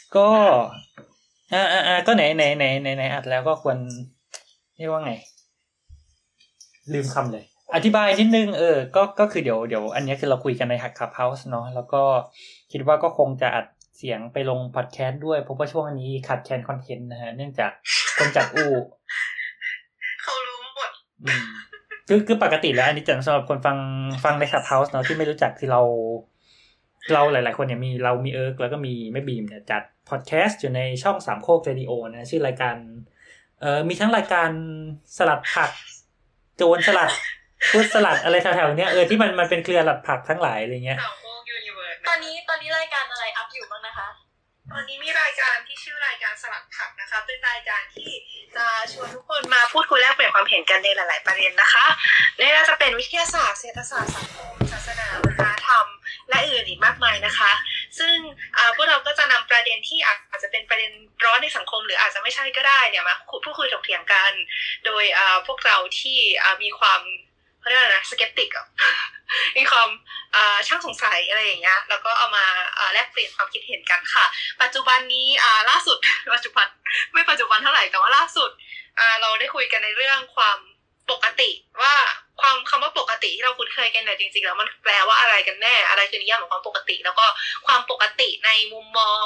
ก็ก็ไหนอัดแล้วก็ควรเรียกว่าไงลืมคำเลยอธิบายนิดนึงก็คือเดี๋ยวอันนี้คือเราคุยกันในClubhouseเนาะแล้วก็คิดว่าก็คงจะอัดเสียงไปลงพอดแคสต์ด้วยเพราะว่าช่วงนี้ขาดแคลนคอนเทนต์นะฮะเนื่องจากคนจัดอู้เขารู้หมดคือปกติแล้วอันนี้จะสำหรับคนฟังในClubhouseเนาะที่ไม่รู้จักที่เราหลายๆคนเนี่ยมีเอิร์กแล้วก็มีแม่บีมเนี่ยจัดพอดแคสต์อยู่ในช่องสามโคกเรดิโอนะชื่อรายการมีทั้งรายการสลัดผักโจรสลัดพุทธสลัดอะไรแถวๆเนี้ยที่มันเป็นเครือหลัดผักทั้งหลายอะไรเงี้ยตอนนี้รายการอะไรอัพอยู่บ้างนะคะตอนนี้มีรายการที่ชื่อรายการสลัดผักนะคะเป็นรายการที่จะชวนทุกคนมาพูดคุยแลกเปลี่ยนความเห็นกันในหลายๆประเด็นนะคะไม่ว่าจะเป็นวิทยาศาสตร์เศรษฐศาสตร์สังคมศาสนาวัฒนธรรมและอื่นอีกมากมายนะคะซึ่งพวกเราก็จะนำประเด็นที่อาจจะเป็นประเด็นร้อนในสังคมหรืออาจจะไม่ใช่ก็ได้เนี่ยมาพูดคุยถกเถียงกันโดยพวกเราที่มีความเขาเรียกอะไรนะสเกปติกมีความช่างสงสัยอะไรอย่างเงี้ยแล้วก็เอามาแลกเปลี่ยนความคิดเห็นกันค่ะปัจจุบันนี้ล่าสุดไม่ปัจจุบันเท่าไหร่แต่ว่าล่าสุดเราได้คุยกันในเรื่องความปกติว่าคำว่าปกติที่เราคุ้นเคยกันเนี่ยจริงๆแล้วมันแปลว่าอะไรกันแน่อะไรคือนิยามของความปกติแล้วก็ความปกติในมุมมอง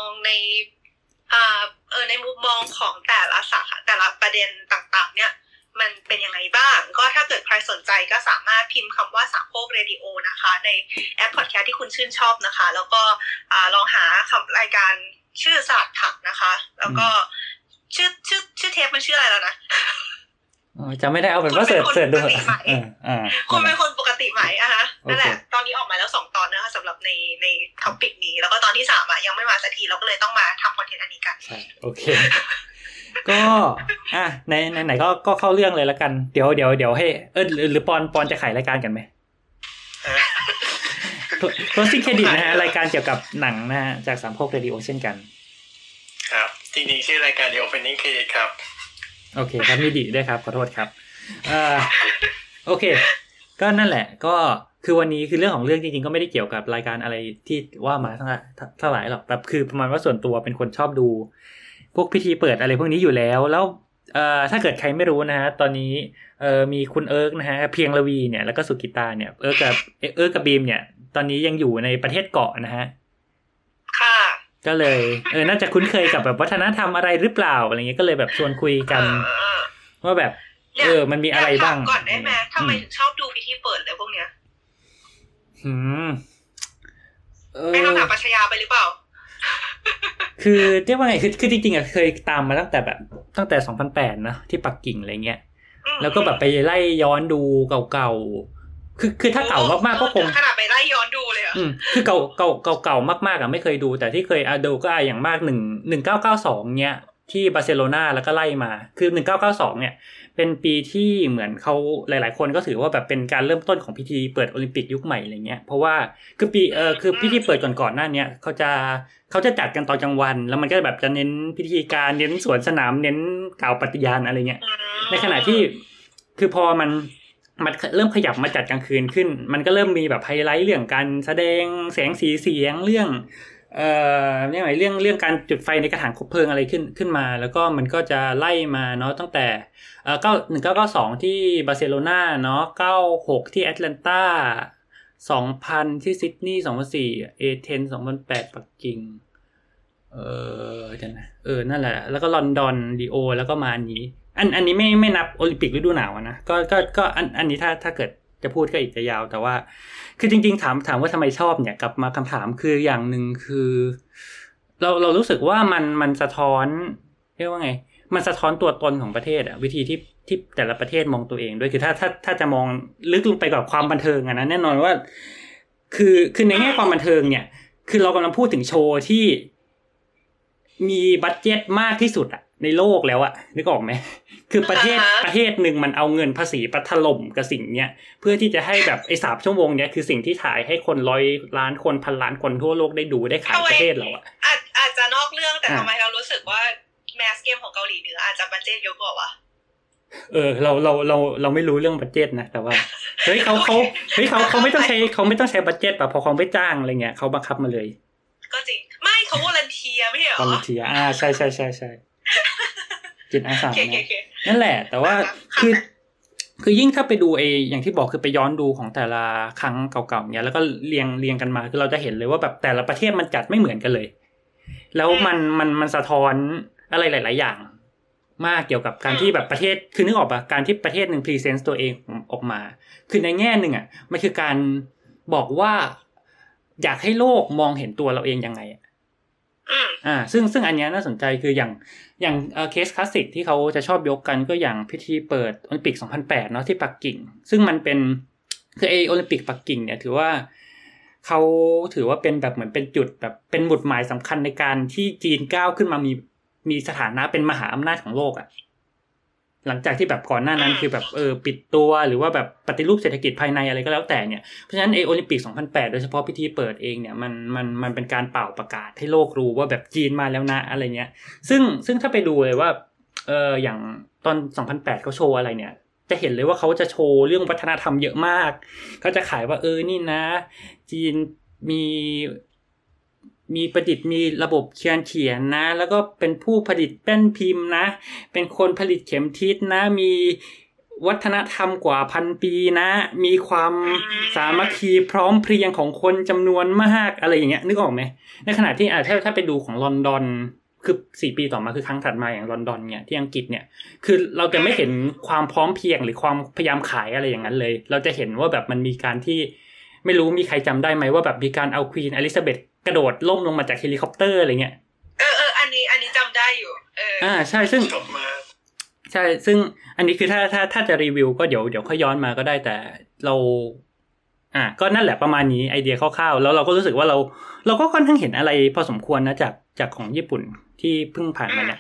ในมุมมองของแต่ละสาขาแต่ละประเด็นต่างๆเนี่ยมันเป็นยังไงบ้างก็ถ้าเกิดใครสนใจก็สามารถพิมพ์คำว่าสามโคกเรดิโอนะคะในแอปพอดแคสต์ที่คุณชื่นชอบนะคะแล้วก็ลองหาคำรายการชื่อศาสตร์ผักนะคะแล้วก็ชื่อเทปมันชื่ออะไรแล้วนะจำไม่ได้เอาเป็นว่าเสิร์ชดูคุณเป็นคนปกติไหมนั่นแหละตอนนี้ออกมาแล้ว2ตอนนะคะสำหรับในท็อปิกนี้แล้วก็ตอนที่3ยังไม่มาสักทีเราก็เลยต้องมาทำคอนเทนต์อันนี้กันใช่โอเคก็ไหนก็เข้าเรื่องเลยละกันเดี๋ยวให้หรือปอนจะขายรายการกันไหมclosing credit นะฮะรายการเกี่ยวกับหนังนะฮะจากสามโคกเรดิโอเช่นกันครับจริงๆชื่อรายการ The Opening Credit ครับโอเคครับมีดีด้วยครับขอโทษครับโอเคก็นั่นแหละก็คือวันนี้คือเรื่องของเรื่องจริงๆก็ไม่ได้เกี่ยวกับรายการอะไรที่ว่ามาเท่าไหร่หรอกแบบคือประมาณว่าส่วนตัวเป็นคนชอบดูพวกพิธีเปิดอะไรพวกนี้อยู่แล้วถ้าเกิดใครไม่รู้นะฮะตอนนี้มีคุณเอิร์กนะฮะเพียงระวีเนี่ยแล้วก็สุกิตาเนี่ยเอิร์กกับบีมเนี่ยตอนนี้ยังอยู่ในประเทศเกาะนะฮะค่ะก็เลยน่าจะคุ้นเคยกับแบบวัฒนธรรมอะไรหรือเปล่าอะไรเงี้ยก็เลยแบบชวนคุยกันว่าแบบมันมีอะไรบ้างก่อนได้ไหมทำไมถึงชอบดูพิธีเปิดอะไรพวกเนี้ยไม่ต้องถามปรัชญาไปหรือเปล่าคือเรียกว่าไงคือจริงๆเคยตามมาตั้งแต่2008นะที่ปักกิ่งอะไรเงี้ยแล้วก็แบบไปไล่ย้อนดูเก่าๆคือถ้าเก่ามากๆก็คงขนาดไปไล่ย้อนดูเลยคือเก่ามากๆไม่เคยดูแต่ที่เคยดูก็อย่างมาก1992เงี้ยที่บาร์เซโลนาแล้วก็ไล่มาคือ1992เนี่ยเป็นปีที่เหมือนเขาหลายๆคนก็ถือว่าแบบเป็นการเริ่มต้นของพิธีเปิดโอลิมปิกยุคใหม่อะไรเงี้ยเพราะว่าคือคือพิธีเปิดก่อนหน้านี้เขาจะจัดกันตอนกลางวันแล้วมันก็แบบจะเน้นพิธีการเน้นสวนสนามเน้นกล่าวปฏิญาณอะไรเงี้ยในขณะที่คือพอมันเริ่มขยับมาจัดกลางคืนขึ้นมันก็เริ่มมีแบบไฮไลท์เรื่องการแสดงแสงสีเสียงเรื่องเรื่องการจุดไฟในกระถางคบเพลิงอะไรขึ้นมาแล้วก็มันก็จะไล่มาเนาะตั้งแต่1992ที่บาร์เซโลนาเนาะ96ที่แอตแลนตา2000ที่ซิดนีย์2004เอเธนส์2008ปักกิ่งนั่นแหละแล้วก็ลอนดอนริโอแล้วก็มาอันนี้ไม่นับโอลิมปิกฤดูหนาวนะก็อันนี้ถ้าเกิดจะพูดก็อีกจะยาวแต่ว่าคือจริงๆถามว่าทำไมชอบเนี่ยกลับมาคำถามคืออย่างนึงคือเรารู้สึกว่ามันสะท้อนเรียกว่าไงมันสะท้อนตัวตนของประเทศอ่ะวิธีที่แต่ละประเทศมองตัวเองด้วยคือถ้าจะมองลึกลงไปกับความบันเทิงอ่ะนะแน่นอนว่าคือในแง่ความบันเทิงเนี่ยคือเรากำลังพูดถึงโชว์ที่มีบัดเจ็ตมากที่สุดอ่ะในโลกแล้วอ่ะนึกออกไหมคือประเทศนึงมันเอาเงินภาษีไปถล่มกับสิ่งเนี้ยเพื่อที่จะให้แบบไอ้3ชั่วโมงเนี้ยคือสิ่งที่ถ่ายให้คน100ล้านคนพันล้านคนทั่วโลกได้ดูได้ขายประเทศเราอ่ะอาจจะนอกเรื่องแต่ทำไมเรารู้สึกว่าแมสเกมของเกาหลีเหนืออาจจะบัดเจ็ตเยอะกว่าวะเราไม่รู้เรื่องบัดเจ็ตนะแต่ว่าเฮ้ยเขาไม่ต้องใช้บัดเจ็ตป่ะพอเขาไม่จ้างอะไรเงี้ยเขาบังคับมาเลยก็จริงไม่เขาวอลันเทียไม่ใช่เหรอวอลันเทียใช่จิตอาสานะนั่นแหละแต่ว่าคือยิ่งถ้าไปดูอย่างที่บอกคือไปย้อนดูของแต่ละครั้งเก่าๆเนี้ยแล้วก็เรียงกันมาคือเราจะเห็นเลยว่าแบบแต่ละประเทศมันจัดไม่เหมือนกันเลยแล้วมันสะท้อนอะไรหลายๆอย่างมากเกี่ยวกับการที่แบบประเทศคือนึกออกป่ะการที่ประเทศนึงพรีเซนต์ตัวเองออกมาคือในแง่นึงอ่ะมันคือการบอกว่าอยากให้โลกมองเห็นตัวเราเองยังไงซึ่งอันนี้น่าสนใจคืออย่างเคสคลาสสิกที่เขาจะชอบยกกันก็อย่างพิธีเปิดโอลิมปิก2008เนาะที่ปักกิ่งซึ่งมันเป็นคือโอลิมปิกปักกิ่งเนี่ยถือว่าเป็นแบบเหมือนเป็นจุดแบบเป็นหมุดหมายสำคัญในการที่จีนก้าวขึ้นมามีสถานะเป็นมหาอำนาจของโลกอ่ะหลังจากที่แบบก่อนหน้านั้นคือแบบปิดตัวหรือว่าแบบปฏิรูปเศรษฐกิจภายในอะไรก็แล้วแต่เนี่ยเพราะฉะนั้นโอลิมปิก2008โดยเฉพาะพิธีเปิดเองเนี่ยมันเป็นการเป่าประกาศให้โลกรู้ว่าแบบจีนมาแล้วนะอะไรเงี้ยซึ่งถ้าไปดูเลยว่าอย่างตอน2008เขาโชว์อะไรเนี่ยจะเห็นเลยว่าเขาจะโชว์เรื่องวัฒนธรรมเยอะมากเขาจะขายว่านี่นะจีนมีประดิษฐ์มีระบบเขียนนะแล้วก็เป็นผู้ผลิตแป้นพิมพ์นะเป็นคนผลิตเข็มทิศนะมีวัฒนธรรมกว่า1,000 ปีนะมีความสามัคคีพร้อมเพรียงของคนจำนวนมากอะไรอย่างเงี้ยนึกออกไหมในขณะที่ถ้าไปดูของลอนดอนคือ4 ปีต่อมาคือครั้งถัดมาอย่างลอนดอนเนี่ยที่อังกฤษเนี่ยคือเราจะไม่เห็นความพร้อมเพรียงหรือความพยายามขายอะไรอย่างนั้นเลยเราจะเห็นว่าแบบมันมีการที่ไม่รู้มีใครจำได้ไหมว่าแบบมีการเอาควีนอลิซาเบธกระโดดล่มลงมาจากเฮลิคอปเตอร์อะไรเงี้ยอันนี้จำได้อยู่ใช่ซึ่งใช่ซึ่งอันนี้คือถ้าจะรีวิวก็เดี๋ยวค่อยย้อนมาก็ได้แต่เราก็นั่นแหละประมาณนี้ไอเดียคร่าวๆแล้วเราก็รู้สึกว่าเราก็ค่อนข้างเห็นอะไรพอสมควรนะจากของญี่ปุ่นที่เพิ่งผ่านมาเนี่ย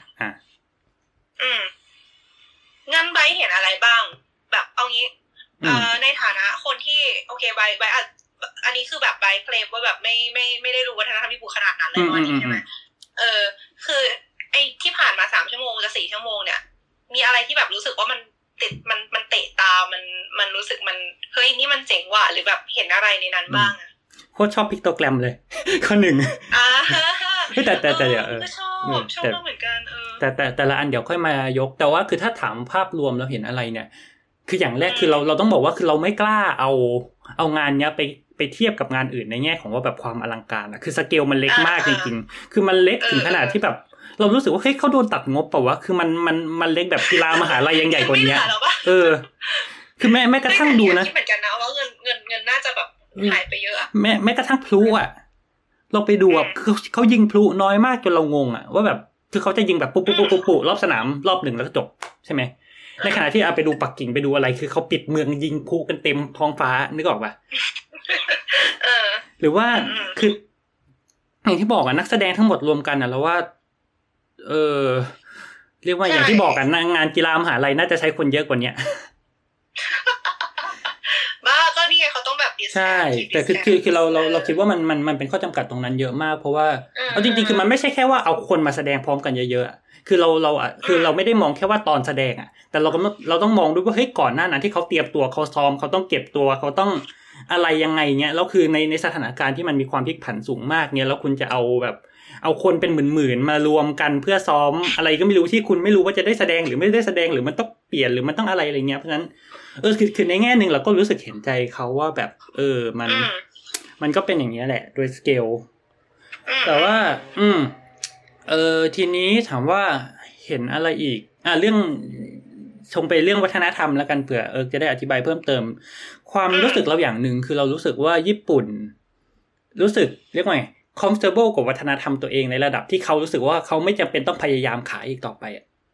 งั้นใบเห็นอะไรบ้างแบบเอางี้ในฐานะคนที่โอเคใบอันนี้คือแบบใบเคลมว่าแบบไม่ได้รู้วัฒนธรรมญี่ปุ่นขนาดนั้นเลยวันนี้ใช่ไหมคือไอ้ที่ผ่านมา3 ชั่วโมงจะ4 ชั่วโมงเนี่ยมีอะไรที่แบบรู้สึกว่ามันติดมันเตะตามันรู้สึกมันเฮ้ยนี่มันเจ๋งว่ะหรือแบบเห็นอะไรในนั้นบ้างอ่ะโคตรชอบพิกโตแกรมเลยข้อ 1แต่เดี๋ยวชอบเหมือนกันแต่ละอันเดี๋ยวค่อยมายกแต่ว่าคือถ้าถามภาพรวมเราเห็นอะไรเนี่ยคืออย่างแรกคือเราต้องบอกว่าคือเราไม่กล้าเอางานเนี้ยไปเทียบกับงานอื่นในแง่ของว่าแบบความอลังการอ่ะคือสเกลมันเล็กมากจริงๆคือมันเล็กถึงขนาดที่แบบเรารู้สึกว่าเฮ้ยเขาโดนตัดงบเปล่าวะคือมันเล็กแบบกีฬามหาลัยยังใหญ่กว่านี้คือแม้กระทั่งดูนะเหมือนกันนะว่าเงินน่าจะแบบหายไปเยอะอ่ะแม้กระทั่งพลุอ่ะเราไปดูอ่ะคือเขายิงพลุน้อยมากจนเรางงอ่ะว่าแบบคือเขาจะยิงแบบปุ๊บรอบสนามรอบ1แล้วก็จบใช่ไหมในขณะที่ไปดูปักกิ่งไปดูอะไรคือเขาปิดเมืองยิงพลุกันเต็มท้องฟ้านึกออกป่ะหรือว่าคืออย่างที่บอกอ่ะนักแสดงทั้งหมดรวมกันอ่ะแล้วว่าเรียกว่าอย่างที่บอกกันงานกีฬามหาลัยน่าจะใช้คนเยอะกว่านี้บ้าก็นี่ไงเขาต้องแบบใช่แต่คือเราคิดว่ามันเป็นข้อจำกัดตรงนั้นเยอะมากเพราะว่าเอาจริงๆคือมันไม่ใช่แค่ว่าเอาคนมาแสดงพร้อมกันเยอะๆคือเราไม่ได้มองแค่ว่าตอนแสดงอ่ะแต่เราต้องมองด้วยว่าเฮ้ยก่อนหน้านั้นที่เขาเตรียมตัวเขาซ้อมเขาต้องเก็บตัวเขาต้องอะไรยังไงเงี้ยแล้วคือในสถานการณ์ที่มันมีความพลิกผันสูงมากเนี่ยแล้วคุณจะเอาคนเป็นหมื่นๆมารวมกันเพื่อซ้อมอะไรก็ไม่รู้ที่คุณไม่รู้ว่าจะได้แสดงหรือไม่ได้แสดงหรือมันต้องเปลี่ยนหรือมันต้องอะไรเงี้ยเพราะฉะนั้นคือในแง่นึงเราก็รู้สึกเห็นใจเขาว่าแบบมันก็เป็นอย่างนี้แหละโดยสเกลแต่ว่าทีนี้ถามว่าเห็นอะไรอีกเรื่องชงไปเรื่องวัฒนธรรมแล้วกันเผื่อจะได้อธิบายเพิ่มเติมความรู้สึกเราอย่างนึงคือเรารู้สึกว่าญี่ปุ่นรู้สึกเรียกว่าไงcomfortable กับวัฒนธรรมตัวเองในระดับที่เขารู้สึกว่าเขาไม่จำเป็นต้องพยายามขายอีกต่อไป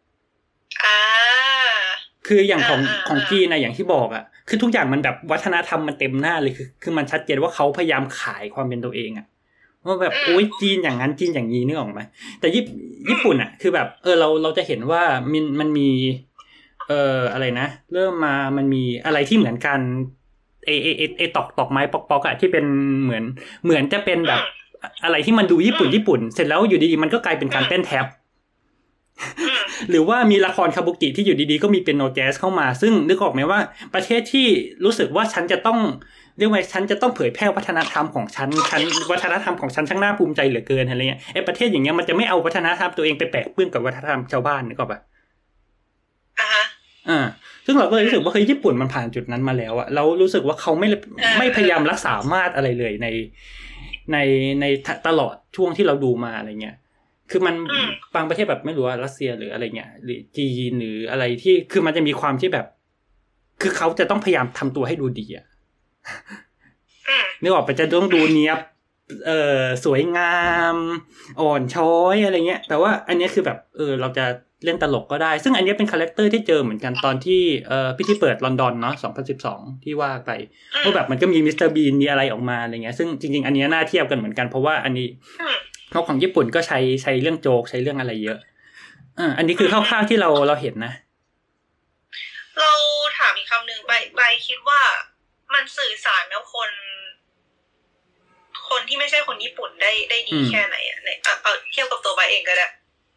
คืออย่างของจีนนะอย่างที่บอกอ่ะคือทุกอย่างมันแบบวัฒนธรรมมันเต็มหน้าเลยคือมันชัดเจนว่าเขาพยายามขายความเป็นตัวเองอ่ะว่าแบบโอ๊ยจีนอย่างนั้นจีนอย่างนี้นึกออกไหมแต่ญี่ปุ่นอ่ะคือแบบเราจะเห็นว่ามันมีอะไรนะเริ่มมามันมีอะไรที่เหมือนกันตอกไม้ปอกๆอ่ะที่เป็นเหมือนจะเป็นแบบอะไรที่มันดูญี่ปุ่นเสร็จแล้วอยู่ดีๆมันก็กลายเป็นการเต้นแท็บหรือว่ามีละครคาบุกิที่อยู่ดีๆก็มีเปียโนแจ๊สเข้ามาซึ่งนึกออกไหมว่าประเทศที่รู้สึกว่าฉันจะต้องเรียกว่าฉันจะต้องเผยแพร่วัฒนธรรมของฉันวัฒนธรรมของฉันช่างน่าภูมิใจเหลือเกินอะไรเงี้ยไอ้ประเทศอย่างเงี้ยมันจะไม่เอาวัฒนธรรมตัวเองไปแปะเปื้อนกับวัฒนธรรมชาวบ้านนึกออกป่ะซึ่งเราก็เลยรู้สึกว่าเฮ้ยญี่ปุ่นมันผ่านจุดนั้นมาแล้วอะเรารู้สึกว่าเขาไม่พยายามรักษามาตรอะไรเลยในตลอดช่วงที่เราดูมาอะไรเงี้ยคือมันบางประเทศแบบไม่รู้ว่ารัสเซียหรืออะไรเงี้ยหรือจีนหรืออะไรที่คือมันจะมีความที่แบบคือเขาจะต้องพยายามทำตัวให้ดูดีอะนึกออกไปจะต้องดูเนี้ยบสวยงามอ่อนช้อยอะไรเงี้ยแต่ว่าอันนี้คือแบบเราจะเล่นตลกก็ได้ซึ่งอันนี้เป็นคาแรคเตอร์ที่เจอเหมือนกันตอนที่พิธีเปิดลอนดอนเนาะ2012ที่ว่าไปว่าแบบมันก็มีมิสเตอร์บีนมีอะไรออกมาอะไรเงี้ยซึ่งจริงๆอันนี้น่าเทียบกันเหมือนกันเพราะว่าอันนี้เขาของญี่ปุ่นก็ใช้เรื่องโจ๊กใช้เรื่องอะไรเยอะอันนี้คือคร่าวๆที่เราเห็นนะเราถามอีกคำหนึ่งใบคิดว่ามันสื่อสารกับคนที่ไม่ใช่คนญี่ปุ่นได้ดีแค่ไหนอ่ะเอาเทียบกับตัวใบเองก็ได้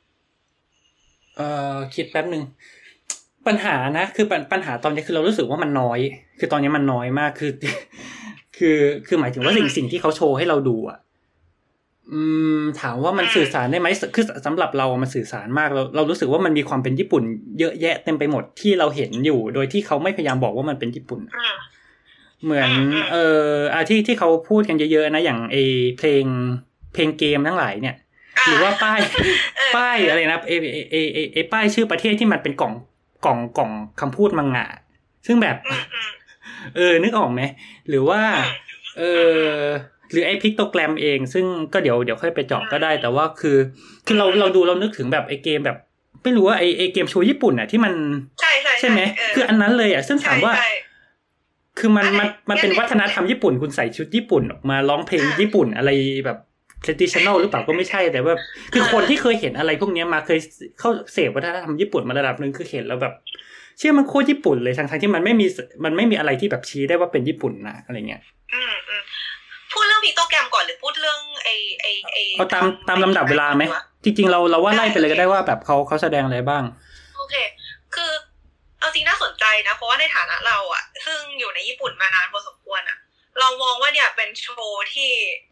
คิดแป๊บนึงปัญหานะคือปัญหาตอนนี้คือเรารู้สึกว่ามันน้อยคือตอนนี้มันน้อยมากคือหมายถึงว่าสิ่งที่เขาโชว์ให้เราดูอ่ะถามว่ามันสื่อสารได้ไหมคือสำหรับเรามันสื่อสารมากเรารู้สึกว่ามันมีความเป็นญี่ปุ่นเยอะแยะเต็มไปหมดที่เราเห็นอยู่โดยที่เขาไม่พยายามบอกว่ามันเป็นญี่ปุ่นเหมือนที่เขาพูดกันเยอะๆนะอย่างเพลงเกมทั้งหลายเนี่ยหรือว่าป้ายอะไรนะป้ายชื่อประเทศที่มันเป็นกล่องคำพูดมังงะซึ่งแบบนึกออกไหมหรือว่าหรือไอ้พิกโตแกรมเองซึ่งก็เดี๋ยวค่อยไปเจาะก็ได้แต่ว่าคือเราดูเรานึกถึงแบบไอ้เกมแบบไม่รู้ว่าไอ้เกมโชว์ญี่ปุ่นอ่ะที่มันใช่ไหมคืออันนั้นเลยอ่ะซึ่งถามว่าคือมันเป็นวัฒนธรรมญี่ปุ่นคุณใส่ชุดญี่ปุ่นออกมาร้องเพลงญี่ปุ่นอะไรแบบtraditional หรือเปล่าก็ไม่ใช่แต่ว่าคือคนที่เคยเห็นอะไรพวกนี้มาเคยเข้าเสพวัฒนธรรมญี่ปุ่นมาระดับนึงคือเห็นแล้วแบบเชื่อมันโคตรญี่ปุ่นเลยทั้งที่มันไม่มีอะไรที่แบบชี้ได้ว่าเป็นญี่ปุ่นนะอะไรเงี้ยพูดเรื่องพิกโตแกรมก่อนหรือพูดเรื่องเอาตามลำดับเวลาไหมจริงๆเราว่าไล่ไปเลยก็ได้ว่าแบบเขาแสดงอะไรบ้างโอเคคือเอาจริงน่าสนใจนะเพราะว่าในฐานะเราอ่ะซึ่งอยู่ในญี่ปุ่นมานานพอสมควรอ่ะเรามองว่าเนี่ยเป็นโชว์ที่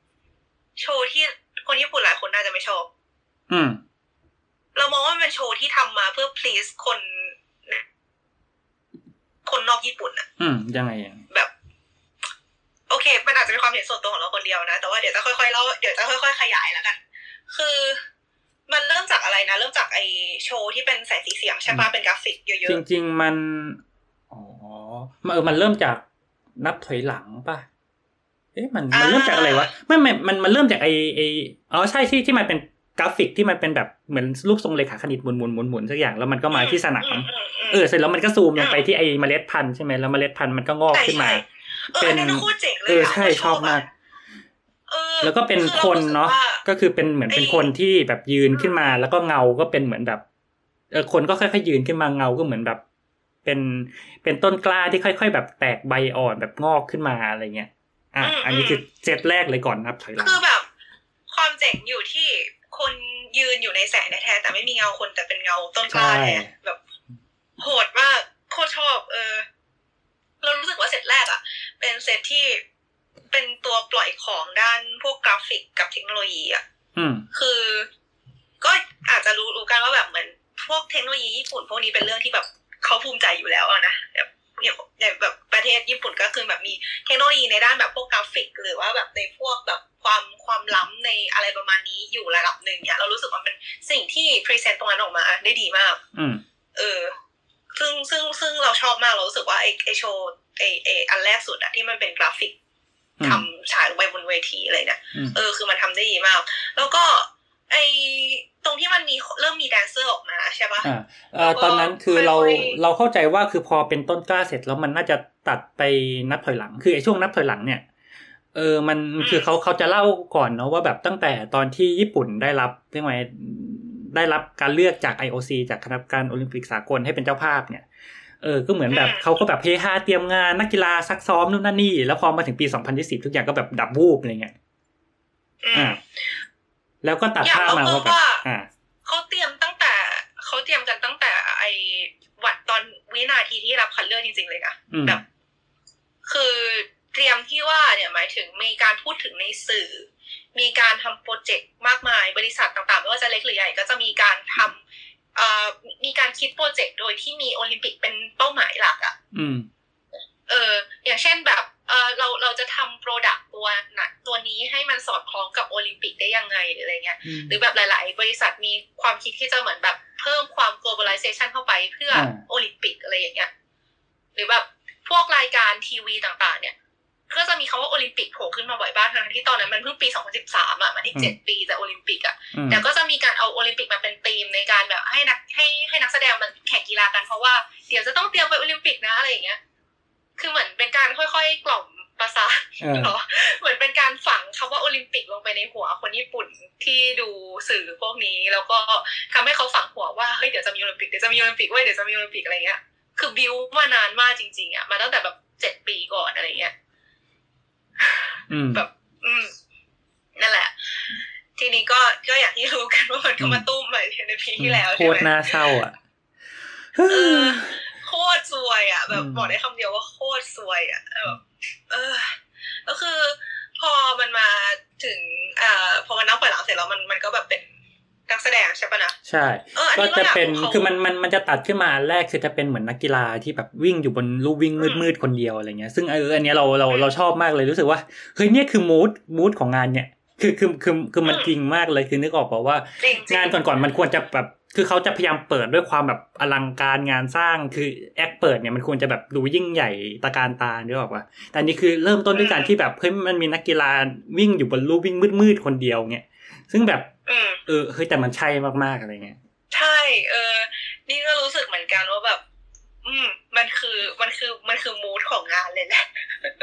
คนญี่ปุ่นหลายคนน่าจะไม่ชอบเรามองว่ามันเป็นโชว์ที่ทำมาเพื่อ please คนนอกญี่ปุ่นอ่ะยังไงแบบโอเคมันอาจจะเป็นความเห็นส่วนตัวของเราคนเดียวนะแต่ว่าเดี๋ยวจะค่อยๆเล่าเดี๋ยวจะค่อยๆขยายแล้วกันคือมันเริ่มจากอะไรนะเริ่มจากไอโชว์ที่เป็นแสงสีเสียงใช่ป่ะเป็นกราฟิกเยอะๆจริงๆมันมันเริ่มจากนับถอยหลังป่ะมันเริ่มจากอะไรวะไม่มันเริ่มจากไอใช่ที่มันเป็นกราฟิกที่มันเป็นแบบเหมือนรูปทรงเลขาคณิตหมุนสักอย่างแล้วมันก็มาที่สนามเสร็จแล้วมันก็ซูมลงไปที่ไอเมล็ดพันธุ์ใช่ไหมแล้วเมล็ดพันธุ์มันก็งอกขึ้นมาเป็นโคตรเจ๋งเลยใช่ชอบมากแล้วก็เป็นคนเนาะก็คือเป็นเหมือนเป็นคนที่แบบยืนขึ้นมาแล้วก็เงาก็เป็นเหมือนแบบคนก็ค่อยๆยืนขึ้นมาเงาก็เหมือนแบบเป็นต้นกล้าที่ค่อยๆแบบแตกใบอ่อนแบบงอกขึ้นมาอะไรเงี้ยอันนี้คือเซตแรกเลยก่อนนับถอยหลังคือแบบความเจ๋งอยู่ที่คนยืนอยู่ในแสงแท้ๆแต่ไม่มีเงาคนแต่เป็นเงาต้นกล้าแท้แบบโหดมากโคตรชอบเรารู้สึกว่าเซตแรกอ่ะเป็นเซตที่เป็นตัวปล่อยของด้านพวกกราฟิกกับเทคโนโลยีอ่ะคือก็อาจจะรู้กันว่าแบบเหมือนพวกเทคโนโลยีญี่ปุ่นพวกนี้เป็นเรื่องที่แบบเขาภูมิใจอยู่แล้วนะอย่างแบบประเทศญี่ปุ่นก็คือแบบมีเทคโนโลยีในด้านแบบพวกกราฟิกหรือว่าแบบในพวกแบบความล้ำในอะไรประมาณนี้อยู่ระดับหนึ่งเนี่ยเรารู้สึกว่าเป็นสิ่งที่พรีเซนต์ตรงนั้นออกมาได้ดีมากซึ่งเราชอบมากเรารู้สึกว่าไอโชว์อันแรกสุดอะที่มันเป็นกราฟิกทำฉายลงไปบนเวทีอะไรเนี่ยคือมันทำได้ดีมากแล้วก็ไอตรงที่มันมีเริ่มมีแดนเซอร์ออกมาใช่ปะตอนนั้นคือเราเข้าใจว่าคือพอเป็นต้นกล้าเสร็จแล้วมันน่าจะตัดไปนับถอยหลังคือไอช่วงนับถอยหลังเนี่ยมันคือเขาจะเล่าก่อนเนาะว่าแบบตั้งแต่ตอนที่ญี่ปุ่นได้รับการเลือกจาก IOC จากคณะกรรมการโอลิมปิกสากลให้เป็นเจ้าภาพเนี่ยก็เหมือนแบบเขาก็แบบเฮฮาเตรียมงานนักกีฬาซักซ้อมนู่นนั่นนี่แล้วพอมาถึงปี2020ทุกอย่างก็แบบดับวูบอะไรเงี้ยแล้วก็ตัดภาพมาว่าแบบเขาเตรียมกันตั้งแต่ไอ้วัดตอนวินาทีที่รับคัดเลือกจริงๆเลยนะแบบคือเตรียมที่ว่าเนี่ยหมายถึงมีการพูดถึงในสื่อมีการทำโปรเจกต์มากมายบริษัทต่างๆไม่ว่าจะเล็กหรือใหญ่ก็จะมีการทำมีการคิดโปรเจกต์โดยที่มีโอลิมปิกเป็นเป้าหมายหลักอ่ะอย่างเช่นแบบเราจะทำโปรดักต์ตัวนี้ให้มันสอดคล้องกับโอลิมปิกได้ยังไงหรืออะไรเงี้ยหรือแบบหลายๆบริษัทมีความคิดที่จะเหมือนแบบเพิ่มความ globalization เข้าไปเพื่อโอลิมปิกอะไรอย่างเงี้ยหรือแบบพวกรายการทีวีต่างๆเนี่ยก็จะมีคำว่าโอลิมปิกโผล่ขึ้นมาบ่อยบ้างทั้งที่ตอนนั้นมันเพิ่งปี2013อ่ะมันที่7ปีจากโอลิมปิกอ่ะแต่ก็จะมีการเอาโอลิมปิกมาเป็นธีมในการแบบให้นักแสดงมันแข่งกีฬากันเพราะว่าเดี๋ยวจะต้องเตรียมไปโอลิมปิกนะอะไรอย่างเงี้ยคือเหมือนเป็นการค่อยๆกล่อมประสาทเนาะเหมือนเป็นการฝังคำว่าโอลิมปิกลงไปในหัวคนญี่ปุ่นที่ดูสื่อพวกนี้แล้วก็ทำให้เขาฝังหัวว่าเฮ้ยเดี๋ยวจะมีโอลิมปิกเดี๋ยวจะมีโอลิมปิกเว้ยเดี๋ยวจะมีโอลิมปิกอะไรเงี้ยคือบิวมานานมากจริงๆอ่ะมาตั้งแต่แบบ7ปีก่อนอะไรเงี้ยแบบนั่นแหละทีนี้ก็อย่างที่รู้กันว่ามันก็มาตุ้มไปในปีที่แล้วใช่ไหมโคตรน่าเศร้าอ่ะโคตรซวยอ่ะแบบบอกได้คำเดียวว่าโคตรซวยอ่ะแบบก็คือพอมันมาถึงพอมันนับปล่อยหลังเสร็จแล้วมันก็แบบเป็นนักแสดงใช่ปะนะใช่ก็จะเป็นคือมันจะตัดขึ้นมาแรกคือจะเป็นเหมือนนักกีฬาที่แบบวิ่งอยู่บนลู่วิ่งมืดๆคนเดียวอะไรเงี้ยซึ่งอันนี้เราชอบมากเลยรู้สึกว่าเฮ้ยเนี่ยคือมูดของงานเนี่ยคือมันจริงมากเลยคือนึกออกป่ะว่างานก่อนๆมันควรจะแบบคือเขาจะพยายามเปิดด้วยความแบบอลังการงานสร้างคือแอคเปิดเนี่ยมันควรจะแบบดูยิ่งใหญ่ตระการตานึกออกป่ะแต่นี่คือเริ่มต้นด้วยการที่แบบเฮ้ยมันมีนักกีฬาวิ่งอยู่บนลู่วิ่งมืดๆคนเดียวเงี้ยซึ่งแบบเฮ้ยแต่มันใช่มากๆอะไรเงี้ยใช่นี่ก็รู้สึกเหมือนกันว่าแบบมันคือมูดของงานเลยแหละ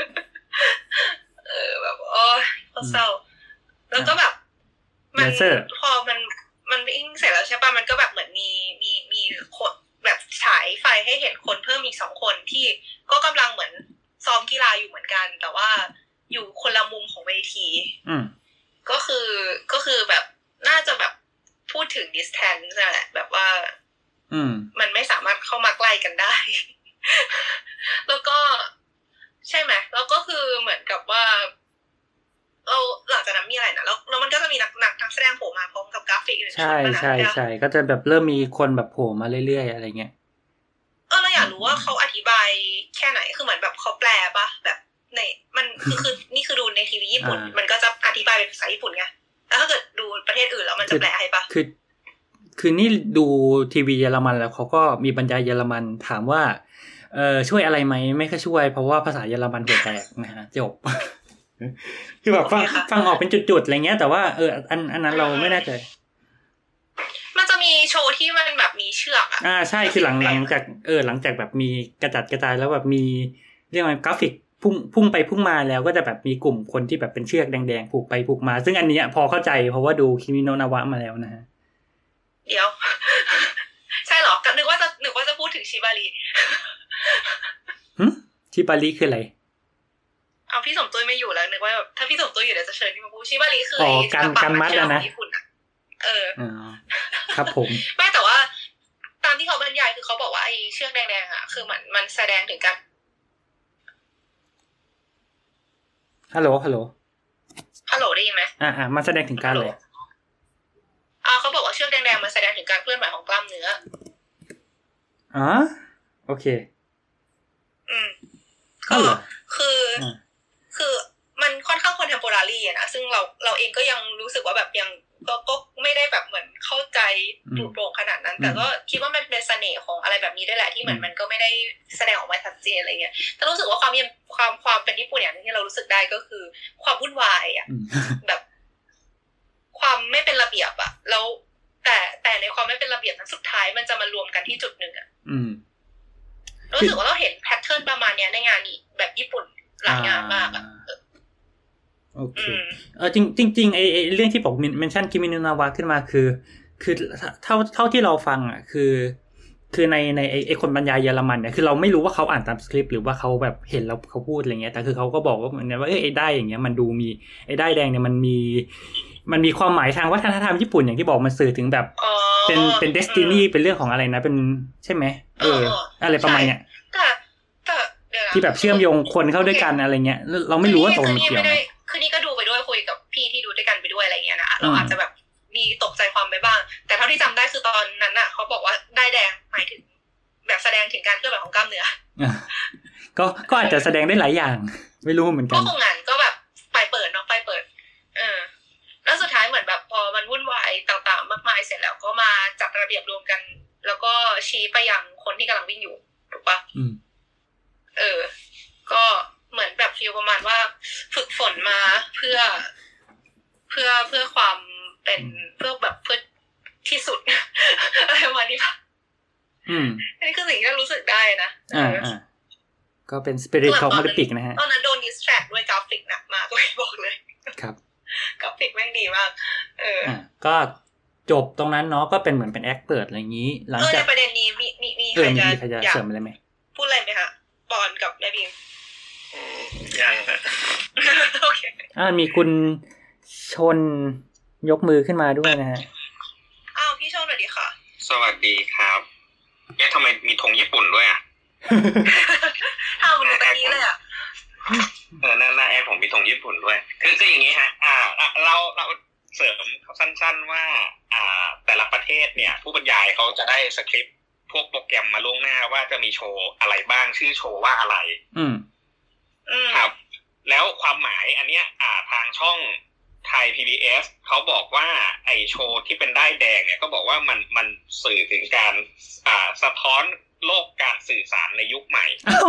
แบบเศร้าแล้วก็แบบมันพอมันวิ่งเสร็จแล้วใช่ป่ะมันก็แบบเหมือนมีคนแบบฉายไฟให้เห็นคนเพิ่มอีก2คนที่ก็กำลังเหมือนซ้อมกีฬาอยู่เหมือนกันแต่ว่าอยู่คนละมุมของเวทีก็คือแบบน่าจะแบบพูดถึง distance นั่นแหละแบบว่ามันไม่สามารถเข้ามาใกล้กันได้ แล้วก็ใช่ไหมแล้วก็คือเหมือนกับว่าเราหลังจากนั้นมีอะไรนะแล้วมันก็จะมีนักแสดงโผล่มาพร้อมกับกราฟิกใช่ก็จะแบบเริ่มมีคนแบบโผล่มาเรื่อยๆอะไรเงี้ยเราอยากรู้ว่าเขาอธิบายแค่ไหนคือเหมือนแบบเขาแปลป่ะแบบในมันคือนี่คือดูในทีวีญี่ปุ่นมันก็จะอธิบายเป็นภาษาญี่ปุ่นไงแล้วถ้าเกิดดูประเทศอื่นแล้วมันจะแปลให้ป่ะคือนี่ดูทีวีเยอรมันแล้วเขาก็มีบรรยายเยอรมันถามว่าช่วยอะไรไหมไม่ค่อยช่วยเพราะว่าภาษาเยอรมันหัวแตกนะฮะจบคือแบบฟังออกเป็นจุดๆอะไรเงี้ยแต่ว่าอันนั้นเราไม่แน่ใจมันจะมีโชว์ที่มันแบบมีเชือกใช่คือหลังจากแบบมีกระจัดกระจายแล้วแบบมีเรียกว่ากราฟิกพุ่งไปพุ่งมาแล้วก็จะแบบมีกลุ่มคนที่แบบเป็นเชือกแดงๆผูกไปผูกมาซึ่งอันนี้พอเข้าใจเพราะว่าดูคิมิโนะนาวะมาแล้วนะฮะเดี๋ยวใช่หรอนึกว่าจะพูดถึงชิบาริชิบาริคืออะไรเอาพี่สมตุ้ยไม่อยู่แล้วนึกว่าถ้าพี่สมตุ้ยอยู่เดี๋ยวจะเชิญที่มาพูดชิบาริคือการมัดนะครับผมไม่แต่ว่าตามที่เขาบรรยายคือเขาบอกว่าไอ้เชือกแดงๆอ่ะคือมันแสดงถึงการฮัลโหลได้ยินไหมมันแสดงถึงการเลยเขาบอกว่าเชือกแดงๆมันแสดงถึงการเคลื่อนไหวของกล้ามเนื้อโอเคก็คือมันค่อนข้างคอนเทมโพรารีนะซึ่งเราเองก็ยังรู้สึกว่าแบบยังก็ไม่ได้แบบเหมือนเข้าใจปลุกโปร่งขนาดนั้นแต่ก็คิดว่ามันเป็นเสน่ห์ของอะไรแบบนี้ได้แหละที่เหมือนมันก็ไม่ได้แสดงออกมาชัดเจนอะไรเงี้ยแต่รู้สึกว่าความเป็นญี่ปุ่นอย่างที่เรารู้สึกได้ก็คือความวุ่นวายอ่ะแบบความไม่เป็นระเบียบอ่ะแล้วแต่ในความไม่เป็นระเบียบนั้นสุดท้ายมันจะมารวมกันที่จุดนึงอ่ะรู้สึกว่าเราเห็นแพทเทิร์นประมาณนี้ในงานนี้แบบญี่ปุ่นหลายงานมากอ่ะโอเคจริงไอ้เรื่องที่ผมเมนชั่นคิมิโนะนาวะขึ้นมาคือเท่าที่เราฟังอ่ะคือในไอ้คนบรรยายเยอรมันเนี่ยคือเราไม่รู้ว่าเขาอ่านตามสคริปต์หรือว่าเขาแบบเห็นแล้วเขาพูดอะไรเงี้ยแต่คือเขาก็บอกว่าเหมือนกันว่าไอ้ได้อย่างเงี้ยมันดูมีไอ้ได้แดงเนี่ยมันมีความหมายทางวัฒนธรรมญี่ปุ่นอย่างที่บอกมันสื่อถึงแบบเป็นเดสตินีเป็นเรื่องของอะไรนะเป็นใช่ไหมอะไรประมาณเนี้ยแต่เดี๋ยวที่แบบเชื่อมโยงคนเข้าด้วยกันอะไรเงี้ยเราไม่รู้ว่าตรงเกี่ยวไหมคือนี่ก็ดูไปด้วยคุยกับพี่ที่ดูด้วยกันไปด้วยอะไรเงี้ยนะเราอาจจะแบบมีตกใจความไปบ้างแต่เท่าที่จำได้คือตอนนั้นน่ะเขาบอกว่าได้แดงหมายถึงแบบแสดงถึงการเคลื่อนไหวของกล้ามเนื้อก็อาจจะแสดงได้หลายอย่างไม่รู้เหมือนกันก็คงงั้นก็แบบไปเปิดเนาะไปเปิดแล้วสุดท้ายเหมือนแบบพอมันวุ่นวายต่างๆมากมายเสร็จแล้วก็มาจัดระเบียบรวมกันแล้วก็ชี้ไปยังคนที่กำลังวิ่งอยู่ถูกปะก็เหมือนแบบฟีลประมาณว่าฝึกฝนมาเพื่อความเป็นเพื่อแบบเพื่อที่สุดอะไรประมาณนี้ป่ะนี่คือสิ่งที่รู้สึกได้นะก็เป็นสปิริตของโอลิมปิกนะฮะตอนนั้นโดนดิสแทรกด้วยกราฟิกหนักมากเลยบอกเลยครับกราฟิกแม่งดีมากก็จบตรงนั้นเนาะก็เป็นเหมือนเป็นแอคเปิดอะไรอย่างนี้หลังจากในประเด็นนี้มีใครจะเสริมอะไรไหมพูดอะไรไหมคะปอนกับแม่บีมยังฮะโอเคมีคุณชนยกมือขึ้นมาด้วยนะฮะพี่ชนสวัสดีค่ะสวัสดีครับทำไมมีธงญี่ปุ่นด้วยอ่ะมันแบบนี้เลยอ่ะหน้าแอปผมมีธงญี่ปุ่นด้วยคืออย่างงี้ฮะเราเสริมสั้นๆว่าแต่ละประเทศเนี่ยผู้บรรยายเขาจะได้สคริปต์พวกโปรแกรมมาล่วงหน้าว่าจะมีโชว์อะไรบ้างชื่อโชว์ว่าอะไรครับแล้วความหมายอันเนี้ยทางช่องไทย PBS เขาบอกว่าไอโชว์ที่เป็นด้ายแดงเนี่ยก็บอกว่ามันสื่อถึงการสะท้อนโลกการสื่อสารในยุคใหม่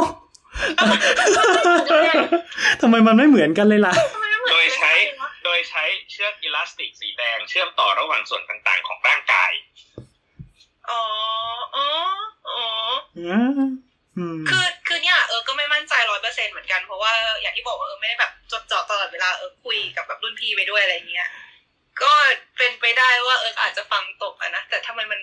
ทำไมมันไม่เหมือนกันเลยล่ะโดยใช้เชือกอิลาสติกสีแดงเชื่อมต่อระหว่างส่วนต่างๆของร่างกายคือเนี่ยก็ไม่มั่นใจ 100% เหมือนกันเพราะว่าอย่างที่บอกว่าไม่ได้แบบจดจ่อตลอดเวลาคุยกับแบบรุ่นพี่ไปด้วยอะไรเงี้ยก็เป็นไปได้ว่าอาจจะฟังตกนะแต่ทำไมมัน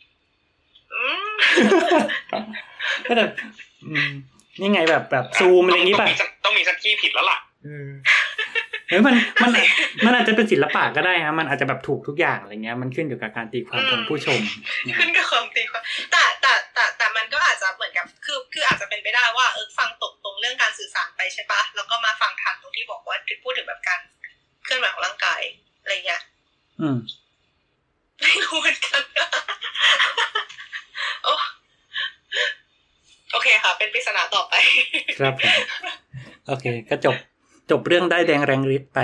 ก็แบบนี่ไงแบบซูมอะไรอย่างงี้ป่ะต้องมีสักที่ผิดแล้วล่ะมันอาจจะเป็นศิลปะก็ได้ฮะมันอาจจะแบบถูกทุกอย่างอะไรเงี้ยมันขึ้นอยู่กับการตีความของผู้ชมขึ้นกับความตีความแต่มันก็อาจจะเหมือนกับคืออาจจะเป็นไปได้ว่าฟังตกตรงเรื่องการสื่อสารไปใช่ปะแล้วก็มาฟังทันตรงที่บอกว่าพูดถึงแบบการเคลื่อนไหวของร่างกายอะไรเงี้ยไม่รู้เหมือนกันโอเคค่ะเป็นปริศนาต่อไปครับโอเคก็จบเรื่องได้แดงแรงฤทธิ์ไป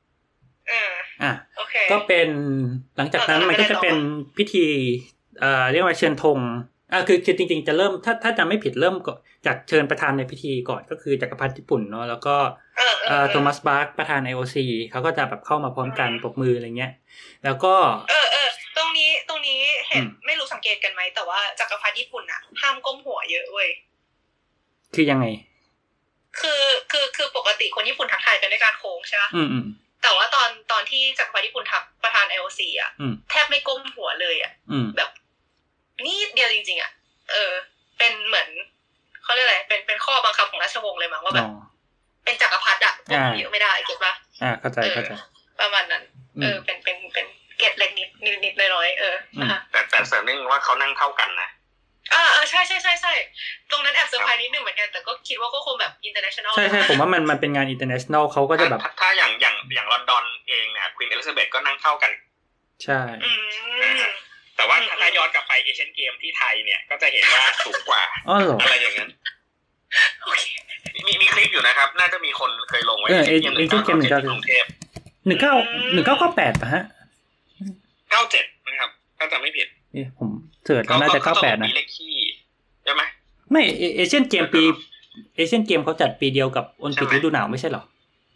โอเคก็เป็นหลังจากนั้นมันก็จะเป็นพิธีเรียกว่าเชิญธงคือจริงๆจะเริ่มถ้าจำไม่ผิดเริ่มจากเชิญประธานในพิธีก่อนก็คือจักรพรรดิญี่ปุ่นเนาะแล้วก็โทมัสบาร์กประธาน IOC เขาก็จะแบบเข้ามาพร้อมกันปรบมืออะไรเงี้ยแล้วก็ตรงนี้เห็นไม่รู้สังเกตกันไหมแต่ว่าจักรพรรดิญี่ปุ่นอ่ะห้ามก้มหัวเยอะเว้ยคือยังไงคือปกติคนญี่ปุ่นทักทายกันด้วยการโค้งใช่ป่ะแต่ว่าตอนที่จักรพรรดิญี่ปุ่นทักประธาน IOC อ่ะแทบไม่ก้มหัวเลยอ่ะแบบนิดเดียวจริงๆอ่ะเป็นเหมือนเขาเรียกอะไรเป็นข้อบังคับของราชวงศ์เลยมั้งว่าแบบเป็นจักรพรรดิอ่ะก้มเยอะไม่ได้เก็ตป่ะเข้าใจประมาณนั้นเป็นเกตเล็กนิดน้อยแต่เสริมนิดนึงว่าเขานั่งเท่ากันนะใช่ตรงนั้นแอบเซอร์ไพรส์นิดนึงเหมือนกันแต่ก็คิดว่าก็คงแบบ international ใช่ผมว่ามันเป็นงาน international เขาก็จะแบบถ้าอย่างลอนดอนเองเนี่ยควีนเอลิซาเบธก็นั่งเท่ากันใช่แต่ว่าถ้าย้อนกลับไปเอเชียนเกมที่ไทยเนี่ยก็จะเห็นว่าสูงกว่าอะไรอย่างนั้นมีคลิปอยู่นะครับน่าจะมีคนเคยลงไว้เอเชียนเกมที่กรุงเทพ1998ป่ะฮะ 97นะครับถ้าจำไม่ผิดนี่ผมเสิร์ชน่าจะ98นะมีเลขขี้ใช่ไหมไม่เอเชียนเกมเขาจัดปีเดียวกับโอลิมปิกฤดูหนาวไม่ใช่หรอ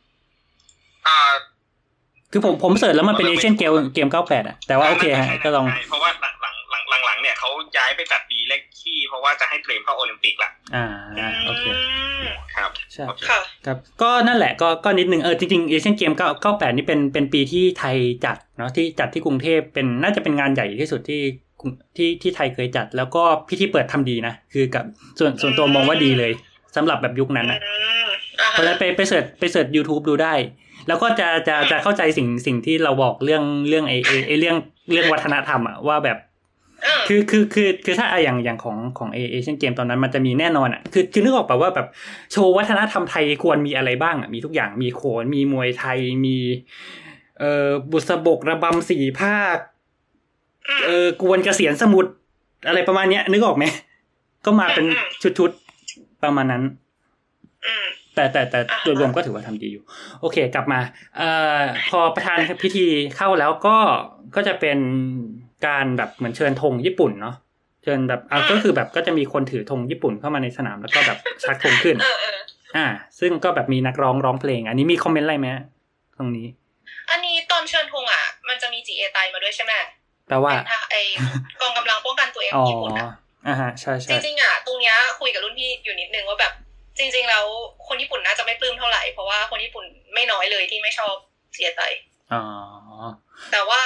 คือผมเสิร์ชแล้วมันเป็นเอเชียนเกม98อ่ะแต่ว่าโอเคฮะก็ลองเพราะว่าหลังๆเนี่ยเขาย้ายไปจัดปีเลขขี้เพราะว่าจะให้เตรียมเข้าโอลิมปิกละโอเคครับใช่ครับก็นั่นแหละก็นิดนึงจริงๆเอเชียนเกม98นี่เป็นปีที่ไทยจัดเนาะที่จัดที่กรุงเทพเป็นน่าจะเป็นงานใหญ่ที่สุดที่ไทยเคยจัดแล้วก็พิธีเปิดทำดีนะคือกับส่วนตัวมองว่าดีเลยสำหรับแบบยุคนั้นนะเพราะฉะนั้นไปเสิร์ช YouTube ดูได้แล้วก็จะเข้าใจสิ่งที่เราบอกเรื่องไอ้เรื่องวัฒนธรรมอ่ะว่าแบบคือถ้าอย่างของเอเชียนเกมตอนนั้นมันจะมีแน่นอนอ่ะคือนึกออกป่ะว่าแบบโชว์วัฒนธรรมไทยควรมีอะไรบ้างอ่ะมีทุกอย่างมีโขนมีมวยไทยมีบุษบกระบำ4 ภาคกวนเกษียณสมุทรอะไรประมาณเนี้ยนึกออกไหมก็มาเป็นชุดๆประมาณนั้นแต่โดยรวมก็ถือว่าทำดีอยู่โอเคกลับมาพอประธานพิธีเข้าแล้วก็จะเป็นการแบบเหมือนเชิญธงญี่ปุ่นเนาะเชิญแบบก็คือแบบก็จะมีคนถือธงญี่ปุ่นเข้ามาในสนามแล้วก็แบบชักธงขึ้นซึ่งก็แบบมีนักร้องเพลงอันนี้มีคอมเมนต์อะไรไหมตรงนี้อันนี้ตอนเชิญธงมันจะมี GA ไตมาด้วยใช่ไหมแปลว่าไอกองกำลังป้องกันตัวเองของญี่ปุ่นใช่จริงๆตรงเนี้ยคุยกับรุ่นพี่อยู่นิดนึงว่าแบบจริงๆแล้วคนญี่ปุ่นน่าจะไม่ปลื้มเท่าไหร่เพราะว่าคนญี่ปุ่นไม่น้อยเลยที่ไม่ชอบเสียใจแต่ว่า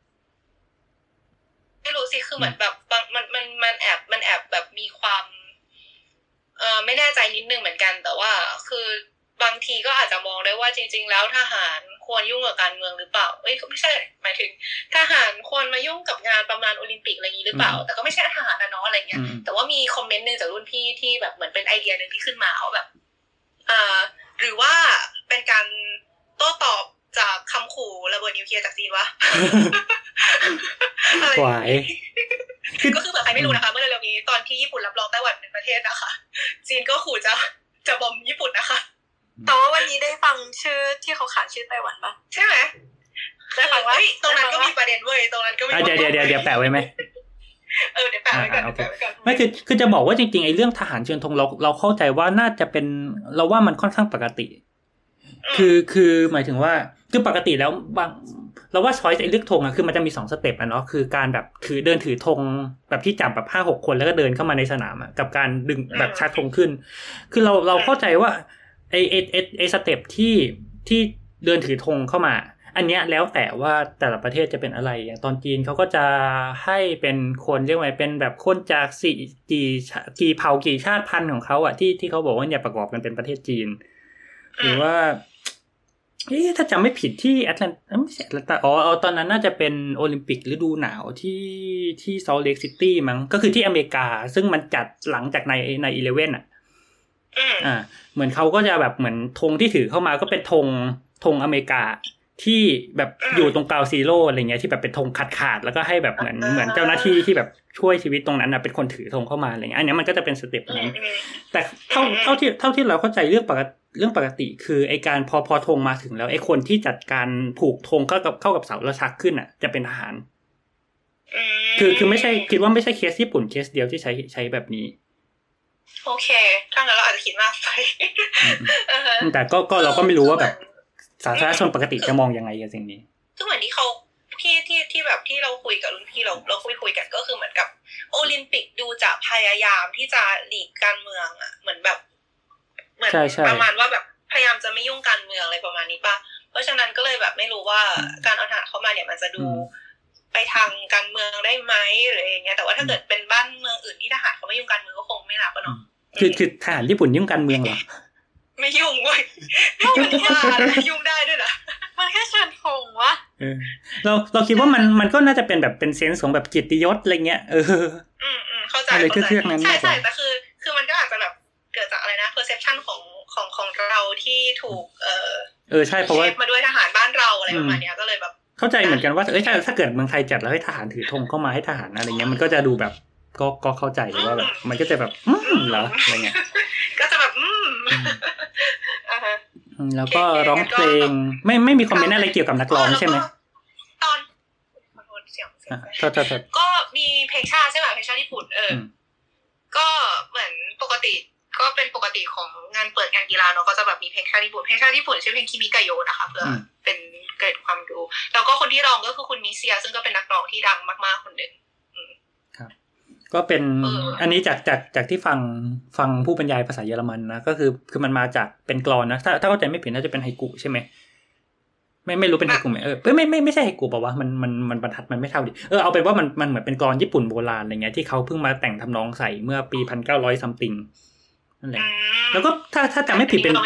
ไม่รู้สิคือเหมือนแบบมันแอบแบบมีความไม่แน่ใจนิดนึงเหมือนกันแต่ว่าคือบางทีก็อาจจะมองได้ว่าจริงๆแล้วทหารควรยุ่งกับการเมืองหรือเปล่าไม่ใช่หมายถึงทหารควรมายุ่งกับงานประมาณโอลิมปิกอะไรอย่างนี้หรือเปล่าแต่ก็ไม่ใช่ทหารนะเนาะอะไรเงี้ยแต่ว่ามีคอมเมนต์นึงจากรุ่นพี่ที่แบบเหมือนเป็นไอเดียนึงที่ขึ้นมาเขาแบบหรือว่าเป็นการโต้ตอบจากคำขู่ระเบิดนิวเคลียร์จากจีนวะไหวก็คือแบบใครไม่รู้นะคะเมื่อเร็วๆนี้ตอนที่ญี่ปุ่นรับรองไต้หวันเป็นประเทศนะคะจีนก็ขู่จะบอมญี่ปุ่นนะคะแต่ว่าวันนี้ได้ฟังชื่อที่เขาขานชื่อไต้หวันปะใช่ไหมได้ฟังว่าตรงนั้นก็มีประเด็นเว้ยตรงนั้นก็มีเดี๋ยวแปะไว้ไหมเดี๋ยวแปะไว้ก่อนไม่คือจะบอกว่าจริงๆไอ้เรื่องทหารเชิญธงเราเข้าใจว่าน่าจะเป็นเราว่ามันค่อนข้างปกติคือหมายถึงว่าคือปกติแล้วบางเราว่าช้อยส์ไอ้เลือกธงคือมันจะมี2 สเต็ปเนาะคือการแบบเดินถือธงแบบที่จับแบบ 5-6 คนแล้วก็เดินเข้ามาในสนามกับการดึงแบบชักธงขึ้นคือเราเข้าใจว่าไอ้สเต็ปที่เดินถือธงเข้ามาอันเนี้ยแล้วแต่ว่าแต่ละประเทศจะเป็นอะไรอย่างตอนจีนเขาก็จะให้เป็นคนเรียกว่าเป็นแบบคนจากกี่เผ่ากี่ชาติพันธุ์ของเขาที่เขาบอกว่าเนี่ยประกอบกันเป็นประเทศจีนหรือว่าถ้าจำไม่ผิดที่แอตแลนตาไม่ใช่แอตแลนตาตอนนั้นน่าจะเป็นโอลิมปิกฤดูหนาวที่ซอลต์เลคซิตี้มั้งก็คือที่อเมริกาซึ่งมันจัดหลังจากใน11เหมือนเขาก็จะแบบเหมือนธงที่ถือเข้ามาก็เป็นธงอเมริกาที่แบบอยู่ตรงกราวซีโร่อะไรเงี้ยที่แบบเป็นธงขาดแล้วก็ให้แบบเหมือนเจ้าหน้าที่ที่แบบช่วยชีวิตตรงนั้นเป็นคนถือธงเข้ามาอะไรเงี้ยอันนี้มันก็จะเป็นสเต็ปนั้นแต่เท่าที่เราเข้าใจเรื่องปกติคือไอการพอธงมาถึงแล้วไอคนที่จัดการผูกธงเข้ากับเสาแล้วชักขึ้นจะเป็นทหารคือไม่ใช่คิดว่าไม่ใช่เคสญี่ปุ่นเคสเดียวที่ใช้แบบนี้โอเคถ้างั้นเราอาจจะคิดมากไปแต่ก็เราก็ไม่รู้ว่าแบบสาธารณชนปกติจะมองยังไงกับสิ่งนี้ก็เหมือนที่เขาที่แบบที่เราคุยกับรุ่นพี่เราคุยกันก็คือเหมือนกับโอลิมปิกดูจะพยายามที่จะหลีกการเมืองเหมือนแบบเหมือนประมาณว่าแบบพยายามจะไม่ยุ่งการเมืองอะไรประมาณนี้ป่ะเพราะฉะนั้นก็เลยแบบไม่รู้ว่าการเอาทหารเข้ามาเนี่ยมันจะดูไปทางการเมืองได้ไหมหรืออย่างเงี้ยแต่ว่าถ้าเกิดเป็นบ้านเมืองอื่นที่ทหารเขาไม่ยุ่งการเมืองก็คงไม่นับป่ะเนาะคือทหารญี่ปุ่นยุ่งการเมืองเหรอไม่ยุ่งเว้ยยุ่งได้ด้วยนะมันแค่เชิญธงวะเราคิดว่ามันก็น่าจะเป็นแบบเป็นเซนส์ของแบบเกียรติยศอะไรเงี้ยเข้าใจใช่แต่คือมันก็อาจจะแบบเกิดจากอะไรนะ perception ของเราที่ถูกใช่เพราะว่ามาด้วยทหารบ้านเราอะไรประมาณนี้ก็เลยแบบเข้าใจเหมือนกันว่าถ้าเกิดเมืองไทยจัดแล้วให้ทหารถือธงเข้ามาให้ทหารอะไรเงี้ยมันก็จะดูแบบก็เข้าใจว่าแบบมันก็จะแบบเหรออะไรเงี้ยก็จะแบบแล้วก็ร้องเพลงไม่มีคอมเมนต์อะไรเกี่ยวกับนักร้องใช่ไหมตอนเสียงก็มีเพลงชาติใช่ไหมเพลงชาติญี่ปุ่นก็เหมือนปกติก็เป็นปกติของงานเปิดงานกีฬาเนาะก็จะแบบมีเพลงชาติญี่ปุ่นชื่อเพลงคิมิกะโยนะคะเพื่อเป็นเกิดความรู้แล้วก็คนที่ร้องก็คือคุณมิเซียซึ่งก็เป็นนักร้องที่ดังมากๆคนหนึ่งก็เป็นอันนี้จากที่ฟังผู้บรรยายภาษาเยอรมันนะก็คือมันมาจากเป็นกลอนนะถ้าเข้าใจไม่ผิดน่าจะเป็นไฮกุใช่ไหมไม่รู้เป็นไฮกุไหมไม่ใช่ไฮกุป่ะวะมันบรรทัดมันไม่เท่าดิเอาเป็นว่ามันเหมือนเป็นกลอนญี่ปุ่นโบราณอะไรเงี้ยที่เขาเพิ่งมาแต่งทำนองใส่เมื่อปี1900 ซัมติงนั่นแหละแล้วก็ถ้าจำไม่ผิดเป็น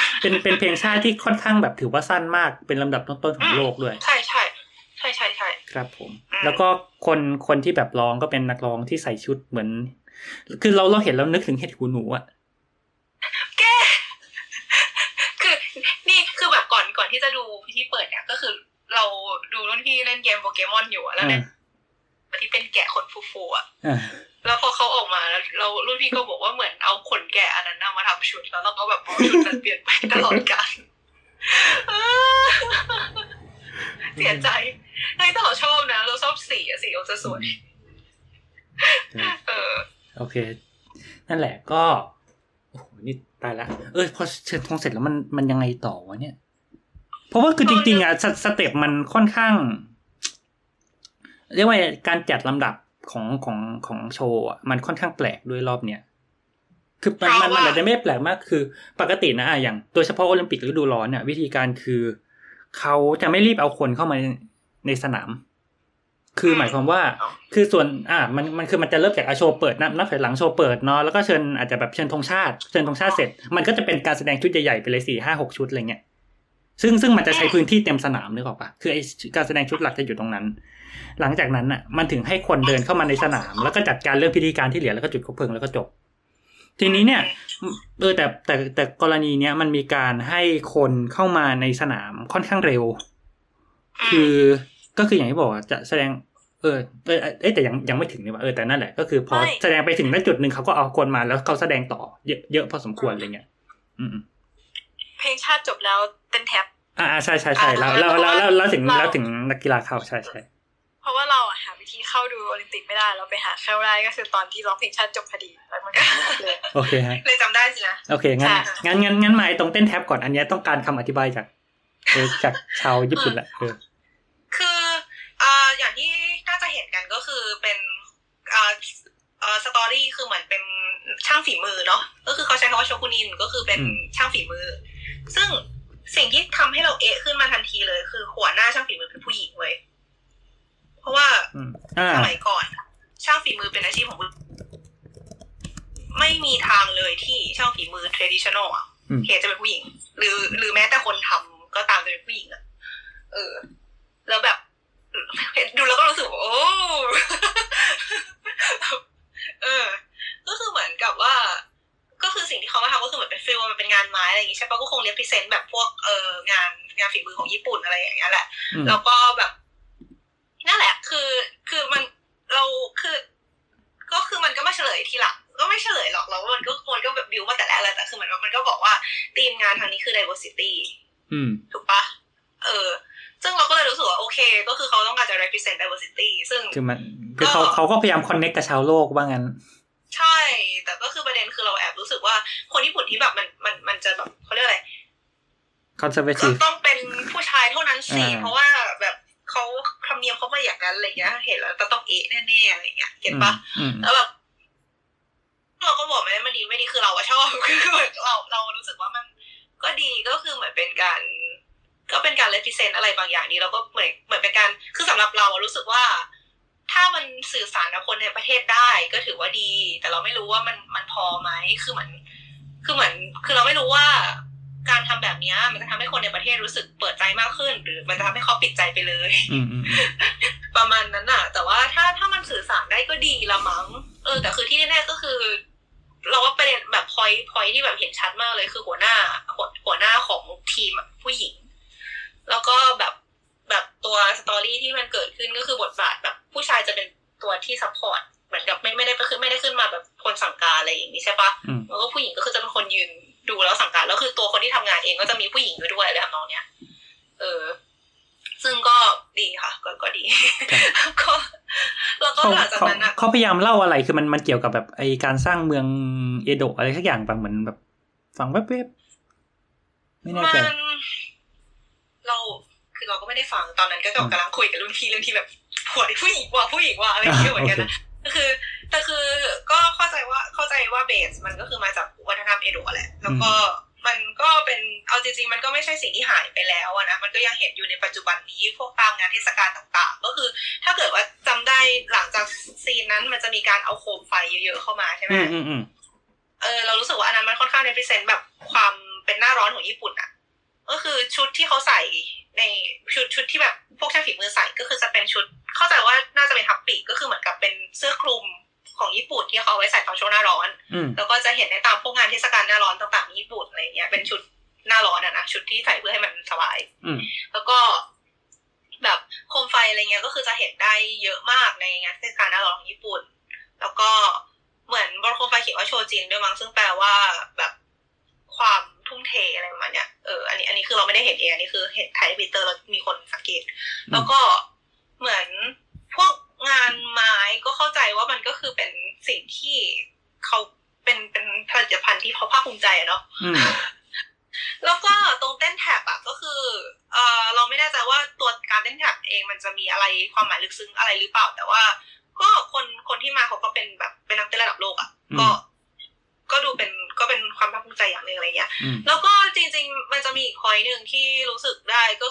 เพลงชาติที่ค่อนข้างแบบถือว่าสั้นมากเป็นลำดับต้นๆของโลกด้วยใช่ครับผมแล้วก็คนที่แบบร้องก็เป็นนักร้องที่ใส่ชุดเหมือนคือเราเห็นแล้วนึกถึงเห็ดหูหนูอ่ะแกคือนี่คือแบบก่อนที่จะดูพิธีเปิดเนี่ยก็คือเราดูรุ่นพี่เล่นเกมโปเกมอนอยู่แล้วเนี่ยที่เป็นแกะขนฟูๆอ่ะแล้วพอเขาออกมาแล้วเรารุ่นพี่ก็บอกว่าเหมือนเอาขนแกะอันนั้นมาทำชุดแล้วเราก็แบบชุดนั้นเปลี่ยนไปตลอดกาลเสียใจแต่เราชอบนะเราชอบสีออกจะสวยโอเคนั่นแหละก็โอ้โหนี่ตายละพอเชิญธงเสร็จแล้วมันยังไงต่อวะเนี่ยเพราะว่าคือจริงๆอ่ะสเต็ปมันค่อนข้างเรียกว่าการจัดลำดับของโชว์อ่ะมันค่อนข้างแปลกด้วยรอบเนี้ยคือมันอาจจะไม่แปลกมากคือปกตินะอย่างโดยเฉพาะโอลิมปิกฤดูร้อนเนี่ยวิธีการคือเขาจะไม่รีบเอาคนเข้ามาในสนามคือหมายความว่าคือส่วนมันคือมันจะเริ่มจากโชว์เปิดนับถอยหลังโชว์เปิดเนาะแล้วก็เชิญอาจจะแบบเชิญธงชาติเสร็จมันก็จะเป็นการแสดงชุดใหญ่ๆไปเลย 4-5-6 ชุดอะไรเงี้ยซึ่งมันจะใช้พื้นที่เต็มสนามนึกออกป่ะคือไอ้การแสดงชุดหลักจะอยู่ตรงนั้นหลังจากนั้นน่ะมันถึงให้คนเดินเข้ามาในสนามแล้วก็จัดการเรื่องพิธีการที่เหลือแล้วก็จุดคบเพลิงแล้วก็จบทีนี้เนี่ยแต่กรณีเนี้ยมันมีการให้คนเข้ามาในสนามค่อนข้างเร็วคือก็คืออย่างที่บอกจะแสดงแต่ยังไม่ถึงนี่ว่าแต่นั่นแหละก็คือพอแสดงไปถึงณจุดนึงเขาก็เอาคนมาแล้วเขาแสดงต่อเยอะพอสมควรอะไรเงี้ยเพลงชาติจบแล้วเต้นแท็บใช่ๆๆแล้วถึงนักกีฬาเข้าใช่ๆเพราะว่าเราหาวิธีเข้าดูโอลิมปิกไม่ได้เราไปหาเข้าได้ก็คือตอนที่ร้องเพลงชาติจบพอดีแล้วมันก็เลยโอเคฮะเลยจำได้สินะโอเคงั้นมาตรงเต้นแท็บก่อนอันนี้ต้องการคำอธิบายจากชาวญี่ปุ่นแหละคืออย่างที่น่าจะเห็นกันก็คือเป็นสตอรี่คือเหมือนเป็นช่างฝีมือเนาะก็คือเขาใช้คำว่าโชกุนินก็คือเป็นช่างฝีมือซึ่งสิ่งที่ทำให้เราขึ้นมาทันทีเลยคือหัวหน้าช่างฝีมือเป็นผู้หญิงเว้ยเพราะว่าสมัยก่อนช่างฝีมือเป็นอาชีพของผู้ไม่มีทางเลยที่ช่างฝีมือ traditional อ่ะจะเป็นผู้หญิงหรือแม้แต่คนทำก็ตามจะเป็นผู้หญิงอ่ะแล้วแบบดูแล้วก็รู้สึกโอ้ก็คือเหมือนกับว่าก็คือสิ่งที่เขามาทำก็คือเหมือนเป็นฟิลมันเป็นงานไม้อะไรอย่างงี้ใช่ปะก็คงเรียกพรีเซนต์แบบพวกงานฝีมือของญี่ปุ่นอะไรอย่างเงี้ยแหละแล้วก็แบบนั่นแหละคือมันเราก็คือมันก็มาเฉลยทีหลังก็ไม่เฉลยหรอกแล้วมันก็แบบบิวมาแต่แรกเลยแต่คือเหมือนมันก็บอกว่าธีมงานทางนี้คือ diversity ถูกปะซึ่งเราก็เลยรู้สึกว่าโอเคก็คือเขาต้องการจะ represent diversity ซึ่งคือเขาก็พยายาม connect กับชาวโลกว่างั้นใช่แต่ก็คือประเด็นคือเราแอบรู้สึกว่าคนญี่ปุ่นที่แบบมันจะแบบเขาเรียกอะไร conservative ต้องเป็นผู้ชายเท่านั้นสิเพราะว่าแบบเขาธรรมเนียมเขามาอย่างนั้นอะไรเงี้ยเห็นแล้วต้องแน่ๆอะไรเงี้ยเก็ทปะแล้วแบบเราก็บอกไม่ดีคือเราชอบคือเหมือนเรารู้สึกว่ามันก็ดีก็คือเหมือนเป็นการrepresent อะไรบางอย่างนี้เราก็เหมือนเป็นการคือสำหรับเรารู้สึกว่าถ้ามันสื่อสารกับคนในประเทศได้ก็ถือว่าดีแต่เราไม่รู้ว่ามันพอไหมคือเหมือนคือเราไม่รู้ว่าการทำแบบนี้มันจะทำให้คนในประเทศรู้สึกเปิดใจมากขึ้นหรือมันจะทำให้เขาปิดใจไปเลยประมาณนั้นน่ะแต่ว่าถ้ามันสื่อสารได้ก็ดีละมั้งแต่คือที่แน่ๆก็คือเราว่าประเด็นแบบ point ที่แบบเห็นชัดมากเลยคือหัวหน้าของทีมผู้หญิงแล้วก็แบบตัวสตอรี่ที่มันเกิดขึ้นก็คือบทบาทแบบผู้ชายจะเป็นตัวที่ซัพพอร์ตเหมือนกับไม่ได้ขึ้นมาแบบคนสั่งการอะไรอย่างนี้ใช่ปะแล้วก็ผู้หญิงก็คือจะเป็นคนยืนดูแล้วสั่งการแล้วคือตัวคนที่ทำงานเองก็จะมีผู้หญิงด้วยอะไรแบบน้องเนี้ยซึ่งก็ดีค่ะก็ดีก็แล้วก็หลังจากนั้นนะเขาพยายามเล่าอะไรคือมันเกี่ยวกับแบบไอการสร้างเมืองเอโดะอะไรสักอย่างบางเหมือนแบบฟังแวบๆไม่แน่ใจเราก็ไม่ได้ฟังตอนนั้นก็กำลังคุยกับรุ่นพี่เรื่องที่แบบผู้หญิงว่าอะไรอย่างเงี้ยเหมือนกันนะแต่คือก็เข้าใจว่าเบสมันก็คือมาจากวัฒนธรรมเอโดะแหละแล้วก็มันก็เป็นเอาจริงๆมันก็ไม่ใช่สิ่งที่หายไปแล้วนะมันก็ยังเห็นอยู่ในปัจจุบันนี้พวกตามงานเทศกาลต่างๆก็คือถ้าเกิดว่าจำได้หลังจากซีนนั้นมันจะมีการเอาโคมไฟเยอะๆเข้ามาใช่ไหมเรารู้สึกว่าอันนั้นมันค่อนข้างrepresentแบบความเป็นหน้าร้อนของญี่ปุ่นอ่ะก็คือชุดที่เขาใส่ในชุดที่แบบพวกช่างฝีมือใส่ก็คือจะเป็นชุดเข้าใจว่าน่าจะเป็นฮับปิก็คือเหมือนกับเป็นเสื้อคลุมของญี่ปุ่นที่เขาเอาไว้ใส่ตอนช่วงหน้าร้อนแล้วก็จะเห็นในตามพวกงานเทศกาลหน้าร้อนต่างๆในญี่ปุ่นอะไรเงี้ยเป็นชุดหน้าร้อนนะชุดที่ใส่เพื่อให้มันสบายแล้วก็แบบโคมไฟอะไรเงี้ยก็คือจะเห็นได้เยอะมากในงานเทศกาลหน้าร้อนของญี่ปุ่นแล้วก็เหมือนบนโคมไฟเขียนว่าโชจินด้วยมั้งซึ่งแปลว่าแบบความทุ่มเทอะไรประมาณเนี้ยอันนี้คือเราไม่ได้เห็นเองอันนี้คือเห็นไทยทวิตเตอร์แล้วมีคนสังเกตแล้วก็เหมือนพวกงานไม้ก็เข้าใจว่ามันก็คือเป็นสิ่งที่เขาเป็นผลิตภัณฑ์ที่เขาภาคภูมิใจอะเนาะแล้วก็ตรงเต้นแท็บอะก็คือเราไม่แน่ใจว่าตัวการเต้นแท็บเองมันจะมีอะไรความหมายลึกซึ้งอะไรหรือเปล่าแต่ว่าก็คนที่มาเขาก็เป็นแบบเป็นนักเต้นระดับโลกอะก็ดูเป็นก็เป็นความภาคภูมิใจอย่างนึงอะไรเงี้ยแล้วก็จริงๆมันจะมีอีกพอยต์นึงที่รู้สึกได้ก็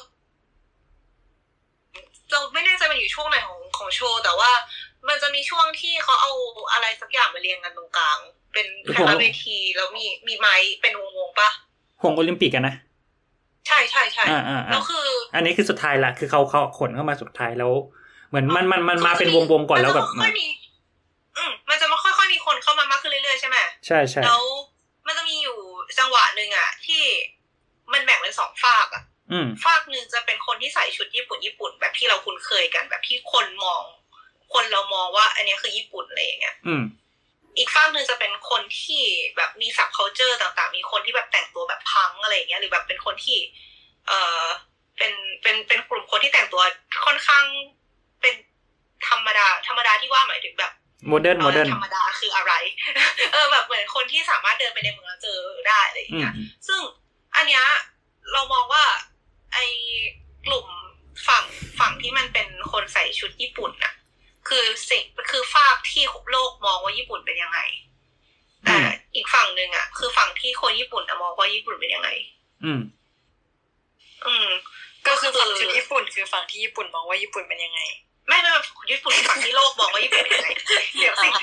เราไม่แน่ใจมันอยู่ช่วงไหนของโชว์แต่ว่ามันจะมีช่วงที่เขาเอาอะไรสักอย่างมาเรียงกันตรงกลางเป็นคล้ายๆเวทีแล้วมีไม้เป็นวงๆป่ะห่วงโอลิมปิกกันนะใช่ๆๆแล้วคืออันนี้คือสุดท้ายละคือเขาขนเข้ามาสุดท้ายแล้วเหมือนมันมาเป็นวงๆก่อนแล้วแบบมันจะมาค่อยๆมีคนเข้ามามากขึ้นเรื่อยๆใช่ไหมใช่ๆแล้วมันจะมีอยู่จังหวะนึงอ่ะที่มันแบ่งเป็น2ฝากอ่ะฝากนึงจะเป็นคนที่ใส่ชุดญี่ปุ่นแบบที่เราคุ้นเคยกันแบบที่คนเรามองว่าอันนี้คือญี่ปุ่นอะไรอย่างเงี้ยอีกฝากนึงจะเป็นคนที่แบบมีซับคัลเจอร์ต่างๆมีคนที่แบบแต่งตัวแบบพังอะไรอย่างเงี้ยหรือแบบเป็นคนที่เป็นกลุ่มคนที่แต่งตัวค่อนข้างเป็นธรรมดาที่ว่าหมายถึงแบบโมเดิร์นธรรมดาคืออะไรแบบเหมือนคนที่สามารถเดินไปในเมืองแล้วเจอได้อะไรอย่างเงี้ยซึ่งอันเนี้ยเรามองว่าไอ้กลุ่มฝั่งที่มันเป็นคนใส่ชุดญี่ปุ่นน่ะคือฝากที่โลกมองว่าญี่ปุ่นเป็นยังไงแต่อีกฝั่งนึงอ่ะคือฝั่งที่คนญี่ปุ่นมองว่าญี่ปุ่นเป็นยังไงก็คือฝั่งชุดญี่ปุ่นคือฝั่งที่ญี่ปุ่นมองว่าญี่ปุ่นเป็นยังไงไม่ญี่ปุ่นฝั่งที่โลกมองว่าญี่ปุ่นเป็นยังไงเดี๋ยวสิ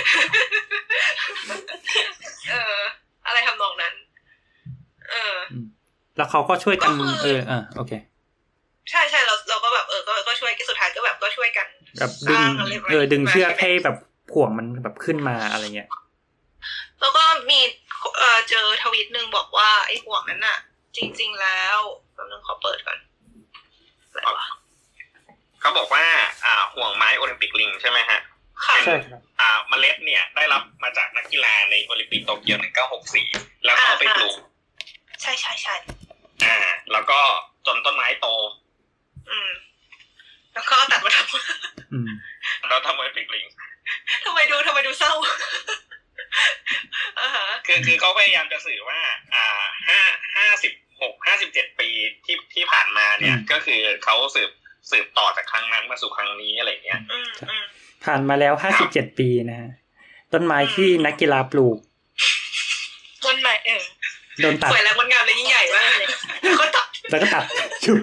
อะไรทำนองนั้นแล้วเขาก็ช่วยกันโอเคใช่เราก็แบบก็ช่วยกันสุดท้ายก็แบบก็ช่วยกันแบบดึงเชือกให้แบบห่วงมันแบบขึ้นมาอะไรเงี้ยแล้วก็มีเจอทวีตนึงบอกว่าไอ้ห่วงนั้นน่ะจริงๆแล้วแป๊บนึงขอเปิดก่อนอะไรวะเขาบอกว่าห่วงไม้โอลิมปิกลิงใช่ไหมฮะใช่ครับเมล็ดเนี่ยได้รับมาจากนักกีฬาในโอลิมปิกโตเกียว1964แล้วเขาไปปลูกใช่แล้วก็จนต้นไม้โตแล้วก็ตัดมาทำแล้วทำโอลิมปิกลิงทำไมดูเศร้าคือเขาพยายามจะสื่อว่า57ปีที่ผ่านมาเนี่ยก็คือเขาสืบต่อจากครั้งนั้นมาสู่ครั้งนี้อะไรเงี้ยผ่านมาแล้ว57ปีนะฮะต้นไม้ที่นักกีฬาปลูกต้นไม้โดนตัดสวยแล้วงดงามเลยยิ่งใหญ่มากเลยแล้วก็ตัดชุบ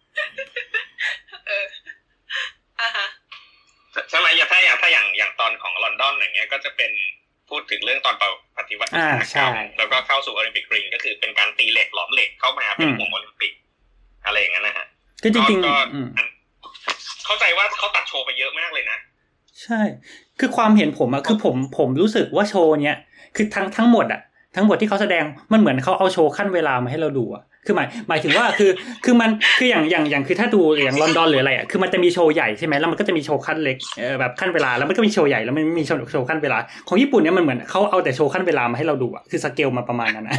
ใช่ไหมถ้าอย่างตอนของลอนดอนอย่างเงี้ยก็จะเป็นพูดถึงเรื่องตอนปฏิวัติแล้วก็เข้าสู่โอลิมปิกริงก็คือเป็นการตีเหล็กหลอมเหล็กเข้ามาเป็นห่วงโอลิมปิกอะไรอย่างนั้นนะฮะก็จริงๆเข้าใจว่าเขาตัดโชว์ไปเยอะมากเลยนะใช่คือความเห็นผมอะคือผมรู้สึกว่าโชว์เนี้ยคือทั้งหมดอะทั้งหมดที่เขาแสดงมันเหมือนเขาเอาโชว์ขั้นเวลามาให้เราดูอะคือหมายถึงว่าคือมันคืออย่างคือถ้าดูอย่างลอนดอนหรืออะไรอะคือมันจะมีโชว์ใหญ่ใช่ไหมแล้วมันก็จะมีโชว์ขั้นเล็กแบบขั้นเวลาแล้วมันก็มีโชว์ใหญ่แล้วมันมีโชว์ขั้นเวลาของญี่ปุ่นเนี้ยมันเหมือนเขาเอาแต่โชว์ขั้นเวลามาให้เราดูอะคือสเกลมาประมาณนั้นนะ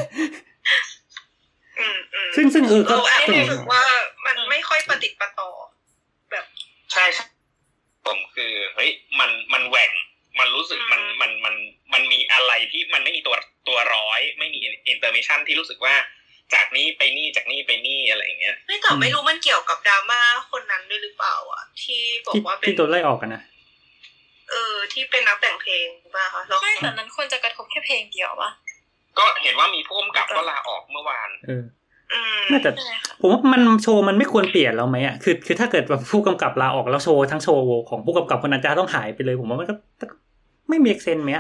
ซึ่งก็รู้สึกว่ามันไม่ค่อยปฏิปต่อแบบใช่ผมคือเฮ้ยมันแหว่งมันรู้สึกมันมีอะไรที่มันไม่มีตัวร้อยไม่มีอินเตอร์มิชั่นที่รู้สึกว่าจากนี้ไปนี่จากนี่ไปนี่อะไรอย่างเงี้ยไม่รู้มันเกี่ยวกับดราม่าคนนั้นด้วยหรือเปล่าอ่ะที่บอกว่าเป็นที่ตัวไล่ออกกันนะที่เป็นนักแต่งเพลงป่ะคะใช่แต่นั้นควรจะกระทบแค่เพลงเดียวป่ะก็เห็นว่ามีผู้กำกับก็ลาออกเมื่อวานน่าจะผมว่ามันโชว์มันไม่ควรเปลี่ยนแล้วไหมอ่ะคือถ้าเกิดแบบผู้กำกับลาออกแล้วโชว์ทั้งโชว์ของผู้กำกับคนนั้นจะต้องหายไปเลยผมว่ามันก็ไม่มีเซนส์มั้ยอ่ะ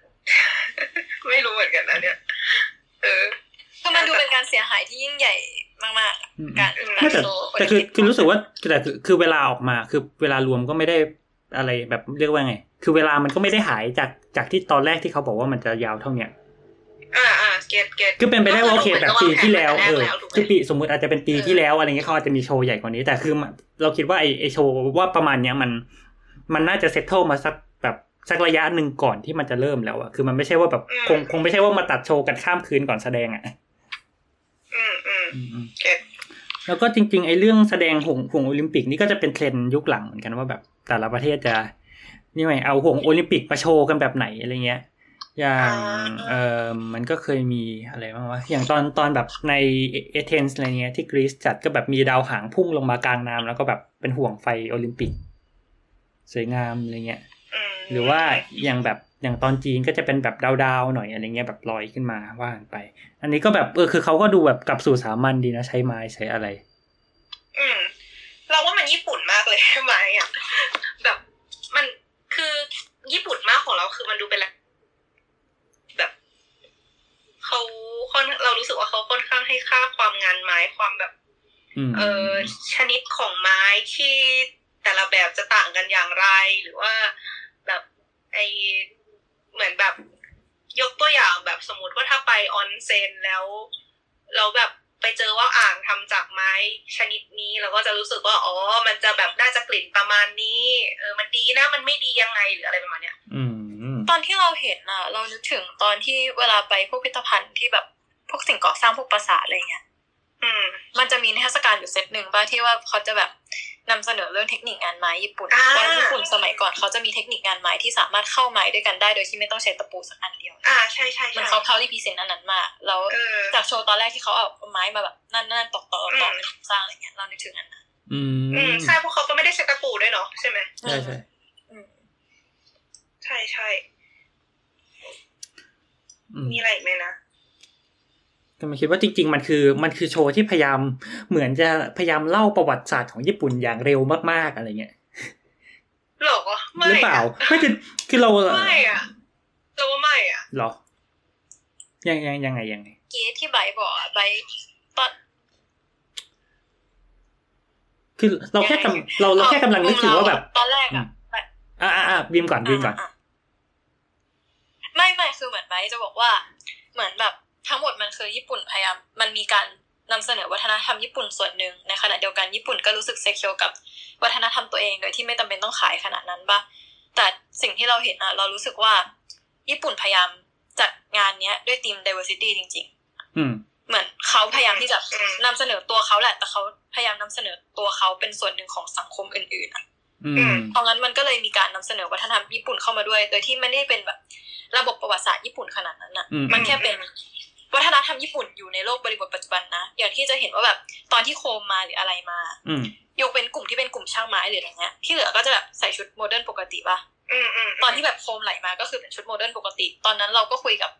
ไม่รู้เหมือนกันนะเนี่ยคือมันดูเป็นการเสียหายที่ยิ่งใหญ่มากๆการแต่คือรู้สึกว่าแต่คือเวลาออกมาคือเวลารวมก็ไม่ได้อะไรแบบเรียกว่าไงคือเวลามันก็ไม่ได้หายจากที่ตอนแรกที่เขาบอกว่ามันจะยาวเท่าเนี้ยเก็ตคือเป็นไปได้ว่าโอเคแบบปีที่แล้วคือปีสมมุติอาจจะเป็นปีที่แล้วอะไรเงี้ยเขาอาจจะมีโชว์ใหญ่กว่านี้แต่คือเราคิดว่าไอโชว์ว่าประมาณเนี้ยมันน่าจะเซตเทิลมาสักระยะนึงก่อนที่มันจะเริ่มแล้วอะคือมันไม่ใช่ว่าแบบคงไม่ใช่ว่ามาตัดโชว์กันข้ามคืนก่อนแสดงอะเก็ตแล้วก็จริงๆไอ้เรื่องแสดงหงโอลิมปิกนี่ก็จะเป็นเทรนด์ยุคหลังเหมือนกันว่าแบบแต่ละประเทศจะนี่ไงเอาหงโอลิมปิกมาโชว์กันแบบไหนอะไรเงี้ยอย่างมันก็เคยมีอะไรบ้างวะอย่างตอนแบบในเอเธนส์อะไรเงี้ยที่กรีซจัดก็แบบมีดาวหางพุ่งลงมากลางน้ำแล้วก็แบบเป็นห่วงไฟโอลิมปิกสวยงามอะไรเงี้ยหรือว่าอย่างตอนจีนก็จะเป็นแบบดาวๆหน่อยอะไรเงี้ยแบบลอยขึ้นมาว่างไปอันนี้ก็แบบคือเขาก็ดูแบบกลับสู่สามัญดีนะใช้ไม้ใช้อะไรเราว่ามันญี่ปุ่นมากเลยไม้อ่ะแบบมันคือญี่ปุ่นมากของเราคือมันดูเป็นแบบเรารู้สึกว่าเขาค่อนข้างให้ค่าความงานไม้ความแบบชนิดของไม้ที่แต่ละแบบจะต่างกันอย่างไรหรือว่าแบบเหมือนแบบยกตัวอย่างแบบสมมติว่าถ้าไปออนเซ็นแล้วแบบไปเจอว่าอ่างทำจากไม้ชนิดนี้เราก็จะรู้สึกว่าอ๋อมันจะแบบน่าจะกลิ่นประมาณนี้มันดีนะมันไม่ดียังไงหรืออะไรประมาณเนี้ยตอนที่เราเห็นน่ะเรานึกถึงตอนที่เวลาไปพวกพิพิธภัณฑ์ที่แบบพวกสิ่งก่อสร้างพวกปราสาทอะไรเงี้ยมันจะมีนิทรรศการอยู่เซตนึงป่ะที่ว่าเขาจะแบบนำเสนอเรื่องเทคนิคงานไม้ญี่ปุ่นว่าญี่ปุ่นสมัยก่อนเขาจะมีเทคนิคงานไม้ที่สามารถเข้าไม้ด้วยกันได้โดยที่ไม่ต้องใช้ตะปูสักอันเดียวใช่ๆๆมันเขารีพรีเซนต์อันนั้นมาแล้วจากโชว์ตอนแรกที่เขาเอาไม้มาแบบนั่นๆตอกๆเป็นสร้างอะไรเงี้ยเรานึกถึงอันนั้นใช่พวกเขาก็ไม่ได้ใช้ตะปูด้วยเนาะใช่มั้ยใช่ใช่มีอะไรอีกไหมนะก็ไม่คิดว่าจริงๆมันคือโชว์ที่พยายามเหมือนจะพยายามเล่าประวัติศาสตร์ของญี่ปุ่นอย่างเร็วมากๆอะไรเงี้ยหรอไม่หรือเปล่าไม่คือเราไม่อ่ะเราว่าไม่อ่ะหรอยังไงกี้ที่ไบบอกอ่ะไบตอนคือเราแค่กำลังนึกถึงว่าแบบตอนแรกอ่ะบีมก่อนไม่คือเหมือนไบจะบอกว่าเหมือนแบบทั้งหมดมันคือญี่ปุ่นพยายามมันมีการนำเสนอวัฒนธรรมญี่ปุ่นส่วนหนึ่งในขณะเดียวกันญี่ปุ่นก็รู้สึกเซคิวกับวัฒนธรรมตัวเองโดยที่ไม่จำเป็นต้องขายขนาดนั้นป่ะแต่สิ่งที่เราเห็นอ่ะเรารู้สึกว่าญี่ปุ่นพยายามจัดงานเนี้ยด้วยธีม diversity จริงๆเหมือนเขาพยายามที่จะนำเสนอตัวเขาแหละแต่เขาพยายามนำเสนอตัวเขาเป็นส่วนหนึ่งของสังคมอื่นๆอ่ะเพราะงั้นมันก็เลยมีการนำเสนอวัฒนธรรมญี่ปุ่นเข้ามาด้วยโดยที่ไม่ได้เป็นแบบระบบประวัติศาสตร์ญี่ปุ่นขนาดนั้นน่ะมันแค่เป็นวัฒนธรรมญี่ปุ่นอยู่ในโลกบริบทปัจจุบันนะอย่างที่จะเห็นว่าแบบตอนที่โคมมาหรืออะไรมายกเป็นกลุ่มที่เป็นกลุ่มช่างไม้หรืออะไรเงี้ยที่เหลือก็จะแบบใส่ชุดโมเดิร์นปกติป่ะตอนที่แบบโคมไหลมาก็คือเป็นชุดโมเดิร์นปกติตอนนั้นเราก็คุยกับ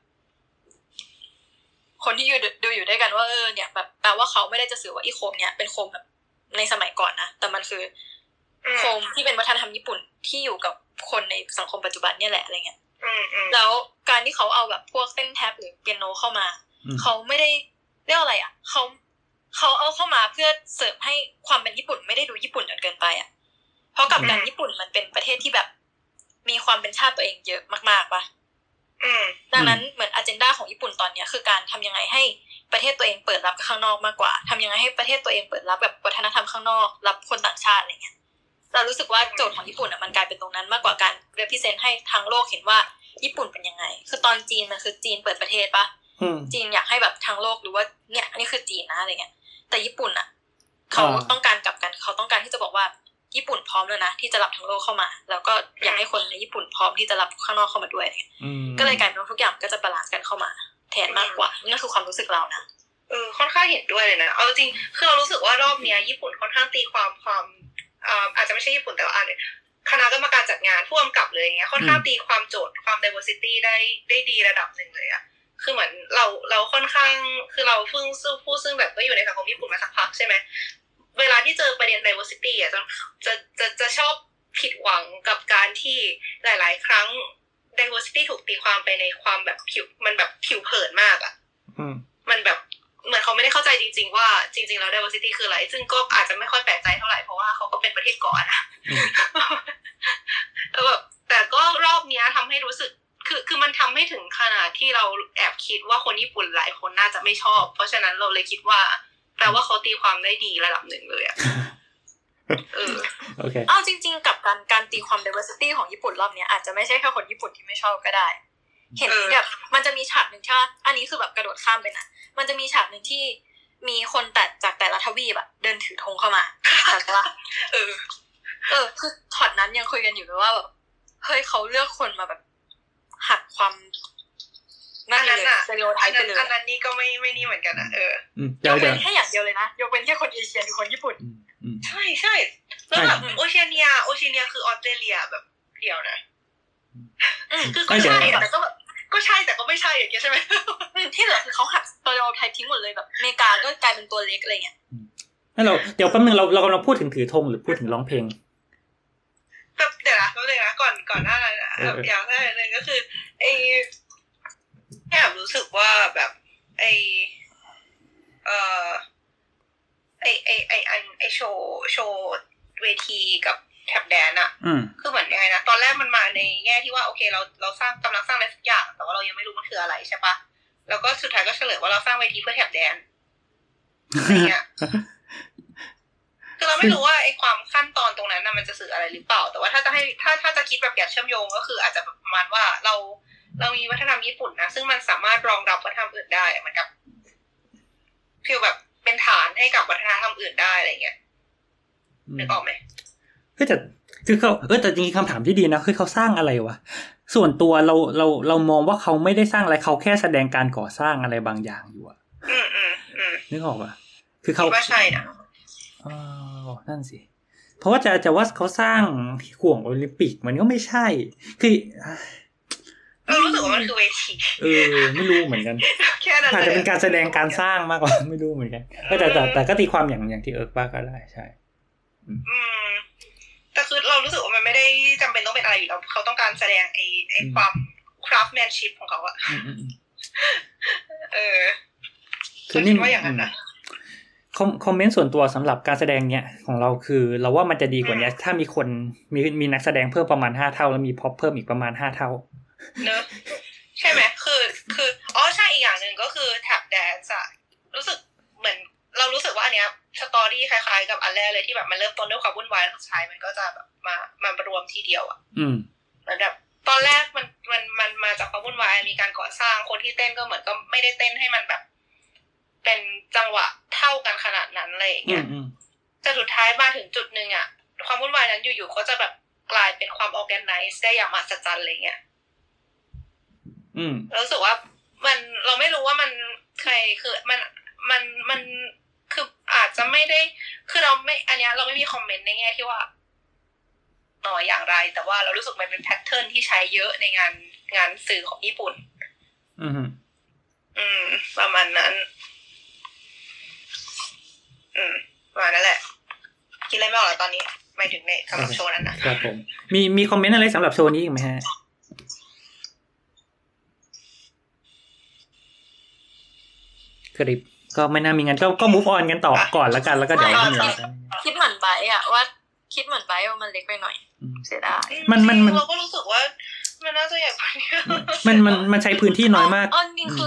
คนที่ดูอยู่ด้วยกันว่าเนี่ยแบบแปลว่าเขาไม่ได้จะสื่อว่าอีโคมเนี่ยเป็นโคมแบบในสมัยก่อนนะแต่มันคือโคมที่เป็นวัฒนธรรมญี่ปุ่นที่อยู่กับคนในสังคมปัจจุบันเนี่ยแหละอะไรเงี้ยแล้วการที่เขาเอาแบบพวกเต้นแท็บหรือเปียโนเข้ามาเขาไม่ได้เรียกอะไรอ่ะเขาเอาเข้ามาเพื่อเสริมให้ความเป็นญี่ปุ่นไม่ได้ดูญี่ปุ่นจนเกินไปอ่ะเพราะกับการญี่ปุ่นมันเป็นประเทศที่แบบมีความเป็นชาติตัวเองเยอะมากๆป่ะดังนั้นเหมือนอเจนดาของญี่ปุ่นตอนนี้คือการทำยังไงให้ประเทศตัวเองเปิดรับกับข้างนอกมากกว่าทำยังไงให้ประเทศตัวเองเปิดรับแบบวัฒนธรรมข้างนอกรับคนต่างชาติอะไรเงี้ยเรารู้สึกว่าโจทย์ของญี่ปุ่นอ่ะมันกลายเป็นตรงนั้นมากกว่าการเรพรีเซนต์ให้ทั้งโลกเห็นว่าญี่ปุ่นเป็นยังไงคือตอนจีนมันคือจีนเปิดประเทศป่ะจีนอยากให้แบบทั้งโลกรู้ว่าเนี่ยอันนี้คือจีนนะอะไรเงี้ยแต่ญี่ปุ่นอ่ะเขาต้องการกลับกันเขาต้องการที่จะบอกว่าญี่ปุ่นพร้อมแล้วนะที่จะรับทั้งโลกเข้ามาแล้วก็อยากให้คนในญี่ปุ่นพร้อมที่จะรับข้างนอกเข้ามาด้วยก็เลยกลายเป็นว่าทุกอย่างก็จะบาลานซ์กันเข้ามาแทนมากกว่านั่นคือความรู้สึกเรานะค่อนข้างเห็นด้วยเลยนะเอาจริงคือเรารู้สึกว่ารอบนี้ญี่ปุ่นค่อนข้างตีความอาจจะไม่ใช่ญี่ปุ่นแต่ว่าคณะกรรมการจัดงานผู้กำกับเลยอย่างเงี้ยค่อนข้างตีความโจทย์ความ diversity ได้ดีระดับหนึ่งเลยอะคือเหมือนเราค่อนข้างคือเราเพิ่งซึ่งแบบก็อยู่ในสังคมญี่ปุ่นมาสักพักใช่ไหมเวลาที่เจอประเด็น diversity อ่ะจะชอบผิดหวังกับการที่หลายๆครั้ง diversity ถูกตีความไปในความแบบผิวมันแบบผิวเผินมากอ่ะมันแบบเหมือนเขาไม่ได้เข้าใจจริงๆว่าจริงๆแล้ว diversity คืออะไรซึ่งก็อาจจะไม่ค่อยแปลกใจเท่าไหร่เพราะว่าเขาก็เป็นประเทศก่อนนะแบบแต่ก็รอบนี้ทำให้รู้สึกคือมันทำให้ถึงขนาดที่เราแอบคิดว่าคนญี่ปุ่นหลายคนน่าจะไม่ชอบเพราะฉะนั้นเราเลยคิดว่าแปลว่าเขาตีความได้ดีระดับหนึ่งเลยอ่ะโอเคเอาจริงๆกับการตีความ diversity ของญี่ปุ่นรอบนี้อาจจะไม่ใช่แค่คนญี่ปุ่นที่ไม่ชอบก็ได้เห็นแบบมันจะมีฉากหนึ่งที่อันนี้คือแบบกระโดดข้ามไปนะมันจะมีฉากหนึ่งที่มีคนจากแต่ละทวีปอะเดินถือธงเข้ามาแต่ว่าคือช็อตนั้นยังคุยกันอยู่เลยว่าแบบเฮ้ยเขาเลือกคนมาแบบหักความนั่นเลยสเตอริโอไทป์ไปเลยอันนั้นนี่ก็ไม่นี่เหมือนกันนะยกเป็นแค่อย่างเดียวเลยนะยกเป็นแค่คนเอเชียหรือคนญี่ปุ่นใช่แล้วแบบโอเชียเนียคือออสเตรเลียแบบเดียวนะคือก็ใช่แต่ก็แบบก็ใช่แต่ก็ไม่ใช่อย่างเงี้ยใช่ไหมที่เหลือคือเขาหักสเตอริโอไทป์ทิ้งหมดเลยแบบอเมริกาก็กลายเป็นตัวเล็กอะไรเงี้ยนั่นเดี๋ยวแป๊บนึงเรากำลังพูดถึงถือธงหรือพูดถึงร้องเพลงแบบเดี๋ยวนะก่อนหน้านั้นอย่างแรกเลยก็คือแอบรู้สึกว่าแบบไอโชว์เวทีกับแท็บแดนอะคือเหมือนยังไงนะตอนแรกมันมาในแง่ที่ว่าโอเคเรากำลังสร้างอะไรสักอย่างแต่ว่าเรายังไม่รู้มันคืออะไรใช่ปะแล้วก็สุดท้ายก็เฉลยว่าเราสร้างเวทีเพื่อแท็บแดนเนี่ยคือเราไม่รู้ว่าไอ้ความขั้นตอนตรงนั้นน่ะมันจะสื่ออะไรหรือเปล่าแต่ว่าถ้าจะให้ถ้าจะคิดแบบอยากเชื่อมโยงก็คืออาจจะประมาณว่าเรามีวัฒนธรรมญี่ปุ่นนะซึ่งมันสามารถรองรับวัฒนธรรมอื่นได้เหมือนกับฟีลแบบเป็นฐานให้กับวัฒนธรรมอื่นได้อะไรเงี้ยนึกออกไหมคือเขาแต่จริงๆคำถามที่ดีนะคือเขาสร้างอะไรวะส่วนตัวเรามองว่าเขาไม่ได้สร้างอะไรเขาแค่แสดงการก่อสร้างอะไรบางอย่างอยู่อะนึกออกป่ะคือเขาว่าใช่นะนั่นสิเพราะว่าจะว่าเขาสร้างห่วงโอลิมปิกมันก็ไม่ใช่คือรู้สึกว่ามันคือเวทีไม่รู้เหมือนกันอาจจะเป็นการแสดงการสร้างมากกว่าไม่รู้เหมือนกันแต่ก็ตีความอย่างที่ว่าก็ได้ใช่แต่คือเรารู้สึกว่ามันไม่ได้จำเป็นต้องเป็นอะไรอยู่แล้วเขาต้องการแสดงไอ้ความ craftsmanship ของเขาอะคือนี่ว่าอย่างนั้นนะคอมเมนต์ส่วนตัวสำหรับการแสดงเนี้ยของเราคือเราว่ามันจะดีกว่านี้ถ้ามีคนมีนักแสดงเพิ่มประมาณ5เท่าแล้วมีพ็อปเพิ่มอีกประมาณ5เท่าเนอะใช่ไหมคือใช่อีกอย่างนึงก็คือแท็บแดนซ์อะรู้สึกเหมือนเรารู้สึกว่าอันเนี้ยสตอรี่คล้ายๆกับอันแรกเลยที่แบบมันเริ่มต้นด้วยความวุ่นวายแล้วสุดท้ายมันก็จะแบบมารวมทีเดียวอะเหมือนแบบตอนแรกมันมาจากความวุ่นวายมีการก่อสร้างคนที่เต้นก็เหมือนก็ไม่ได้เต้นให้มันแบบเป็นจังหวะเท่ากันขนาดนั้นอะไรอย่างเงี้ยแต่สุดท้ายมาถึงจุดนึงอะความวุ่นวายนั้นอยู่ๆก็จะแบบกลายเป็นความออร์แกไนซ์ได้อย่างมหัศจรรย์อะไรเงี้ยรู้สึกว่าเราไม่รู้ว่ามันใครคือมันคืออาจจะไม่ได้คือเราไม่อันเนี้ยเราไม่มีคอมเมนต์ในแง่ที่ว่าหน่อยอย่างไรแต่ว่าเรารู้สึกมันเป็นแพทเทิร์นที่ใช้เยอะในงานสื่อของญี่ปุ่นประมาณนั้นประมาณนั้นแหละคิดอะไรไม่ออกแล้วตอนนี้หมายถึงในสำหรับโชว์นั้นนะครับผมมีคอมเมนต์อะไรสำหรับโชว์นี้อีกไหมฮะก็ไม่น่ามีงั้นก็ move on กันต่อก่อนแล้วกันแล้วก็เดี๋ยวคิดเหมือนไบร์อะว่าคิดเหมือนไบร์ว่ามันเล็กไปหน่อยเสียดายมันเราก็รู้สึกว่ามันน่าจะใหญ่กว่านี้มันใช้พื้นที่น้อยมากจริง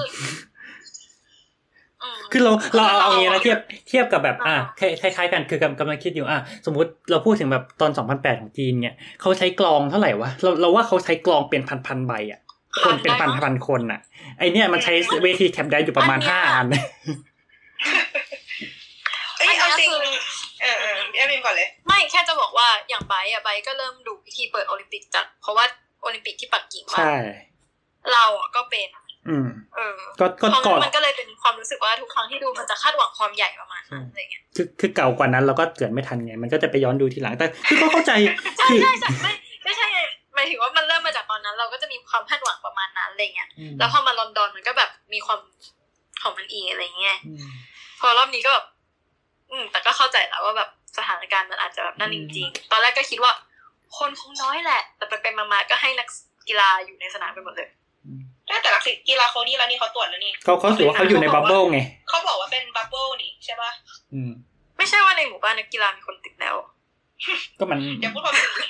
คือเราเอาอย่างนี้นะเทียบกับแบบคล้ายๆกันคือกำลังคิดอยู่สมมุติเราพูดถึงแบบตอน2008ของจีนเนี่ยเขาใช้กลองเท่าไหร่วะเราว่าเขาใช้กลองเป็นพันใบอ่ะคนเป็นพันคนน่ะไอเนี่ยมันใช้เวทีแคปได้อยู่ประมาณ5อันเอาจริงพี่มินก่อนเลยไม่แค่จะบอกว่าอย่างไบร์ก็เริ่มดูพิธีเปิดโอลิมปิกจากเพราะว่าโอลิมปิกที่ปักกิ่งมาเราก็เป็นก็มันก็เลยเป็นความรู้สึกว่าทุกครั้งที่ดูมันจะคาดหวังความใหญ่ประมาณนั้นอะไรเงี้ยคือเก่ากว่านั้นเราก็เกิดไม่ทันไงมันก็จะไปย้อนดูทีหลังแต่คือก็เข้าใจใช่ไม่ใช่หมายถึงว่ามันเริ่มมาจากตอนนั้นเราก็จะมีความคาดหวังประมาณนั้นอะไรเงี้ยแล้วพอมาลอนดอนมันก็แบบมีความของมันอีอะไรเงี้ยพอรอบนี้ก็แบบแต่ก็เข้าใจแล้วว่าแบบสถานการณ์มันอาจจะแบบนั่นจริงๆตอนแรกก็คิดว่าคนคงน้อยแหละแต่ไปๆมาๆก็ให้นักกีฬาอยู่ในสนามไปหมดเลยแต่ละกีฬาเขานี่แล้วนี่เขาตรวจแล้วนี่เขาถือว่าเขาอยู่ในบับเบิ้ลไงเขาบอกว่าเป็นบับเบิ้ลนี่ใช่ป่ะไม่ใช่ว่าในหมู่บ้านนักกีฬามีคนติดแล้วก็มันอย่าพูดความจริง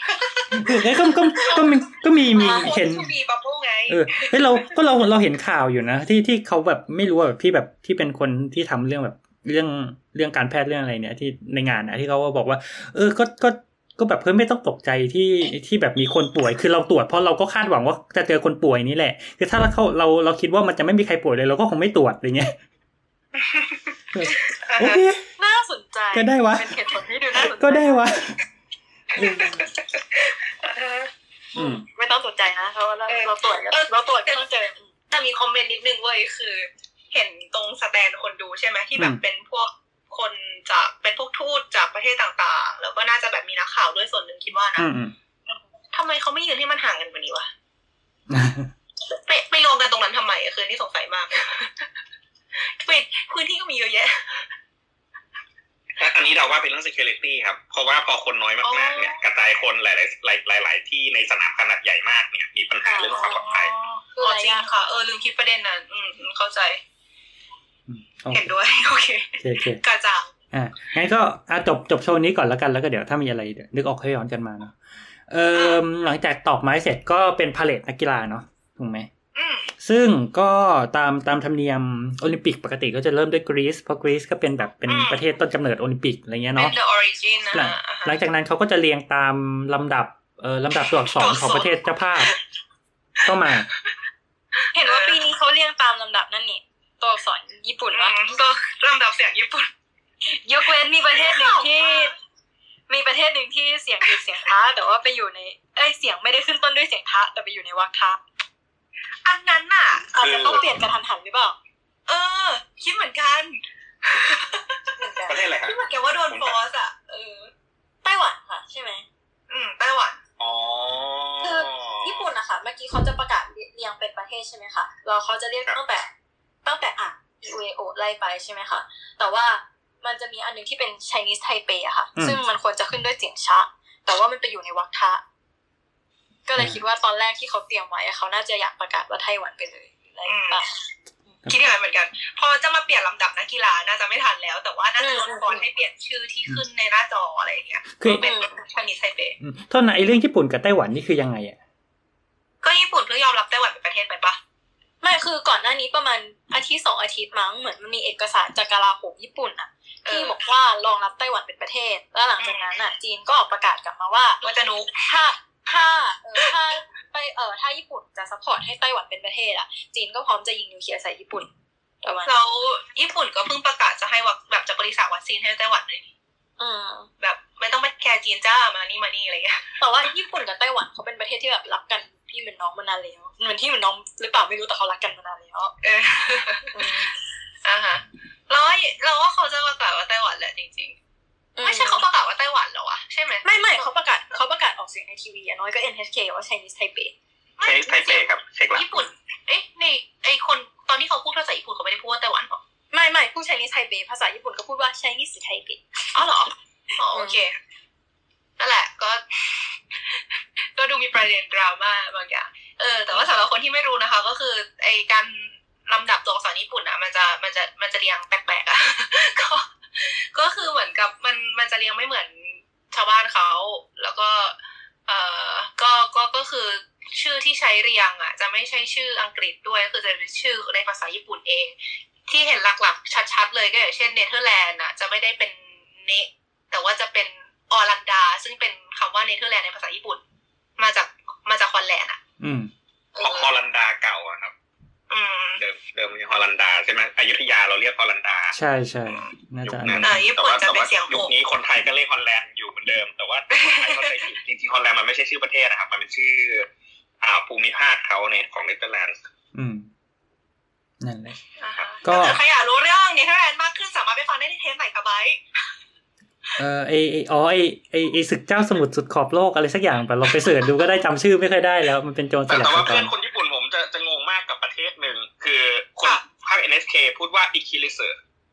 ก็มีเห็นมีบับเบิ้ลไงเฮ้ยเราเห็นข่าวอยู่นะที่เขาแบบไม่รู้แบบที่เป็นคนที่ทำเรื่องแบบเรื่องการแพทย์เรื่องอะไรเนี่ยที่ในงานนะที่เขาบอกว่าก็แบบเพิ่มไม่ต้องตกใจที่แบบมีคนป่วยคือเราตรวจเพราะเราก็คาดหวังว่าจะเจอคนป่วยนี่แหละคือถ้าเราคิดว่ามันจะไม่มีใครป่วยเลยเราก็คงไม่ตรวจอะไรเงี้ยโอเคน่าสนใจก็ได้วะเป็นเหตุผลที่ดูน่าสนใจก็ได้วะไม่ต้องสนใจนะเพราะว่าเราตรวจก็ต้องเจอแต่มีคอมเมนต์นิดนึงเว้ยคือเห็นตรงสแตนคนดูใช่ไหมที่แบบเป็นพวกคนจากเป็นพวกทูตจากประเทศต่างๆแล้วก็น่าจะแบบมีนักข่าวด้วยส่วนหนึ่งคิดว่านะทำไมเขาไม่ยืนให้มันห่างกันกว่านี้วะไปรวมกันตรงนั้นทำไมคือนี่สงสัยมากพื้นที่ก็มีเยอะแยะอันนี้เราว่าเป็นเรื่อง security ครับเพราะว่าพอคนน้อยมากๆเนี่ยกระจายคนหลายที่ในสนามขนาดใหญ่มากเนี่ยมีปัญหาเรื่องความปลอดภัยจริงค่ะลืมคิดประเด็นนั้นเข้าใจเห็นด้วยโอเคกระจ่างงั้นก็จบโชว์นี้ก่อนแล้วกันแล้วก็เดี๋ยวถ้ามีอะไรนึกออกให้ย้อนกันมาเนาะหลังจากตอกไม้เสร็จก็เป็นพาเลทนักกีฬาเนาะถูกไหมซึ่งก็ตามธรรมเนียมโอลิมปิกปกติก็จะเริ่มด้วยกรีซเพราะกรีซก็เป็นแบบเป็นประเทศต้นกำเนิดโอลิมปิกอะไรเงี้ยเนาะเป็น the origin นะหลังจากนั้นเขาก็จะเรียงตามลำดับตัวอักษรของประเทศเจ้าภาพเข้ามาเห็นว่าปีนี้เขาเรียงตามลำดับนั่นนี่ตัวอักษรญี่ปุ่นวะตัวลำดับเสียงญี่ปุ่นยกเว้นมีประเทศหนึ่งที่เสียงหยุดเสียงท้าแต่ว่าไปอยู่ในเสียงไม่ได้ขึ้นต้นด้วยเสียงท้าแต่ไปอยู่ในวรรคท้าอันนั้นน่ะอาจจะต้องเปลี่ยนกระทันหันหรือเปล่าคิดเหมือนกันประเทศอะไรครับคิดเหมือนกันว่าโดนฟอร์สอ่ะไต้หวันค่ะใช่ไหมไต้หวันคือญี่ปุ่นนะคะเมื่อกี้เขาจะประกาศเรียงเป็นประเทศใช่ไหมคะแล้วเขาจะเรียกตั้งแต่UAO ไล่ไปใช่ไหมคะแต่ว่ามันจะมีอันนึงที่เป็น Chinese Taipei อะค่ะซึ่งมันควรจะขึ้นด้วยเสียงช้าแต่ว่ามันไปอยู่ในวรรคท้าก็เลยคิดว่าตอนแรกที่เขาเตรียมไว้เขาน่าจะอยากประกาศว่าไต้หวันไปเลยอะไรแบบคิดอย่างนั้นเหมือนกันพอจะมาเปลี่ยนลำดับนักกีฬาน่าจะไม่ทันแล้วแต่ว่าน่าจะลดก่อนให้เปลี่ยนชื่อที่ขึ้นในหน้าจออะไรอย่างเงี้ยคือเป็นชานิไทเปโทษนะไอ้เรื่องญี่ปุ่นกับไต้หวันนี่คือยังไงอ่ะก็ญี่ปุ่นเพิ่งยอมรับไต้หวันเป็นประเทศไปปะไม่คือก่อนหน้านี้ประมาณอาทิตย์2อาทิตย์มั้งเหมือนมันมีเอกสารจากกลาโหมญี่ปุ่นอ่ะที่บอกว่ารองรับไต้หวันเป็นประเทศแล้วหลังจากนั้นอ่ะจีนก็ออกประกาศกลับมาว่าจะนุถ้าญี่ปุ่นจะซัพพอร์ตให้ไต้หวันเป็นประเทศอ่ะจีนก็พร้อมจะยิงนิวเคลียร์ใส่ญี่ปุ่นแล้วญี่ปุ่นก็เพิ่งประกาศจะให้แบบจะบริจาควัคซีนให้ไต้หวันเลยแบบไม่ต้องไปแคร์จีนจ้ามานี่อะไรเงี้ยแต่ว่าญี่ปุ่นกับไต้หวันเขาเป็นประเทศที่แบบรักกันพี่เหมือนน้องมานานแล้วเหมือนที่เหมือนน้องหรือเปล่าไม่รู้แต่เขารักกันมานานแล้วฮะเราว่าเขาจะประกาศว่าไต้หวันแหละจริงๆไม่ใช่เขาประกาศว่าไต้หวันหรอวะใช่ไหมไม่เขาประกาศออกเสียงในทีวีน้อยก็ NHK ว่า Chinese Taipei Chinese Taipei ครับเช็คแล้วญี่ปุ่นในคนตอนที่เขาพูดภาษาญี่ปุ่นเขาไม่ได้พูดว่าไต้หวันหรอไม่พูด Chinese Taipei ภาษาญี่ปุ่นก็พูดว่า Chinese Taipei อ๋อเหรอโอเคนั่นแหละก็ดูมีประเด็นดราม่าบางอย่างแต่ว่าสำหรับคนที่ไม่รู้นะคะก็คือไอ้การลำดับตัวอักษรญี่ปุ่นอ่ะมันจะเรียงแปลกๆอ่ะก็คือเหมือนกับมันจะเรียงไม่เหมือนชาวบ้านเขาแล้วก็ก็คือชื่อที่ใช้เรียงอ่ะจะไม่ใช่ชื่ออังกฤษด้วยคือจะเป็นชื่อในภาษาญี่ปุ่นเองที่เห็นหลักๆชัดๆเลยก็อย่างเช่นเนเธอร์แลนด์อ่ะจะไม่ได้เป็นเนแต่ว่าจะเป็นออรันดาซึ่งเป็นคำว่าเนเธอร์แลนด์ในภาษาญี่ปุ่นมาจากฮอลแลนด์อ่ะฮอลแลนดาเก่าอ่ะครับเดิมมีฮอลแลนดาใช่ไหมอยุธยาเราเรียกฮอลแลนดาใช่น่าจะญี่ปุ่นจะเป็นเสียงยุคนี้คนไทยก็เรียกฮอลแลนด์อยู่เหมือนเดิมแต่ว่าไทยเข้าใจผิดจริงๆฮอลแลนด์มันไม่ใช่ชื่อประเทศนะครับมันเป็นชื่อภูมิภาคเขาเนี่ยของเนเธอร์แลนด์นั่นแหละก็ใครอยากรู้เรื่องเนเธอร์แลนด์มากขึ้นสามารถไปฟังได้ที่เทปไหนคะไบไอศึกเจ้าสมุทรสุดขอบโลกอะไรสักอย่างแบบเราไปเสิร์ชดูก็ได้จำชื่อไม่ค่อยได้แล้วมันเป็นโจรสลัดแต่ว่าเพื่อนคนญี่ปุ่นผมจะงงมากกับประเทศหนึ่งคือคนภาค NHK พูดว่าอิคิริสึ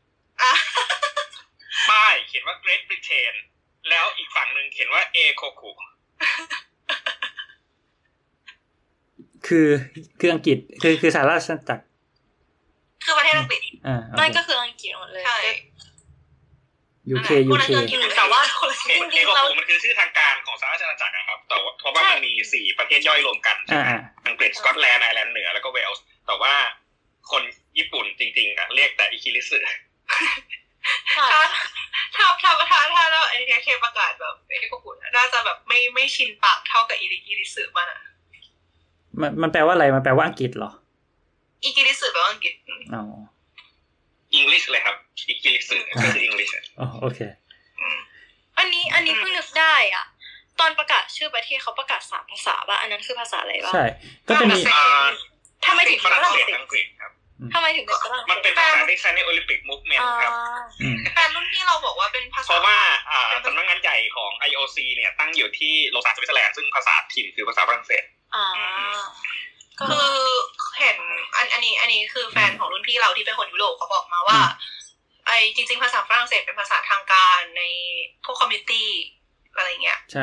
ป้ายเขียนว่า Great Britain แล้วอีกฝั่งหนึ่งเขียนว่าเอโคคุคืออังกฤษคือสหราชอาณาจักรคือประเทศอังกฤษนั่นก็คืออังกฤษหมดเลยใช่ UK แต่ว่าจริงๆแล้วมันคือชื่อทางการของสหราชอาณาจักรนะครับแต่เพราะว่ามันมี4ประเทศย่อยรวมกันอังกฤษสกอตแลนด์ไอร์แลนด์เหนือแล้วก็เวลส์แต่ว่าคนญี่ปุ่นจริงๆอ่ะเรียกแต่อิคิริสึถ้าเราไอ้เคประกาศแบบไอ้พวกคุณน่าจะแบบไม่ชินปากเท่ากับอิริสึมันอ่ะมันแปลว่าอะไรมันแปลว่าอังกฤษเหรออิคิริสึแปลว่าอังกฤษอ๋ออังกฤษเลยครับอิคิริสึก็คืออังกฤษอ๋อโอเคอันนี้เพิ่งนึกได้อ่ะตอนประกาศชื่อประเทศเขาประกาศ3ภาษาป่ะอันนั้นคือภาษาอะไรบ้างใช่ก็จะมีทำไมถึงฝรั่งเศสอังกฤษครับทำไมถึงเป็นฝรั่งเศสมันเป็นภาษาที่ใช้ในโอลิมปิกมูฟเมนต์ครับแต่รุ่นที่เราบอกว่าเป็นภาษาเพราะว่าสำนักงานใหญ่ของ IOC เนี่ยตั้งอยู่ที่โลซันสวิตเซอร์แลนด์ซึ่งภาษาถิ่นคือภาษาฝรั่งเศสคือเห็นอันนี้คือแฟนของรุ่นพี่เราที่เป็นคนยุโรปเขาบอกมาว่าไอจริงๆภาษาฝรั่งเศสเป็นภาษาทางการในพวกคอมมิวนิตี้อะไรเงี้ยใช่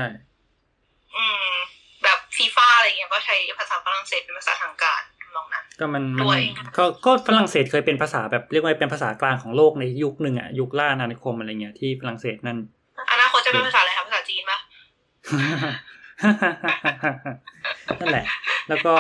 แบบฟีฟ่าอะไรเงี้ยก็ใช้ภาษาฝรั่งเศสเป็นภาษาทางการลองนั้นก็มันก็ฝรั่งเศสเคยเป็นภาษาแบบเรียกว่าเป็นภาษากลางของโลกในยุคนึงอ่ะยุคล่าอาณานิคมอะไรเงี้ยที่ฝรั่งเศสนั่นอนาคตจะเป็นภาษาอะไรครับภาษาจีนป่ะนั่นแหละแล้วก็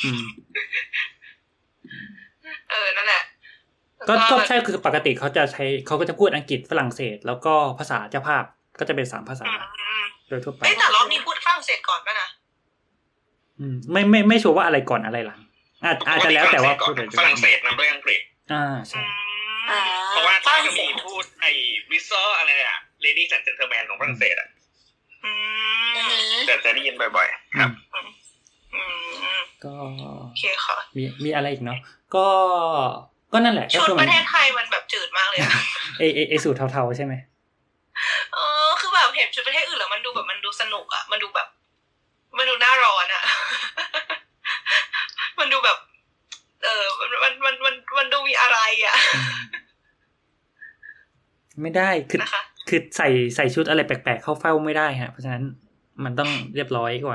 นั่นแหละก็ใช่คือปกติเขาก็จะพูดอังกฤษฝรั่งเศสแล้วก็ภาษาเจ้าภาพก็จะเป็น3ภาษาโดยทั่วไปแต่รอบนี้พูดฝรั่งเศสก่อนป่ะนะไม่ชัวร์ว่าอะไรก่อนอะไรหลังอาจจะแล้วแต่ว่าพูดฝรั่งเศสนำด้วยอังกฤษใช่เพราะว่าถ้าจะมีพูดไอ้วิสเซอร์อะไรอ่ะ Ladies and Gentlemen ของฝรั่งเศสอ่ะแต่จะได้ยินบ่อยๆครับก็โอเคค่ะมีอะไรอีกเนาะก็นั่นแหละชุดประเทศไทยมันแบบจืดมากเลยอะไอสูตรเทาๆใช่ไหมคือแบบเห็นชุดประเทศอื่นแล้วมันดูสนุกอะมันดูแบบมันดูน่าร้อนอะมันดูแบบมันดูมีอะไรอะไม่ได้คือใส่ชุดอะไรแปลกๆเข้าเฝ้าไม่ได้ฮะเพราะฉะนั้นมันต้องเรียบร้อยก่อน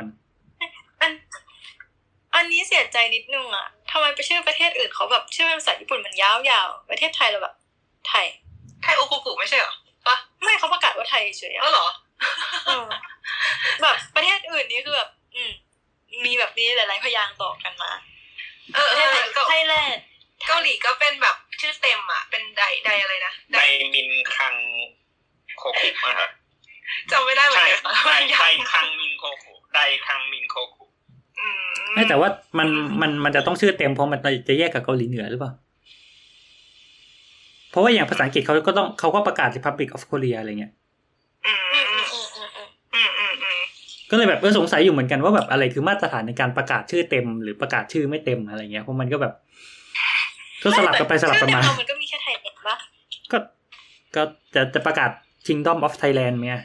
อันนี้เสียใจนิดนึงอะทำไมไปชื่อประเทศอื่นเขาแบบชื่อภาษาญี่ปุ่นมันยาวๆประเทศไทยเราแบบไทยโอคุกุไม่ใช่เหรอปะไม่เขาประกาศว่าไทยเฉยๆเหรอแบบประเทศอื่นนี่คือแบบมีแบบนี้หลายๆพยางค์ต่อกันมาประเทศไทยแลนด์เกาหลีก็เป็นแบบชื่อเต็มอ่ะเป็นไดอะไรนะไดมินคังโคคุอ่ะครับจำไม่ได้เหมือนกันไดคังมินโคคุไดคังมินโคคุไม่แต่ว่ามันจะต้องชื่อเต็มเพราะมันจะแยกกับเกาหลีเหนือหรือเปล่าเพราะว่าอย่างภาษาอังกฤษเขาก็ประกาศ Republic of Korea อะไรเงี้ยก็เลยแบบสงสัยอยู่เหมือนกันว่าแบบอะไรคือมาตรฐานในการประกาศชื่อเต็มหรือประกาศชื่อไม่เต็มอะไรเงี้ยเพราะมันก็แบบก็สลับกันไปสลับกันมามันก็มีแค่ไทยเองปะก็จะประกาศ Kingdom of Thailand มั้ย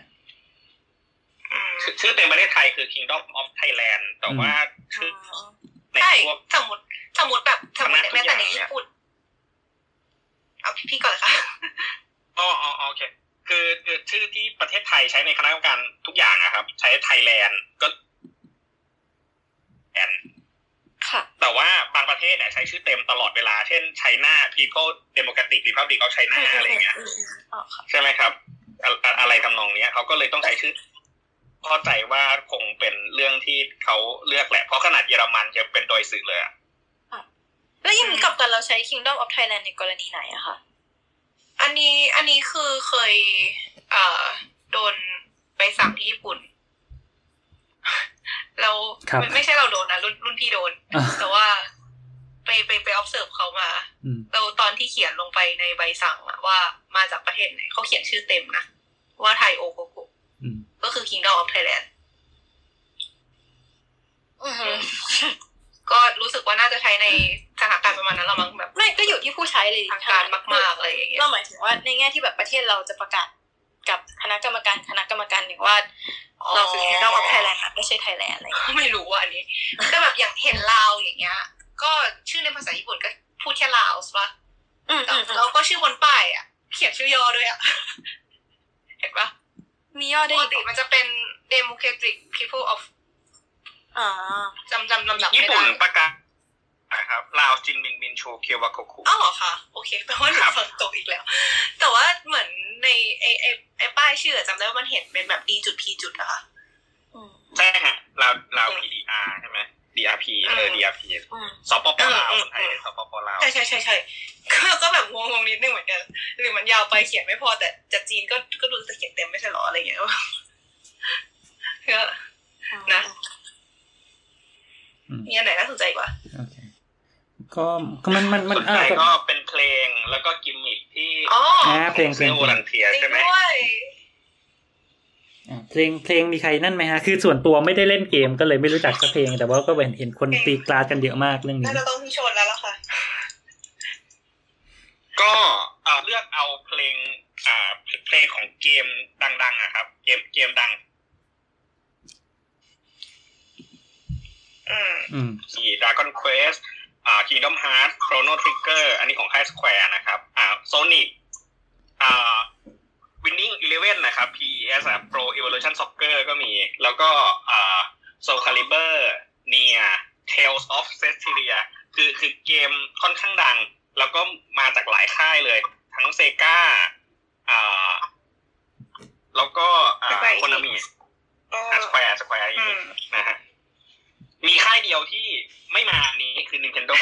ชื่อเต็มประเทศไทยคือ Kingdom of Thailand แต่ว่าชื่อในพวกสมมุติแบบสมมุติแม้แต่ในญี่ปุ่นเอาพี่ก่อนเลยค่ะโอเคคือชื่อที่ประเทศไทยใช้ในคณะกรรมการทุกอย่างอะครับใช้ Thailand ก็แต่ว่าบางประเทศเนี่ยใช้ชื่อเต็มตลอดเวลาเช่น China People Democratic Republic of China อะไรเงี้ยใช่ไหมครับอะไรทำนองนี้เขาก็เลยต้องใช้ชื่อเข้าใจว่าคงเป็นเรื่องที่เขาเลือกแหละเพราะขนาดเยอรมันจะเป็นโดยสื่อเลยอะแล้วยังกับกันเราใช้ Kingdom of Thailand ในกรณีไหนอะคะอันนี้คือเคยโดนไปสั่งที่ญี่ปุ่นเราไม่ใช่เราโดนนะรุ่นพี่โดนแต่ว่าไป observe เขามาเราตอนที่เขียนลงไปในใบสั่งอะว่ามาจากประเทศไหนเขาเขียนชื่อเต็มนะว่าไทยโอโกโกก็คือ Kingdom of Thailand ก็รู้สึกว่าน่าจะใช้ในสถานการณ์ประมาณนั้นเรามั้งแบบไม่ก็อยู่ที่ผู้ใช้เลยทางการมากๆอะไรอย่างเงี้ยเราหมายถึงว่าในแง่ที่แบบประเทศเราจะประกาศกับคณะกรรมการหนึ่งว่าเราคือ Kingdom of Thailand ไม่ใช่ Thailand อะไรไม่รู้ว่าอันนี้แต่แบบอย่างเห็นลาวอย่างเงี้ยก็ชื่อในภาษาญี่ปุ่นก็พูดแค่ลาวป่ะแล้วก็ชื่อบนป้ายอ่ะเขียนชื่อย่อด้วยอ่ะเห็นป่ะมีย่อได้ปกติมันจะเป็น Democratic People of จำลำดับญี่ปุ่นไม่ได้ประกาศนะครับลาวจินมินบินโชเคียววาโกคุอ้าวเหรอคะโอเคแปลว่าหนูฟังตกอีกแล้วแต่ว่าเหมือนในไอ้ป้ายชื่อจำได้ว่ามันเห็นเป็นแบบ D จุด P จุดอะค่ะใช่ฮะลาว PDR ใช่ไหม DRP DRP สปปลาวไทยสปปลาวใช่ก็แบบงงนิดนึงเหมือนกันหรือมันยาวไปเขียนไม่พอแต่จะจีนก็ดูจะเขียนเต็มไม่ใช่หรออะไรอย่างเงี้ยก็นะมีอันไหนน่าสนใจกว่าก็มันก็เป็นเพลงแล้วก็กิมมิคที่เพลงโวลันเทียใช่ไหมเพลงมีใครนั่นไหมฮะคือส่วนตัวไม่ได้เล่นเกมก็เลยไม่รู้จักสักเพลงแต่ว่าก็เห็นคนตีกลาดกันเยอะมากเรื่องนี้น่าจะต้องมีโชว์แล้วล่ะค่ะก็เลือกเอาเพลงของเกมดังๆอะครับเกมดังDragon Quest Kingdom Hearts Chrono Trigger อันนี้ของ High Square นะครับSonic Winning Eleven นะครับ PES Pro Evolution Soccer ก็มีแล้วก็Soul Calibur Nier Tales of Cestiria คือเกมค่อนข้างดังแล้วก็มาจากหลายค่ายเลยทั้ง Sega แล้วก็Konami Square นะฮะมีค่ายเดียวที่ไม่มานี้คือ Nintendo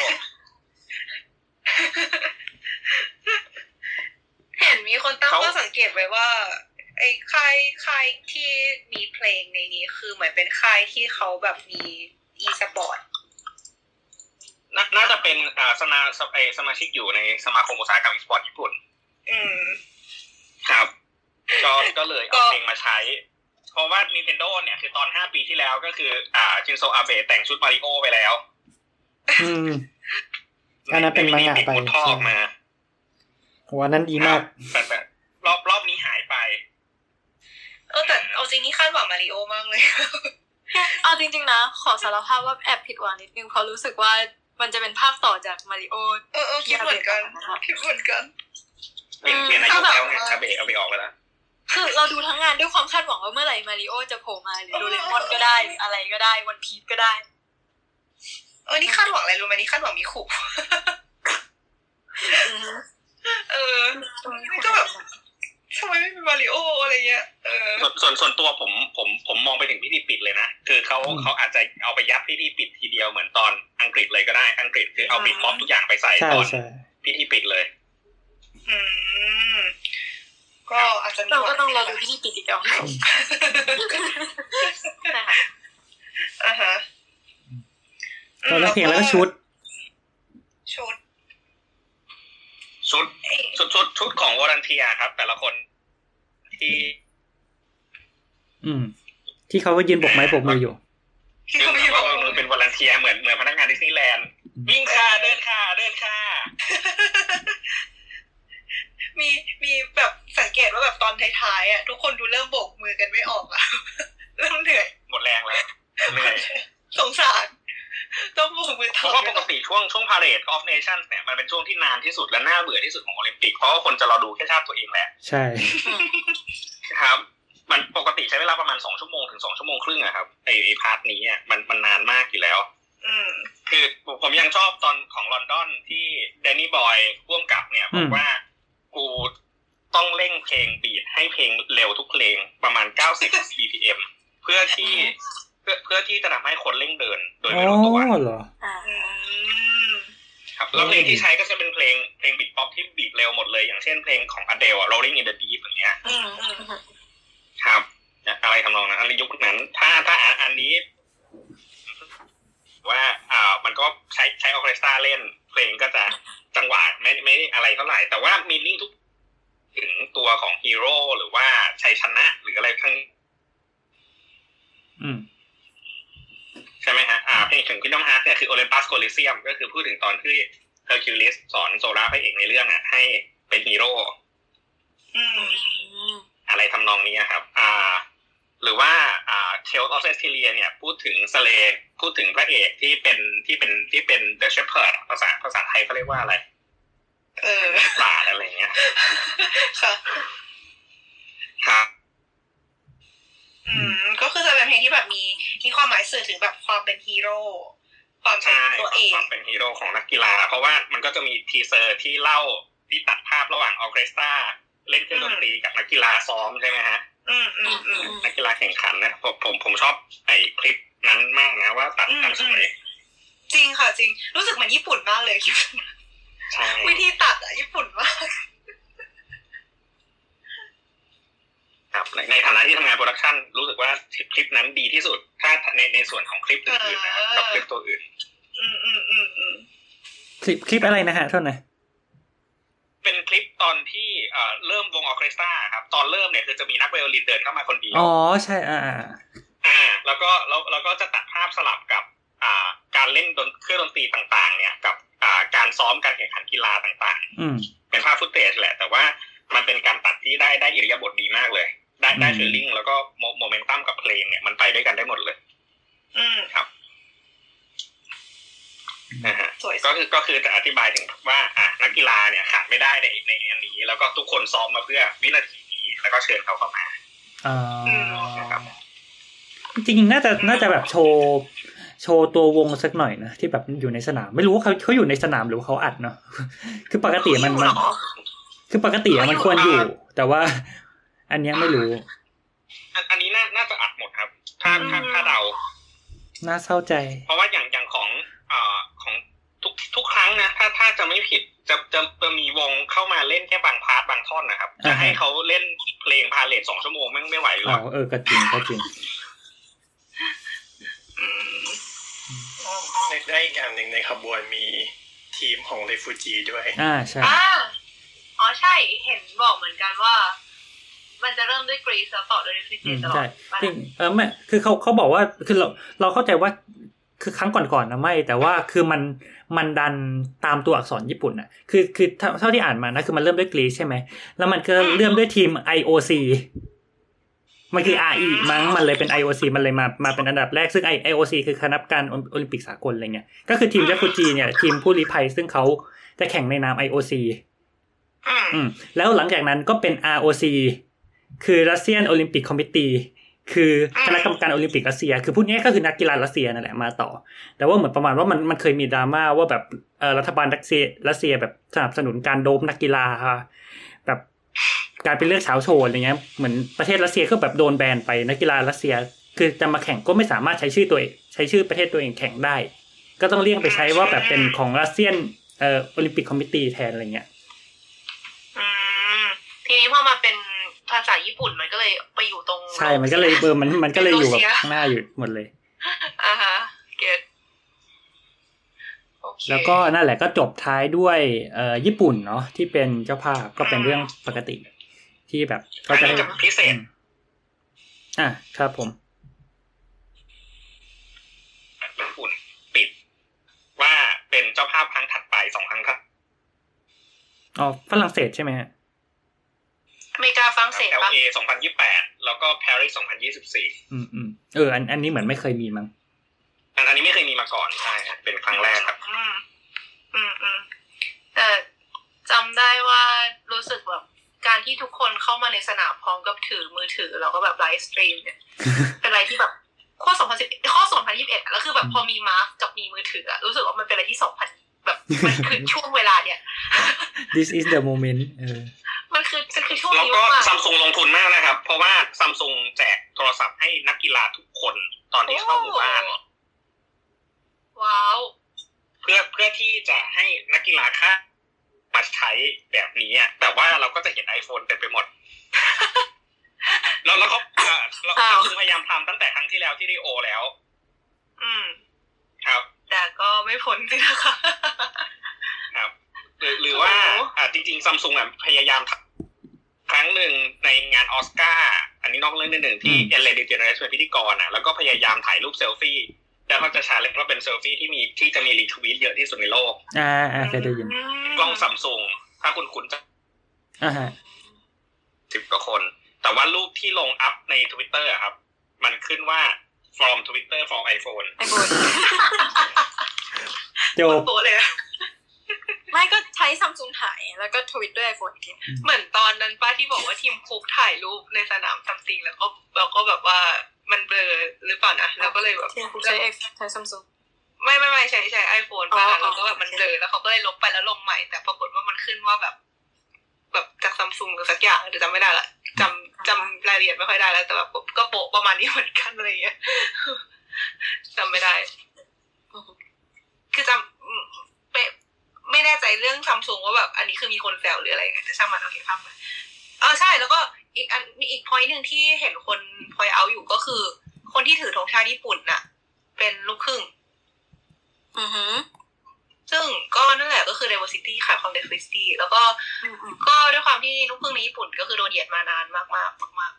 เห็นมีคนตั้งข้อสังเกตไว้ว่าไอ้ค่ายที่มีเพลงในนี้คือเหมือนเป็นค่ายที่เขาแบบมี e-sport น่าจะเป็นสมาชิกอยู่ในสมาคมอุตสาหกรรม e-sport ญี่ปุ่นครับก็เลยเอาเพลงมาใช้เพราะว่า Nintendo เนี่ยคือตอน5ปีที่แล้วก็คือจินโซอาเบะแต่งชุดมาริโอไปแล้วอันนั้นเป็นมังงะไปท่อออกมาวันนั้นดีมากแต่รอบนี้หายไปแต่เอาจริงนี่คาดหวังมาริโอมากเลยเอาจริงๆนะขอสารภาพว่าแอบผิดหวังนิดนึงเพราะรู้สึกว่ามันจะเป็นภาคต่อจากมาริโอคิดเหมือนกันเปลี่ยนนายกแล้วไงอาเบะเอาไปออกไปแล้วคือเราดูทั้งงานด้วยความคาดหวังว่าเมื่อไหร่มาริโอจะโผล่มาหรือโดเรมอนก็ได้หรืออะไรก็ได้วันพีซก็ได้นี่คาดหวังอะไรรู้ไหมนี่คาดหวังมีขู่ก็แบบทำไมไม่มีมาริโออะไรเงี้ยส่วนตัวผมมองไปถึงพิธีปิดเลยนะคือเขาอาจจะเอาไปยัดพิธีปิดทีเดียวเหมือนตอนอังกฤษเลยก็ได้อังกฤษคือเอาปิดพร้อมทุกอย่างไปใส่ตอนพิธีปิดเลยก็อาจจะเราก็ต้องรอดูพิธีปิดอีกแล้วนะคะแล้วเพลงแล้วก็ชุดของวอลันเทียครับแต่ละคนที่เขาก็ยืนบกไม้บกมืออยู่ที่เขาบอกว่าเป็นวอลันเทียเหมือนพนักงานดิสนีย์แลนด์วิ่งค่ะเดินค่ะมีแบบสังเกตว่าแบบตอนท้ายๆทุกคนดูเริ่มโบกมือกันไม่ออกเริ่มเหนื่อยหมดแรงแล้วเหนื่อยสงสารต้องโบกมือเพราะว่าปกติช่วงพาเหรด of Nations เนี่ยมันเป็นช่วงที่นานที่สุดและน่าเบื่อที่สุดของโอลิมปิกเพราะว่าคนจะรอดูแค่ชาติตัวเองแหละใช่ครับมันปกติใช้เวลาประมาณ2ชั่วโมงถึง2ชั่วโมงครึ่งอะครับไอ้พาร์ทนี้อ่ะมันนานมากอยู่แล้วคือผมยังชอบตอนของลอนดอนที่แดนนี่บอยร่วมกับเนี่ยบอกว่ากูต้องเร่งเพลงบีทให้เพลงเร็วทุกเพลงประมาณ90 BPM เพื่อที่จะทำให้คนเร่งเดินโดยไม่รู้ตัวเหรอครับแล้วเพลงที่ใช้ก็จะเป็นเพลงบีทป๊อปที่บีทเร็วหมดเลยอย่างเช่นเพลงของ Adele Rolling in the Deep อย่างเงี้ยครับอะไรทำนองนั้นอันนี้ยุคนั้นถ้าอันนี้ว่ามันก็ใช้ออร์เคสตราเล่นเพลงก็จะจังหวะไม่อะไรเท่าไหร่แต่ว่ามีนิ่งทุกถึงตัวของฮีโร่หรือว่าชัยชนะหรืออะไรทั้งใช่ไหมฮะเพลงถึง Kingdom Hearts เนี่ยคือ Olympus Coliseum ก็คือพูดถึงตอนที่เฮอร์คิวลิสสอนโซล่าพระเอกในเรื่องให้เป็นฮีโร่อะไรทำนองนี้ครับหรือว่าTales of Cestiria เนี่ยพูดถึงสเลพูดถึงพระเอกที่เป็น The Shepherd ภาษาไทยเขาเรียกว่าอะไรป่าอะไรเงี้ยค่ะครับก็คือจะเป็นเพลงที่แบบมีความหมายสื่อถึงแบบความเป็นฮีโร่ความเป็นตัวเองความเป็นฮีโร่ของนักกีฬาเพราะว่ามันก็จะมีทีเซอร์ที่เล่าที่ตัดภาพระหว่างออร์เคสตราเล่นเครื่องดนตรีกับนักกีฬาซ้อมใช่ไหมฮะนักกีฬาแข่งขันนะผมชอบไอ้คลิปนั้นมากนะว่าตัดสวยจริงค่ะจริงรู้สึกเหมือนญี่ปุ่นมากเลยคิดวิธีตัดอ่ะญี่ปุ่นมากครับในฐานะที่ทำงานโปรดักชันรู้สึกว่าคลิปนั้นดีที่สุดถ้าในส่วนของคลิปอื่นๆนะครับกับคลิปตัวอื่นคลิปอะไรนะฮะโทษนะเป็นคลิปตอนที่เริ่มวงออร์เคสตราครับตอนเริ่มเนี่ยคือจะมีนักไวโอลินเดินเข้ามาคนเดียวอ๋อใช่แล้วก็จะตัดภาพสลับกับการเล่นเครื่องดนตรีต่างๆเนี่ยกับการซ้อมการแข่งขันกีฬาต่างๆเป็นภาพฟุตเทจแหละแต่ว่ามันเป็นการตัดที่ได้อิริยาบถดีมากเลยได้ฟีลลิ่งแล้วก็โมเมนตัมกับเพลงเนี่ยมันไปด้วยกันได้หมดเลยครับก็คือจะอธิบายถึงว่านักกีฬาเนี่ยขาดไม่ได้ในอันนี้แล้วก็ทุกคนซ้อมมาเพื่อวินาทีนี้แล้วก็เชิญเขาเข้ามาครับจริงๆน่าจะแบบโชว์ตัววงสักหน่อยนะที่แบบอยู่ในสนามไม่รู้ว่าเขาอยู่ในสนามหรือเขาอัดเนาะคือปกติมันคือปกติมันควรอยู่แต่ว่าอันนี้ไม่รู้อันนี้น่าจะอัดหมดครับถ้าเดาน่าเศร้าใจเพราะว่าอย่างของทุกครั้งนะถ้าจะไม่ผิดจะมีวงเข้ามาเล่นแค่บางพาร์ทบางท่อนนะครับจะให้เขาเล่นเพลงพาเลท2 ชั่วโมงไม่ไหวหรอกก็จริงได้อีกอย่างหนึ่งในขบวนมีทีมของเรฟูจีด้วยใช่ใช่เห็นบอกเหมือนกันว่ามันจะเริ่มด้วยกรีซแล้วต่อด้วยเรฟูจีตลอดจริงไม่คือเขาบอกว่าคือเราเข้าใจว่าคือครั้งก่อนๆนะไม่แต่ว่าคือมันดันตามตัวอักษรญี่ปุ่นน่ะคือเท่าที่อ่านมานะคือมันเริ่มด้วยกรีซใช่ไหมแล้วมันก็เริ่มด้วยทีม IOC มันคือ RE มั้งมันเลยเป็น IOC มันเลยมาเป็นอันดับแรกซึ่ง IOC คือคณะกรรมการโอลิมปิกสากลอะไรเงี้ยก็คือทีมเรฟูจีเนี่ยทีมผู้ลี้ภัยซึ่งเขาจะแข่งในนาม IOC แล้วหลังจากนั้นก็เป็น ROC คือ Russian Olympic Committee คือคณะกรรมการโอลิมปิกรัสเซียคือพูดง่ายก็คือนักกีฬารัสเซียนั่นแหละมาต่อแต่ว่าเหมือนประมาณว่ามันเคยมีดราม่าว่าแบบรัฐบาลรัสเซียแบบสนับสนุนการโดปนักกีฬาแบบการเป็นเรื่องเช้าโชว์อะไรเงี้ยเหมือนประเทศรัสเซียก็แบบโดนแบนไปนักกีฬารัสเซียคือจะมาแข่งก็ไม่สามารถใช้ชื่อตัวเองใช้ชื่อประเทศตัวเองแข่งได้ก็ต้องเลี่ยงไปใช้ว่าแบบเป็นของรัสเซียนโอลิมปิกคอมมิตี้แทนอะไรเงี้ยทีนี้พอมาเป็นภาษาญี่ปุ่นมันก็เลยไปอยู่ตรงใช่มันก็เลยมันก็เลยอยู่แบบข้างหน้าอยู่หมดเลยฮะเก็ทแล้วก็นั่นแหละก็จบท้ายด้วยญี่ปุ่นเนาะที่เป็นเจ้าภาพก็เป็นเรื่องปกติที่แบบก็จะพิเศษครับผมญี่ปุ่นปิดว่าเป็นเจ้าภาพครั้งถัดไป2 ครั้งครับฝรั่งเศสใช่ไหมฮะอเมริกาฝรั่งเศสป่ะ LA 2028แล้วก็ Paris 2024 อันนี้เหมือนไม่เคยมีมั้งอันนี้ไม่เคยมีมาก่อนใช่เป็นครั้งแรกครับแต่จำได้ว่ารู้สึกแบบการที่ทุกคนเข้ามาในสนามพร้อมกับถือมือถือแล้วก็แบบไลฟ์สตรีมเนี่ยเป็นอะไรที่แบบข้อ2021แล้วคือแบบพอมีมาสก์กับมีมือถือรู้สึกว่ามันเป็นอะไรที่2000แบบมันคือช่วงเวลาเนี่ย This is the moment มันคือช่วงนี้แล้วก็ Samsung ลงทุนมากนะครับเพราะว่า Samsung แจกโทรศัพท์ให้นักกีฬาทุกคนตอนที่เข้าหมู่บ้านว้าวเพื่อที่จะให้นักกีฬาค่ามาใช้แบบนี้แต่ว่าเราก็จะเห็น iPhone เต็มไปหมดแล้วเขาพยายามทำตั้งแต่ครั้งที่แล้วที่ได้โอแล้วครับแต่ก็ไม่พ้นสินะคะครับหรือว่าจริงๆ Samsung พยายามครั้งหนึ่งในงานออสการ์อันนี้นอกเรื่องนิดนึงที่เอเลนเดเจเนเรชั่นเป็นพิธีกรแล้วก็พยายามถ่ายรูปเซลฟี่แล้วเขาจะชาเลนจ์ว่าเป็นเซลฟี่ที่จะมีรีทวีตเยอะที่สุดในโลกเคยได้ยินกล้อง Samsung ถ้าคุณจะ10 กว่าคนแต่ว่ารูปที่ลงอัพใน Twitter ครับมันขึ้นว่า from Twitter from iPhone โจบเลยไม่ก็ใช้ Samsung ถ่ายแล้วก็ทวิตด้วย iPhone อีกทีเหมือนตอนนั้นป้าที่บอกว่าทีมคุกถ่ายรูปในสนามซัมติงแล้วก็แบบว่ามันเบลอหรือเปล่านะแล้วก็เลยแบบทีมคุกใช้ Samsung ไม่ใช้ iPhone ป่ะแล้วก็แบบมันเบลอแล้วเขาก็เลยลบไปแล้วลงใหม่แต่ปรากฏว่ามันขึ้นว่าแบบจาก Samsung หรือสักอย่างหรือจำไม่ได้ละจำรายละเอียดไม่ค่อยได้แล้วแต่แบบก็โปะประมาณนี้เหมือนกันอะไรอย่างเงี้ยจำไม่ได้คือจำไม่แน่ใจเรื่อง Samsung ว่าแบบอันนี้คือมีคนแซวหรืออะไรแต่ช่างมันโอเคข้ามไปใช่แล้วก็มีอีก point นึงที่เห็นคน point out อยู่ก็คือคนที่ถือธงชาติญี่ปุ่นน่ะเป็นลูกครึ่งซึ่งก็นั่นแหละก็คือ diversity ขายความ diversity แล้วก็ด้วยความที่ลูกครึ่งในญี่ปุ่นก็คือโดนเหยียดมานานมาก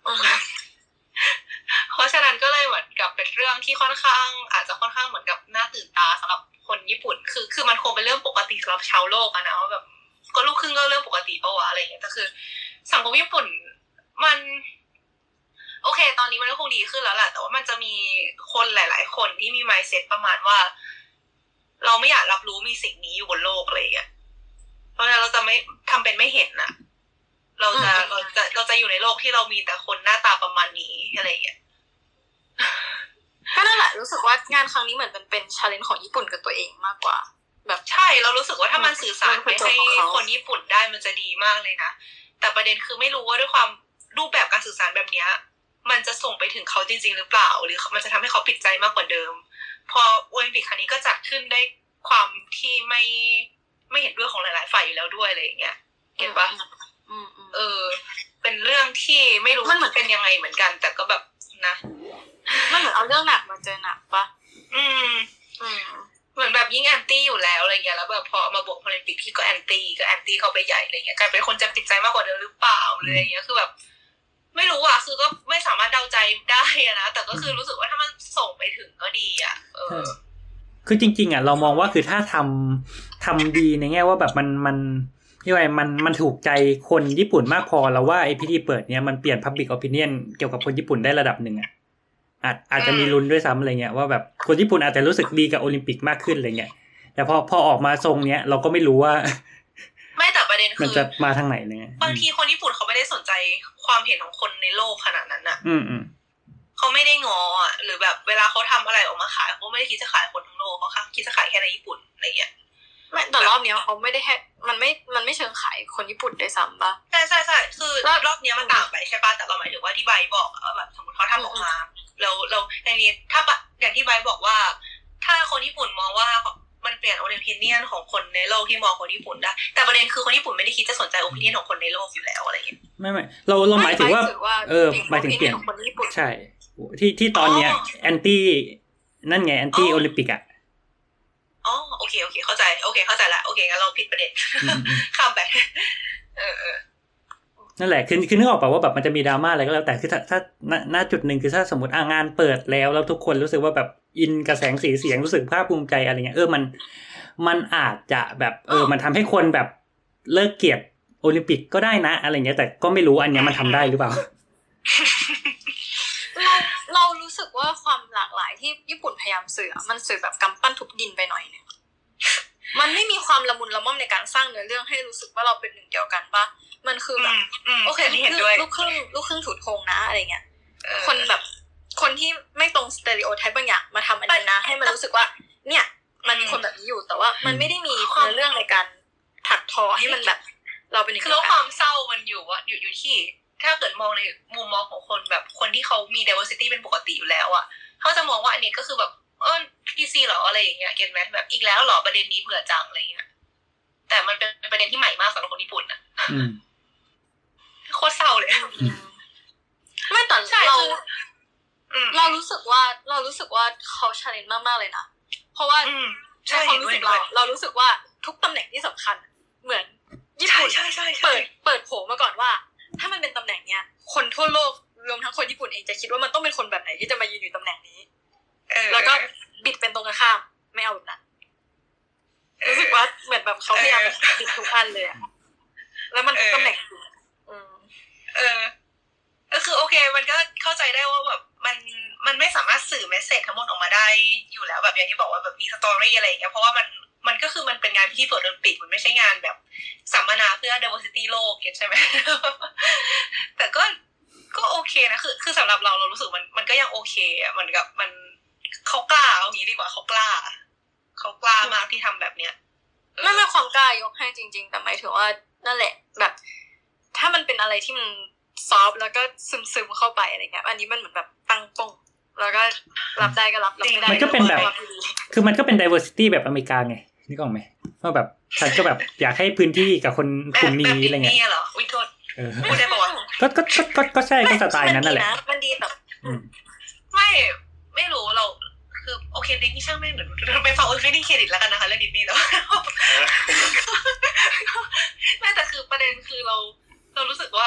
เพราะฉะนั้นก็เลยเหมือนกับเป็นเรื่องที่ค่อนข้างอาจจะค่อนข้างเหมือนกับน่าตื่นตาสำหรับคนญี่ปุ่นคือมันคงเป็นเรื่องปกติสำหรับชาวโลกอะนะว่าแบบก็ลูกครึ่งก็เรื่องปกติปะวะอะไรอย่างเงี้ยแต่คือสังคมญี่ปุ่นมันโอเคตอนนี้มันก็คงดีขึ้นแล้วแหละแต่ว่ามันจะมีคนหลายๆคนที่มี mindset ประมาณว่าเราไม่อยากรับรู้มีสิ่งนี้อยู่บนโลกอะไรอย่างเงี้ยเพราะฉะนั้นเราจะไม่ทำเป็นไม่เห็นนะเราจะอยู่ในโลกที่เรามีแต่คนหน้าตาประมาณนี้อะไรอย่างเงี้ยก็นั่นแหละรู้สึกว่างานครั้งนี้เหมือนเป็น challenge ของญี่ปุ่นกับตัวเองมากกว่าแบบใช่เรารู้สึกว่าถ้ามันสื่อสารไปให้คนญี่ปุ่นได้มันจะดีมากเลยนะแต่ประเด็นคือไม่รู้ว่าด้วยความรูปแบบการสื่อสารแบบนี้มันจะส่งไปถึงเขาจริงๆหรือเปล่าหรือมันจะทำให้เขาปิดใจมากกว่าเดิมพอโอลิมปิกครั้งนี้ก็จัดขึ้นได้ความที่ไม่เห็นด้วยของหลายๆฝ่ายอยู่แล้วด้วยอะไรอย่างเงี้ยเห็นปะเป็นเรื่องที่ไม่รู้มันเหมือนเป็นยังไงเหมือนกันแต่ก็แบบนะมันเหมือนเอาเรื่องหนักมาเจอหนักปะเหมือนแบบยิ่งแอนตี้อยู่แล้วอะไรเงี้ยแล้วแบบพอมาบวกโอลิมปิกที่ก็แอนตี้เข้าไปใหญ่อะไรเงี้ยกลายเป็นคนจำติดใจมากกว่าเดิมหรือเปล่าอะไรเงี้ยคือแบบไม่รู้อ่ะคือก็ไม่สามารถเดาใจได้นะแต่ก็คือรู้สึกว่าถ้ามันส่งไปถึงก็ดีอ่ะคือจริงๆอ่ะเรามองว่าคือถ้าทำดีในแง่ว่าแบบมันที่ว่ามันถูกใจคนญี่ปุ่นมากพอแล้วว่าไอ้พิธีเปิดเนี้ยมันเปลี่ยน public opinion เกี่ยวกับคนญี่ปุ่นได้ระดับหนึ่งอ่ะอาจจะมีลุ้นด้วยซ้ำอะไรเงี้ยว่าแบบคนญี่ปุ่นอาจจะรู้สึกดีกับโอลิมปิกมากขึ้นอะไรเงี้ยแต่พอออกมาทรงเนี้ยเราก็ไม่รู้ว่าไม่แต่ประเด็นคือมันจะมาทางไหนเนี่ยบางทีคนญี่ปุ่นเขาไม่ได้สนใจความเห็นของคนในโลกขนาดนั้นน่ะเขาไม่ได้ง้ออ่ะหรือแบบเวลาเขาทำอะไรออกมาขายเขาไม่ได้คิดจะขายคนทั้งโลกเขาคิดจะขายแค่ในญี่ปุ่นอะไรเงี้ยไม่แต่รอบนี้เขาไม่ได้ให้มันไม่เชิงขายคนญี่ปุ่นด้วยซ้ำป่ะใช่คือรอบนี้มันต่างไปใช่ป่ะแต่เราหมายถึงว่าที่ใบบอกแบบสมมติเขาทำออกมาเราในนี้ถ้าอย่างที่ใบบอกว่าถ้าคนญี่ปุ่นมองว่ามันเปลี่ยนโอปิเนียนของคนในโลกที่มองคนญี่ปุ่นได้แต่ประเด็นคือคนญี่ปุ่นไม่ได้คิดจะสนใจโอปิเนียนของคนในโลกอยู่แล้วอะไรอย่างเงี้ยไม่เราหมายถึงว่าหมายถึงเปลี่ยนใช่ที่ตอนเนี้ยแอนตี้นั่นไงแอนตี้โอลิมปิกอ่ะโอเคเข้าใจเข้าใจละโอเคงั้นเราผิดประเด็นข้ามไปนั่นแหละคือนึกออกป่ะว่าแบบมันจะมีดราม่าอะไรก็แล้วแต่คือถ้าณจุดนึงคือถ้าสมมุติงานเปิดแล้วทุกคนรู้สึกว่าแบบอินกับแสงสีเสียงรู้สึกภาคภูมิใจอะไรเงี้ยมันอาจจะแบบมันทำให้คนแบบเลิกเกลียดโอลิมปิกก็ได้นะอะไรเงี้ยแต่ก็ไม่รู้อันเนี้ยมันทำได้หรือเปล่าเรารู้สึกว่าความหลากหลายที่ญี่ปุ่นพยายามสื่อมันสื่อแบบกำปั้นทุบดินไปหน่อยนึงมันไม่มีความละมุนละม่อมในการสร้างเนื้อเรื่องให้รู้สึกว่าเราเป็นหนึ่งเดียวกันป่ะมันคือแบบโอเคลูกครึ่งถูกธงนะอะไรเงี้ยคนแบบคนที่ไม่ตรงสเตอริโอไทป์บางอย่างมาทำอันนี้นะให้มันรู้สึกว่าเนี่ยมันมีคนแบบนี้อยู่แต่ว่ามันไม่ได้มีเนื้อเรื่องในการถักทอให้มันแบบเราเป็นหนึ่งคือความเศร้ามันอยู่ว่าอยู่ที่ถ้าเกิดมองในมุมมองของคนแบบคนที่เขามี diversity เป็นปกติอยู่แล้วอ่ะเขาจะมองว่าอันนี้ก็คือแบบPC เหรออะไรอย่างเงี้ยเก็ทไหมแบบอีกแล้วเหรอประเด็นนี้เผื่อจังอะไรเงี้ยแต่มันเป็นประเด็นที่ใหม่มากสำหรับคนญี่ปุ่นอ่ะโคตรเศร้าเลยไม่แต่เรารู้สึกว่าเขา challenge มากๆเลยนะเพราะว่าใช่ความรู้สึกเรารู้สึกว่าทุกตำแหน่งที่สำคัญเหมือนญี่ปุ่นเปิดโผมาก่อนว่าถ้ามันเป็นตำแหน่งเนี้ยคนทั่วโลกรวมทั้งคนญี่ปุ่นเองจะคิดว่ามันต้องเป็นคนแบบไหนที่จะมายืนอยู่ตำแหน่งนี้แล้วก็บิดเป็นตรงกันข้ามไม่เอาแบบนั้นรู้สึกว่าเหมือนแบบเขาพยายามบิดทุกอันเลยอะแล้วมันตำแหน่งก็คือโอเคมันก็เข้าใจได้ว่าแบบมันไม่สามารถสื่อเมสเสจทั้งหมดออกมาได้อยู่แล้วแบบอย่างที่บอกว่าแบบมีสตอรี่อะไรอย่างเงี้ยเพราะว่ามันก็คือมันเป็นงานพิธีเปิดโอลิมปิกมันไม่ใช่งานแบบสัมมนาเพื่อ diversity โลกใช่ไหม แต่ก็โอเคนะคือสำหรับเรารู้สึกมันก็ยังโอเคอ่ะเหมือนกับมันเขากล้าเอางี้ดีกว่าเขากล้ามากที่ทำแบบเนี้ยไม่เป็นความกล้ายกให้จริงๆแต่หมายถึงว่านั่นแหละแบบถ้ามันเป็นอะไรที่มันซอฟแล้วก็ซึมเข้าไปอะไรเงี้ยอันนี้มันเหมือนแบบตั้งตรงแล้วก็รับได้ก็รับไม่ได้มันก็เป็นแบบคือมันก็เป็น diversity แบบอเมริกาไงนึกออกไหมว่าแบบฉันก็แบบอยากให้พื้นที่กับคนกลุ่มนี้อะไรเงี้ยเหรอวิโทษพูดได้ป่าวก็ใช่ก็สไตล์นั้นนั่นแหละมันดีแบบไม่รู้เราคือโอเคดิสนีย์ช่างไม่เหมือนไปฟังไม่ได้เครดิตแล้วกันนะคะเรื่องดิสนีย์แล้วไม่แต่คือประเด็นคือเรารู้สึกว่า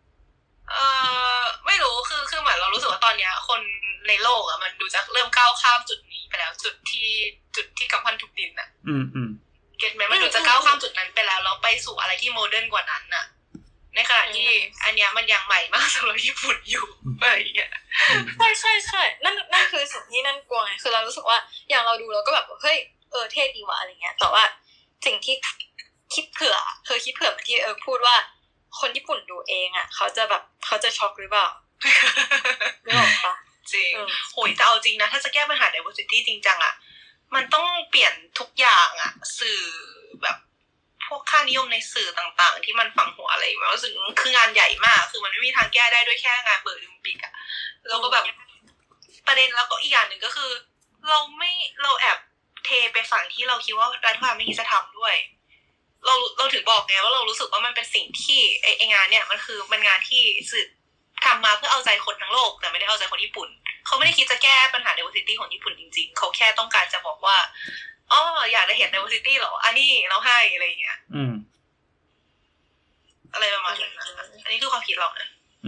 ไม่รู้คือเหมือนเรารู้สึกว่าตอนเนี้ยคนในโลกอ่ะมันดูจะเริ่มก้าวข้ามจุดนี้ไปแล้วจุดที่กำพันทุกดินอ่ะเก็ทไหมมันดูจะก้าวข้ามจุดนั้นไปแล้วไปสู่อะไรที่โมเดิร์นกว่านั้นน่ะในขณะที่อันเนี้ยมันยังใหม่มากสำหรับญี่ปุ่นอยู่อะไรอย่างเงี้ยใช่นั่นคือสิ่งที่นั่นกลัวไงคือเรารู้สึกว่าอย่างเราดูเราก็แบบเฮ้ยเท่ดีว่ะอะไรเงี้ยแต่ว่าสิ่งที่คิดเผื่อเหมือนที่พูดว่าคนญี่ปุ่นดูเองอ่ะเขาจะช็อกหรือเปล่าไม่หรอกปะจริงโหยแต่เอาจริงนะถ้าจะแก้ปัญหา diversity จริงจังอ่ะมันต้องเปลี่ยนทุกอย่างอ่ะสื่อแบบพวกค่านิยมในสื่อต่างๆที่มันฝังหัวอะไรมารู้สึกคืองานใหญ่มากคือมันไม่มีทางแก้ได้ด้วยแค่งานเปิดโอลิมปิกอ่ะแล้วก็แบบประเด็นแล้วก็อีกอย่างหนึ่งก็คือเราแอบเทไปฝั่งที่เราคิดว่ารัฐบาลไม่คิดจะทำด้วยเราถึงบอกไงว่าเรารู้สึกว่ามันเป็นสิ่งที่ไองานเนี่ยมันคือมันงานที่สื่อทำมาเพื่อเอาใจคนทั้งโลกแต่ไม่ได้เอาใจคนญี่ปุ่นเขาไม่ได้คิดจะแก้ปัญหา diversity ของญี่ปุ่นจริงๆเขาแค่ต้องการจะบอกว่าอยากได้เห็น diversity หรออันนี้เราให้อะไรอย่างเงี้ยอะไรประมาณนั้นอันนี้คือความคิดเรานะ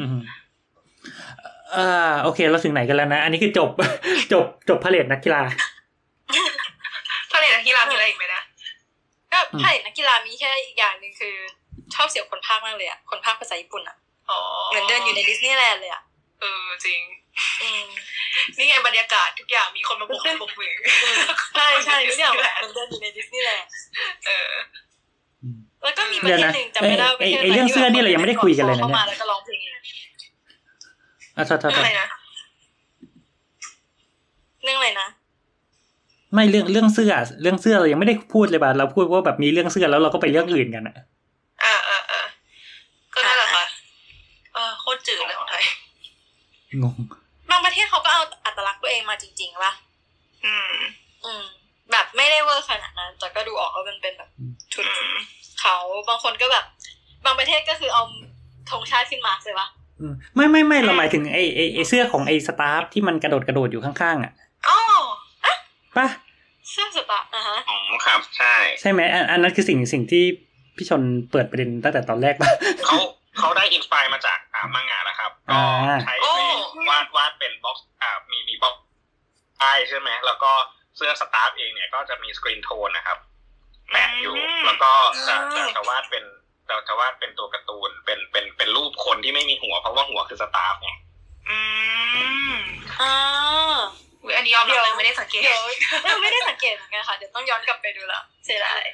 โอเคเราถึงไหนกันแล้วนะอันนี้คือจบพาเลทนักกีฬาพาเลทนักกีฬามีอะไรอีกไหมนะก็พาเลทนักกีฬามีแค่อีกอย่างนึงคือชอบเสียงคนพากย์มากเลยอ่ะคนพากย์ภาษาญี่ปุ่นอ่ะเหมือนเดินอยู่ในดิสนีย์แลนด์เลยอ่ะจริงนี่ไงบรรยากาศทุกอย่างมีคนมาบกมือใช่ทุกอย่างเหมือนเดินอยู่ในดิสนีย์แลนด์แล้วก็มีประเทศนึงจำไม่ได้ไอ้เรื่องเสื้อนี่เรายังไม่ได้คุยกันเลยนะเนี่ยแล้วก็ร้องเพลงอะไรนะเรื่องอะไรนะไม่เรื่องเสื้อเรายังไม่ได้พูดเลยป่ะเราพูดว่าแบบมีเรื่องเสื้อแล้วเราก็ไปเรื่องอื่นกันอ่ะก็นั่นแหละค่ะโคตรจืดเลยของไทยงงบางประเทศเขาก็เอาอัตลักษณ์ตัวเองมาจริงๆป่ะแบบไม่ได้เวอร์ขนาดนั้นแต่ก็ดูออกว่ามันเป็นแบบชุดเขาบางคนก็แบบบางประเทศก็คือเอาธงชาติขึ้นมาใช่ป่ะไม่เราหมายถึงไอ้เสื้อของไอ้สตาฟที่มันกระโดดอยู่ข้างๆอ่ะป่ะเสื้อสตาฟฮะครับใช่ไหมอันนั้นคือสิ่งที่พี่ชนเปิดประเด็นตั้งแต่ตอนแรกป่ะเขาได้อินสไปร์มาจากมังงะนะครับก็ใช้วาดเป็นบ็อกซ์มีบ็อกซ์ใช่ไหมแล้วก็เสื้อสตาฟเองเนี่ยก็จะมีสกรีนโทนนะครับแปะอยู่แล้วก็จะวาดเป็นตัวการ์ตูนเป็นรูปคนที่ไม่มีหัวเพราะว่าหัวคือสตาฟไงอันนี้ยอมรับเลยไม่ได้สังเกตไม่ได้สังเกตเหมือนกันค่ะเดี๋ยวต้องย้อนกลับไปดูละเสียดาย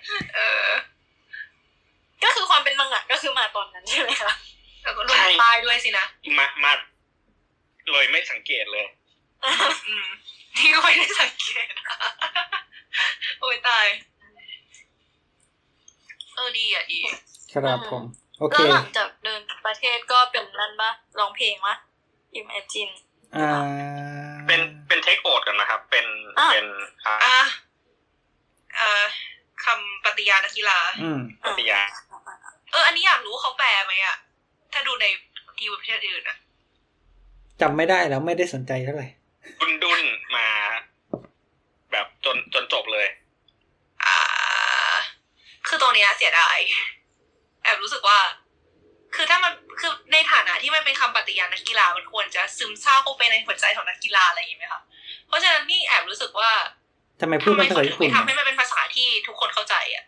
ก็คือความเป็นมังงะก็คือมาตอนนั้นใช่ไหมคะแล้วก็ลงใต้ด้วยสินะมาเลยไม่สังเกตเลยที่ก็ไม่ได้สังเกตโอ้ยตายดีครับผมโอเคแล้วหลังจากเดินประเทศก็เป็นนั่นปะร้องเพลงวะ Imagine เป็นเทคโอทกันนะครับเป็นคำปฏิญาณนักกีฬาปฏิญาณอันนี้อยากรู้เขาแปลไหมอ่ะถ้าดูในทีวีประเทศอื่นอ่ะจำไม่ได้แล้วไม่ได้สนใจเท่าไหร่ดุนมาแบบจนจบเลยคือตรงนี้เสียดายแอบรู้สึกว่าคือถ้ามันคือในฐานะที่มันเป็นคำปฏิญาณนักกีฬามันควรจะซึมซาบเข้าไปในหัวใจของนักกีฬาอะไรอย่างนี้ไหมคะเพราะฉะนั้นนี่แอบรู้สึกว่าทำไมพูดเป็นภาษาญี่ปุ่นทำให้มันเป็นภาษาที่ทุกคนเข้าใจอ่ะ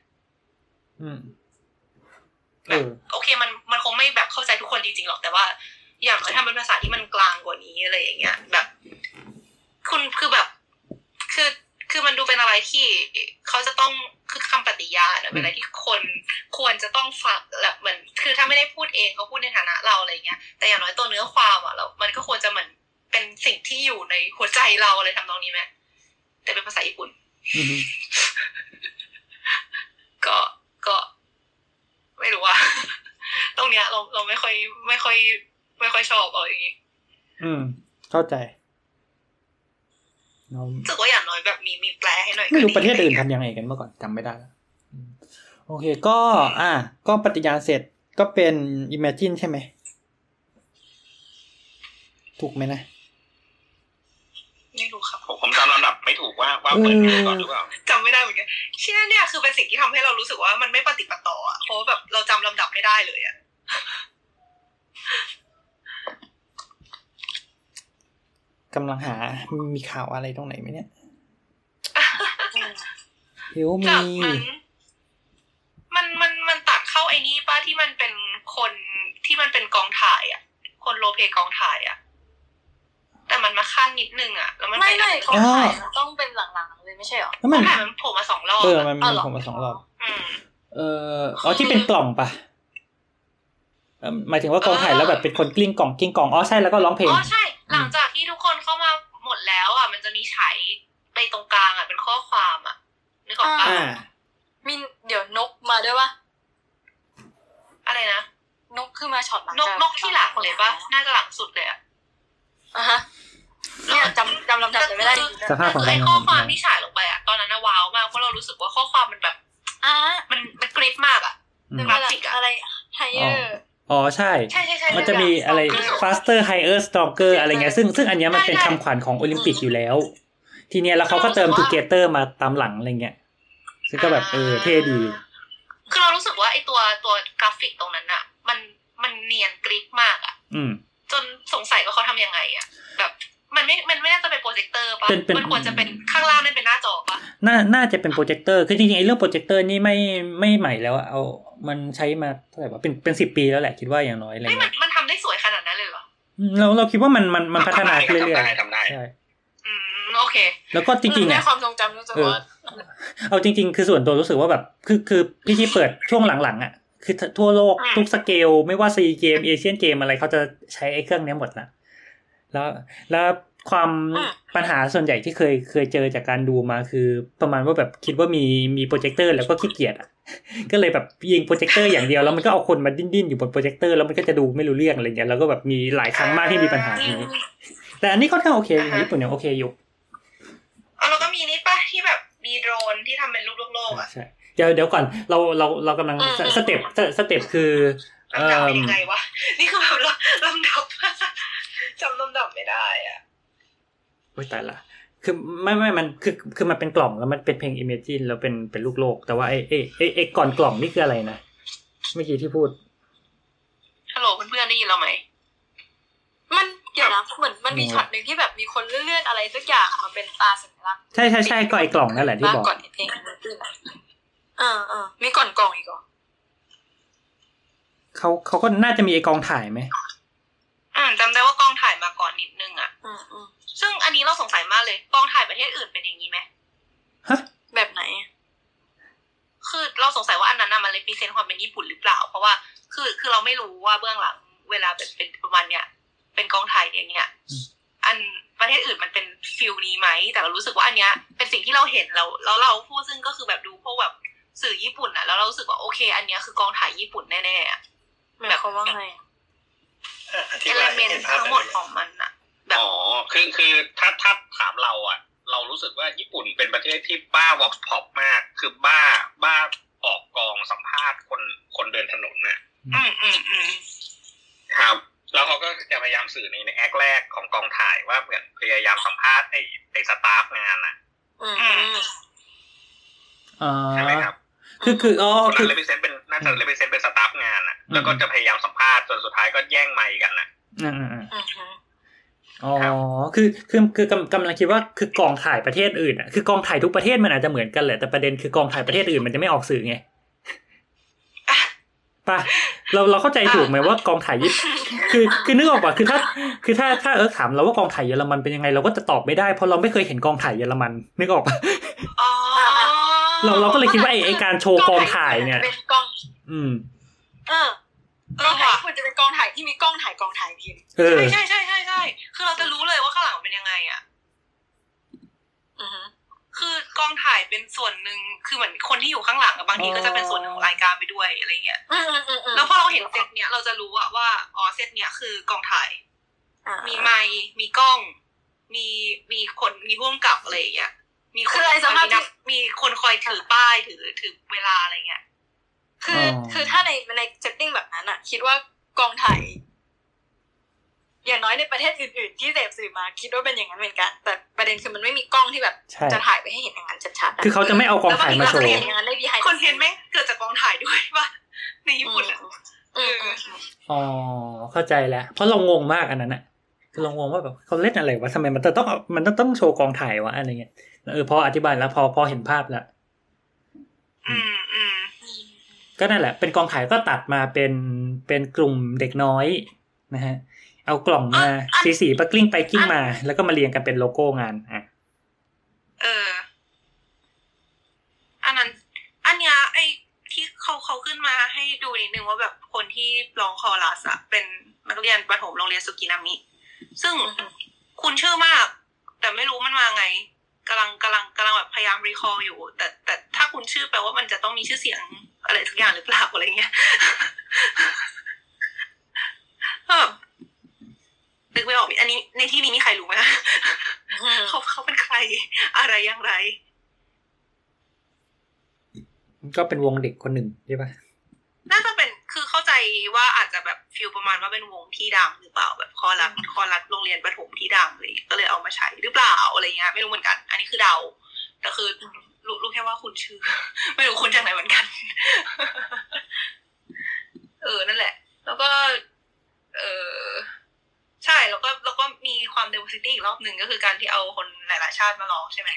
โอเคมันคงไม่แบบเข้าใจทุกคนจริงๆหรอกแต่ว่าอย่างน้อยทำเป็นภาษาที่มันกลางกว่านี้อะไรอย่างเงี้ยแบบคุณคือแบบคือมันดูเป็นอะไรที่เขาจะต้องคือคำปฏิญาณเป็นอะไรที่คนคควรจะต้องฟังแบบเหมือนคือถ้าไม่ได้พูดเองก็พูดในฐานะเราอะไรเงี้ยแต่อย่างน้อยตัวเนื้อความอ่ะเรามันก็ควรจะเหมือนเป็นสิ่งที่อยู่ในหัวใจเราอะไรทำนองนี้ไหมแต่เป็นภาษาญี่ปุ่นก็ไม่รู้ว่าตรงเนี้ยเราไม่ค่อยชอบเอาอย่างงี้เข้าใจรู้สึกว่าอย่างน้อยแบบมีแปลให้หน่อยไม่รู้ประเทศอื่นทำยังไงกันเมื่อก่อนจำไม่ได้แล้วโอเคก็ปฏิญาณเสร็จก็เป็น Imagine ใช่ไหมถูกไหมนะไม่รู้ครับผมจำลำดับไม่ถูกว่าเปิดก่อนหรือเปล่าจำไม่ได้เหมือนกันที่นั่นเนี่ยคือเป็นสิ่งที่ทำให้เรารู้สึกว่ามันไม่ปฏิปต่ออ่ะเพราะแบบเราจำลำดับไม่ได้เลยอ่ะกำลังหามีข่าวอะไรตรงไหนไหมเนี่ยเดี๋ยวมีมันตัดเข้าไอ้นี่ป้าที่มันเป็นคนที่มันเป็นกองถ่ายอ่ะคนโรลเพลย์กองถ่ายอ่ะแต่มันมาขั้นนิดนึงอ่ะแล้วมันไม่กองถ่ายมันต้องเป็นหลังๆเลยไม่ใช่หรอกองถ่ายมันโผล่มา2 รอบมันโผล่มา2 รอบที่เป็นกล่องปะหมายถึงว่ากองถ่ายแล้วแบบเป็นคนกลิ้งกล่องใช่แล้วก็ร้องเพลงใช่หลังจากที่ทุกคนเข้ามาหมดแล้วอ่ะมันจะมีฉายไปตรงกลางอ่ะเป็นข้อความอ่ะนึกออกปะมีเดี๋ยวนกมาด้วยปะอะไรนะนกคือมาช็อตหลังนกที่หลังเลยปะน่าจะหลังสุดเลยอ่ะฮะเนี่ยจำลำดับไม่ได้สภาพของไอ้ข้อความที่ฉายลงไปอ่ะตอนนั้นว้าวมากเพราะเรารู้สึกว่าข้อความมันแบบมันกริปมากอ่ะกราฟิกอะไรไฮเออร์ใช่มันจะมีอะไร faster higher stronger อะไรเงี้ยซึ่งอันเนี้ยมันเป็นคำขวัญของโอลิมปิกอยู่แล้วทีเนี้ยแล้วเขาก็เติม together มาตามหลังอะไรเงี้ยซึ่งก็แบบเท่ดีคือเรารู้สึกว่าไอ้ตัวกราฟิกตรงนั้นอ่ะมันเนียนกริปมากอ่ะจนสงสัยว่าเขาทำยังไงอ่ะแบบมันไม่น่าจะเป็นโปรเจคเตอร์ป่ะมันควรจะเป็นข้างล่างนั่นเป็นหน้าจอป่ะน่าจะเป็นโปรเจคเตอร์คือจริงๆไอ้เรื่องโปรเจคเตอร์นี่ไม่ใหม่แล้วเอามันใช้มาเท่าไหร่วะเป็น10 ปีแล้วแหละคิดว่าอย่างน้อยอะไรเงี้ยมันทำได้สวยขนาดนั้นเลยเหรอเราคิดว่ามันพัฒนาขึ้นเรื่อยๆทำได้ใช่โอเคแล้วก็จริงๆอ่ะความทรงจำรู้สึกว่าเอาจริงๆคือส่วนตัวรู้สึกว่าแบบคือพี่ที่เปิดช่วงหลังๆอ่ะคือทั่วโลกทุกสเกลไม่ว่าซีเกมเอเชียนเกมอะไรเขาจะใช้ไอ้เครื่องนี้หมดนะแล้วความปัญหาส่วนใหญ่ที่เคยเจอจากการดูมาคือประมาณว่าแบบคิดว่ามีโปรเจคเตอร์แล้วก็ขี้เกียจอ่ะก็เลยแบบยิงโปรเจคเตอร์อย่างเดียวแล้วมันก็เอาคนมาดิ้นอยู่บนโปรเจคเตอร์แล้วมันก็จะดูไม่รู้เรื่องอะไรเงี้ยแล้วก็แบบมีหลายครั้งมากที่มีปัญหานี้แต่อันนี้ค่อนข้างโอเคอยู่ญี่ปุ่นยังโอเคอยู่แล้วก็มีนี่ป่ะที่แบบมีโดรนที่ทำเป็นรูปโลกอ่ะใช่เดี๋ยวก่อนเรากำลังสเต็ปคือยังไงวะนี่คือแบบลำดับจำลำดับไม่ได้อ่ะโอ๊ยตายละคือไม่มันคือมันเป็นกล่องแล้วมันเป็นเพลง Imagine แล้วเป็นลูกโลกแต่ว่าไอ้ก่อนกล่องนี่คืออะไรนะเมื่อกี้ที่พูดฮัลโหลเพื่อนๆได้ยินเราไหมมันเดี๋ยวนะเหมือนมันมีช็อตนึงที่แบบมีคนเลื่อนๆอะไรสักอย่างมาเป็นตาสัญลักษณ์ใช่ๆๆก็ไอ้กล่องนั่นแหละที่บอกก่อนเพลงมีก่อนกล่องอีกเหรอเขาก็น่าจะมีไอ้กองถ่ายไหมจำได้ว่ากองถ่ายมาก่อนนิดนึงอ่ะซึ่งอันนี้เราสงสัยมากเลยกองถ่ายประเทศอื่นเป็นอย่างนี้ไหมฮะแบบไหนคือเราสงสัยว่าอันนั้นมันเลยพรีเซนต์ความเป็นญี่ปุ่นหรือเปล่าเพราะว่าคือเราไม่รู้ว่าเบื้องหลังเวลาเป็นประมาณเนี้ยเป็นกองถ่ายอย่างเงี้ยอันประเทศอื่นมันเป็นฟิลนี้ไหมแต่เรารู้สึกว่าอันเนี้ยเป็นสิ่งที่เราเห็นแล้วเราพูดซึ่งก็คือแบบดูพวกแบบสื่อญี่ปุ่นอ่ะแล้วเรารู้สึกว่าโอเคอันเนี้ยคือกองถ่ายญี่ปุ่นแน่ๆอ่ะแบบเขาว่าไงเอลเมนต์ทั้งหมดของมันอ่ะแบบคือถ้าถามเราอ่ะเรารู้สึกว่าญี่ปุ่นเป็นประเทศที่บ้าวอล์กพ็อปมากคือบ้าออกกองสัมภาษณ์คนเดินถนนน่ะครับแล้วเขาก็จะพยายามสื่อในแอคแรกของกองถ่ายว่าเหมือนพยายามสัมภาษณ์ไอ้สตาฟงานน่ะใช่ไหมครับคือคือเลเวลเซนเป็นน่าจะเลเวลเซนเป็นสตาฟงานน่ะแล้วก็จะพยายามสัมภาษณ์จนสุดท้ายก็แย่งไมค์กันน่ะคือกำลังคิดว่าคือกองถ่ายประเทศอื่นอ่ะคือกองถ่ายทุกประเทศมันอาจจะเหมือนกันแหละแต่ประเด็นคือกองถ่ายประเทศอื่นมันจะไม่ออกสื่อไงป่ะเราเข้าใจถูกไหมว่ากองถ่ายญี่ปุ่นคือนึกออกป่ะคือถ้าถามเราว่ากองถ่ายเยอรมันเป็นยังไงเราก็จะตอบไม่ได้เพราะเราไม่เคยเห็นกองถ่ายเยอรมันนึกออกป่ะเราก็เลยคิดว่าไอ้การโชว์กองถ่ายเนี่ยกองถ่ายควรจะเป็นกองถ่ายที่มีกล้องถ่ายทีนึงใช่คือเราจะรู้เลยว่าข้างหลังเป็นยังไงอ่ะคือกองถ่ายเป็นส่วนหนึ่งคือเหมือนคนที่อยู่ข้างหลังบางทีก็จะเป็นส่วนหนึ่งของรายการไปด้วยอะไรเงี้ยแล้วพอเราเห็นเซตเนี้ยเราจะรู้ว่าอ๋อเซตเนี้ยคือกองถ่ายมีไมค์มีกล้องมีคนมีผู้กำกับอะไรอย่างเงี้ยมีคนมีคนคอยถือป้ายถือเวลาอะไรเงี้ยคือถ้าในเซตติ้งแบบนั้นอ่ะคิดว่ากองถ่ายอย่างน้อยในประเทศอื่นๆที่เสพสื่อมาคิดว่าเป็นอย่างนั้นเหมือนกันแต่ประเด็นคือมันไม่มีกล้องที่แบบจะถ่ายไปให้เห็นอย่างนั้นชัดๆคือเขาจะไม่เอากองถ่ายมาโชว์คนเห็นแม่งเกิดจากกองถ่ายด้วยป่ะในญี่ปุ่นอ่ะอ๋อเข้าใจแล้วเพราะเรางงมากอันนั้นน่ะคือเรางงว่าแบบเขาเล่นอะไรวะทำไมมันต้องโชว์กองถ่ายวะอะไรเงี้ยพออธิบายแล้วพอเห็นภาพแล้วก็นั่นแหละเป็นกองถ่ายก็ตัดมาเป็นกลุ่มเด็กน้อยนะฮะเอากล่องมาสีๆปะกลิ้งไปกลิ้งมาแล้วก็มาเรียงกันเป็นโลโก้งานอันนั้นอันเนี้ยไอ้ที่เขาขึ้นมาให้ดูนิดนึงว่าแบบคนที่ร้องคอรัสอะเป็นนักเรียนประถมโรงเรียนสุกินามิซึ่งคุณชื่อมากแต่ไม่รู้มันมาไงกำลังแบบพยายามรีคอลอยู่แต่ถ้าคุณชื่อแปลว่ามันจะต้องมีชื่อเสียงอะไรสักอย่างหรือเปล่าอะไรเงี้ยนึกไม่ออกอันนี้ในที่นี้มีใครรู้ไหมเขาเป็นใครอะไรอย่างไรก็เป็นวงเด็กคนหนึ่งใช่ปะน่าจะเป็นคือเข้าใจว่าอาจจะแบบฟีลประมาณว่าเป็นวงที่ดังหรือเปล่าแบบคอรัสโรงเรียนประถมที่ดังเลยก็เลยเอามาใช้หรือเปล่าอะไรเงี้ยไม่รู้เหมือนกันอันนี้คือเดาแต่คือรู้แค่ว่าคุณชื่อไม่รู้คุณจากไหนเหมือนกันนั่นแหละแล้วก็ใช่แล้วก็มีความ diversity อีกรอบหนึ่งก็คือการที่เอาคนหลายๆชาติมาร้องใช่ไหม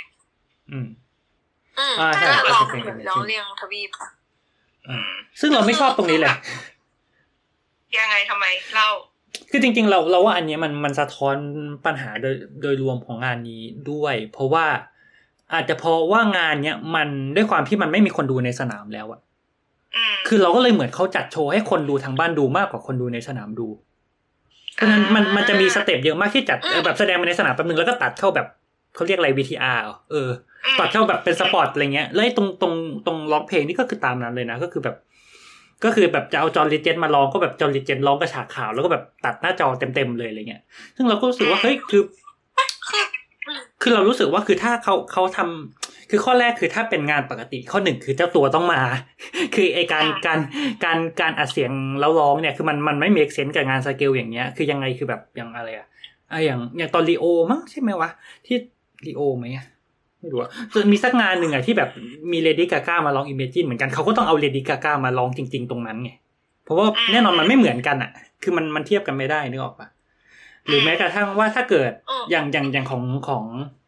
ใช่ร้องเรียงทวีปค่ะซึ่งเราไม่ชอบตรงนี้เลยยังไงทำไมเล่าคือจริงๆเราว่าอันนี้มันสะท้อนปัญหาโดยรวมของงานนี้ด้วยเพราะว่าอาจจะเพราะว่างานเนี้ยมันด้วยความที่มันไม่มีคนดูในสนามแล้วอะคือเราก็เลยเหมือนเขาจัดโชว์ให้คนดูทางบ้านดูมากกว่าคนดูในสนามดูเพราะฉะนั้นมันจะมีสเต็ปเยอะมากที่จัดแบบแสดงมาในสนามแป๊บนึงแล้วก็ตัดเข้าแบบเขาเรียกอะไร VTR ตัดเข้าแบบเป็นสปอตอะไรเงี้ยแล้วตรงร้องเพลงนี่ก็คือตามนั้นเลยนะก็คือแบบจะเอาจอห์นลีเจนมาร้องก็แบบจอห์นลีเจนร้องกระฉากข่าวแล้วก็แบบตัดหน้าจอเต็มๆเลยอะไรเงี้ยซึ่งเราก็รู้สึกว่าเฮ้ยคือเรารู้สึกว่าคือถ้าเขาทำคือข้อแรกคือถ้าเป็นงานปกติข้อหนึ่งคือเจ้าตัวต้องมาคือไอการอัดเสียงแล้วร้องเนี่ยคือมันไม่เมคเซนส์กับงานสเกลอย่างเงี้ยคือยังไงคือแบบอย่างอะไรอะอย่างตอนลีโอมั้งใช่ไหมวะที่ลีโอไหมไม่รู้จะมีสักงานหนึ่งอะที่แบบมีเลดี้กาก้ามาร้อง Imagine เหมือนกันเขาก็ต้องเอาเลดี้กาก้ามาร้องจริงๆตรงนั้นไงเพราะว่าแน่นอนมันไม่เหมือนกันอะคือมันเทียบกันไม่ได้นึกออกปะหรือแม้กระทั่งว่าถ้าเกิดอย่างของ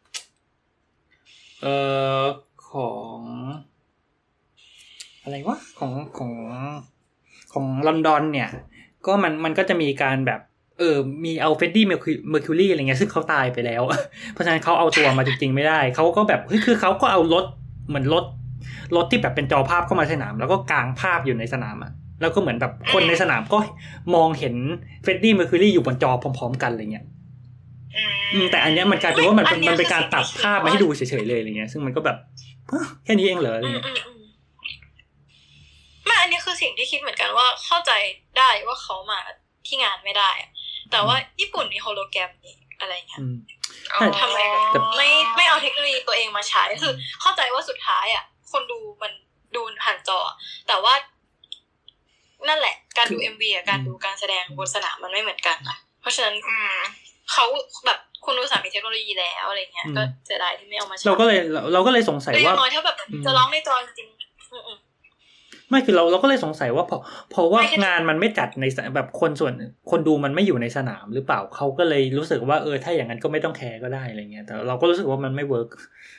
อะไรวะของลอนดอนเนี่ยก็มันก็จะมีการแบบมีเอาเฟดดี้เมอร์คิวรีอะไรเงี้ยซึ่งเขาตายไปแล้วเพราะฉะนั้นเขาเอาตัวมาจริงๆไม่ได้เขาก็แบบเฮ้ยคือเขาก็เอารถเหมือนรถที่แบบเป็นจอภาพเข้ามาสนามแล้วก็กางภาพอยู่ในสนามอ่ะแล้วก็เหมือนแบบคนในสนามก็มองเห็นเฟดดี้เมอร์คิวรีอยู่บนจอพร้อมๆกันอะไรเงี้ยแต่อันเนี้ยมันกลายเป็นว่ามันเป็นการตัดภาพมาให้ดูเฉยๆเลยอะไรเงี้ยซึ่งมันก็แบบแค่นี้เองเหรออะไรเงี้ยไม่อันนี้คือสิ่งที่คิดเหมือนกันว่าเข้าใจได้ว่าเขามาที่งานไม่ได้แต่ว่าญี่ปุ่นมีโฮโลแกรมนี่อะไรเงี้ยทำไมไม่เอาเทคโนโลยีตัวเองมาใช้คือเข้าใจว่าสุดท้ายคนดูมันดูผ่านจอแต่ว่านั่นแหละการดู MV การดูการแสดงบนสนามมันไม่เหมือนกันนะเพราะฉะนั้นเขาแบบคุณรู้สามีเทคโนโลยีแล้วอะไรเงี้ยก็เสียดายที่ไม่เอามาใช้เราก็เลยสงสัยว่าน้อยถ้าแบบจะร้องในจอจริงไม่คือเราก็เลยสงสัยว่าเพราะว่างานมันไม่จัดในแบบคนดูมันไม่อยู่ในสนามหรือเปล่าเขาก็เลยรู้สึกว่าถ้าอย่างนั้นก็ไม่ต้องแคร์ก็ได้อะไรเงี้ยแต่เราก็รู้สึกว่ามันไม่เวิร์ก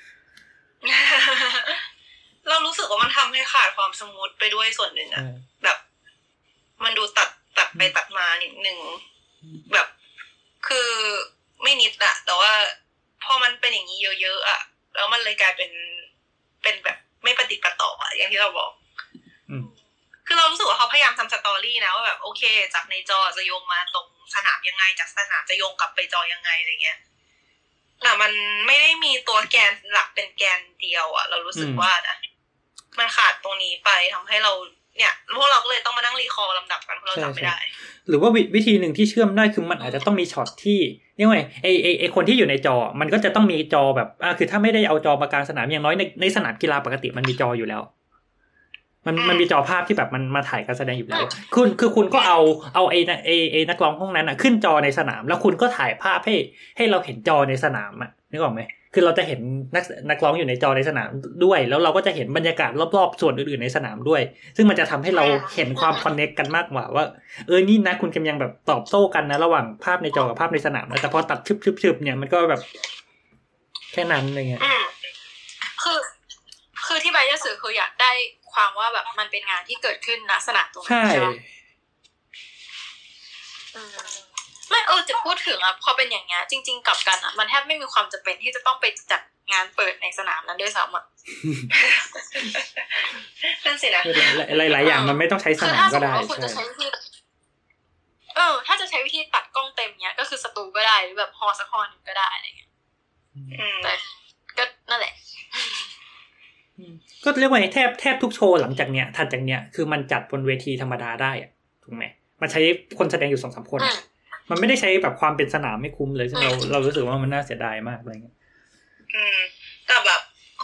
เรารู้สึกว่ามันทำให้ขาดความสมูทไปด้วยส่วนหนึ่งแบบมันดูตัดไปตัดมานิดนึงแบบคือไม่นิดอะแต่ว่าพอมันเป็นอย่างนี้เยอะๆอะแล้วมันเลยกลายเป็นแบบไม่ปฏิปต่ออย่างที่เราบอกคือเรารู้สึกว่าเขาพยายามทำสตอรี่นะว่าแบบโอเคจากในจอจะโยงมาตรงสนามยังไงจากสนามจะโยงกลับไปจอยังไงอะไรเงี้ยแต่มันไม่ได้มีตัวแกนหลักเป็นแกนเดียวอ่ะเรารู้สึกว่านะมันขาดตรงนี้ไปทำให้เราเนี่ยพวกเราก็เลยต้องมานั่งรีคอลลำดับกันเพราะเราจำไม่ได้หรือว่าวิธีหนึ่งที่เชื่อมได้คือมันอาจจะต้องมีช็อตที่เรียกว่าไอคนที่อยู่ในจอมันก็จะต้องมีจอแบบคือถ้าไม่ได้เอาจอมากลางสนามอย่างน้อยในสนามกีฬาปกติมันมีจออยู่แล้วมันมีจอภาพที่แบบมันมาถ่ายการแสดงอยู่แล้วคุณก็เอาไอ้นักร้องพวกนั้นน่ะขึ้นจอในสนามแล้วคุณก็ถ่ายภาพให้เราเห็นจอในสนามอ่ะนึกออกไหมคือเราจะเห็นนักร้องอยู่ในจอในสนามด้วยแล้วเราก็จะเห็นบรรยากาศรอบๆส่วนอื่นๆในสนามด้วยซึ่งมันจะทำให้เราเห็นความคอนเนคกันมากกว่านี่นะคุณกำลังแบบตอบโต้กันนะระหว่างภาพในจอกับภาพในสนามนะแต่พอตัดชึบๆเนี่ยมันก็แบบแค่นั้นอะไรเงี้ยคือที่ใบจะสื่อคืออยากได้ความว่าแบบมันเป็นงานที่เกิดขึ้นณสนามตรงนั้นใช่ไหมไม่จะพูดถึงพอเป็นอย่างเงี้ยจริงๆกับกันมันแทบไม่มีความจำเป็นที่จะต้องไปจัดงานเปิดในสนามนั้นด้วยซ้ำนั่นสินะหลายๆอย่างมันไม่ต้องใช้สนามก็ได้ใช่ถ้าจะใช้วิธีตัดกล้องเต็มเนี้ยก็คือสตูก็ได้หรือแบบฮอลสักฮอลนึงก็ได้อะไรเงี้ยแต่ก็นั่นแหละก็เรียกว่าแทบทุกโชว์หลังจากเนี้ยถัดจากเนี้ยคือมันจัดบนเวทีธรรมดาได้อ่ะถูกไหมมันใช้คนแสดงอยู่ 2-3 คนมันไม่ได้ใช้แบบความเป็นสนามไม่คุ้มเลยซึ่งเรารู้สึกว่ามันน่าเสียดายมากอะไรเงี้ยแต่แบบ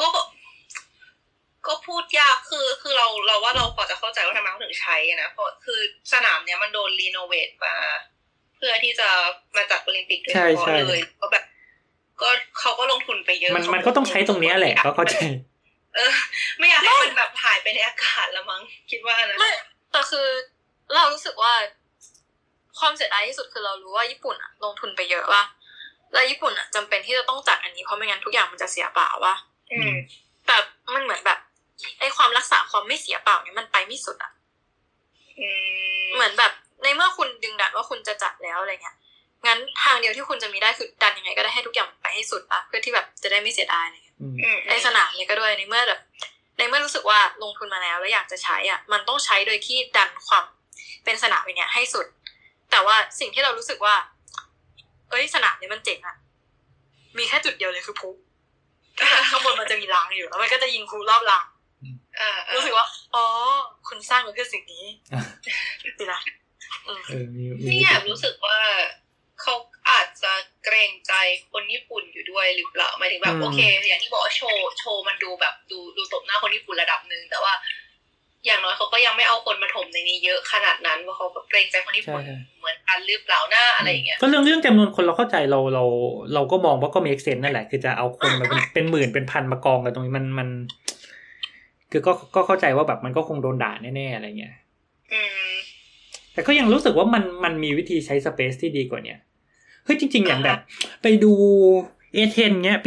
ก็พูดยากคือเราว่าเราพอจะเข้าใจว่าทำไมเขาถึงใช้นะเพราะคือสนามเนี้ยมันโดนรีโนเวทมาเพื่อที่จะมาจัดโอลิมปิกโดยเฉพาะเลยก็แบบก็เขาก็ลงทุนไปเยอะมันก็ต้องใช้ตรงนี้แหละก็เข้าใจไม่อยากให้มันแบบหายไปในอากาศละมั้งคิดว่านะไม่แต่คือเรารู้สึกว่าความเสียดายที่สุดคือเรารู้ว่าญี่ปุ่นลงทุนไปเยอะว่ะแล้วญี่ปุ่นจำเป็นที่จะต้องจัดอันนี้เพราะไม่งั้นทุกอย่างมันจะเสียเปล่าว่ะแต่มันเหมือนแบบไอ้ความรักษาความไม่เสียเปล่าเนี่ยมันไปไม่สุดเหมือนแบบในเมื่อคุณดึงดันว่าคุณจะจัดแล้วอะไรเงี้ยงั้นทางเดียวที่คุณจะมีได้คือดันยังไงก็ได้ให้ทุกอย่างมันไปให้สุดป่ะเพื่อที่แบบจะได้ไม่เสียดายอะไรเงี้ยในสนามเนี่ยก็ด้วยในเมื่อรู้สึกว่าลงทุนมาแล้วอยากจะใช้มันต้องใช้โดยที่ดันความเป็นสนามเนี่ยให้สุดแต่ว่าสิ่งที่เรารู้สึกว่าสนามเนี่ยมันเจ๋งมีแค่จุดเดียวเลยคือพุข้างบนมันจะมีรางอยู่แล้วมันก็จะยิงพุรอบรางรู้สึกว่าคุณสร้างมาเพื่อสิ่งนี้สินะนี่แอบรู้สึกว่าเขาอาจจะเกรงใจคนญี่ปุ่นอยู่ด้วยหรือเปล่าหมายถึงแบบโอเคอย่างที่บอกว่าโชว์มันดูแบบดูตบหน้าคนญี่ปุ่นระดับนึงแต่ว่าอย่างน้อยเขาก็ยังไม่เอาคนมาถมในนี้เยอะขนาดนั้นว่าเขาเกรงใจคนญี่ปุ่นเหมือนกันหรือเปล่าหน้าอะไรอย่างเงี้ยก็เรื่องจำนวนคนเราเข้าใจเราก็มองว่าก็เมคเซนส์นั่นแหละคือจะเอาคนมาเป็นหมื่นเป็นพันมากองกันตรงนี้มันคือก็เข้าใจว่าแบบมันก็คงโดนด่าแน่ๆอะไรเงี้ยแต่ก็ยังรู้สึกว่ามันมีวิธีใช้สเปซที่ดีกว่านี้เฮ้ยจริงๆอย่างแบบไปดูA10เงี้ยปี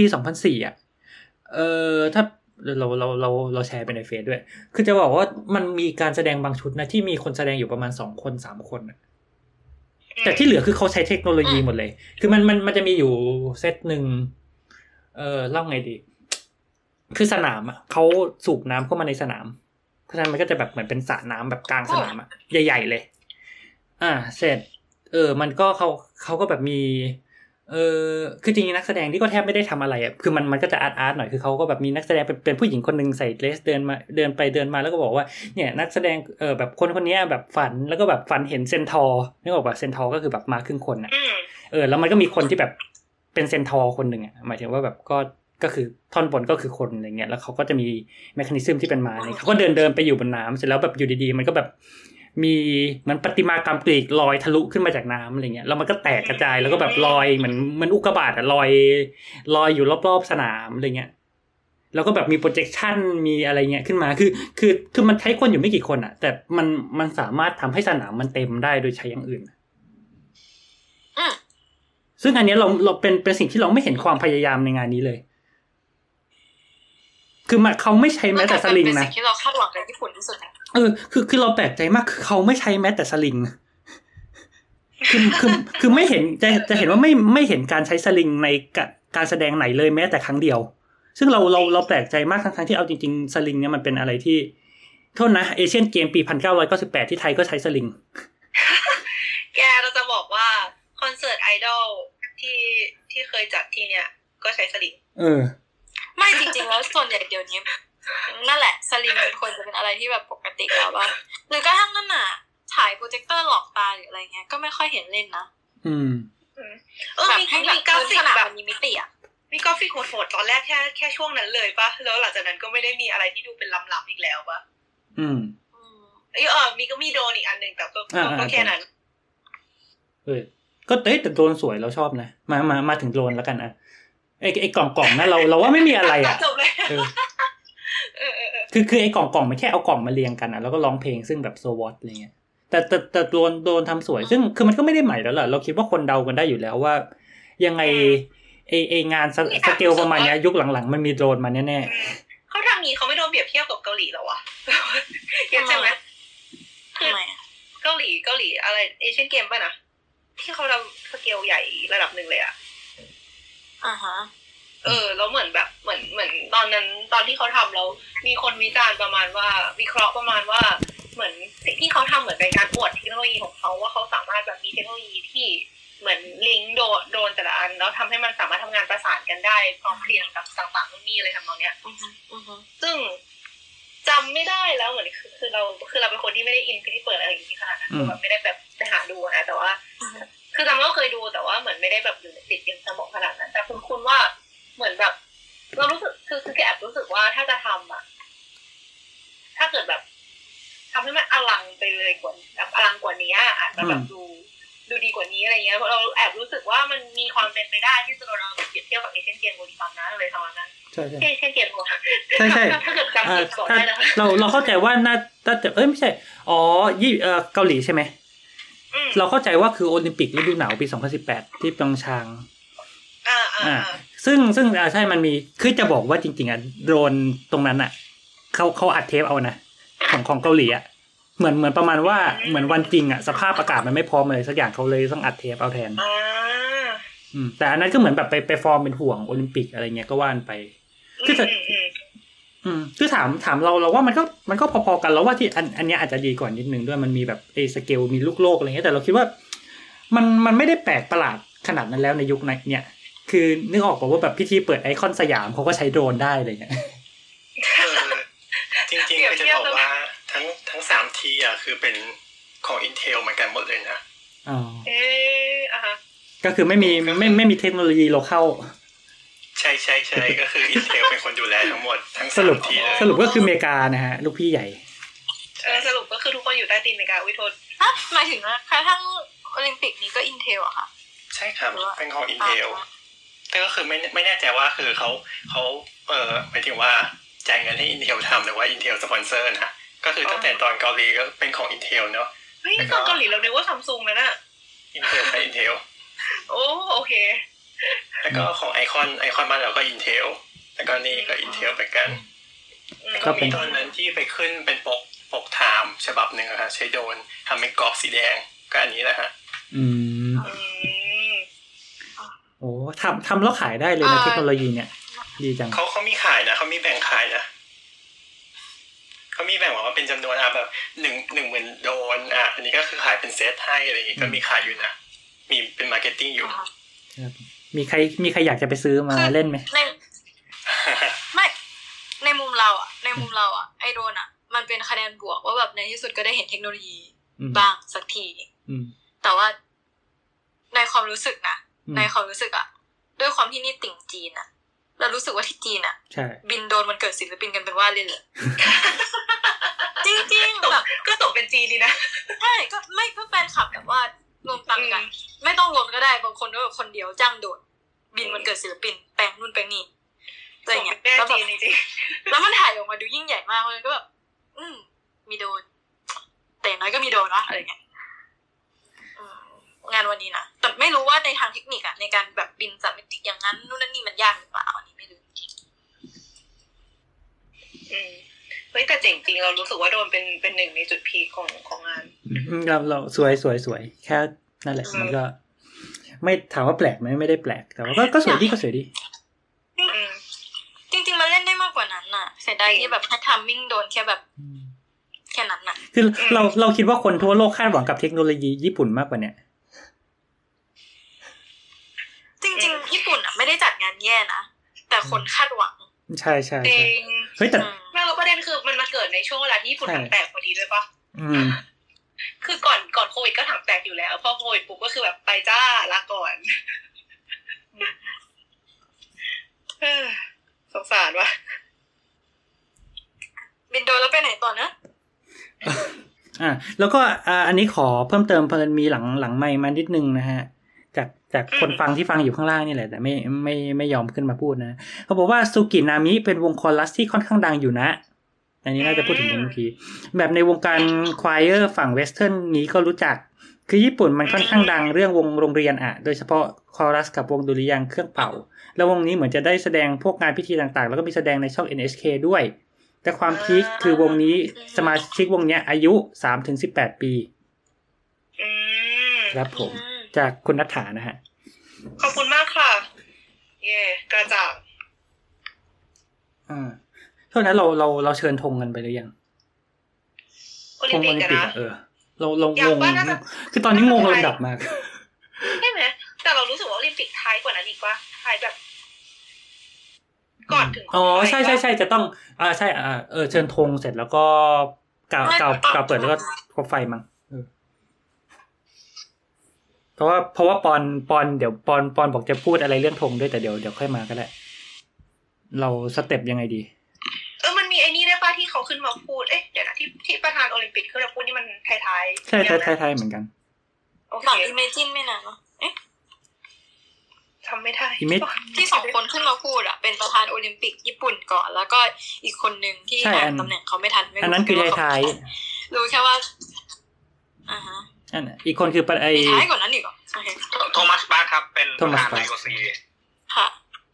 2004ถ้าเราแชร์ไปในเฟซด้วยคือจะบอกว่ามันมีการแสดงบางชุดนะที่มีคนแสดงอยู่ประมาณ2คน3คนแต่ที่เหลือคือเขาใช้เทคโนโลยีหมดเลยคือมันจะมีอยู่เซตนึงเล่าไงดีคือสนามเขาสูบน้ำเข้ามาในสนามเพราะฉะนั้นมันก็จะแบบเหมือนเป็นสระน้ำแบบกลางสนามใหญ่ๆเลยเสร็จมันก็เขาก็แบบมีคือจริงๆนักแสดงที่ก็แทบไม่ได้ทำอะไรคือมันก็จะอาร์ตหน่อยคือเขาก็แบบมีนักแสดงเป็นผู้หญิงคนนึงใส่เดรสเดินไปเดินมาแล้วก็บอกว่าเนี่ยนักแสดงแบบคนนี้แบบฝันแล้วก็แบบฝันเห็นเซนทอร์นึกออกป่ะเซนทอร์ก็คือแบบมาครึ่งคนแล้วมันก็มีคนที่แบบเป็นเซนทอร์คนนึงหมายถึงว่าแบบก็คือท่อนบนก็คือคนอะไรเงี้ยแล้วเขาก็จะมีเมคานิซึมที่เป็นม้าเนี่ยเขาก็เดินไปอยู่บนน้ำเสร็จแล้วแบบอยู่ดีๆมันก็แบบมีเหมือนประติมากรรมกรีกลอยทะลุขึ้นมาจากน้ำอะไรเงี้ยแล้วมันก็แตกกระจายแล้วก็แบบลอยเหมือนอุกกาบาตลอยอยู่รอบๆสนามอะไรเงี้ยแล้วก็แบบมีโปรเจคชั่นมีอะไรเงี้ยขึ้นมาคือมันใช้คนอยู่ไม่กี่คนแต่มันสามารถทำให้สนามมันเต็มได้โดยใช้อย่างอื่นซึ่งอันนี้เราเป็นสิ่งที่เราไม่เห็นความพยายามในงานนี้เลยคือเขาไม่ใช้แม้แต่สลิงนะเป็นสิ่งที่เราคาดหวังในญี่ปุ่นที่สุดนะคือเราแปลกใจมากคือเขาไม่ใช้แม้แต่สลิงคือไม่เห็นจะเห็นว่าไม่เห็นการใช้สลิงในการแสดงไหนเลยแม้แต่ครั้งเดียวซึ่งเราแปลกใจมากทั้งที่เอาจริงๆสลิงเนี่ยมันเป็นอะไรที่โทษนะเอเชียนเกมปี1998ที่ไทยก็ใช้สลิงแกเราจะบอกว่าคอนเสิร์ตไอดอลที่เคยจัดที่เนี้ยก็ใช้สลิงไม่จริงๆแล้วส่วนใหญ่เดี๋ยวนี้นั่นแหละสลิงมันควรจะเป็นอะไรที่แบบปกติแล้วป่ะหรือกระทั่งนั่นน่ะฉายโปรเจคเตอร์หลอกตาหรืออะไรเงี้ยก็ไม่ค่อยเห็นเล่นนะมีกราฟิกแบบมีมิติอ่ะมีกราฟิกโหดๆตอนแรกแค่ช่วงนั้นเลยป่ะแล้วหลังจากนั้นก็ไม่ได้มีอะไรที่ดูเป็นล้ำๆอีกแล้วป่ะมีโดรนอีกอันนึงแต่ก็แค่นั้นก็แต่โดรนสวยเราชอบนะมาถึงโดรนแล้วกันอ่ะไอ้กล่องนะเราว่าไม่มีอะไรอ่ะคือไอ้กล่องมันแค่เอากล่องมาเรียงกันอ่ะแล้วก็ร้องเพลงซึ่งแบบโซวอตอะไรเงี้ยแต่โดนทำสวยซึ่งคือมันก็ไม่ได้ใหม่แล้วล่ะเราคิดว่าคนเดากันได้อยู่แล้วว่ายังไงไองานสเกลประมาณนี้ยุคหลังๆมันมีโดรนมาแน่ๆเขาทำงี้เขาไม่โดนเปรียบเทียบกับเกาหลีหรอวะใช่ไหมคือเกาหลีอะไรเอเชียนเกมป่ะนะที่เขาทำสเกลใหญ่ระดับหนึ่งเลยอ่ะแล้วเหมือนแบบเหมือนตอนนั้นตอนที่เขาทำแล้วมีคนวิจารณ์ประมาณว่าวิเคราะห์ประมาณว่าเหมือนสิ่งที่เขาทำเหมือนเป็นการอวดเทคโนโลยีของเขาว่าเขาสามารถแบบมีเทคโนโลยีที่เหมือนลิงก์โดนแต่ละอันแล้วทำให้มันสามารถทำงานประสานกันได้พร้อมเพรียงกับต่างๆนู่นนี่อะไรทำนองเนี้ยซึ่งจำไม่ได้แล้วเหมือนคือเราเป็นคนที่ไม่ได้อินที่เปิดอะไรอย่างนี้ขนาดนั้นแบบไม่ได้แบบไปหาดูนะแต่ว่าคือจำก็เคยดูแต่ว่าเหมือนไม่ได้แบบอยู่ในติดยังสมองขนาดนั้นแต่คุณว่าเหมือนแบบเรารู้สึกคือแอบรู้สึกว่าถ้าจะทำอ่ะถ้าเกิดแบบทำให้มันอลังไปเลยกว่าแบบอลังกว่านี้อาจจะแบบดูดีกว่านี้อะไรเงี้ยเพราะเราแอบรู้สึกว่ามันมีความเป็นไปได้ที่จะโดนเราเปรียบเทียบกับเอเชียนเกมโบลิฟัมนะเลยประมาณนั้นใช่เอเชียนเกมใช่ถ้าเกิดจำผิดก่อนได้นะเราเข้าใจว่าน่าจะไม่ใช่เกาหลีใช่ไหมเราเข้าใจว่าคือโอลิมปิกฤดูหนาวปี2018ที่ปยองชางซึ่งใช่มันมีคือจะบอกว่าจริงๆอ่ะโดรนตรงนั้นอ่ะเขาอัดเทปเอานะของเกาหลีอ่ะเหมือนประมาณว่าเหมือนวันจริงอ่ะสภาพอากาศมันไม่พร้อมเลยสักอย่างเขาเลยต้องอัดเทปเอาแทนแต่อันนั้นก็เหมือนแบบไปฟอร์มเป็นห่วงโอลิมปิกอะไรเงี้ยก็ว่านไปคือถามเราว่ามันก็พอๆกันแล้วว่าที่อันนี้อาจจะดีกว่านิดนึงด้วยมันมีแบบสเกลมีลูกโลกอะไรเงี้ยแต่เราคิดว่ามันไม่ได้แปลกประหลาดขนาดนั้นแล้วในยุคนั้นเนี่ยคือนึกออกป่ะว่าแบบพิธีเปิดไอคอนสยามเขาก็ใช้โดรนได้อะไรเงี้ยจริงๆก็จะบอกว่าทั้ง3ทีอ่ะคือเป็นของ Intel เหมือนกันหมดเลยนะก็คือไม่มีเทคโนโลยีโลคอลใช่ก็คือ Intel เป็นคนดูแลทั้งหมดทั้ง3ทีสรุปก็คืออเมริกานะฮะลูกพี่ใหญ่สรุปก็คือทุกคนอยู่ใต้ตีนอเมริกาวิโทษหมายถึงว่ากระทั่งโอลิมปิกนี้ก็ Intel อ่ะค่ะใช่ครับเป็นของ Intel แต่ก็คือไม่แน่ใจว่าคือเขาหมายถึงว่าจ่ายเงินให้ Intel ทำหรือว่า Intel สปอนเซอร์นะก็คือตั้งแต่ตอนเกาหลีก็เป็นของ Intel เนาะเฮ้ยตอนเกาหลีเราคิดว่า Samsung นะน่ะ Intel ใช้ Intel โอเคแล้วก็ของไอคอนบ้านเราก็ Intel แล้วก็นี่ก็ Intel เหมือนกันก็มีตอนนั้นที่ไปขึ้นเป็นปกไทม์ฉบับนึงอะฮะใช้โดรนทำเป็นกรอบสีแดงก็อันนี้แหละฮะโอ้ทำแล้วขายได้เลยนะเทคโนโลยีเนี่ยดีจังเขามีขายนะเขามีแบ่งขายนะเขามีแบ่งว่าเป็นจำนวนแบบ10,000โดนอันนี้ก็คือขายเป็นเซตให้อะไรอย่างงี้ก็มีขายอยู่นะมีเป็นมาร์เก็ตติ้งอยู่มีใครอยากจะไปซื้อมาเล่นไหมไม่ในมุมเราอ่ะไอโดนอ่ะมันเป็นคะแนนบวกว่าแบบในที่สุดก็ได้เห็นเทคโนโลยีบ้างสักทีแต่ว่าในความรู้สึกนะในความรู้สึกอ่ะด้วยความที่นี่ติ่งจีนอ่ะเรารู้สึกว่าที่จีนอ่ะบินโดนวันเกิดศิลปินกันเป็นว่าเล่นเลยจริงๆแบบก็ตกเป็นจีนดีนะใช่ก็ไม่ก็แฟนคลับแบบว่ารวมตังกันไม่ต้องรวมก็ได้บางคนก็แบบคนเดียวจ้างโดดบินวันเกิดศิลปินแปลงนู่นแปลงนี่อะไรเงี้ยแล้วแบบแล้วมันถ่ายออกมาดูยิ่งใหญ่มากเลยก็แบบมีโดนแต่น้อยก็มีโดนวะอะไรเงี้ยงานวันนี้นะแต่ไม่รู้ว่าในทางเทคนิคอะในการแบบบินสามมิติอย่างนั้นนู่นนั่นนี่มันยากหรือเปล่าอันนี้ไม่รู้จริงเฮ้ยแต่จริงๆเรารู้สึกว่าโดนเป็นหนึ่งในจุดพีคของงานเราสวยแค่นั่นแหละมันก็ไม่ถามว่าแปลกไหมไม่ได้แปลกแต่ว่าก็สวยดีจริงๆมันเล่นได้มากกว่านั้นน่ะเสียดายที่แบบให้ทัมมิ่งโดนแค่แบบค่นั้นน่ะคือเราคิดว่าคนทั่วโลกคาดหวังกับเทคโนโลยีญี่ปุ่นมากกว่าเนี่ยจริงๆญี่ปุ่นอ่ะไม่ได้จัดงานแย่นะแต่คนคาดหวังใช่ๆๆเฮ้ยแต่แล้วประเด็นคือมันมาเกิดในช่วงเวลาที่ญี่ปุ่นถังแตกพอดีด้วยป่ะคือก่อนโควิดก็ถังแตกอยู่แล้วพอโควิดปุ๊บก็คือแบบไปจ้าลาก่อนสงสารว่ะบินโดแล้วไปไหนต่อนะแล้วก็อันนี้ขอเพิ่มเติมเพิ่นมีหลังไมค์มานิดนึงนะฮะจากคนฟังที่ฟังอยู่ข้างล่างนี่แหละแต่ไม่ยอมขึ้นมาพูดนะเขาบอกว่าซูกินามิเป็นวงคอรัสที่ค่อนข้างดังอยู่นะอันนี้น่าจะพูดถึงเมื่อกี้แบบในวงการควายเออร์ฝั่งเวสเทิร์นนี้ก็รู้จักคือญี่ปุ่นมันค่อนข้างดังเรื่องวงโรงเรียนโดยเฉพาะคอรัสกับวงดุริยางค์เครื่องเป่าแล้ววงนี้เหมือนจะได้แสดงพวกงานพิธีต่างๆแล้วก็มีแสดงในช่อง NHK ด้วยแต่ความพีคคือวงนี้สมาชิกวงเนี้ยอายุ 3-18 ปีครับผมจากคุณณัฐฐานะฮะขอบคุณมากค่ะเย่กระจ่างเท่านั้นเราเชิญธงกันไปหรือยังธงโอลิมปิกเรางงคือตอนนี้งงลำดับมากใช่ไหมแต่เรารู้สึกว่าโอลิมปิกท้ายกว่านั้นอีกว่าท้ายแบบก่อนถึงใช่ๆๆจะต้องใช่เชิญธงเสร็จแล้วก็กล่าวเปิดแล้วก็คบไฟมั้งเพราะว่าปอนเดี๋ยวปอนบอกจะพูดอะไรเรื่องธงด้วยแต่เดี๋ยวค่อยมาก็ได้เราสเต็ปยังไงดีมันมีไอ้นี่ได้ป่ะที่เขาขึ้นมาพูดเดี๋ยวนะที่ประธานโอลิมปิกขึ้นมาพูดนี่มันท้ายๆใช่ท้ายๆเหมือนกันโอเคหลัง Imagine ไม่นานเนาะทำไม่ได้ที่2คนขึ้นมาพูดเป็นประธานโอลิมปิกญี่ปุ่นก่อนแล้วก็อีกคนนึงที่ตำแหน่งเขาไม่ทันไม่รู้อันนั้นคือท้ายรู้แค่ว่าอีกคนคือท้ายกว่านั้นอีกเหรอโอเคโทมัสบาร์ครับเป็นประธาน IOC ค่ะ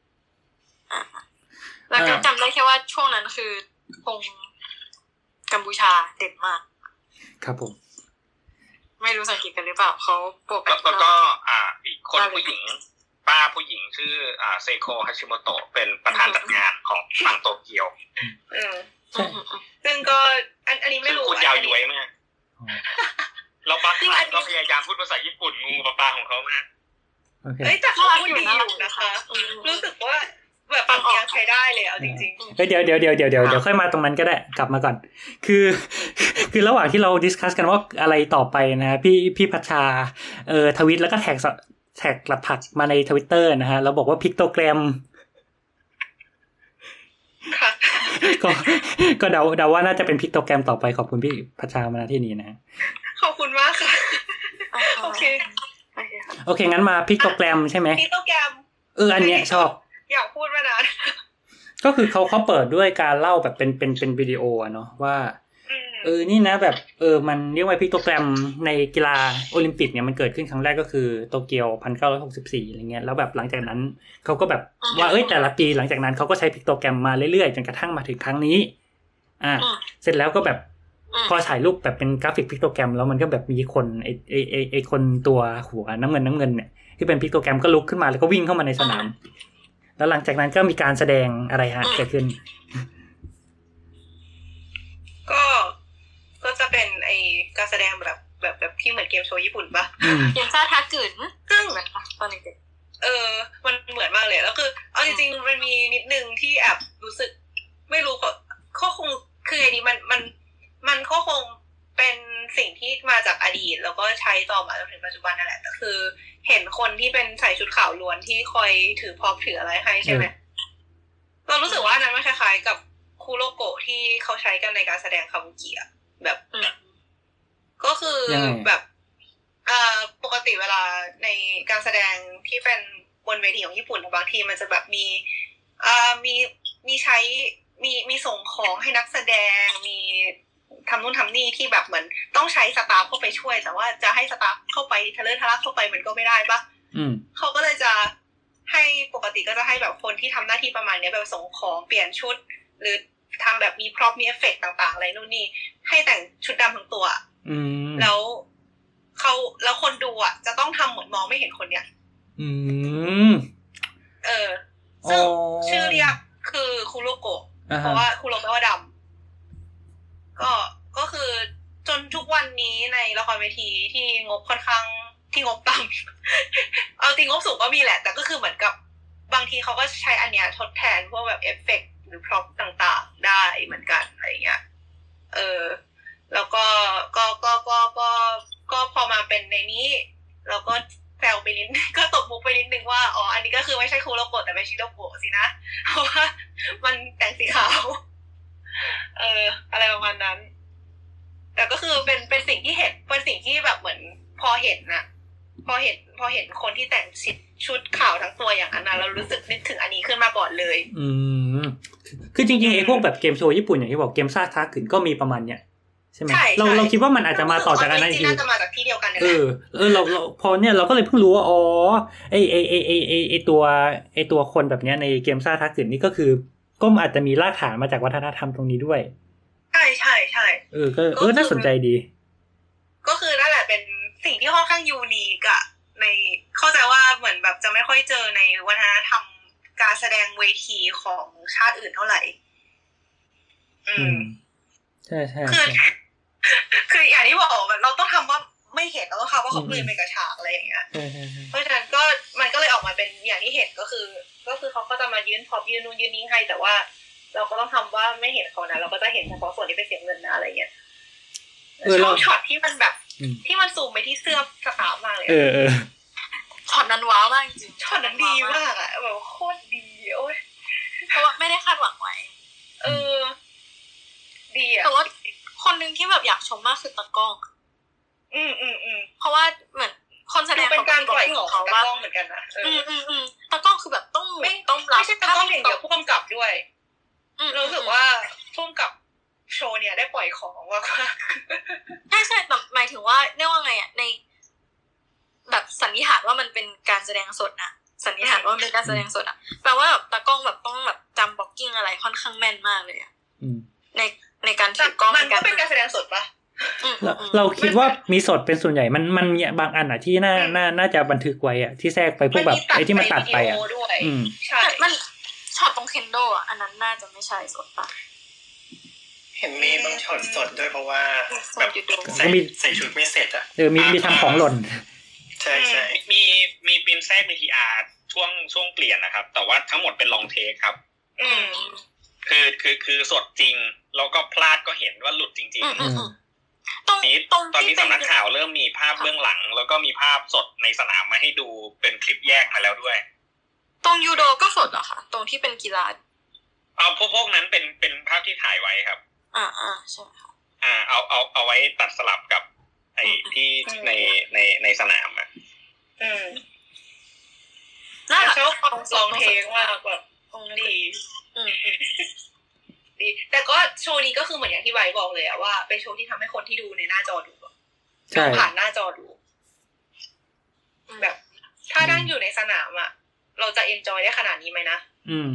แล้วก็จำได้แค่ว่าช่วงนั้นคือธงกัมพูชาเด่นมากครับผมไม่รู้สังเกตกันหรือเปล่าเขาโปรแล้วก็อีกคนผู้หญิงป้าผู้หญิงชื่อเซโคฮาชิโมโตะเป็นประธานจัดงานของฝั่งโตเกียวซึ่งก็อันนี้ไม่รู้พูดยาวย้วยมากเราบักก็พยายามพูดภาษาญี่ปุ่นงูปลาของเขามากแต่เขาพูดดีอยู่นะคะรู้สึกว่าแบบฟังยังใช้ได้เลยเอาจริงๆเดี๋ยวค่อยมาตรงนั้นก็ได้กลับมาก่อนคือระหว่างที่เราดิสคัสกันว่าอะไรต่อไปนะพี่พัชชาทวิตแล้วก็แท็กหลักผักมาใน Twitter นะฮะแล้วบอกว่าพิกโตแกรมก็เดาว่าน่าจะเป็นพิกโตแกรมต่อไปขอบคุณพี่พัชชามาที่นี้นะฮะขอบคุณมากค่ะโอเคงั้นมาพิกโตแกรมใช่ไหมพิกโตแกรมอันเนี้ยชอบอยากพูดมานานก็คือเขาเปิดด้วยการเล่าแบบเป็นวิดีโอเนาะว่านี่นะแบบมันเรียกว่าพิกโตแกรมในกีฬาโอลิมปิกเนี่ยมันเกิดขึ้นครั้งแรกก็คือโตเกียว 1964 อะไรเงี้ยแล้วแบบหลังจากนั้นเขาก็แบบว่าแต่ละปีหลังจากนั้นเขาก็ใช้พิกโตแกรมมาเรื่อยๆจนกระทั่งมาถึงครั้งนี้เสร็จแล้วก็แบบพอถ่ายรูปแบบเป็นกราฟิกพิกโตแกรมแล้วมันก็แบบมีคนไอคนตัวหัวน้ำเงินเนี่ยที่เป็นพิกโตแกรมก็ลุกขึ้นมาแล้วก็วิ่งเข้ามาในสนามแล้วหลังจากนั้นก็มีการแสดงอะไรเกิดขึ้นก็จะเป็นไอการแสดงแบบที่เหมือนเกมโชว์ญี่ปุ่นป่ะอย่างซาทากุนซึ่งเหมือนตอนเด็กมันเหมือนมากเลยแล้วคือเอาจริงๆมันมีนิดนึงที่แอบรู้สึกไม่รู้ก็คงคือไอ้นี่มันก็คงเป็นสิ่งที่มาจากอดีตแล้วก็ใช้ต่อมาจนถึงปัจจุบันนั่นแหละแต่คือเห็นคนที่เป็นใส่ชุดขาวล้วนที่คอยถือพร็อพถืออะไรให้ใช่ไหมเรารู้สึกว่านั้นมันคล้ายๆกับคูโรโกะที่เขาใช้กันในการแสดงคาบุกิอะแบบก็คือแบบปกติเวลาในการแสดงที่เป็นบนเวทีของญี่ปุ่นบางทีมันจะแบบมีใช้มีส่งของให้นักแสดงมีทำนู่นทำนี่ที่แบบเหมือนต้องใช้สตาฟเข้าไปช่วยแต่ว่าจะให้สตาฟเข้าไปทะเลทะลักเข้าไปมันก็ไม่ได้ปะเขาก็เลยจะให้ปกติก็จะให้แบบคนที่ทำหน้าที่ประมาณนี้แบบส่งของเปลี่ยนชุดหรือทำแบบมีพร็อพมีเอฟเฟกต์ต่างๆอะไรนู่นนี่ให้แต่งชุดดำทั้งตัวแล้วคนดูจะต้องทำเหมือนมองไม่เห็นคนเนี้ยซึ่งชื่อเรียกคือคุโรโกะเพราะว่าคุโรแปลว่าดำก็คือนี้ในละครเวทีที่งบค่อนข้างที่งบต่ำ เอาจริงงบสูงก็มีแหละแต่ก็คือเหมือนกับบางทีเขาก็ใช้อันเนี้ยทดแทนพวกแบบเอฟเฟกต์หรือพร็อพต่างๆได้เหมือนกันอะไรเงี้ยแล้วก็พอมาเป็นในนี้เราก็แซวไปนิดก็ตบมุกไปนิดนึงว่าอ๋ออันนี้ก็คือไม่ใช่คูโรโกะแต่เป็นชิโรโกะสินะเพราะว่ามันแต่งสีขาวอะไรประมาณนั้นแต่ก็คือเป็นสิ่งที่เห็นเป็นสิ่งที่แบบเหมือนพอเห็นคนที่แต่งชุดขาวทั้งตัวอย่างนั้นนะเรารู้สึกนึกถึงอันนี้ขึ้นมาก่อนเลยคือจริงๆไอ้พวกแบบเกมโชว์ญี่ปุ่นอย่างที่บอกเกมซ่าทักขึ้นก็มีประมาณเนี้ยใช่ไหมเราคิดว่ามันอาจจะมาต่อจากอันนั้นอีกทีน่าจะมาจากที่เดียวกันนี่แหละเราพอเนี่ยเราก็เลยเพิ่งรู้ว่าอ๋อไอตัวคนแบบเนี้ยในเกมซ่าทักขึ้นนี่ก็คือก็อาจจะมีรากฐานมาจากวัฒนธรรมตรงนี้ด้วยใช่ก็น่าสนใจดีก็คือนั่นแหละเป็นสิ่งที่ค่อนข้างยูนิคอะในเข้าใจว่าเหมือนแบบจะไม่ค่อยเจอในวัฒนธรรมการแสดงเวทีของชาติอื่นเท่าไหร่ใช่คืออย่างที่บอกแบบเราต้องทำว่าไม่เห็นเราต้องทำว่าเขาเปลี่ยนไปกับฉากอะไรอย่างเงี้ยเพราะฉะนั้นก็มันก็เลยออกมาเป็นอย่างที่เห็นก็คือเขาก็จะมายืนพร็อพยืนนู่นยืนนี่ให้แต่ว่าเราก็ต้องทำว่าไม่เห็นเขานะเราก็จะเห็นเฉพาะส่วนที่เป็นเสียงเงินนะอะไรเงี้ยชอบช็อตที่มันแบบที่มันซูมไปที่เสื้อสตาร์มากเลยช็อตนั้นว้าวมากจริงช็อตนั้นดีมากอะแบบโคตรดีโอ้ยเพราะว่าไม่ได้คาดหวังไว้ดีอะแต่ว่าคนนึงที่แบบอยากชมมากคือตากล้องเพราะว่าเหมือนคนแสดงเป็นการปล่อยของตากล้องเหมือนกันนะตากล้องคือแบบต้องไม่ใช่ตากล้องอย่างเดียวผู้กำกับด้วยรู้สึกว่าผู้กำกับโชว์เนี่ยได้ปล่อยของว่าใช่แต่หมายถึงว่าเรียกว่าไงอ่ะในแบบสันนิษฐานว่ามันเป็นการแสดงสดนะสันนิษฐานว่าเป็นการแสดงสดอ่ะแปลว่าแบบตากล้องแบบต้องแบบจำบล็อกกิ้งอะไรค่อนข้างแม่นมากเลยอ่ะในการถือกล้องมันก็เป็นการแสดงสดปะเราคิดว่ามีสดเป็นส่วนใหญ่มันบางอันอ่ะที่น่าจะบันทึกไว้อ่ะที่แทรกไปพวกแบบไอ้ที่มันตัดไปอ่ะใช่มันช็อตตรงเคนโดอ่ะอันนั้นน่าจะไม่ใช่สดปะเห็นมีบางช็อตสดด้วยเพราะว่าแบบใส่ชุดไม่เสร็จอ่ะมีทำของหล่นใช่มีเป็นแทรก BTR ช่วงเปลี่ยนนะครับแต่ว่าทั้งหมดเป็นลองเทคครับคือสดจริงแล้วก็พลาดก็เห็นว่าหลุดจริงๆตอนนี้สำนักข่าวเริ่มมีภาพเบื้องหลังแล้วก็มีภาพสดในสนามมาให้ดูเป็นคลิปแยกมาแล้วด้วยตรงยูโดก็สดเหรอคะตรงที่เป็นกีฬาพวกนั้นเป็นภาพที่ถ่ายไว้ครับใช่ค่ะเอาไว้ตัดสลับกับไอ้ที่ในสนามอ่ะน่าชอบลองเพลงมากแบบดีดีแต่ก็โชว์นี้ก็คือเหมือนอย่างที่ไบบอกเลยอะว่าเป็นโชว์ที่ทำให้คนที่ดูในหน้าจอดูผ่านหน้าจอดูแบบถ้านั่งอยู่ในสนามอะเราจะเอนจอยได้ขนาดนี้ไหมนะ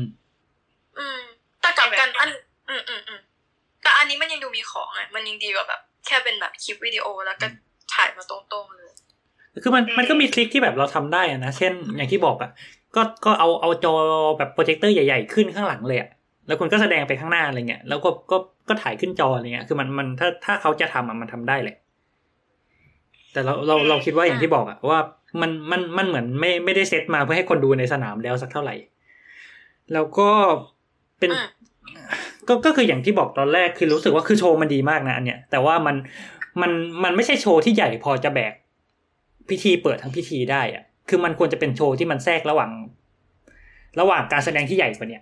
แต่กลับกันแต่อันนี้มันยังดูมีของไงมันยังดีกว่าแบบแค่เป็นแบบคลิปวิดีโอแล้วก็ถ่ายมาตรงๆเลยคือมันก็มีทริคที่แบบเราทำได้อะนะเช่นอย่างที่บอกอะก็เอาจอแบบโปรเจคเตอร์ใหญ่ๆขึ้นข้างหลังเลยอะแล้วคุณก็แสดงไปข้างหน้าอะไรเงี้ยแล้วก็ถ่ายขึ้นจออะไรเงี้ยคือมันถ้าเขาจะทำมันทำได้แหละแต่เราคิดว่าอย่างที่บอกอะว่ามันเหมือนไม่ได้เซตมาเพื่อให้คนดูในสนามแล้วสักเท่าไหร่แล้วก็เป็นก็คืออย่างที่บอกตอนแรกคือรู้สึกว่าคือโชว์มันดีมากนะอันเนี้ยแต่ว่ามันไม่ใช่โชว์ที่ใหญ่พอจะแบกพิธีเปิดทั้งพิธีได้อ่ะคือมันควรจะเป็นโชว์ที่มันแทรกระหว่างการแสดงที่ใหญ่กว่าเนี้ย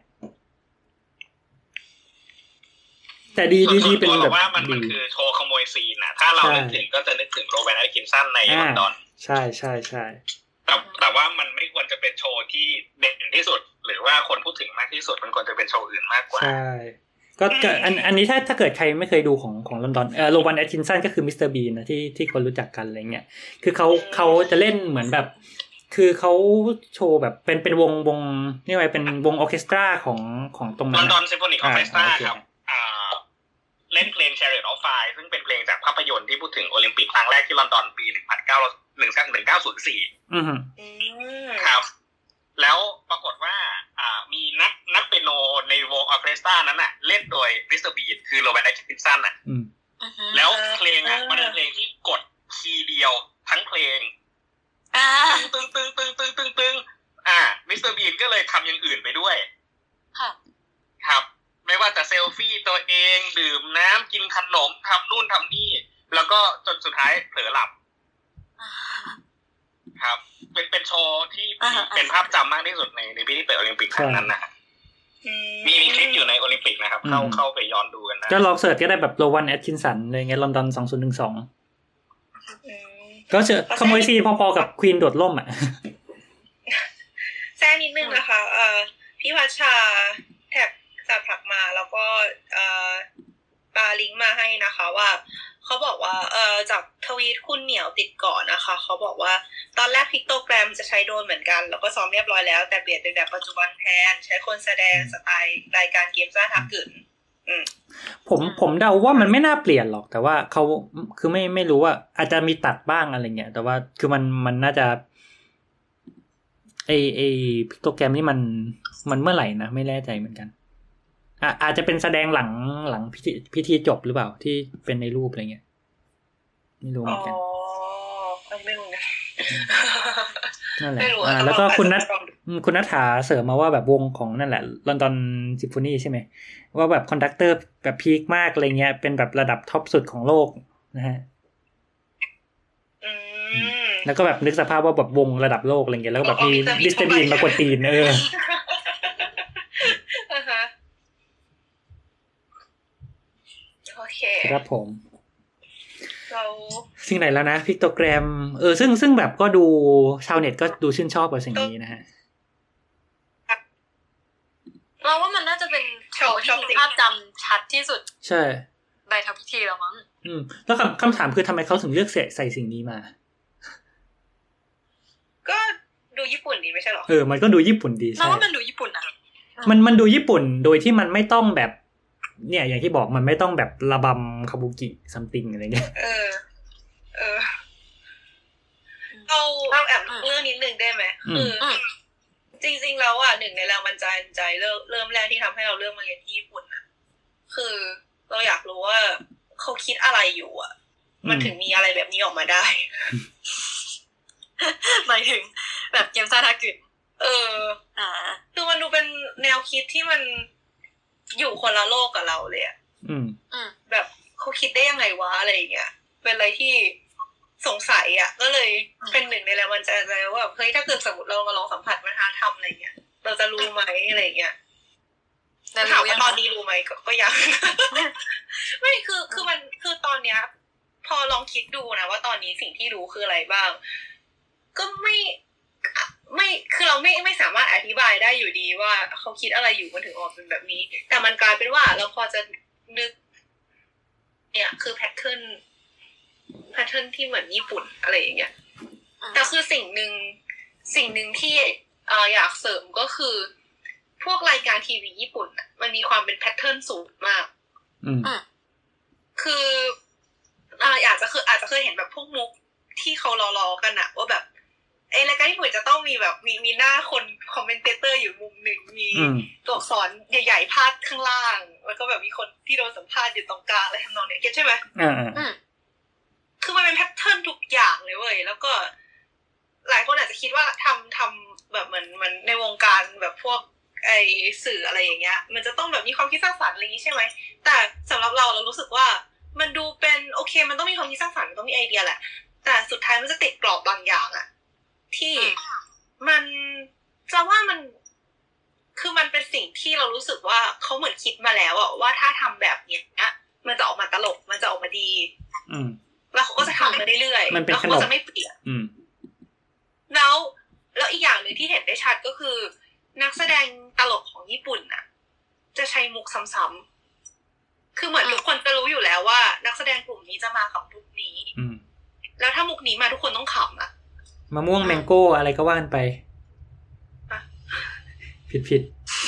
แต่ดีเป็นแบบว่ามันคือโชว์ขโมยซีนน่ะถ้าเรานึกถึงก็จะนึกถึงโรแวน แอตคินสันในลอนดอนใช่แต่ว่ามันไม่ควรจะเป็นโชว์ที่เด่นที่สุดหรือว่าคนพูดถึงมากที่สุดมันควรจะเป็นโชว์อื่นมากกว่าใช่ก็อันนี้ถ้าเกิดใครไม่เคยดูของลอนดอนโรแวน แอตคินสันก็คือมิสเตอร์บีนนะที่คนรู้จักกันอะไรเงี้ยคือเขาจะเล่นเหมือนแบบคือเขาโชว์แบบเป็นวงนี่ไงเป็นวงออร์เคสตราของตรงนั้นลอนดอนซิมโฟนีออร์เคสตราครับเล่นเพลง Chariot of Fire ซึ่งเป็นเพลงจากภาพยนตร์ที่พูดถึงโอลิมปิกครั้งแรกที่ลอนดอนปี1904ครับแล้วปรากฏว่ามีนักเปียโนในวงออร์เคสตรานั้นน่ะเล่นโดยมิสเตอร์บีนคือโรแวน แอตคินสันน่ะแล้วเพลงอ่ะมันเป็นเพลงที่กดคีย์เดียวทั้งเพลงตึงมิสเตอร์บีนก็เลยทำอย่างอื่นไปด้วยครับไม่ว่าจะเซลฟี่ตัวเองดื่มน้ำกินขนมทำนู่นทำนี่แล้วก็จนสุดท้ายเผลอหลับครับเป็นโชว์ที่เป็นภาพจำมากที่สุดในพิธีเปิดโอลิมปิกครั้งนั้นนะมีคลิปอยู่ในโอลิมปิกนะครับเข้าไปย้อนดูกันนะก็ลองเสิร์ชก็ได้แบบโรวันแอตคินสันอะไรเงี้ยลอนดอน2012ก็เจอขโมยซีนพอๆกับควีนโดดร่มอ่ะแซงนิดนึงนะคะพี่วัชชาแท็กจากผลักมาแล้วก็ปาลิงก์มาให้นะคะว่าเขาบอกว่าจากทวีตคุณเหนียวติดก่อนนะคะเขาบอกว่าตอนแรกพิกโตแกรมจะใช้โดรนเหมือนกันแล้วก็ซ้อมเรียบร้อยแล้วแต่เปลี่ยนเป็นแบบปัจจุบันแทนใช้คนแสดงสไตล์รายการเกมซ่าทักกึ่นผมเดาว่ามันไม่น่าเปลี่ยนหรอกแต่ว่าเขาคือไม่รู้ว่าอาจจะมีตัดบ้างอะไรเงี้ยแต่ว่าคือมันน่าจะไอพิกโตแกรมนี่มันเมื่อไหร่นะไม่แน่ใจเหมือนกันอาจจะเป็นแสดงหลังพิธีจบหรือเปล่าที่เป็นในรูปอะไรเงี้ยไม่รู้เหมือนกันไม่รู้นะนั่นแหละแล้วก็คุณณัฐาเสริมมาว่าแบบวงของนั่นแหละลอนดอนซิมโฟนีใช่ไหมว่าแบบคอนดักเตอร์แบบพีคมากอะไรเงี้ยเป็นแบบระดับท็อปสุดของโลกนะฮะแล้วก็แบบนึกสภาพว่าแบบวงระดับโลกอะไรเงี้ยแล้วก็แบบมีมิสเตอร์บีนมากดตีนโอเคครับผมสิ่งไหนแล้วนะพิกโตแกรมซึ่งแบบก็ดูชาวเน็ตก็ดูชื่นชอบกับสิ่งนี้นะฮะเราว่ามันน่าจะเป็นโชว์ที่มีภาพจำชัดที่สุดใช่ใบทับพิธีแล้วมั้งแล้วคำถามคือทำไมเขาถึงเลือกใส่สิ่งนี้มาก็ดูญี่ปุ่นดีไม่ใช่หรอมันก็ดูญี่ปุ่นดีใช่เราว่ามันดูญี่ปุ่นนะมันดูญี่ปุ่นโดยที่มันไม่ต้องแบบเนี่ยอย่างที่บอกมันไม่ต้องแบบระบำคาบุกิซัมติงอะไรเงี้ยเราแอบเรื่องนิดนึงได้ไหมคือจริงๆแล้วหนึ่งในแรงบันดาลใจเริ่มแรกที่ทำให้เราเลือกมาเรียนที่ญี่ปุ่นคือเราอยากรู้ว่าเขาคิดอะไรอยู่มันถึงมีอะไรแบบนี้ออกมาได้หมายถึงแบบเกมซ่าทากุนคือมันดูเป็นแนวคิดที่มันอยู่คนละโลกกับเราเลยแบบเขาคิดได้ยังไงวะอะไรอย่างเงี้ยเป็นอะไรที่สงสัยก็เลยเป็นหนึ่งในแรงบันดาลใจว่าเฮ้ยถ้าเกิดสมมติเรามาลองสัมผัสวัฒนธรรมอะไรเงี้ยเราจะรู้ไหมอะไรเงี้ยถามว่าตอนนี้รู้ไหมก็ยังไม่คือมันคือตอนเนี้ยพอลองคิดดูนะว่าตอนนี้สิ่งที่รู้คืออะไรบ้างก็ไม่คือเราไม่สามารถอธิบายได้อยู่ดีว่าเขาคิดอะไรอยู่มันถึงออกเป็นแบบนี้แต่มันกลายเป็นว่าเราพอจะนึกเนี่ยคือแพทเทิร์นที่เหมือนญี่ปุ่นอะไรอย่างเงี้ยแต่คือสิ่งหนึ่งที่อยากเสริมก็คือพวกรายการทีวีญี่ปุ่นมันมีความเป็นแพทเทิร์นสูงมากคืออาจจะเคยเห็นแบบพวกมุกที่เขาล้อกันว่าแบบรายการญี่ปุ่นจะต้องมีแบบมีหน้าคนคอมเมนเตอร์อยู่มุมหนึ่งมีตัวอักษรใหญ่ๆพาดข้างล่างแล้วก็แบบมีคนที่โดนสัมภาษณ์อยู่ตรงกลางอะไรทำนองเนี้ยเก็ทใช่ไหมคือมันเป็นแพทเทิร์นทุกอย่างเลยเว้ยแล้วก็หลายคนอาจจะคิดว่าทำแบบเหมือนในวงการแบบพวกสื่ออะไรอย่างเงี้ยมันจะต้องแบบมีความคิดสร้างสรรค์อะไรอย่างงี้ใช่ไหมแต่สำหรับเรารู้สึกว่ามันดูเป็นโอเคมันต้องมีความคิดสร้างสรรค์มันต้องมีไอเดียแหละแต่สุดท้ายมันจะติดกรอบบางอย่างที่มันจะว่ามันคือมันเป็นสิ่งที่เรารู้สึกว่าเขาเหมือนคิดมาแล้วว่าถ้าทำแบบนี้มันจะออกมาตลกมันจะออกมาดีแล้วเขาก็จะทำมาเรื่อยๆแล้วเขาก็จะไม่เปลี่ยนแล้วอีกอย่างหนึ่งที่เห็นได้ชัดก็คือนักแสดงตลกของญี่ปุ่นจะใช้มุกซ้ำๆคือเหมือนทุกคนจะรู้อยู่แล้วว่านักแสดงกลุ่มนี้จะมากับมุกนี้แล้วถ้ามุกนี้มาทุกคนต้องขำมะม่วงแมงโก้อะไรก็ว่ากันไปผิด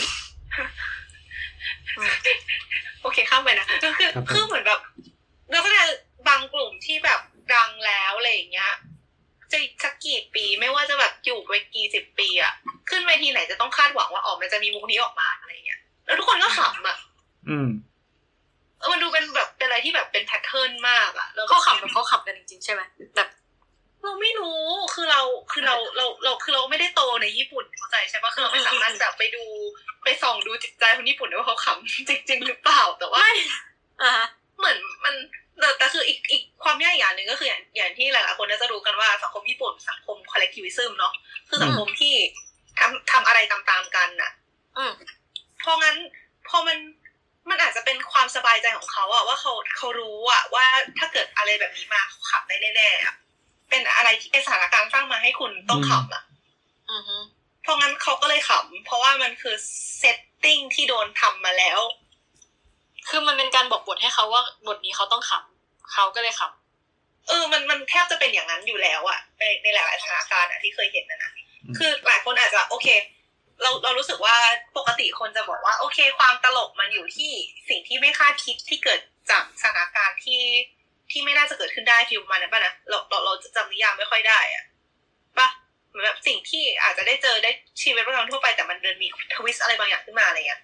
โอเคข้ามไปนะคือเหมือนแบบนักแสดงบางกลุ่มที่แบบดังแล้วอะไรอย่างเงี้ยจะสักกี่ปีไม่ว่าจะแบบอยู่ไปกี่สิบปีขึ้นเวทีไหนจะต้องคาดหวังว่ามันจะมีมุกนี้ออกมาอะไรเงี้ยแล้วทุกคนก็ขำมันดูเป็นแบบเป็นอะไรที่แบบเป็นแพทเทิร์นมากอ่ะแล้วเขาขำกันจริงๆใช่ไหมแบบเราไม่รู้คือเราไม่ได้โตในญี่ปุ่นเข้าใจใช่ปะคือเราไม่สามารถแบบไปส่องดูจิตใจคนญี่ปุ่นได้ว่าเขาขำจริงๆหรือเปล่าแต่ว่าเหมือนมันแต่คืออีกความยากอย่างนึงก็คืออย่างที่หลายๆคนน่าจะรู้กันว่าสังคมญี่ปุ่นสังคม collectivism เนาะคือสังคมที่ทำอะไรตามๆกันน่ะเพราะงั้นพอมันอาจจะเป็นความสบายใจของเขาอะว่าเขารู้อะว่าถ้าเกิดอะไรแบบนี้มาเขาขำได้แน่ๆอะเป็นอะไรที่เป็นสถานการณ์สร้างมาให้คุณต้องขำอะเพราะงั้นเขาก็เลยขำเพราะว่ามันคือเซตติ้งที่โดนทำมาแล้วคือมันเป็นการบอกบทให้เขาว่าบทนี้เขาต้องขำเขาก็เลยขำมันแทบจะเป็นอย่างนั้นอยู่แล้วอะในหลายๆสถานการณ์อะที่เคยเห็นนะคือหลายคนอาจจะโอเคเรารู้สึกว่าปกติคนจะบอกว่าโอเคความตลกมันอยู่ที่สิ่งที่ไม่คาดคิดที่เกิดจากสถานการณ์ที่ไม่น่าจะเกิดขึ้นได้ฟิลมันนั้นป่ะนะเราจำนิยามไม่ค่อยได้อะป่ะเหมือนแบบสิ่งที่อาจจะได้เจอได้ชีวิตประจำทั่วไปแต่มันเดินมีทวิสต์อะไรบางอย่างขึ้นมาอะไรเงี้ย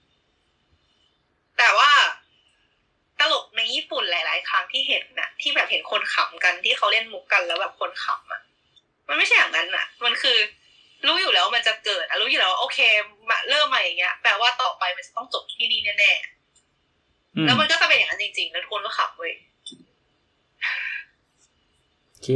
แต่ว่าตลกในญี่ปุ่นหลายๆครั้งที่เห็นน่ะที่แบบเห็นคนขำกันที่เขาเล่นมุกกันแล้วแบบคนขำอ่ะมันไม่ใช่อย่างนั้นน่ะมันคือรู้อยู่แล้วมันจะเกิดรู้อยู่แล้วโอเคมาเริ่มมาอย่างเงี้ยแปลว่าต่อไปมันจะต้องจบที่นี่แน่ๆแล้วมันก็จะเป็นอย่างนั้นจริงๆแล้วทุกคนก็ขำเว้ยโอเค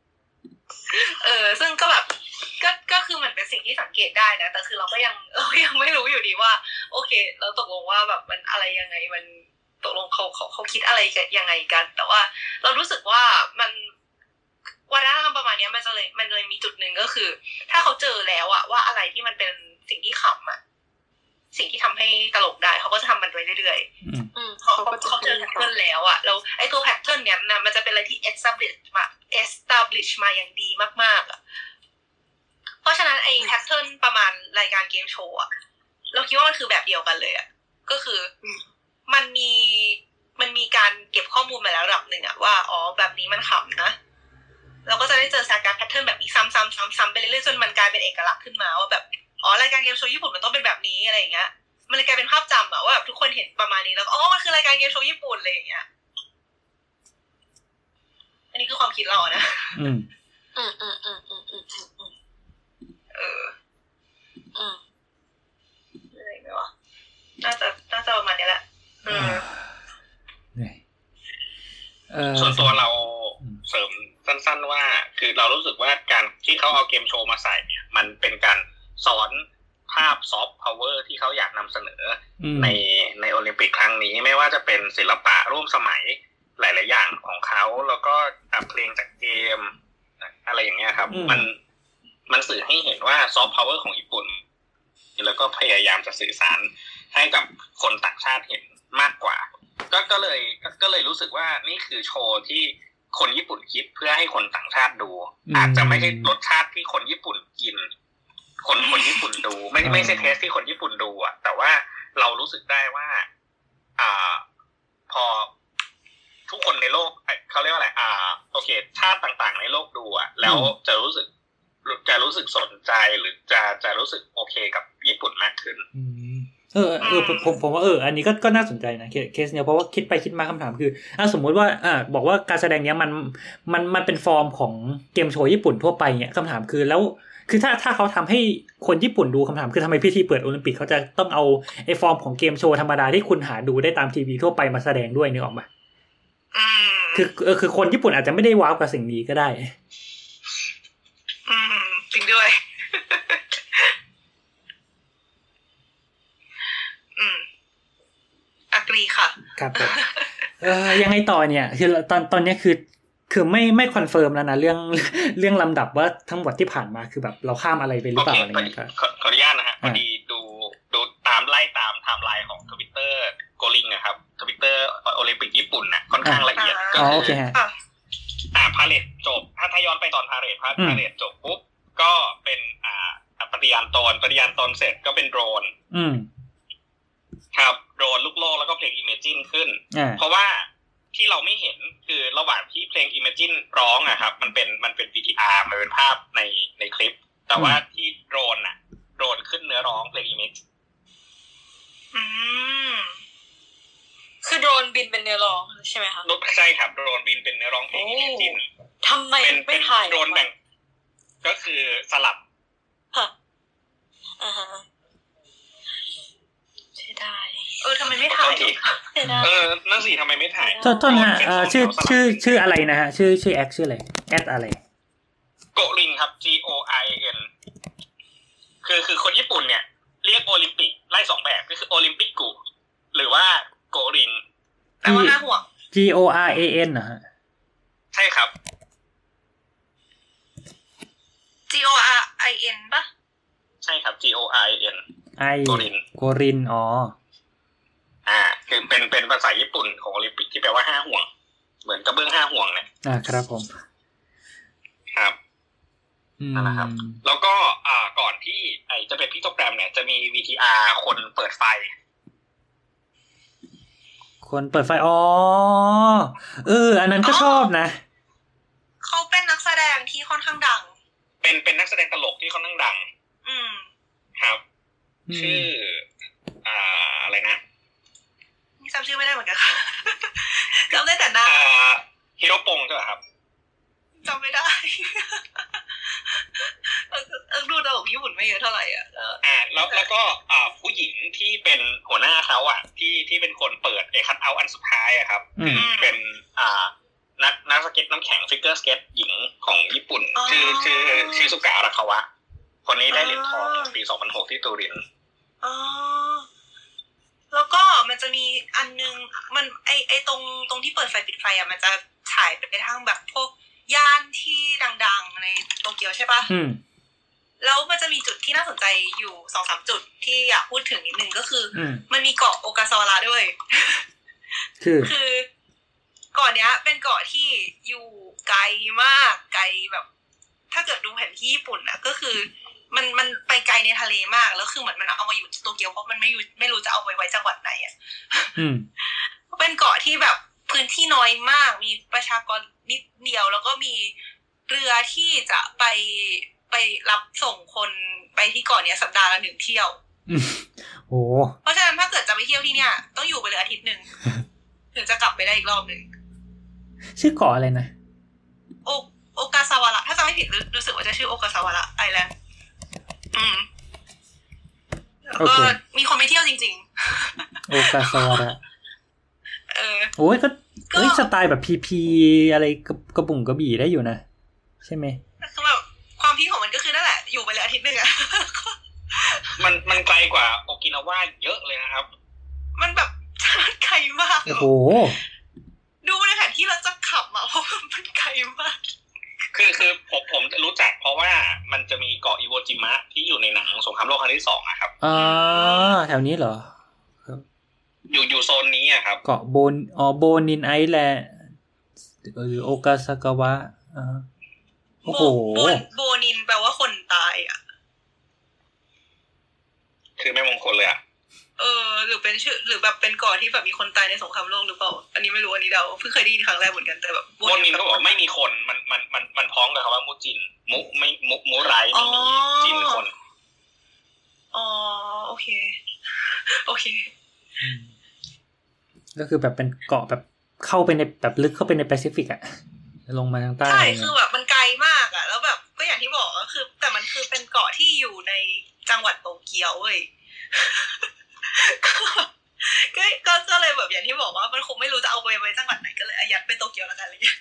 ซึ่งก็แบบก็คือมันเป็นสิ่งที่สังเกตได้นะแต่คือเรายังไม่รู้อยู่ดีว่าโอเคแล้วตกลงว่าแบบมันอะไรยังไงมันตกลงเขาคิดอะไรยังไงกันแต่ว่าเรารู้สึกว่ามันวัฒนธรรมประมาณนี้มันเลยมีจุดหนึ่งก็คือถ้าเขาเจอแล้วอะว่าอะไรที่มันเป็นสิ่งที่ขำอะสิ่งที่ทำให้ตลกได้เขาก็จะทำมันไปเรื่อยๆเขาเจอแพทเทิร์นแล้วอะแล้วไอ้ตัวแพทเทิร์นเนี้ยนะมันจะเป็นอะไรที่ establish มาอย่างดีมากๆอะเพราะฉะนั้นไอ้แพทเทิร์นประมาณรายการเกมโชว์อะเราคิดว่ามันคือแบบเดียวกันเลยอะก็คือมันมีการเก็บข้อมูลมาแล้วระดับหนึ่งอะว่าอ๋อแบบนี้มันขำนะเราก็จะได้เจอสถานการณ์แพทเทิร์นแบบนี้ซ้ำๆไปเรื่อยๆจนมันกลายเป็นเอกลักษณ์ขึ้นมาว่าแบบอ๋อรายการเกมโชว์ญี่ปุ่นมันต้องเป็นแบบนี้อะไรอย่างเงี้ยมันเลยกลายเป็นภาพจำอะว่าแบบทุกคนเห็นประมาณนี้แล้วอ๋อมันคือรายการเกมโชว์ญี่ปุ่นอะไรอย่างเงี้ยอันนี้คือความคิดเรานะอะไรไหมวะน่าจะประมาณนี้แหละส่วนตัวเราเสริมสั้นๆว่าคือเรารู้สึกว่าการที่เขาเอาเกมโชว์มาใส่เนี่ยมันเป็นการสอนภาพซอฟต์พาวเวอร์ที่เขาอยากนำเสนอในโอลิมปิกครั้งนี้ไม่ว่าจะเป็นศิลปะร่วมสมัยหลายๆอย่างของเขาแล้วก็เพลงจากเกมอะไรอย่างเงี้ยครับมันสื่อให้เห็นว่าซอฟต์พาวเวอร์ของญี่ปุ่นแล้วก็พยายามจะสื่อสารให้กับคนต่างชาติเห็นมากกว่าก็เลยรู้สึกว่านี่คือโชว์ที่คนญี่ปุ่นคิดเพื่อให้คนต่างชาติดูอาจจะไม่ใช่รสชาติที่คนญี่ปุ่นกินคนญี่ปุ่นดูไม่ใช่เทสที่คนญี่ปุ่นดูอ่ะแต่ว่าเรารู้สึกได้ว่าพอทุกคนในโลกเขาเรียกว่าอะไรโอเคชาติต่างๆในโลกดูอ่ะแล้วจะรู้สึกสนใจหรือจะรู้สึกโอเคกับญี่ปุ่นมากขึ้นผมว่าอันนี้ก็น่าสนใจนะเคสเนี่ยเพราะว่าคิดไปคิดมาคำถามคือสมมุติว่าบอกว่าการแสดงเนี้ยมันเป็นฟอร์มของเกมโชว์ญี่ปุ่นทั่วไปเนี่ยคำถามคือแล้วคือถ้าเขาทำให้คนญี่ปุ่นดูคำถามคือทำไมพิธีเปิดโอลิมปิกเขาจะต้องเอาไอ้ฟอร์มของเกมโชว์ธรรมดาที่คุณหาดูได้ตามทีวีทั่วไปมาแสดงด้วยนึกออกป่ะคือคนญี่ปุ่นอาจจะไม่ได้ว้าวกับสิ่งนี้ก็ได้จริงด้วยอักรีค่ะครับยังไงต่อเนี่ยคือตอนนี้คือไม่คอนเฟิร์มแล้วนะเรื่องลำดับว่าทั้งหมดที่ผ่านมาคือแบบเราข้ามอะไรไปหรือเปล่าอะไรเงี้ยครับขออนุญาตนะฮะพอดีดูตามไล่ตามไทม์ไลน์ของ Twitter โกลิงนะครับ Twitter โอลิมปิกญี่ปุ่นน่ะค่อนข้างละเอียดก็คือพาเลทจบถ้าย้อนไปตอนพาเลทจบปุ๊บก็เป็นปฏิญาณตนเสร็จก็เป็นโดรนครับโดรนลูกโลกแล้วก็เพลง Imagine ขึ้นเพราะว่าที่เราไม่เห็นคือระหว่างที่เพลง Imagine ร้องอะครับมันเป็น VTR มันเป็นภาพในคลิปแต่ว่าที่โดรนขึ้นเนื้อร้องเพลง Imagine คือโดรนบินเป็นเนื้อร้องใช่ไหมคะใช่ครับโดรนบินเป็นเนื้อร้องเพลงจีนทำไมไม่ถ่ายโดรนแบ่งก็คือสลับใช่ได้ทำไมไม่ถ่ายนั่นสิทำไมไม่ถ่ายต้นฮะชื่ออะไรนะฮะชื่อแอคชื่ออะไรแอดอะไรโกรินครับ GORIN คือคนญี่ปุ่นเนี่ยเรียกโอลิมปิกไล่2แบบก็คือโอลิมปิกกุหรือว่าโกรินแต่ว่าน่าห่วง GORAN นะฮะใช่ครับ GORIN ป่ะใช่ครับ GORIN โกรินคือเป็นภาษาญี่ปุ่นของโอลิมปิกที่แปลว่า5ห่วงเหมือนกระเบื้อง5ห่วงเนี่ยครับผมครับนั่นแหละครับแล้วก็ก่อนที่จะเป็นพิกโตแกรมเนี่ยจะมี VTR คนเปิดไฟอันนั้นก็ชอบนะเขาเป็นนักแสดงที่ค่อนข้างดังเป็นนักแสดงตลกที่ค่อนข้างดังครับชื่ออะไรนะนี่จำชื่อไม่ได้เหมือนกันค่ะจำได้แต่หน้าฮิโรปงใช่ไหมครับจำไม่ได้ดูตลกญี่ปุ่นไม่เยอะเท่าไหร่แล้วก็ผู้หญิงที่เป็นหัวหน้าเขาที่เป็นคนเปิดคัทเอาท์อันสุดท้ายครับเป็นนักสเก็ตน้ำแข็งฟิกเกอร์สเก็ตหญิงของญี่ปุ่นชื่อชิซุกะอาราคาวะคนนี้ได้เหรียญทองปี2006ที่ตูรินแล้วก็มันจะมีอันนึงมันไอตรงที่เปิดไฟปิดไฟมันจะฉายไปทางแบบพวกย่านที่ดังๆในโตเกียวใช่ปะแล้วมันจะมีจุดที่น่าสนใจอยู่ 2-3 จุดที่อยากพูดถึงนิดนึงก็คือมันมีเกาะโอกาซาวาระด้วยคือเกาะเนี้ยเป็นเกาะที่อยู่ไกลมากไกลแบบถ้าเกิดดูแผนที่ญี่ปุ่นนะก็คือมันไปไกลในทะเลมากแล้วคือเหมือนมันเอามาอยู่โตเกียวเพราะมันไม่รู้จะเอาไว้จังหวัดไหนเป็นเกาะที่แบบพื้นที่น้อยมากมีประชากรนิดเดียวแล้วก็มีเรือที่จะไปรับส่งคนไปที่เกาะเนี้ยสัปดาห์ละ1เที่ยวโอ้เพราะฉะนั้นถ้าเกิดจะไปเที่ยวที่เนี้ยต้องอยู่ไปเลยอาทิตย์นึงถึงจะกลับไปได้อีกรอบนึงชื่อเกาะอะไรนะโอกาซาวาระถ้าจำไม่ผิดรู้สึกว่าจะชื่อโอกาซาวาระไอแลนด์ก็มีคนไปเที่ยวจริงๆโอกาซาวาระโอ้ยก็สไตล์แบบพีอะไรกระบุ่งกระบี่ได้อยู่นะใช่ไหมคือแบบความพีของมันก็คือนั่นแหละอยู่ไปเลยอาทิตย์นึงมันไกลกว่าโอกินาวาเยอะเลยนะครับมันแบบไกลมากโอ้โหดูในแผนที่เราจะขับเพราะมันไกลมากคือผมจะรู้จักเพราะว่ามันจะมีเกาะอิโวจิมะที่อยู่ในหนังสงครามโลกครั้งที่2นะครับแถวนี้เหรออยู่โซนนี้ครับเกาะโบนินไอแลนด์หรือโอกาซากาวะโอ้โหโบนินแปลว่าคนตายคือไม่มงคลเลยหรือเป็นชื่อหรือแบบเป็นเกาะที่แบบมีคนตายในสงครามโลกหรือเปล่าอันนี้ไม่รู้อันนี้เดาเพิ่งเคยได้ยินครั้งแรกเหมือนกันแต่แบบโบนินเขาบอกไม่มีคนมันพ้องกับคำว่ามุจินมุไรไม่มีจินคนโอเคก็คือแบบเป็นเกาะแบบเข้าไปในแบบลึกเข้าไปในแปซิฟิกลงมาทางใต้ใช่คือแบบมันไกลมากแล้วแบบก็อย่างที่บอกก็คือแต่มันคือเป็นเกาะที่อยู่ในจังหวัดโตเกียวเว้ยก็เลยแบบอย่างที่บอกว่ามันคงไม่รู้จะเอาไปไว้จังหวัดไหนก็เลยยัดไปโตเกียวแล้วกันอะไรอย่างเงี้ย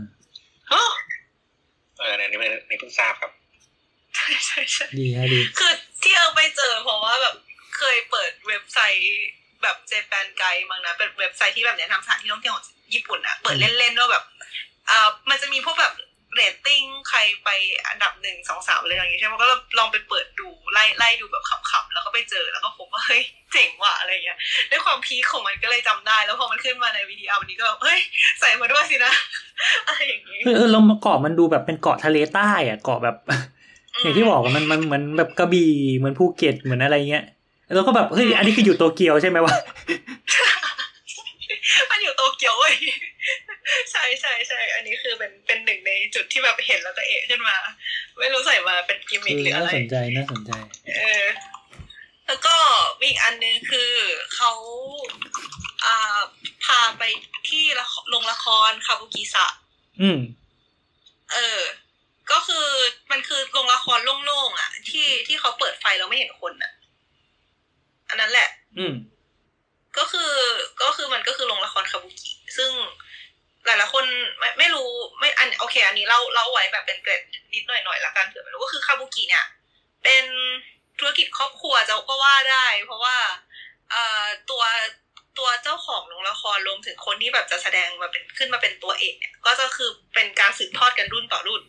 นี่เพิ่งทราบครับใช่ดีคือที่ไปเจอเพราะว่าแบบเคยเปิดเว็บไซต์แบบเจแปนไกด์มั้งนะเป็นเว็บไซต์ที่แบบแนะนำสถานที่ท่องเที่ยวของญี่ปุ่นเปิดเล่นๆว่าแบบมันจะมีพวกแบบเรตติ้งใครไปอันดับ1 2 3อะไรอย่างเงี้ยใช่มั้ยก็ลองไปเปิดดูไล่ดูแบบขำๆแล้วก็ไปเจอแล้วก็พบว่าเฮ้ยเจ๋งว่ะอะไรอย่างเงี้ยด้วยความพีคของมันก็เลยจำได้แล้วพอมันขึ้นมาในวิดีโอวันนี้ก็แบบเฮ้ยใส่มาด้วยสินะอะไรอย่างงี้เรามาเกาะมันดูแบบเป็นเกาะทะเลใต้เกาะแบบอย่างที่บอกมันเหมือนแบบกระบี่เหมือนภูเก็ตเหมือนอะไรเงี้ยแล้วก็แบบเฮ้ยอันนี้คืออยู่โตเกียวใช่ไหมวะมันอยู่โตเกียวเว้ยใช่อันนี้คือเป็นหนึ่งในจุดที่แบบเห็นแล้วก็เอะขึ้นมาไม่รู้ใส่มาเป็นกิมมิคหรืออะไรน่าสนใจแล้วก็มีอีกอันนึงคือเขาาไปที่โรงละครคาบุกิสะก็คือมันคือโรงละครโล่งๆอ่ะที่เขาเปิดไฟแล้วไม่เห็นคนอ่ะอันนั้นแหละก็คือมันก็คือโรงละครคาบุกิซึ่งหลายๆคนไม่รู้ไม่โอเคอันนี้เล่าไว้แบบเป็นเกร็ดนิดหน่อยๆละกันเผื่อไม่รู้ก็คือคาบุกิเนี่ยเป็นธุรกิจครอบครัวจะก็ว่าได้เพราะว่าตัวเจ้าของโรงละครรวมถึงคนที่แบบจะแสดงมาเป็นขึ้นมาเป็นตัวเอกเนี่ยก็จะคือเป็นการสืบทอดกันรุ่นต่อรุ่น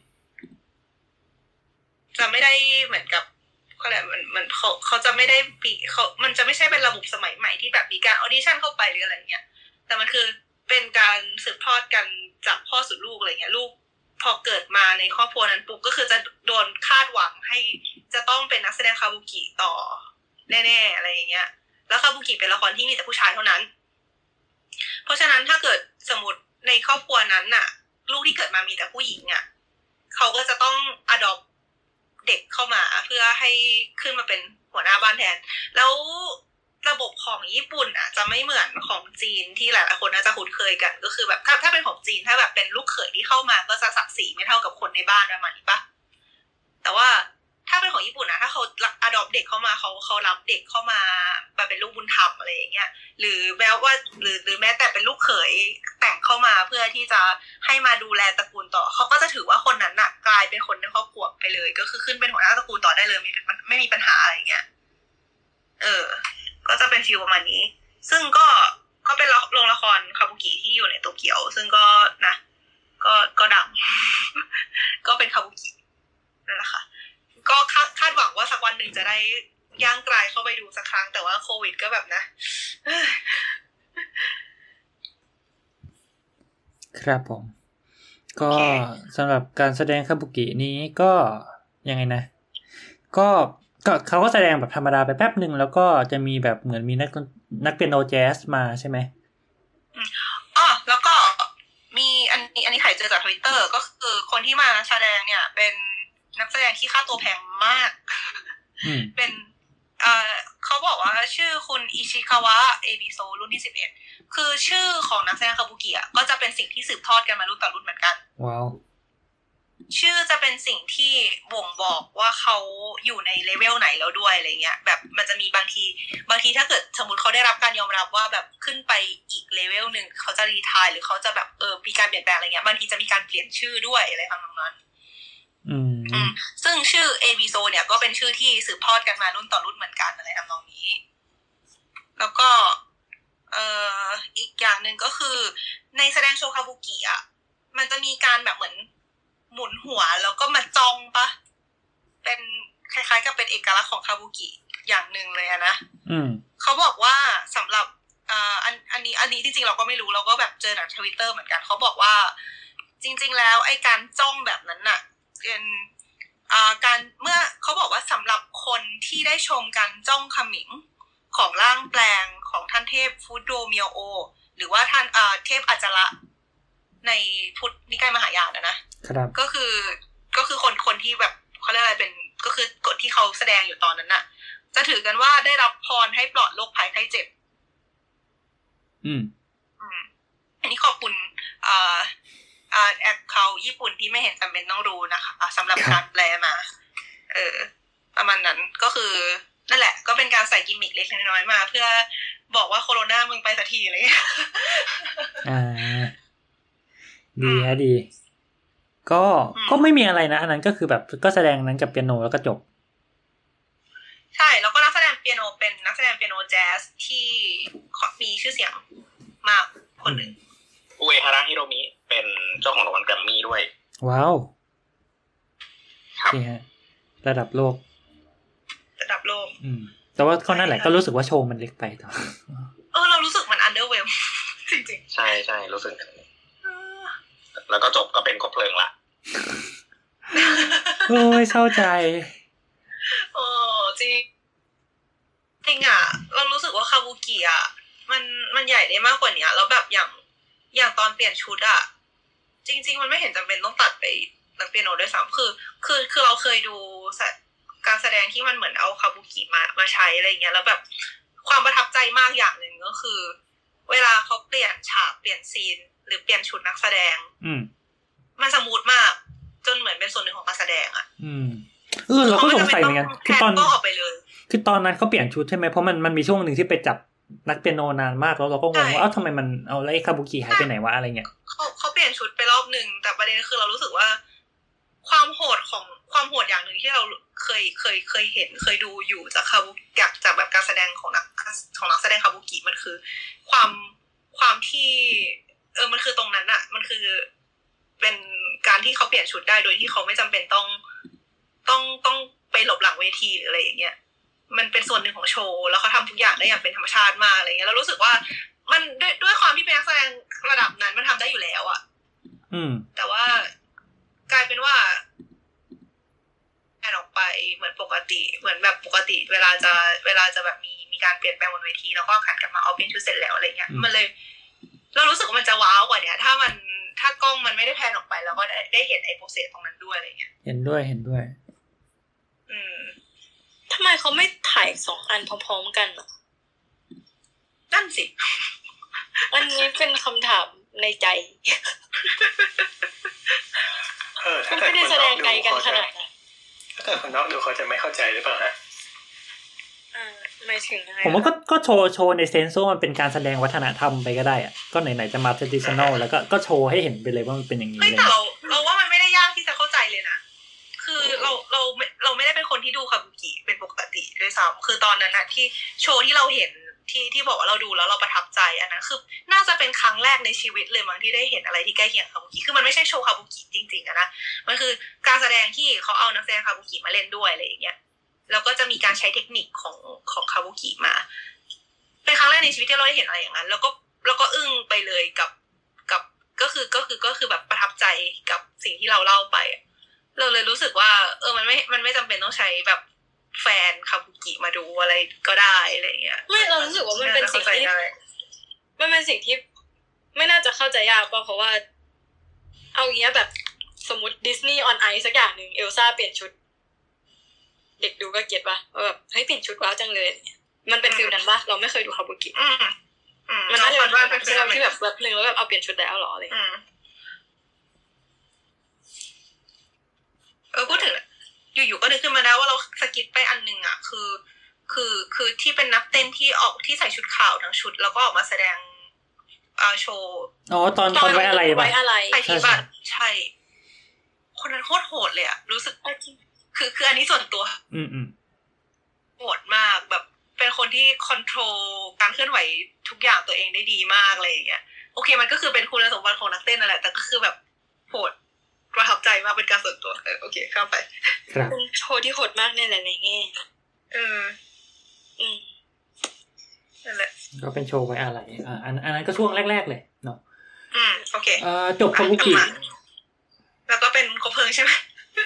จะไม่ได้เหมือนกับอะไรมันเขาจะไม่ได้มันจะไม่ใช่เป็นระบบสมัยใหม่ที่แบบมีการออดิชั่นเข้าไปหรืออะไรเงี้ยแต่มันคือเป็นการสืบทอดกันจากพ่อสู่ลูกอะไรเงี้ยลูกพอเกิดมาในครอบครัวนั้นปุ๊บก็คือจะโดนคาดหวังให้จะต้องเป็นนักแสดงคาบุกิต่อแน่ๆอะไรอย่างเงี้ยแล้วคาบุกิเป็นละครที่มีแต่ผู้ชายเท่านั้นเพราะฉะนั้นถ้าเกิดสมมติในครอบครัวนั้นน่ะลูกที่เกิดมามีแต่ผู้หญิงอ่ะเขาก็จะต้องadoptเด็กเข้ามาเพื่อให้ขึ้นมาเป็นหัวหน้าบ้านแทนแล้วระบบของญี่ปุ่นอ่ะจะไม่เหมือนของจีนที่หลายๆคนน่าจะคุ้นเคยกันก็คือแบบถ้าเป็นของจีนถ้าแบบเป็นลูกเขยที่เข้ามาก็จะศักดิ์ศรีไม่เท่ากับคนในบ้านประมาณนี้ปะแต่ว่าถ้าเป็นของญี่ปุ่นนะถ้าเขาadoptเด็กเข้ามาเขารับเด็กเข้ามาเป็นลูกบุญธรรมอะไรอย่างเงี้ยหรือแม้ว่าหรือแม้แต่เป็นลูกเขยแต่งเข้ามาเพื่อที่จะให้มาดูแลตระกูลต่อเขาก็จะถือว่าคนนั้นน่ะกลายเป็นคนในครอบครัวไปเลยก็คือขึ้นเป็นหัวหน้าตระกูลต่อได้เลยไม่มีปัญหาอะไรอย่างเงี้ยก็จะเป็นฟีลประมาณนี้ซึ่งก็เป็นโรงละครคาบุกิที่อยู่ในโตเกียวซึ่งก็นะก็ดัง ก็เป็นคาบุกินั่นแหละค่ะก็คาดหวังว่าสักวันหนึ่งจะได้ย่างกลายเข้าไปดูสักครั้งแต่ว่าโควิดก็แบบนะครับผมก็สำหรับการแสดงคาบุกินี้ก็ยังไงนะก็เขาก็แสดงแบบธรรมดาไปแป๊บนึงแล้วก็จะมีแบบเหมือนมีนักเปียโนแจ๊สมาใช่ไหมแล้วก็มีอันนี้ไขเจอจาก Twitter ก็คือคนที่มาแสดงเนี่ยเป็นนักแสดงที่ค่าตัวแพงมากเป็นเขาบอกว่าชื่อคุณอิชิคาวะเอบิโซรุ่นที่11คือชื่อของนักแสดงคาบุกิก็จะเป็นสิ่งที่สืบทอดกันมารุ่นต่อรุ่นเหมือนกันว้าวชื่อจะเป็นสิ่งที่บ่งบอกว่าเขาอยู่ในเลเวลไหนแล้วด้วยอะไรเงี้ยแบบมันจะมีบางทีถ้าเกิดสมมติเขาได้รับการยอมรับว่าแบบขึ้นไปอีกเลเวลนึงเขาจะรีไทร์หรือเขาจะแบบมีการเปลี่ยนแปลงอะไรเงี้ยบางทีจะมีการเปลี่ยนชื่อด้วยอะไรทำนองนั้นซึ่งชื่อเอบิโซเนี่ยก็เป็นชื่อที่สืบทอดกันมารุ่นต่อรุ่นเหมือนกันอะไรทำนองนี้แล้วก็อีกอย่างนึงก็คือในแสดงโชว์คาบุกิอ่ะมันจะมีการแบบเหมือนหมุนหัวแล้วก็มาจ้องปะเป็นคล้ายๆกับเป็นเอกลักษณ์ของคาบุกิอย่างนึงเลยนะเขาบอกว่าสำหรับอันนี้จริงๆเราก็ไม่รู้เราก็แบบเจอใน Twitter เหมือนกันเขาบอกว่าจริงๆแล้วไอ้การจ้องแบบนั้นน่ะเป็นการเมื่อเขาบอกว่าสำหรับคนที่ได้ชมการจ้องขมิงของร่างแปลงของท่านเทพฟุโดเมียวโอหรือว่าท่านเทพอัจฉระในพุทธนิกายมหายานนะครับก็คือคนที่แบบเขาเรียกอะไรเป็นก็คือกฎที่เขาแสดงอยู่ตอนนั้นน่ะจะถือกันว่าได้รับพรให้ปลอดโรคภัยไข้เจ็บอันนี้ขอบคุณแอคเคาท์ญี่ปุ่นที่ไม่เห็นจำเป็นต้องรู้นะคะสำหรับการแปลมาประมาณนั้นก็คือนั่นแหละก็เป็นการใส่กิมมิคเล็กน้อยๆมาเพื่อบอกว่าโคโรนามึงไปสักทีอะไรอย่างเงี้ยดีฮะดีก็ไม่มีอะไรนะอันนั้นก็คือแบบก็แสดงนั้นกับเปียโนแล้วก็จบใช่แล้วก็นักแสดงเปียโนเป็นนักแสดงเปียโนแจ๊สที่มีชื่อเสียงมากคนหนึ่งอุเอฮาระฮิโรมิเป็นเจ้าของรางวัลแกรมมี่ด้วยว้าวนี่ฮะระดับโลกแต่ว่าก็นั่นแหละก็รู้สึกว่าโชว์มันเล็กไปต่อเรารู้สึกมันอันเดอร์เวลจริงๆใช่ๆรู้สึกแล้วก็จบก็เป็นครบเพลิงละโอ้ยเศร้าใจจริงจริงอ่ะเรารู้สึกว่าคาบุกิอ่ะมันใหญ่ได้มากกว่านี้แล้วแบบอย่างตอนเปลี่ยนชุดอ่ะจริงๆมันไม่เห็นจำเป็นต้องตัดไปนักเปียโนด้วยซ้ำคือเราเคยดูการแสดงที่มันเหมือนเอาคาบุกิมาใช้อะไรเงี้ยแล้วแบบความประทับใจมากอย่างหนึ่งก็คือเวลาเขาเปลี่ยนฉากเปลี่ยนซีนหรือเปลี่ยนชุดนักแสดงมันสมูทมากจนเหมือนเป็นส่วนหนึ่งของการแสดงอ่ะเราก็สงสัยเหมือนกันคือตอนก็ออกไปเลยคือตอนนั้นเขาเปลี่ยนชุดใช่ไหมเพราะมันมีช่วงนึงที่ไปจับนักเปียโนนานมากแล้วเราก็งงว่าทำไมมันเอาไอ้คาบุกิหายไปไหนวะอะไรเงี้ยเขาเปลี่ยนชุดไปรอบนึงแต่ประเด็นคือเรารู้สึกว่าความโหดอย่างนึงที่เราเคยเห็นเคยดูอยู่จากคาบุจากแบบการแสดงของนักแสดงคาบุกิมันคือความที่มันคือตรงนั้นอะมันคือเป็นการที่เขาเปลี่ยนชุดได้โดยที่เขาไม่จำเป็นต้องไปหลบหลังเวทีหรืออะไรอย่างเงี้ยมันเป็นส่วนหนึ่งของโชว์แล้วเขาทำทุกอย่างได้อย่างเป็นธรรมชาติมากอะไรเงี้ยแล้วรู้สึกว่ามันด้วยความที่เป็นนักแสดงระดับนั้นมันทำได้อยู่แล้วอะแต่ว่ากลายเป็นว่าแอนออกไปเหมือนปกติเหมือนแบบปกติเวลาจะแบบมีการเปลี่ยนแปลงบนเวทีแล้วก็ขันกลับมาเอาเปลี่ยนชุดเสร็จแล้วอะไรเงี้ยมันเลยเรารู้สึกว่ามันจะว้าวกว่าเนี้ยถ้ากล้องมันไม่ได้แพนออกไปแล้วก็ได้เห็นไอ้โปรเซสตรงนั้นด้วยอะไรเงี้ยเห็นด้วยทำไมเขาไม่ถ่าย2อันพร้อมๆกันอ่ะนั่นสิอันนี้เป็นคำถามในใจถ้าเกิดไม่ได้แสดงไกลกันขนาดนั้นถ้าเกิดคนนอกดูเขาจะไม่เข้าใจหรือเปล่าฮะไม่ถึงไงผมว่าก็โชว์ในเซนส์ว่ามันเป็นการแสดงวัฒนธรรมไปก็ได้อะก็ไหนๆจะมา traditional แล้วก็โชว์ให้เห็นไปเลยว่ามันเป็นอย่างนี้เลยแต่เราว่ามันไม่ได้ยากที่จะเข้าใจเลยนะคือเราไม่ได้เป็นคนที่ดูคาบุกิเป็นปกติด้วยซ้ำคือตอนนั้นนะที่โชว์ที่เราเห็นที่บอกว่าเราดูแล้วเราประทับใจอันนั้นคือน่าจะเป็นครั้งแรกในชีวิตเลยมั้งที่ได้เห็นอะไรที่ใกล้เคียงคาบุกิคือมันไม่ใช่โชว์คาบุกิจริงๆนะมันคือการแสดงที่เขาเอานักแสดงคาบุกิมาเล่นด้วยอะไรอย่างเงี้ยแล้วก็จะมีการใช้เทคนิคของคาบุกิมาเป็นครั้งแรกในชีวิตที่เราได้เห็นอะไรอย่างนั้นแล้วก็อึ้งไปเลยกับก็คือแบบประทับใจกับสิ่งที่เราเล่าไปเราเลยรู้สึกว่ามันไม่จำเป็นต้องใช้แบบแฟนคาบุกิมาดูอะไรก็ได้อะไรเงี้ยไม่เรารู้สึกว่ามันเป็นสิ่งที่ไม่น่าจะเข้าใจยากเพราะว่าเอาอย่างเงี้ยแบบสมมุติดิสนีย์ออนไอซ์สักอย่างนึงเอลซ่าเปลี่ยนชุดเด็กดูก็เก็ทป่ะว่าแบบเฮ้ยเปลี่ยนชุดว้าวจังเลยมันเป็นฟีลนั้นป่ะเราไม่เคยดูคาบุกิมันน่าจะเป็นฟีลที่แบบแบบนึงแล้วแบบเอาเปลี่ยนชุดแล้วหรออะไรพูดถึงอยู่ๆก็นึกขึ้นมาได้ว่าเราสกิปไปอันนึงอ่ะคือที่เป็นนักเต้นที่ใส่ชุดขาวทั้งชุดแล้วก็ออกมาแสดงโชว์ตอนไว้อะไรป่ะใส่ที่บัตรใช่คนนั้นโคตรโหดเลยอ่ะรู้สึกคืออันนี้ส่วนตัวโหดมากแบบเป็นคนที่คอนโทรลการเคลื่อนไหวทุกอย่างตัวเองได้ดีมากอะไรอย่างเงี้ยโอเคมันก็คือเป็นคุณสมบัติของนักเต้นนั่นแหละแต่ก็คือแบบโหดประทับใจมากเป็นการส่วนตัวโอเคข้ามไปเป็นโชว์ที่โหดมากในหลายๆแง่นั่นแหละก็เป็นโชว์ไว้อะไรอันนั้นก็ช่วงแรกๆเลยเนาะโอเคจบคาบุกิแล้วก็เป็นคบเพลิงใช่ไหม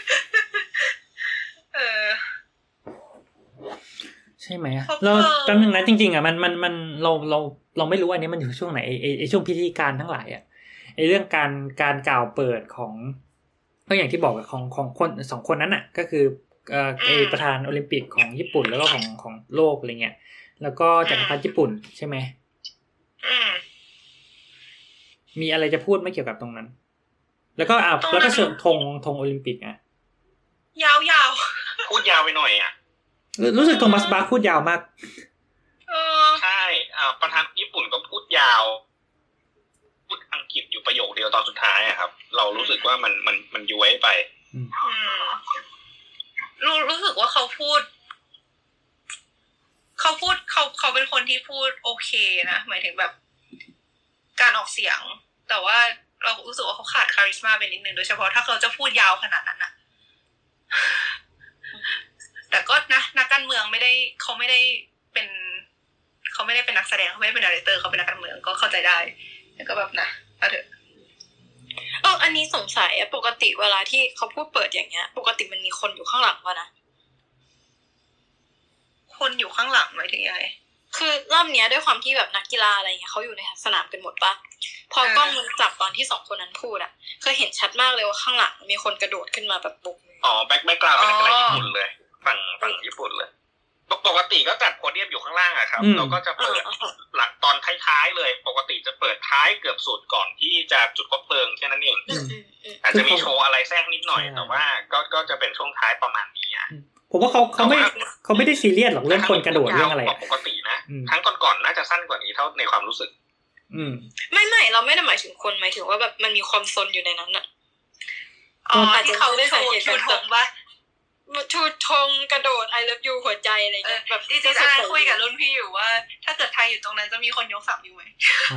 ใช่ไหมเราแป๊บนึงนะจริงๆอ่ะมันเราไม่รู้อันนี้มันอยู่ช่วงไหนไอ้ช่วงพิธีการทั้งหลายอ่ะไอ้เรื่องการกล่าวเปิดของก็อย่างที่บอกของคน2คนนั้นน่ะก็คือประธานโอลิมปิกของญี่ปุ่นแล้วก็ของโลกอะไรเงี้ยแล้วก็จักรพรรดิญี่ปุ่นใช่ไหมมีอะไรจะพูดไม่เกี่ยวกับตรงนั้นแล้วก็เชิญธงโอลิมปิกอ่ะยาวพูดยาวไปหน่อยอ่ะรู้สึกโทมัสบาร์พูดยาวมากใช่ประธานญี่ปุ่นก็พูดยาวพูดอังกฤษอยู่ประโยคเดียวตอนสุดท้ายอะครับเรารู้สึกว่ามันย้วยไปรู้สึกว่าเขาเป็นคนที่พูดโอเคนะหมายถึงแบบการออกเสียงแต่ว่าเรารู้สึกว่าเขาขาดคาริสมาไปนิดนึงโดยเฉพาะถ้าเขาจะพูดยาวขนาดนั้นนะแต่ก็นะนักการเมืองเขาไม่ได้เป็นนักแสดงเขาไม่ได้เป็นดีเรคเตอร์เขาเป็นนักการเมืองก็เข้าใจได้แล้วก็แบบนะเอาเถอะอันนี้สงสัยปกติเวลาที่เขาพูดเปิดอย่างเงี้ยปกติมันมีคนอยู่ข้างหลังป่ะนะคนอยู่ข้างหลังหมายถึงยังไงคือรอบเนี้ยด้วยความที่แบบนักกีฬาอะไรเงี้ยเขาอยู่ในสนามกันหมดป่ะพอกล้องมันจับตอนที่2คนนั้นพูดเคยเห็นชัดมากเลยว่าข้างหลังมีคนกระโดดขึ้นมาแบบบุกแบ็คกราวด์เป็นนักกีฬาญี่ปุ่นเลยฝั่งญี่ปุ่นเลยปกติก็จัดโพเดียมอยู่ข้างล่างอะครับเราก็จะเปิดหลังตอนท้ายๆเลยปกติจะเปิดท้ายเกือบสุดก่อนที่จะจุดคบเพลิงแค่นั้นเองอาจจะมีโชว์อะไรแทรกนิดหน่อยแต่ว่าก็จะเป็นช่วงท้ายประมาณนี้ผมว่าเขาไม่ได้ซีเรียสหรอกเรื่องคนกระโดดเรื่องอะไรปกตินะทั้งก่อนๆน่าจะสั้นกว่านี้เท่าในความรู้สึกไม่เราไม่ได้หมายถึงคนหมายถึงว่าแบบมันมีความซนอยู่ในนั้นน่ะที่เขาได้สังเกตกันถูกป่ะชูธงกระโดด I love you หัวใจอะไรเงี้ยแบบที่จะคุยกับรุ่นพี่อยู่ว่าถ้าเกิดไทยอยู่ตรงนั้นจะมีคนยก3อยู่ไหม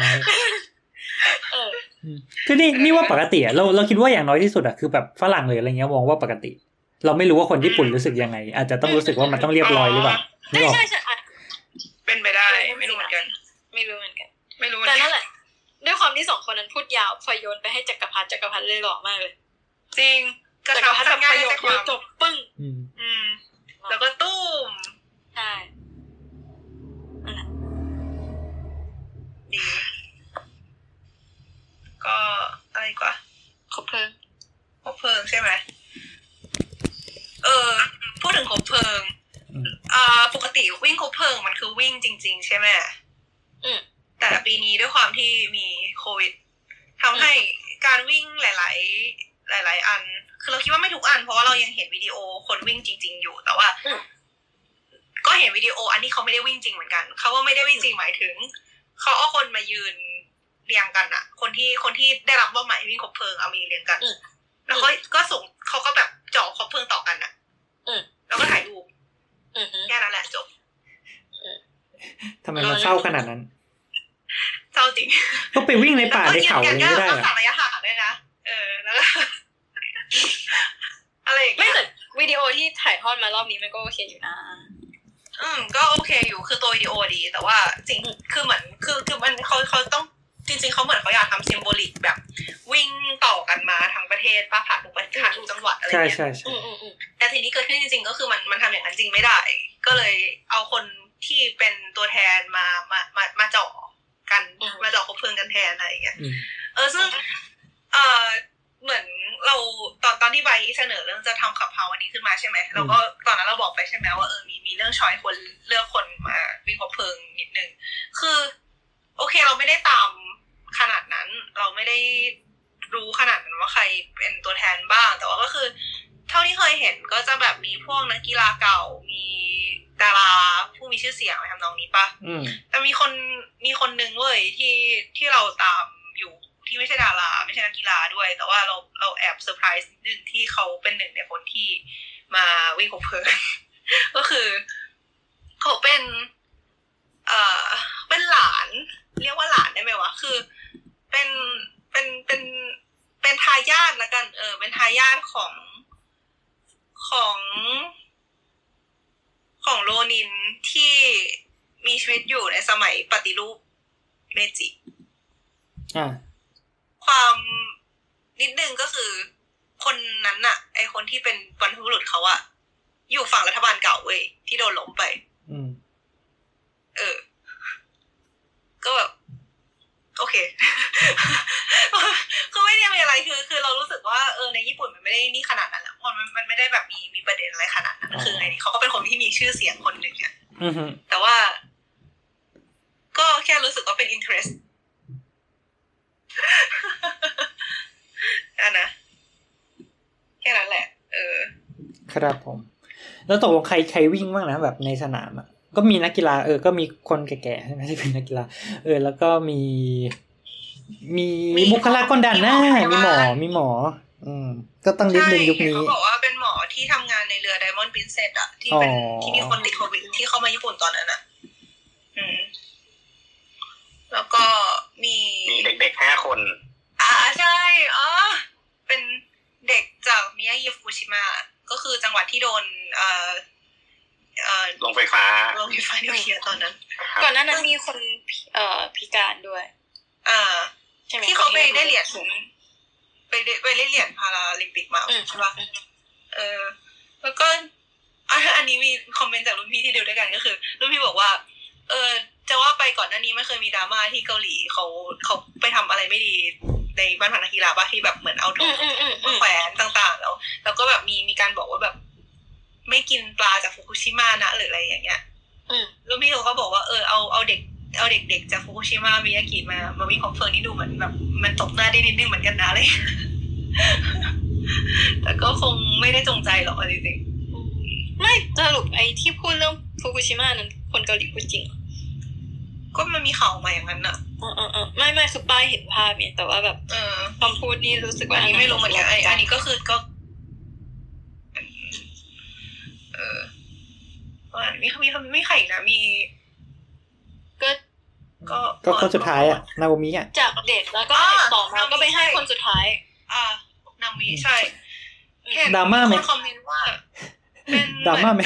คือนี่ว่าปกติอ่ะเราคิดว่าอย่างน้อยที่สุดอ่ะคือแบบฝรั่งเลยอะไรเงี้ยมองว่าปกติเราไม่รู้ว่าคนญี่ปุ่นรู้สึกยังไงอาจจะต้องรู้สึกว่ามันต้องเรียบร้อยหรือเปล่าใช่เป็นไปได้ไม่รู้เหมือนกันแต่นั่นแหละด้วยความที่2คนนั้นพูดยาวพอโยนไปให้จักรพรรดิเลยหล่อมากเลยจริงจักรพรรดิประโยคเดียวจบปึ้งแล้วก็ตุ้มใช่ดีก็อะไรกว่าคบเพลิงใช่ไหมพูดถึงคบเพลิงปกติวิ่งคบเพลิงมันคือวิ่งจริงๆใช่ไหมแต่ปีนี้ด้วยความที่มีโควิดทำให้การวิ่งหลายอันคือเราคิดว่าไม่ทุกอันเพราะว่าเรายังเห็นวิดีโอคนวิ่งจริงๆอยู่แต่ว่าก็เห็นวิดีโออันที่เขาไม่ได้วิ่งจริงเหมือนกันเขาว่าไม่ได้วิ่งจริงหมายถึงเขาเอาคนมายืนเรียงกันอะคนที่ได้รับมอบหมายวิ่งคบเพลิงเอามีเรียงกันแล้วก็ส่งเขาก็แบบจ่อคบเพลิงต่อกันอะแล้วก็ถ่ายรูปแค่นั้นแหละจบทำไมมันเศร้าขนาดนั้นเศร้าจริงก็ไปวิ่งในป่าในเขาอย่างนี้ได้ต้องสั่งระยะห่างด้วยนะแล้วก็อะไรอย่างเงี้ยไม่แต่วิดีโอที่ถ่ายทอดมารอบนี้มันก็โอเคอยู่นะก็โอเคอยู่คือตัววิดีโอดีแต่ว่าจริงคือเหมือนคือมันเขาต้องจริงๆเขาเหมือนเขาอยากทำซิมโบลิกแบบวิ่งต่อกันมาทั้งประเทศป้าผ่านทุกจังหวัดอะไรเงี้ยใช่แต่ทีนี้เกิดขึ้นจริงๆก็คือมันทำอย่างนั้นจริงไม่ได้ก็เลยเอาคนที่เป็นตัวแทนมาเจาะกันมาเจาะคบเพลิงกันแทนอะไรอย่างเงี้ยซึ่งเหมือนเราตอนที่ใบเสนอเรื่องจะทำขับเฮาวันนี้ขึ้นมาใช่ไหมเราก็ตอนนั้นเราบอกไปใช่ไหมว่ามีเรื่องช้อยคนเลือกคนมาวิ่งคบเพลิงนิดนึงคือโอเคเราไม่ได้ตามขนาดนั้นเราไม่ได้รู้ขนาดนั้นว่าใครเป็นตัวแทนบ้างแต่ว่าก็คือเท่าที่เคยเห็นก็จะแบบมีพวกนักกีฬาเก่ามีดาราผู้มีชื่อเสียงอะไรทำนองนี้ป่ะแต่มีคนนึงเว้ยที่เราตามอยู่ที่ไม่ใช่ดาราไม่ใช่นักกีฬาด้วยแต่ว่าเราแอบเซอร์ไพรส์นึงที่เขาเป็นหนึ่งในคนที่มาวิ่งคบเพลิง ก็คือเขาเป็นหลานเรียกว่าหลานได้ไหมวะคือเป็นทายาทละกันเป็นทายาทของโรนินที่มีชีวิตอยู่ในสมัยปฏิรูปเมจิความนิดนึงก็คือคนนั้นน่ะไอคนที่เป็นบรรพบุรุษเขาอะอยู่ฝั่งรัฐบาลเก่าเว้ยที่โดนล้มไปก็แบบโอเค คือไม่ได้มีอะไรคือเรารู้สึกว่าในญี่ปุ่นมันไม่ได้นี่ขนาดนั้นแหละมันไม่ได้แบบมีประเด็นอะไรขนาดนั้นคือไงนี่เขาก็เป็นคนที่มีชื่อเสียงคนหนึ่งเนี่ยแต่ว่าก็แค่รู้สึกว่าเป็น interest นะแค่นั้นแหละครับผมแล้วตกลงใครวิ่งบ้างนะแบบในสนามอ่ะก็มีนักกีฬาก็มีคนแก่ๆใช่ไหมที่เป็นนักกีฬาแล้วก็มีบุคลากรด่านหน้ามีหมอก็ต้องนิดนึงยุคนี้เขาบอกว่าเป็นหมอที่ทำงานในเรือ Diamond Princess อ่ะที่เป็นที่มีคนติดโควิดที่เข้ามาญี่ปุ่นตอนนั้นอ่ะแล้วก็มีเด็กๆ5คนใช่เป็นเด็กจากมิยากิฟุกุชิมะก็คือจังหวัดที่โดนโรงไฟฟ้านิวเคลียร์ตอนนั้นก่อนหน้านั้นมีคนพิการด้วยที่เขาไปได้เหรียญไปได้เหรียญพาราลิมปิกมาใช่ป่ะแล้วก็อันนี้มีคอมเมนต์จากรุ่นพี่ที่ดูด้วยกันก็คือรุ่นพี่บอกว่าจะว่าไปก่อนหน้านี้ไม่เคยมีดราม่าที่เกาหลีเขาไปทำอะไรไม่ดีในบ้านพักนักกีฬาป่ะที่แบบเหมือนเอาธงมาแขวนต่างๆแล้วก็แบบมีการบอกว่าแบบไม่กินปลาจากฟุกุชิมะนะหรืออะไรอย่างเงี้ยแล้วพี่เขาก็บอกว่าเอาเด็กจากฟุกุชิมะมิยากิมาวิ่งของเฟิร์นนี่ดูเหมือนแบบมันตกหน้าได้นิดนึงเหมือนกันนะเลย แต่ก็คงไม่ได้จงใจหรอกจริงๆไม่สรุปไอ้ที่พูดเรื่องฟุกุชิมะนั้นคนเกาหลีพูดจริงก็มันมีข่าวมาอย่างนั้นน่ะไม่คือป้ายเห็นภาพเนี่ยแต่ว่าแบบคำพูดนี่รู้สึกว่าอันนี้ไม่รู้เหมือนกันอันนี้ก็คือก็ไม่ใครนะมีก็คนสุดท้ายอะนาโอมิอะจากเด็กแล้วก็ต่อมาก็ไปให้คนสุดท้ายนาโอมิใช่ดราม่าไหมคอมเมนต์ว่าเป็นดราม่าไหม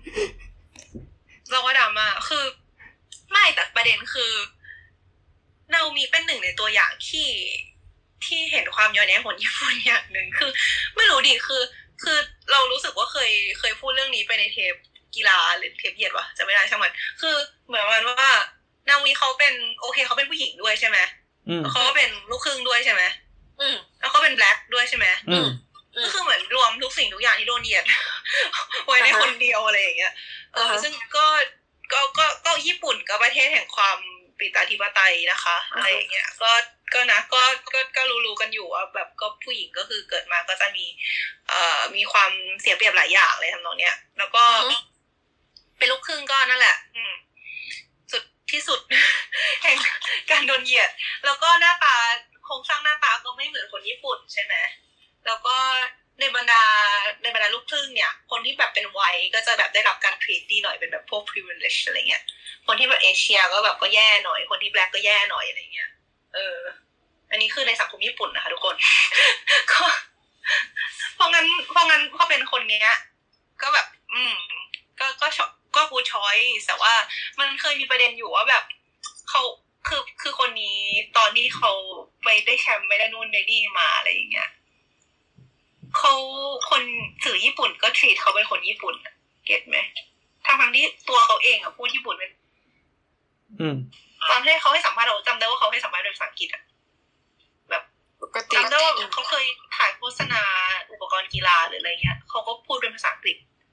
เราว่าดราม่าคือไม่แต่ประเด็นคือนาโอมิเป็นหนึ่งในตัวอย่างที่เห็นความย้อนแย้งของญี่ปุ่นอย่างหนึ่งคือไม่รู้ดิคือเรารู้สึกว่าเคยพูดเรื่องนี้ไปในเทปกีฬาหรือเทปเหยียดวะจะไม่ได้ช่างมันคือเหมือนว่านาโอมิเขาเป็นโอเคเขาเป็นผู้หญิงด้วยใช่ไหมเขาก็เป็นลูกครึ่งด้วยใช่ไหมแล้วเขาเป็นแบล็คด้วยใช่ไหมก็คือเหมือนรวมทุกสิ่งทุกอย่างที่โดนเหยียดไว้ในคนเดียวอะไรอย่างเงี้ยซึ่งก็ญี่ปุ่นก็ประเทศแห่งความปฏิธิปไตยนะคะอะไรอย่างเงี้ยก็นะก็รู้กันอยู่ว่าแบบก็ผู้หญิงก็คือเกิดมาก็จะมีความเสียเปรียบหลายอย่างเลยทำนองเนี้ยแล้วก็เป็นลูกครึ่งก็นั่นแหละสุดที่สุดแห่งการโดนเหยียดแล้วก็หน้าตาโครงสร้างหน้าตาก็ไม่เหมือนคนญี่ปุ่นใช่ไหมแล้วก็ในบรรดาลูกครึ่งเนี่ยคนที่แบบเป็นไวท์ก็จะแบบได้รับการทรีตดีหน่อยเป็นแบบพวก privilege อะไรเงี้ยคนที่แบบเอเชียก็แบบก็แย่หน่อยคนที่แบล็คก็แย่หน่อยอะไรเงี้ยอันนี้คือในสังคมญี่ปุ่นนะคะทุกคนก็เพราะงั้นพอเป็นคนเนี้ยก็แบบก็กูช้อยแต่ว่ามันเคยมีประเด็นอยู่ว่าแบบเขาคือคนนี้ตอนที่เขาไปได้แชมป์ไม่ได้นู่นได้นี่มาอะไรอย่างเงี้ยเขาคนสื่อญี่ปุ่นก็ทรีตเขาเป็นคนญี่ปุ่นเก็ทไหมทั้งที่ตัวเขาเองพูดญี่ปุ่นเป็นตอนที่เขาให้สัมภาษณ์เราจำได้ว่าเขาให้สัมภาษณ์เป็นภาษาอังกฤษแบบจำได้ว่าเขาเคยถ่ายโฆษณาอุปกรณ์กีฬาหรืออะไรเงี้ยเขาก็พูดเป็นภาษาอังกฤษ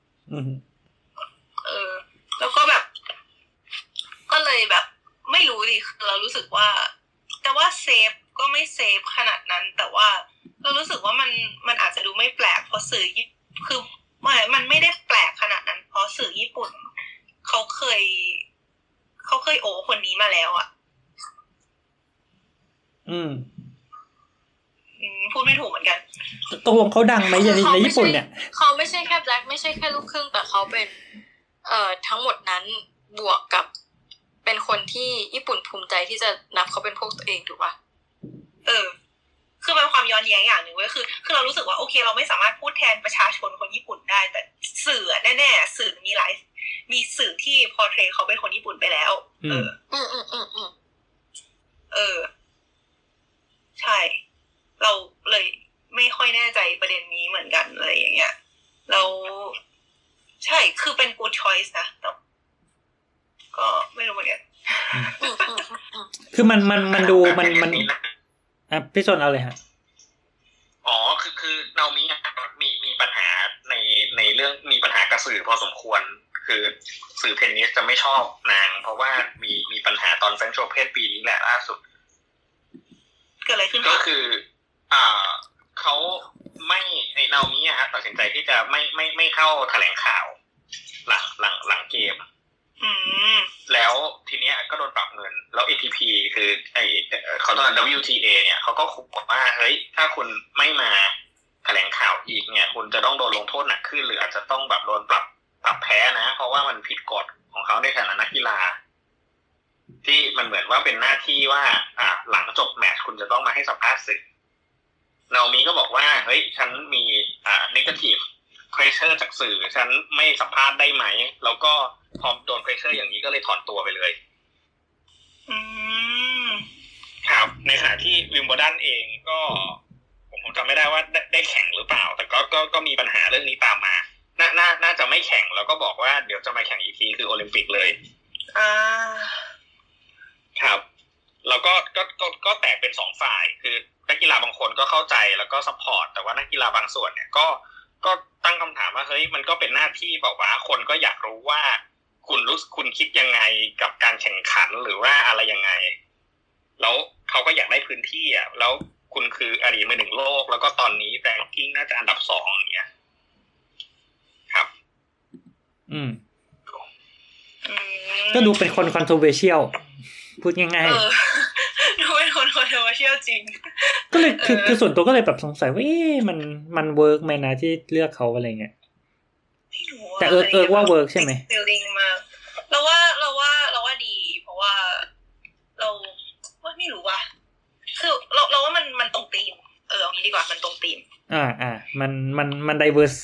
แล้วก็แบบก็เลยแบบไม่รู้ดิเรารู้สึกว่าแต่ว่าเซฟก็ไม่เซฟขนาดนั้นแต่ว่าเรารู้สึกว่ามันอาจจะดูไม่แปลกเพราะสื่อคือมันไม่ได้แปลกขนาดนั้นเพราะสื่อญี่ปุ่นเขาเคยโอ้คนนี้มาแล้วพูดไม่ถูกเหมือนกันตกลงเขาดังไหมในญี่ปุ่นเนี่ยเขาไม่ใช่แค่แบล็คไม่ใช่แค่ลูกครึ่งแต่เขาเป็นทั้งหมดนั้นบวกกับเป็นคนที่ญี่ปุ่นภูมิใจที่จะนับเขาเป็นพวกตัวเองถูกป่ะคือเป็นความย้อนแย้งอย่างหนึ่งเว้ยคือเรารู้สึกว่าโอเคเราไม่สามารถพูดแทนประชาชนคนญี่ปุ่นได้แต่สื่อแน่ๆสื่อมีสื่อที่พอร์เทรตเขาเป็นคนญี่ปุ่นไปแล้วใช่เราเลยไม่ค่อยแน่ใจประเด็นนี้เหมือนกันอะไรอย่างเงี้ยเราใช่คือเป็น good choice นะแต่ก็ไม่รู้เหมือนกันคือมันดูมันพี่ชนเอาเลยฮะคือเรามีปัญหาในเรื่องมีปัญหากับสื่อพอสมควรคือสื่อเทนนิสจะไม่ชอบนางเพราะว่ามีปัญหาตอนเฟรนช์โอเพ่นปีนี้แหละล่าสุดเกิดอะไรขึ้นก็คือเขาไม่ในเรานี้ฮะตัดสินใจที่จะไม่เข้าแถลงข่าวหลังเกมแล้วทีเนี้ยก็โดนปรับเงินแล้ว ATP คือเขาตอน WTA เนี่ยเขาก็คุกบอกว่าเฮ้ยถ้าคุณไม่มาแถลงข่าวอีกเนี่ยคุณจะต้องโดนลงโทษหนักขึ้นหรืออาจจะต้องแบบโดนปรับแพ้นะเพราะว่ามันผิดกฎของเขาในฐานะนักกีฬาที่มันเหมือนว่าเป็นหน้าที่ว่าหลังจบแมตช์คุณจะต้องมาให้สัมภาษณ์สื่อนาโอมิก็บอกว่าเฮ้ยฉันมีnegative pressure จากสื่อฉันไม่สัมภาษณ์ได้ไหมแล้วก็พอโดน pressure อย่างนี้ก็เลยถอนตัวไปเลยครับในขณะที่วิมเบิลดันเองก็ผมจำไม่ได้ว่าได้แข่งหรือเปล่าแต่ก็มีปัญหาเรื่องนี้ตามมาน่าจะไม่แข่งแล้วก็บอกว่าเดี๋ยวจะมาแข่งอีกทีคือโอลิมปิกเลยครับแล้วก็แตกเป็น2ฝ่ายคือนักกีฬาบางคนก็เข้าใจแล้วก็ซัพพอร์ตแต่ว่านักกีฬาบางส่วนเนี่ยก็ก็ตั้งคำถามว่าเฮ้ยมันก็เป็นหน้าที่บอกว่าคนก็อยากรู้ว่าคุณคิดยังไงกับการแข่งขันหรือว่าอะไรยังไงแล้วเขาก็อยากได้พื้นที่อ่ะแล้วคุณคืออดีตมือหนึ่งโลกแล้วก็ตอนนี้แรงกิ้งน่าจะอันดับ2อย่างเงี้ยครับก็ดูเป็นคน controversial พูดง่ายๆดูเป็นคน controversial จริงก็เลยคือส่วนตัวก็เลยแบบสงสัยว่ามันเวิร์กไหมนะที่เลือกเขาอะไรเงี้ยแต่ว่าเวิร์กใช่ไหม feeling มากเราว่าดีเพราะว่าเราว่าไม่รู้ว่ะคือเราว่ามันตรงธีมเอางี้ดีกว่ามันตรงธีมมัน diverse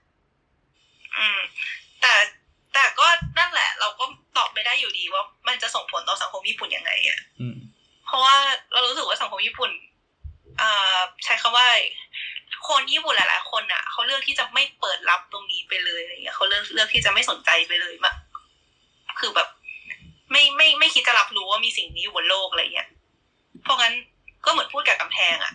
แต่ก็นั่นแหละเราก็ตอบไม่ได้อยู่ดีว่ามันจะส่งผลต่อสังคมญี่ปุ่นยังไงอ่ะเพราะว่าเรารู้สึกว่าสังคมญี่ปุ่นใช้คำว่าคนญี่ปุ่นหลายๆคนอ่ะเขาเลือกที่จะไม่เปิดรับตรงนี้ไปเลยอะไรเงี้ยเขาเลือกที่จะไม่สนใจไปเลยมากคือแบบไม่คิดจะรับรู้ว่ามีสิ่งนี้อยู่บนโลกอะไรเงี้ยเพราะงั้นก็เหมือนพูดกับกำแพงอ่ะ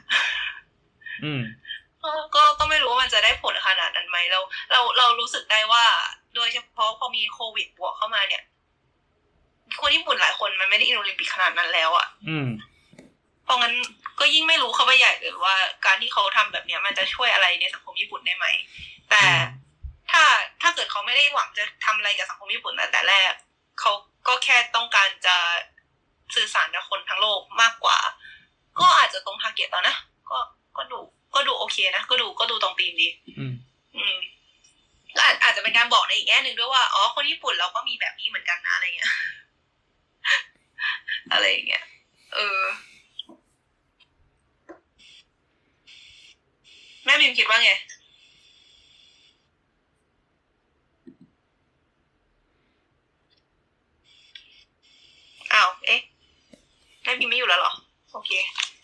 ก็ไม่รู้ว่ามันจะได้ผลขนาดนั้นไหมเรารู้สึกได้ว่าโดยเฉพาะพอมีโควิดบวกเข้ามาเนี่ยคนญี่ปุ่นหลายคนมันไม่ได้อินโอลิมปิกขนาดนั้นแล้วอ่ะเพราะงั้นก็ยิ่งไม่รู้เขาไปใหญ่เลยว่าการที่เขาทำแบบเนี้ยมันจะช่วยอะไรในสังคมญี่ปุ่นได้ไหมแต่ถ้าเกิดเขาไม่ได้หวังจะทำอะไรกับสังคมญี่ปุ่นตั้งแต่แรกเขาก็แค่ต้องการจะสื่อสารกับคนทั้งโลกมากกว่าก็อาจจะตรงทาร์เก็ตแล้วนะก็ดูโอเคนะก็ดูตรงธีมดีก็อาจจะเป็นการบอกในอีกแง่นึงด้วยว่าคนญี่ปุ่นเราก็มีแบบนี้เหมือนกันนะอะไรเงี้ยอะไรอย่างเงี้ยแม่มิมคิดว่าไงแม่มิมไม่อยู่แล้วเหรอโอเค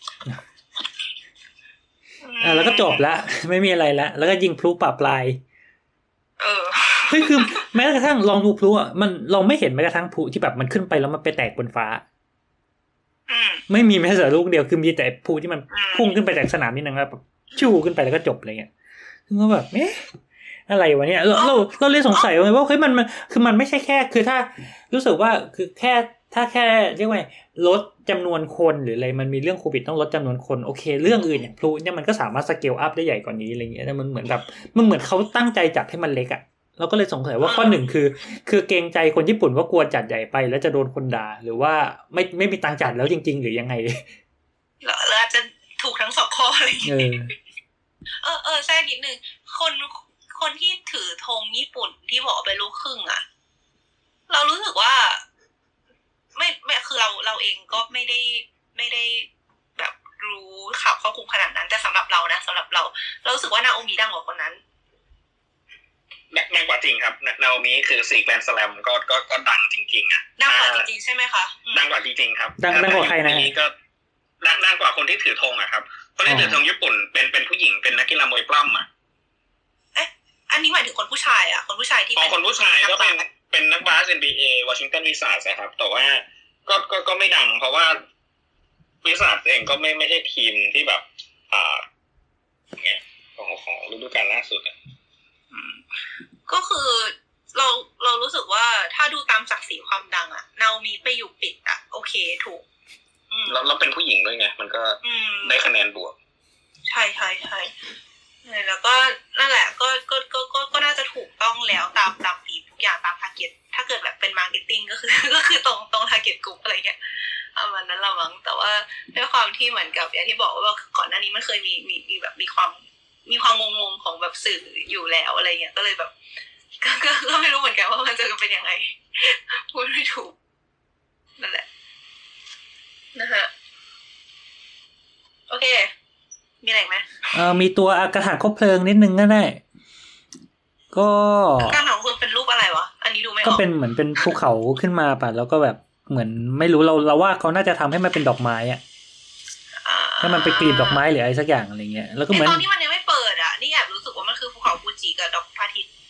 แล้วก็จบละไม่มีอะไรละแล้วก็ยิงพลุปะปลายเฮ้ยคือแม้กระทั่งลองดูพลุอ่ะมันเราไม่เห็นแม้กระทั่งพลุที่แบบมันขึ้นไปแล้วมันไปแตกบนฟ้าไม่มีแม้แต่ลูกเดียวคือมีแต่พลุที่มันพุ่งขึ้นไปจากสนามนี่นึงแล้วแบบชิวขึ้นไปแล้วก็จบอะไรเงี้ยซึ่งก็แบบอะไรวะเนี่ยเราเลยสงสัยว่าเฮ้ยมันคือมันไม่ใช่แค่คือถ้ารู้สึกว่าคือแค่ถ้าแค่เรียกว่าลดจำนวนคนหรืออะไรมันมีเรื่องโควิดต้องลดจำนวนคนโอเคเรื่องอื่นอย่างพลุเนี่ยมันก็สามารถสเกลอัพได้ใหญ่กว่านี้อะไรเงี้ยแต่มันเหมือนแบบมันเหมือนเขาตั้งใจจัดให้มันเล็กอ่ะเราก็เลยสงสัยว่าข้อหนึ่งคือเกรงใจคนญี่ปุ่นว่ากลัวจัดใหญ่ไปแล้วจะโดนคนด่าหรือว่าไม่มีตังค์จัดแล้วจริงๆหรือยังไงแล้วอาจจะถูกทั้งสองข้ออะไรอย่างเงี้ยแทรกนิดนึงคนที่ถือธงญี่ปุ่นที่บอกเป็นลูกครึ่งอ่ะเรารู้สึกว่าไม่คือเราเองก็ไม่ได้แบบรู้ข่าวครอบคลุมขนาดนั้นแต่สำหรับเรานะสำหรับเรารู้สึกว่านาโอมิดังกว่าคนนั้นดังกว่าจริงครับนาโอมิคือ4แกรนด์สแลมก็ดังจริงๆอ่ะดังกว่าจริงๆใช่ไหมคะดังกว่าจริงๆครับดังกว่าใครนะก็ดังกว่าคนที่ถือธงอ่ะครับคนที่ถือธงญี่ปุ่นเป็นผู้หญิงเป็นนักกีฬามวยปล้ำอ่ะอันนี้หมายถึงคนผู้ชายอ่ะคนผู้ชายที่เป็นคนผู้ชายก็เป็นนักบาส NBA Washington Wizards นะครับแต่ว่าก็ไม่ดังเพราะว่าวิสาเองก็ไม่ใช่ทีมที่แบบอย่างเงี้ยของฤดูกาลล่าสุดก็คือเรารู้สึกว่าถ้าดูตามศักดิ์ศรีความดังอ่ะนาโอมิไปอยู่ปิดอ่ะโอเคถูกเราเป็นผู้หญิงด้วยไงมันก็ได้คะแนนบวกใช่แล้วก็นั่นแหละก็น่าจะถูกต้องแล้วตามธีมทุกอย่างตามทาร์เก็ตถ้าเกิดแบบเป็นมาร์เก็ตติ้งก็คือตรงทาร์เก็ตกลุ่มอะไรเงี้ยมันนั้นละมั้งแต่ว่าด้วยความที่เหมือนกับอย่างที่บอกว่าก่อนหน้านี้มันเคยมีแบบมีความงงๆของแบบสื่ออยู่แล้วอะไรเงี้ยก็เลยแบบก็ไม่รู้เหมือนกันว่ามันจะเป็นยังไงพูดไม่ถูกนั่นแหละนะฮะโอเคมีอะไรไหมมีตัวกระถางคบเพลิงนิดนึงก็ได้ก็กระถางคบเพลิงเป็นรูปอะไรวะอันนี้ดูไม่ออกก็เป็นเหมือนเป็นภูเขาขึ้นมาป่ะแล้วก็แบบเหมือนไม่รู้เราว่าเขาน่าจะทำให้มันเป็นดอกไม้อ่ะให้มันไปกลีบดอกไม้หรืออะไรสักอย่างอะไรเงี้ยแล้วก็เหมือนตอนนี้มันยังไม่เปิดอ่ะนี่แอบรู้สึกว่ามันคือภูเขาฟูจิกับดอกพระอาทิตย์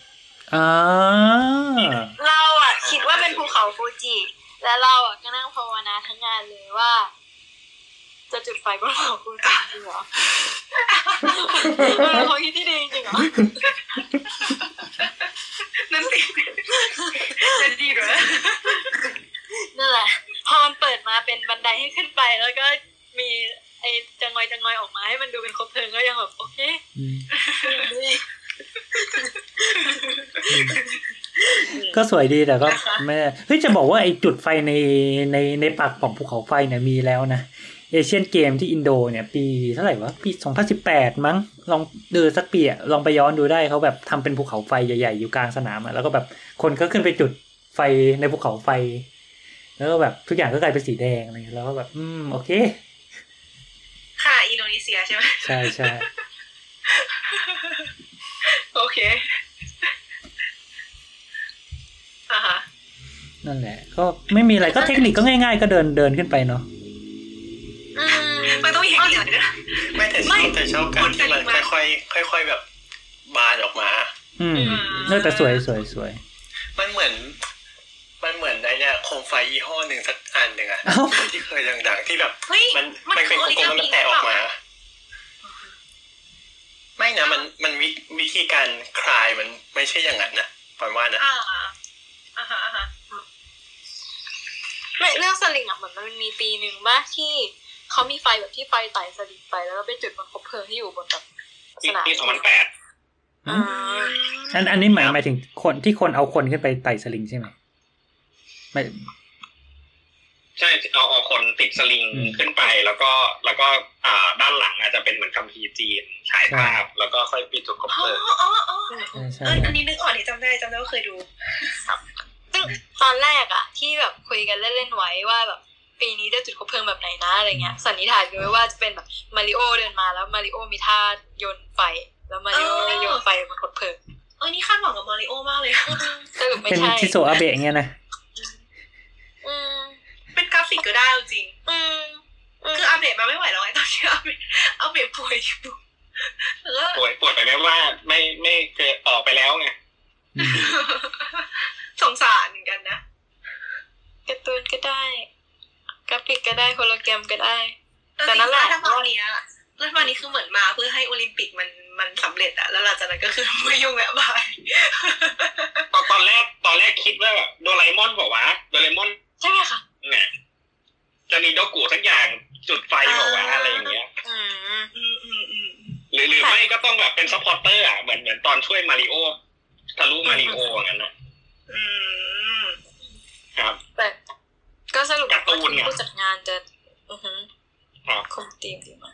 เราอ่ะคิดว่าเป็นภูเขาฟูจิแล้วเราอ่ะก็นั่งภาวนาทั้งงานเลยว่าจะจุดไฟบนภูเขาฟูจิจริงเหรอเป็นความคิดที่ดีจริงเหรอนั่นสิจะดีเหรอนั่นแหละพอมันเปิดมาเป็นบันไดให้ขึ้นไปแล้วก็มีไอ้จังงอยออกมาให้มันดูเป็นคบเพลิงก็ยังแบบโอเคก็สวยดีแต่ก็ไม่เฮ้ยจะบอกว่าไอ้จุดไฟในปากป่องภูเขาไฟเนี่ยมีแล้วนะเอเชียนเกมที่อินโดเนี่ยปีเท่าไหร่วะปี2018มั้งลองดูสักปีอ่ะลองไปย้อนดูได้เขาแบบทำเป็นภูเขาไฟใหญ่ๆอยู่กลางสนามอ่ะแล้วก็แบบคนก็ขึ้นไปจุดไฟในภูเขาไฟแล้วก็แบบทุกอย่างก็กลายเป็นสีแดงอะไรแล้วก็แบบโอเคค่ะอินโดนีเซียใช่ไหมใช่ใช่โอเคนั่นแหละก็ไม่มีอะไรก็เทคนิคก็ง่ายๆก็เดินขึ้นไปเนาะมันต้องมีเทคนิคด้วยแต่ชอบการที่มันค่อยๆแบบบานออกมาแต่สวยมันเหมือนไอ้เนี่ยโคมไฟยี่ห้อหนึ่งสักอันหนึ่งอะที่เคยดังๆที่แบบมันเป็นกลมๆแล้วมันแตกออกมาไม่นะมันวิธีการคลายมันไม่ใช่อย่างนั้นนะผมว่านะไม่เรื่องสลิงอะเหมือนมันมีปีนึงป่ะที่เขามีไฟแบบที่ไฟไต่สลิงไปแล้วก็ไปจุดบนคบเพลิงที่อยู่บนแบบสนามปี2008 อันนี้หมายถึงคนที่คนเอาคนขึ้นไปไต่สลิงใช่ไหมไม่ใช่เอาคนติดสลิงขึ้นไปแล้วก็ด้านหลังอาจจะเป็นเหมือนคัมภีร์จีนฉายภาพแล้วก็ค่อยปิดจุดคบเพลิงอันนี้นึกออกนี่จำได้ว่าเคยดูซึ่งตอนแรกอะที่แบบคุยกันเล่นๆไว้ว่าแบบปีนี้จะจุดคบเพลิงแบบไหนนะอะไรเงี้ยสันนิษฐานกันไว้ว่าจะเป็นแบบมาริโอเดินมาแล้วมาริโอมีท่าโยนไฟแล้วมาริโอโยนไฟบนคบเพลิงนี่คาดหวังกับมาริโอมากเลยสรุปไม่ใช่เป็นชิโซอาเบะเงี้ยนะเป็นกราฟิกก็ได้จริงคืออาเบะมาไม่ไหวแล้วไอ้ตอนที่อาเบะป่วยอยู่ป่วยไปแม้ว่าไม่เกิดออกไปแล้วไงสงสารเหมือนกันนะการ์ตูนก็ได้กราฟิกก็ได้โฮโลแกรมก็ได้แต่นั่นแหละถ้าวันนี้คือเหมือนมาเพื่อให้โอลิมปิกมันสำเร็จอะแล้วหลังจากนั้นก็คือไม่ยุ่งแวะบายตอนแรกคิดว่าโดราเอมอนบอกว่าโดราเอมอนใช่ไหมคะเนี่ยจะมีโดกุสักอย่างจุดไฟบอกว่าอะไรอย่างเงี้ยหรือไม่ก็ต้องแบบเป็นซัพพอร์เตอร์อะเหมือนตอนช่วยมาริโอทะลุมาริโออย่างนั้นนะครับแต่ก็สรุปว่าผู้จัดงานจะคงทีมดีมาก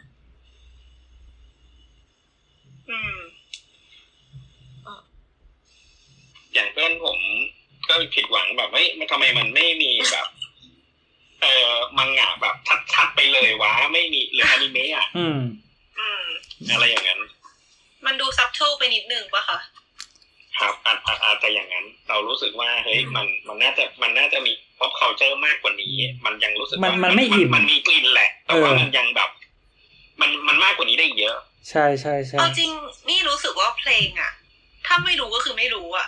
อย่างเพื่อนผมก็ผิดหวังแบบมันทำไมมันไม่มีแบบมังงะแบบชัดๆไปเลยวะไม่มีหรืออนิเมะอ่ะอะไรอย่างนั้นมันดูซับเทิลไปนิดนึงป่ะคะครับอาจจะอย่างนั้นเรารู้สึกว่าเฮ้ยมันน่าจะมี pop culture มากกว่านี้มันยังรู้สึกว่ามันไม่อิ่มมันมีกลิ่นแหละแต่ว่ามันยังแบบมันมากกว่านี้ได้เยอะใช่ๆๆเอาจริงนี่รู้สึกว่าเพลงอ่ะถ้าไม่รู้ก็คือไม่รู้อ่ะ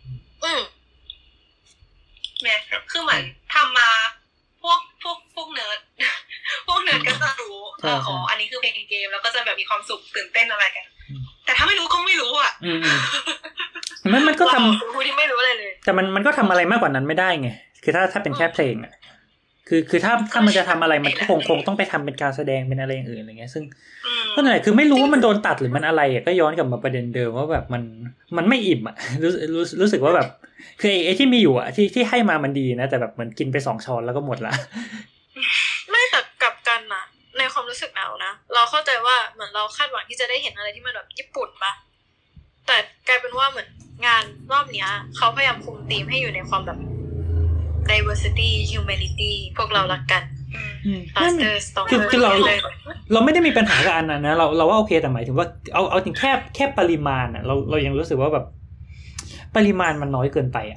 แม่คือเหมือนทำมาพวกเนิร์ดก็จะรู้อันนี้คือเพลงเกมแล้วก็จะแบบมีความสุขตื่นเต้นอะไรกันแต่ถ้าไม่รู้ก็ไม่รู้อ่ะมันก็ทำผู้ที่ไม่รู้อะไรเลยแต่มันก็ทำอะไรมากกว่านั้นไม่ได้ไงคือถ้าเป็นแค่เพลงอ่ะคือถ้ามันจะทำอะไรมันคงต้องไปทำเป็นการแสดงเป็นอะไรอย่างอื่นอะไรเงี้ยซึ่งก็นั่นแหละคือไม่รู้ว่ามันโดนตัดหรือมันอะไรอ่ะก็ย้อนกลับมาประเด็นเดิมว่าแบบมันไม่อิ่มอ่ะรู้สึกว่าแบบคือไอ้ที่มีอยู่อ่ะที่ให้มามันดีนะแต่แบบมันกินไป2 ช้อนแล้วก็หมดละไม่แต่กลับกันนะในความรู้สึกเรานะเราเข้าใจว่าเหมือนเราคาดหวังที่จะได้เห็นอะไรที่มันแบบญี่ปุ่นปะแต่กลายเป็นว่าเหมือนงานรอบเนี้ยเขาพยายามคุมธีมให้อยู่ในความแบบ diversity humanity พวกเรารักกันคือเราไม่ได้มีปัญหากับอันนั้นนะเราว่าโอเคแต่หมายถึงว่าเอาจริงแค่ปริมาณอ่ะเรายังรู้สึกว่าแบบปริมาณมันน้อยเกินไปอ่ะ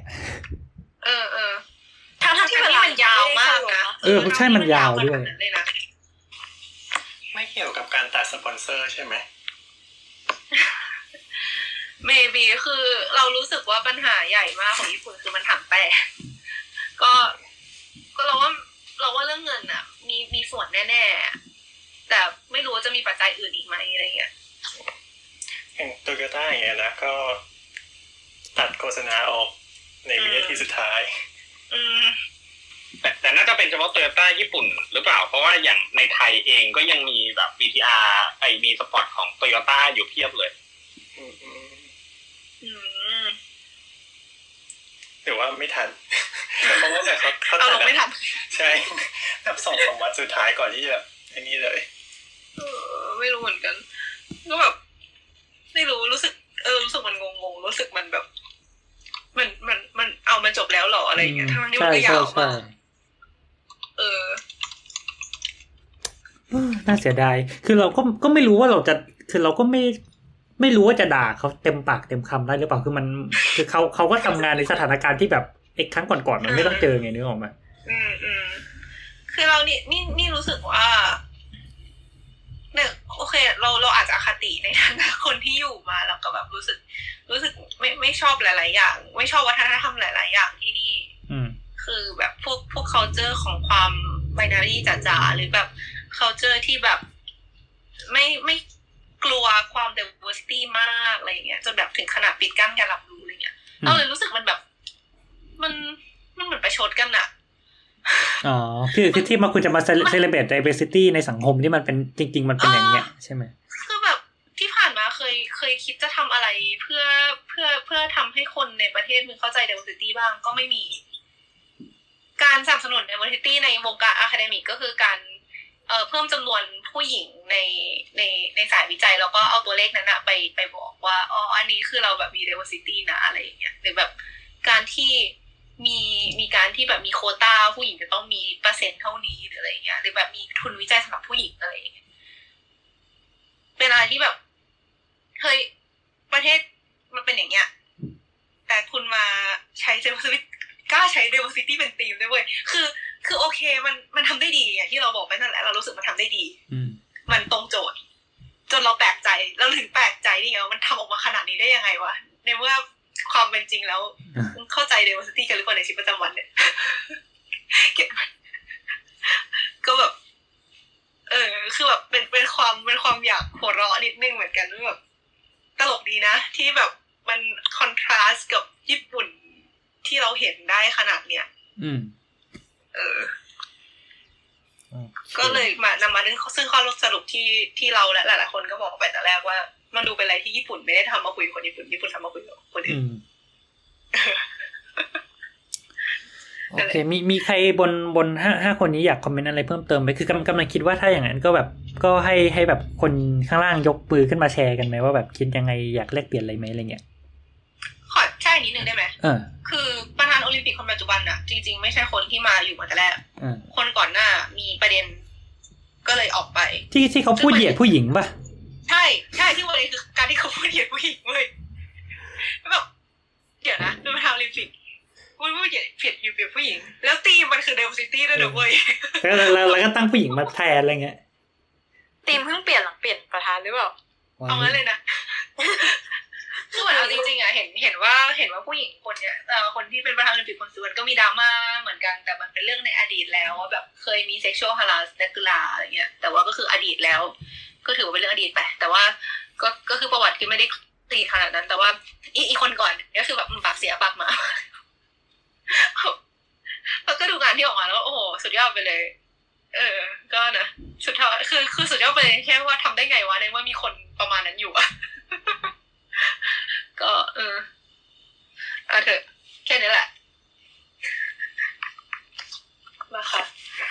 ทั้งที่มันยาวมากนะใช่มันยาวด้วยไม่เกี่ยวกับการตัดสปอนเซอร์ใช่ไหม maybe คือเรารู้สึกว่าปัญหาใหญ่มากของญี่ปุ่นคือมันถังแตกก็เราว่าเรื่องเงินอ่ะมีส่วนแน่ๆแต่ไม่รู้ว่าจะมีปัจจัยอื่นอีกไหมอะไรเงี้ยตโยต้าอย่างเงี้ยนะก็ตัดโฆษณาออกในวินาทีสุดท้ายแต่น่าจะเป็นเฉพาะโตโยต้าญี่ปุ่นหรือเปล่าเพราะว่าอย่างในไทยเองก็ยังมีแบบ VTR มีสปอตของโตโยต้าอยู่เพียบเลยแต่ว่าไม่ทันเพราะว่าแบบเขาเอาลงไม่ทันใช่แบบ2-3 วันสุดท้ายก่อนที่จะอันนี้เลยไม่รู้เหมือนกันก็แบบไม่รู้รู้สึกรู้สึกมันงงรู้สึกมันแบบมันเอามันจบแล้วหรออะไรอย่างเงี้ยทั้งที่มันก็ยาวมากน่าเสียดายคือเราก็ไม่รู้ว่าเราจะคือเราก็ไม่รู้ว่าจะด่าเขาเต็มปากเต็มคำได้หรือเปล่าคือมันคือเขาก็ทำงานในสถานการณ์ที่แบบไอ้ครั้งก่อนๆมันไม่ต้องเจอไงนึกออกมั้ยคือเรานี่รู้สึกว่าเนี่ยโอเคเราอาจจะอคติในฐานะคนที่อยู่มาแล้วก็แบบรู้สึกไม่ชอบหลายๆอย่างไม่ชอบวัฒนธรรมหลายๆอย่างที่นี่คือแบบพวก culture ของความ binary จ๋าๆหรือแบบ culture ที่แบบไม่กลัวความ diversity มากอะไรอย่างเงี้ยจนแบบถึงขนาดปิดกั้นการรับรู้อะไรเงี้ยเราเลยรู้สึกมันแบบมันเหมือนประชดกันอะอ๋อคือที่มาคุณจะมา celebrate diversity ในสังคมที่มันเป็นจริงๆมันเป็นอย่างเงี้ยใช่ไหมคือแบบที่ผ่านมาเคยคิดจะทำอะไรเพื่อทำให้คนในประเทศมึงเข้าใจ diversity บ้างก็ไม่มีการสนับสนุน diversity ในวงการ academic ก็คือการเพิ่มจำนวนผู้หญิงในสายวิจัยแล้วก็เอาตัวเลขนั้นนะไปบอกว่าอ๋ออันนี้คือเราแบบมี diversity นะอะไรอย่างเงี้ยหรือแบบการที่มีการที่แบบมีโควต้าผู้หญิงจะต้องมีเปอร์เซ็นต์เท่านี้หรืออะไรอย่างเงี้ยหรือแบบมีทุนวิจัยสำหรับผู้หญิงอะไรอย่างเงี้ยเป็นอะไรที่แบบเฮ้ยประเทศมันเป็นอย่างเงี้ยแต่คุณมาใช้ diversity กล้าใช้ diversity เป็นธีมด้วยเว้ยคือโอเคมันทำได้ดีอย่างที่เราบอกไปนั่นแหละเรารู้สึกมันทำได้ดีมันตรงโจทย์จนเราแปลกใจเราถึงแปลกใจนี่ไงมันทำออกมาขนาดนี้ได้ยังไงวะในเมื่อความเป็นจริงแล้วเข้าใจ diversity กันหรือเปล่าในชีวิตประจำวันเนี่ยก็แบบคือแบบเป็นความอยากหัวเราะนิดนึงเหมือนกันว่าแบบตลกดีนะที่แบบมันคอนทราสต์กับญี่ปุ่นที่เราเห็นได้ขนาดเนี้ยก็เลยนำมาซึ่งข้อสรุปที่เราและหลายๆคนก็บอกไปแต่แรกว่ามันดูเป็นอะไรที่ญี่ปุ่นไม่ได้ทำมาคุยกับคนญี่ปุ่นทำมาคุยกับคนอื่นโอเคมีใครบน5คนนี้อยากคอมเมนต์อะไรเพิ่มเติมไหมคือกำลังคิดว่าถ้าอย่างนั้นก็แบบก็ให้แบบคนข้างล่างยกปืนขึ้นมาแชร์กันไหมว่าแบบคิดยังไงอยากแลกเปลี่ยนอะไรไหมอะไรเงี้ยขอใช่นิดนึงได้ไหมคือประธานโอลิมปิกคนปัจจุบันน่ะจริงๆไม่ใช่คนที่มาอยู่มาแต่แรกคนก่อนหน้ามีประเด็นก็เลยออกไปที่เขาพูดเหยียดผู้หญิงป่ะใช่ที่ประเด็นคือการที่เขาพูดเหยียดผู้หญิงเว้ยแบบเดี๋ยวนะดูประธานโอลิมปิกพูดเหยียดผู้หญิงแล้วธีมมันคือ diversity ด้วยนะเว้ยแล้วก็ตั้งผู้หญิงมาแทนอะไรเงี้ยธีมเพิ่งเปลี่ยนหลังเปลี่ยนประธานหรือเปล่าเอางั้นเลยนะคือเหมือนเอาจริงๆอ่ะเห็นว่าผู้หญิงคนเนี้ยคนที่เป็นประธานโอลิมปิกคนสวยก็มีดราม่าเหมือนกันแต่มันเป็นเรื่องในอดีตแล้วว่าแบบเคยมี sexual harassment นักกีฬาอะไรเงี้ยแต่ว่าก็คืออดีตแล้วก็ถือว่าเป็นเรื่องอดีตไปแต่ว่าก็คือประวัติที่ไม่ได้ตีขนาดนั้นแต่ว่าอีคนก่อนก็คือแบบปากเสียปากมาแล้วก็ดูงานที่ออกมาแล้วโอ้โหสุดยอดไปเลยก็นะสุดท้ายคือสุดยอดไปเลยแค่ว่าทำได้ไงวะในเมื่อมีคนประมาณนั้นอยู่อะก็เถอะแค่นี้แหละมาค่ะ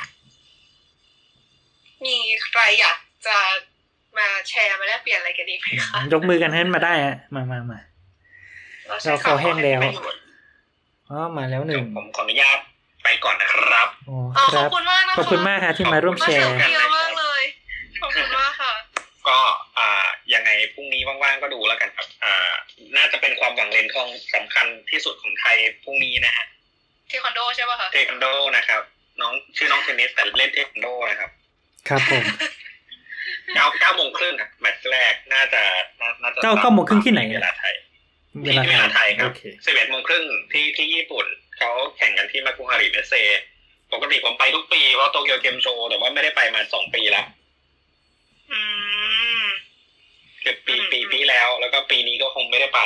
มีใครอยากจะมาแชร์มาแลกเปลี่ยนอะไรกันอีกไหมคะยกมือกันให้มาได้ฮะมาเราขอแห้งแล้วมาแล้วหนึ่งผมขออนุญาตไปก่อนนะครับขอบคุณมากนะคะขอบคุณมากค่ะที่มาร่วมแชร์เยอะมากเลยขอบคุณมากค่ะก็ยังไงพรุ่งนี้ว่างๆก็ดูแล้วกันครับน่าจะเป็นความหวังเหรียญทองสำคัญที่สุดของไทยพรุ่งนี้นะฮะเทควันโดใช่ป่ะคะเทควันโดนะครับชื่อน้องเทนนิสแต่เล่นเทควันโดนะครับครับผม 9 โมงครึ่งครับแมตช์แรกน่าจะ 9 โมงครึ่งที่ไหนเวลาไทยครับ11 โมงครึ่งที่ญี่ปุ่นเขาแข่งกันที่มากุฮาริเมเซปกติผมไปทุกปีเพราะโตเกียวเกมโชว์แต่ว่าไม่ได้ไปมา2 ปีแล้วคือปีแล้วก็ปีนี้ก็คงไม่ได้ไป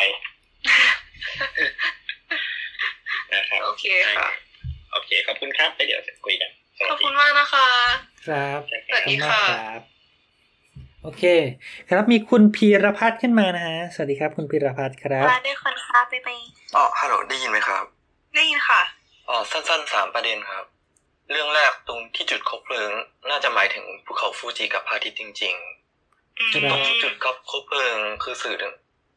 นะครับโอเคค่ะโอเคขอบคุณครับเดี๋ยวจะคุยกันขอบคุณมากนะคะครับสวัสดีค่ะโอเคครับมีคุณพีรพัฒน์ขึ้นมานะฮะสวัสดีครับคุณพีรพัฒน์ครับมาด้วยคนครับไปฮัลโหลได้ยินไหมครับได้ยินค่ะสั้นๆ3ประเด็นครับเรื่องแรกตรงที่จุดคบเพลิงน่าจะหมายถึงภูเขาฟูจิกับพระอาทิตย์จริงๆตรงจุดคบเพลิงคือสื่อถึง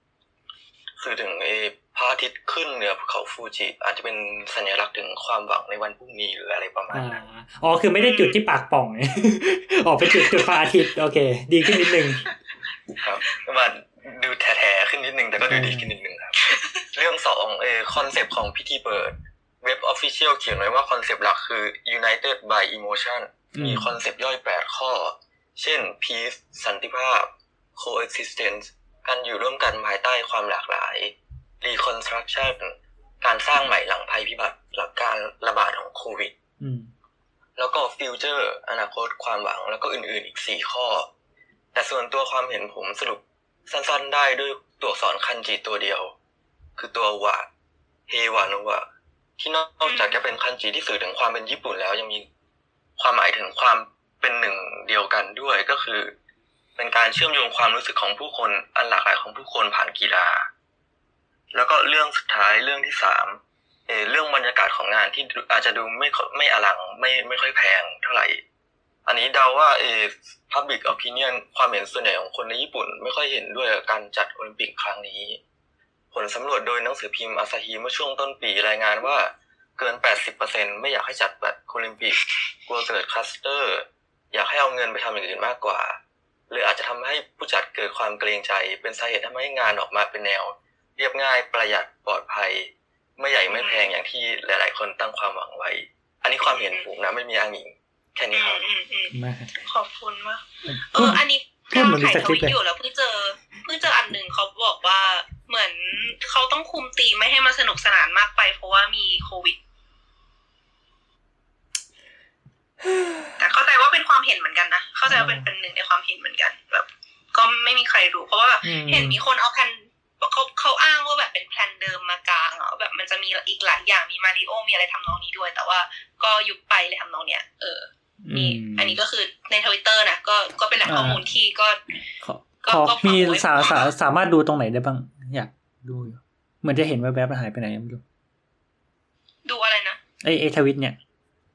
พระอาทิตย์ขึ้นเหนือภูเขาฟูจิอาจจะเป็นสัญลักษณ์ถึงความหวังในวันพรุ่งนี้หรืออะไรประมาณนั้นคือไม่ได้จุดที่ปากป่องเป็นจุดพระอาทิตย์โอเคดีขึ้นนิดนึงครับมาดูแท้ๆขึ้นนิดนึงแต่ก็ดูดีขึ้นนิดนึงครับเรื่อง2คอนเซปต์ของพิธีเปิดเว็บ Official เขียนไว้ว่าคอนเซปต์หลักคือ United by Emotion มีคอนเซปต์ย่อย8ข้อเช่น Peace สันติภาพ Coexistence การอยู่ร่วมกันภายใต้ความหลากหลาย Reconstruction การสร้างใหม่หลังภัยพิบัติหลังการระบาดของโควิดแล้วก็ Future อนาคตความหวังแล้วก็อื่นๆอีก4ข้อแต่ส่วนตัวความเห็นผมสรุปสั้นๆได้ด้วยตัวอักษรคันจิตัวเดียวคือตัววะเฮวานุวะที่นอกจากจะเป็นคันจิที่สื่อถึงความเป็นญี่ปุ่นแล้วยังมีความหมายถึงความเป็นหนึ่งเดียวกันด้วยก็คือเป็นการเชื่อมโยงความรู้สึกของผู้คนอันหลากหลายของผู้คนผ่านกีฬาแล้วก็เรื่องสุดท้ายเรื่องที่3เรื่องบรรยากาศของงานที่อาจจะดูไม่อลังไม่ค่อยแพงเท่าไหร่อันนี้เดาว่าpublic opinion ความเห็นส่วนใหญ่ของคนในญี่ปุ่นไม่ค่อยเห็นด้วยกับการจัดโอลิมปิกครั้งนี้ผลสำรวจโดยหนังสือพิมพ์อาซาฮิเมื่อช่วงต้นปีรายงานว่าเกิน 80% ไม่อยากให้จัดแบบโอลิมปิกกลัวเกิดคลัสเตอร์อยากให้เอาเงินไปทำอย่างอื่นมากกว่าหรืออาจจะทำให้ผู้จัดเกิดความเกรงใจเป็นสาเหตุทำให้งานออกมาเป็นแนวเรียบง่ายประหยัดปลอดภัยไม่ใหญ่ไม่แพงอย่างที่หลายๆคนตั้งความหวังไว้อันนี้ความเห็นผมนะไม่มีอ้างอิงแค่นี้ครับขอบคุณมากอันนี้กำลังถ่ายทวิตอยู่แล้วเพิ่งเจออันหนึ่งเขาบอกว่าเหมือนเขาต้องคุมตีไม่ให้มันสนุกสนานมากไปเพราะว่ามีโควิดแต่เข้าใจว่าเป็นความเห็นเหมือนกันนะเข้าใจว่าเป็นหนึ่งในความเห็นเหมือนกันแบบก็ไม่มีใครรู้เพราะว่าเห็นมีคนเอาแผนเขาอ้างว่าแบบเป็นแพลนเดิมมากลางแบบมันจะมีอีกหลายอย่างมีมาริโอมีอะไรทำนองนี้ด้วยแต่ว่าก็ยุบไปเลยทำนองเนี้ยนี่อันนี้ก็คือใน Twitter นะก็เป็นแหล่งข้อมูลที่ก็มีสามารถดูตรงไหนได้บ้างอยากดูอยู่เหมือนจะเห็นแวบๆมันหายไปไหนไม่รู้ดูอะไรนะไอทวิตเนี่ย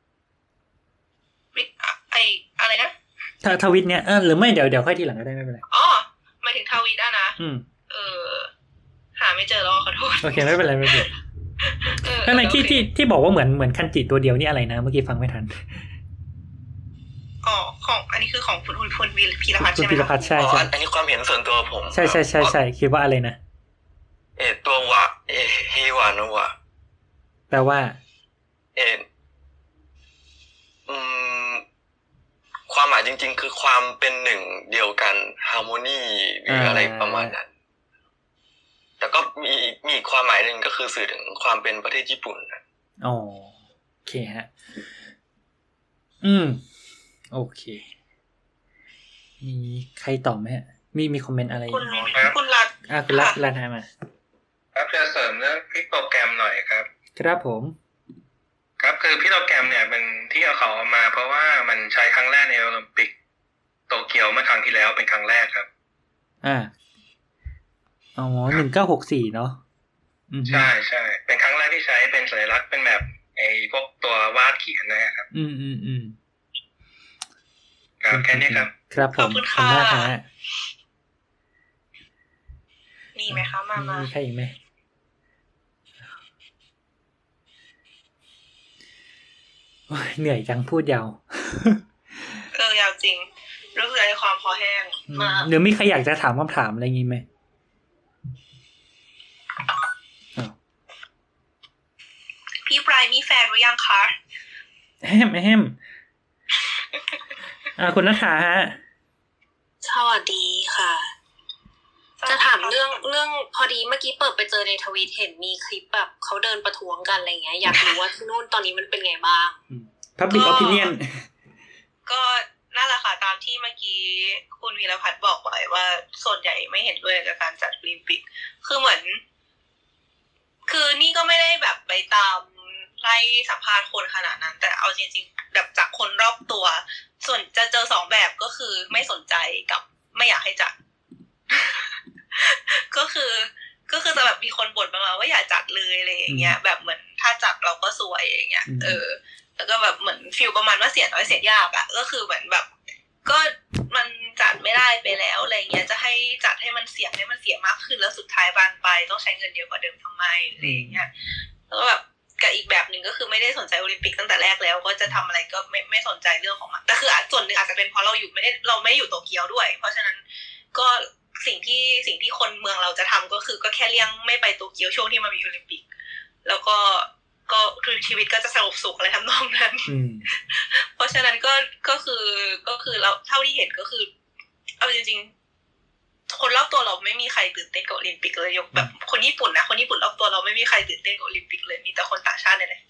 ไออะไรนะทวิตเนี่ยหรือไม่เดี๋ยวค่อยทีหลังก็ได้ไม่เป็นไรหมายถึงทวิตนะหาไม่เจอแล้วขอโทษโอเคไม่เป็นไรไม่เป็นไรข้างในที่บอกว่าเหมือนคันจิตัวเดียวนี่อะไรนะเมื่อกี้ฟังไม่ทันของอันนี้คือของคุณพีรพัฒน์ใช่ไหมพีรพัฒน์ใช่อันนี้ความเห็นส่วนตัวผมใช่คิดว่าอะไรนะตัววะเฮวานุวะแปลว่าความหมายจริงๆคือความเป็นหนึ่งเดียวกันฮาร์โมนีหรืออะไรประมาณนั้นแต่ก็มีความหมายหนึ่งก็คือสื่อถึงความเป็นประเทศญี่ปุ่นโอเคฮะโอเคมีใครตอบไหมฮะมีคอมเมนต์อะไรคุณรัฐคุณรัฐให้มาครับจะเสริมเรื่องพิโปรแกรมหน่อยครับครับผมครับคือพิโปรแกรมเนี่ยเป็นที่เขาเอามาเพราะว่ามันใช้ครั้งแรกในโอลิมปิกโตเกียวเมื่อครั้งที่แล้วเป็นครั้งแรกครับ 1964เนาะใช่เป็นครั้งแรกที่ใช้เป็นสัญลักษณ์เป็นแบบไอ้พวกตัววาดเขียนนะครับครับแค่นี้ครับครับผมขอบคุณค่ะมีไหมคะมีใครอีกไหมเหนื่อยจังพูดยาวยาวจริงรู้สึกไอ้ความคอแห้งมากหรือมีใครอยากจะถามคำถามอะไรงี้ไหมพี่ไบรท์มีแฟนหรือยังคะแฮมคุณณฐาฮะสวัสดีค่ะจะถามเรื่องพอดีเมื่อกี้เปิดไปเจอในทวีตเห็นมีคลิปแบบเขาเดินประท้วงกันอะไรเงี้ยอยากรู้ว่าที่นู่นตอนนี้มันเป็นไงบ้าง Public opinion ก็นั่นแหละค่ะตามที่เมื่อกี้คุณวีรพัฒน์บอกไว้ว่าส่วนใหญ่ไม่เห็นด้วยกับการจัดโอลิมปิกคือเหมือนคือนี่ก็ไม่ได้แบบไปตามไล่สัมภาษณ์คนขนาดนั้นแต่เอาจริงๆแบบจากคนรอบตัวส่วนจะเจอ2แบบก็คือไม่สนใจกับไม่อยากให้จัด ก็คือจะแบบมีคนบ่นประมาณว่าอย่าจัดเลยอะไรอย่างเงี้ยแบบเหมือนถ้าจัดเราก็ซวยอย่างเงี้ยแล้วก็แบบเหมือนฟีลประมาณว่าเสียน้อยเสียยากอ่ะก็คือเหมือนแบบก็มันจัดไม่ได้ไปแล้วอะไรเงี้ยจะให้จัดให้มันเสียมากขึ้นแล้วสุดท้ายบานปลายต้องใช้เงินเยอะกว่าเดิมทำไมอะไรอย่างเงี้ยแล้วก็แบบกับอีกแบบนึงก็คือไม่ได้สนใจโอลิมปิกตั้งแต่แรกแล้วก็จะทำอะไรก็ไม่สนใจเรื่องของมันแต่คือส่วนนึงอาจจะเป็นเพราะเราไม่ได้อยู่โตเกียวด้วยเพราะฉะนั้นก็สิ่งที่คนเมืองเราจะทำก็คือก็แค่เลี่ยงไม่ไปโตเกียวช่วงที่มันมีโอลิมปิกแล้วก็ชีวิตก็จะสงบสุขอะไรทำนองนั้นเพราะฉะนั้นก็คือเราเท่าที่เห็นก็คือเอาจริงๆคนรอบตัวเราไม่มีใครตื่นเต้นกับโอลิมปิกเลยยกแบบคนญี่ปุ่นรอบตัวเราไม่มีใครตื่นเต้นกับโอลิมปิกเลยมีแต่คนต่างชาตินี่แหละ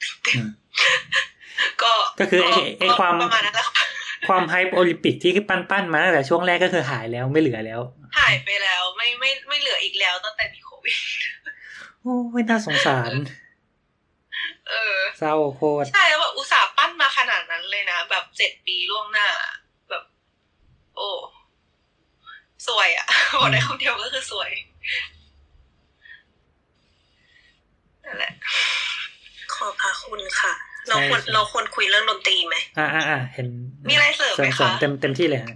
ก็คือไอ้ความประมาณนั้นแหละความไฮป์โอลิมปิกที่ปั้นมาตั้งแต่ช่วงแรกก็คือหายแล้วไม่เหลือแล้วหายไปแล้วไม่เหลืออีกแล้วตั้งแต่มีโควิดโอ้ยน่าสงสารเศร้าโคตรใช่แล้วแบบอุตส่าห์ปั้นมาขนาดนั้นเลยนะแบบ7 ปีล่วงหน้าแบบโอ้สวยอ่ะบอกได้คำเดียวก็คือสวยนั่นแหละขอบพระคุณค่ะเราควรคุยเรื่องดนตรีไหมเห็นมีอะไรเสริมไหมคะเต็มที่เลยฮะ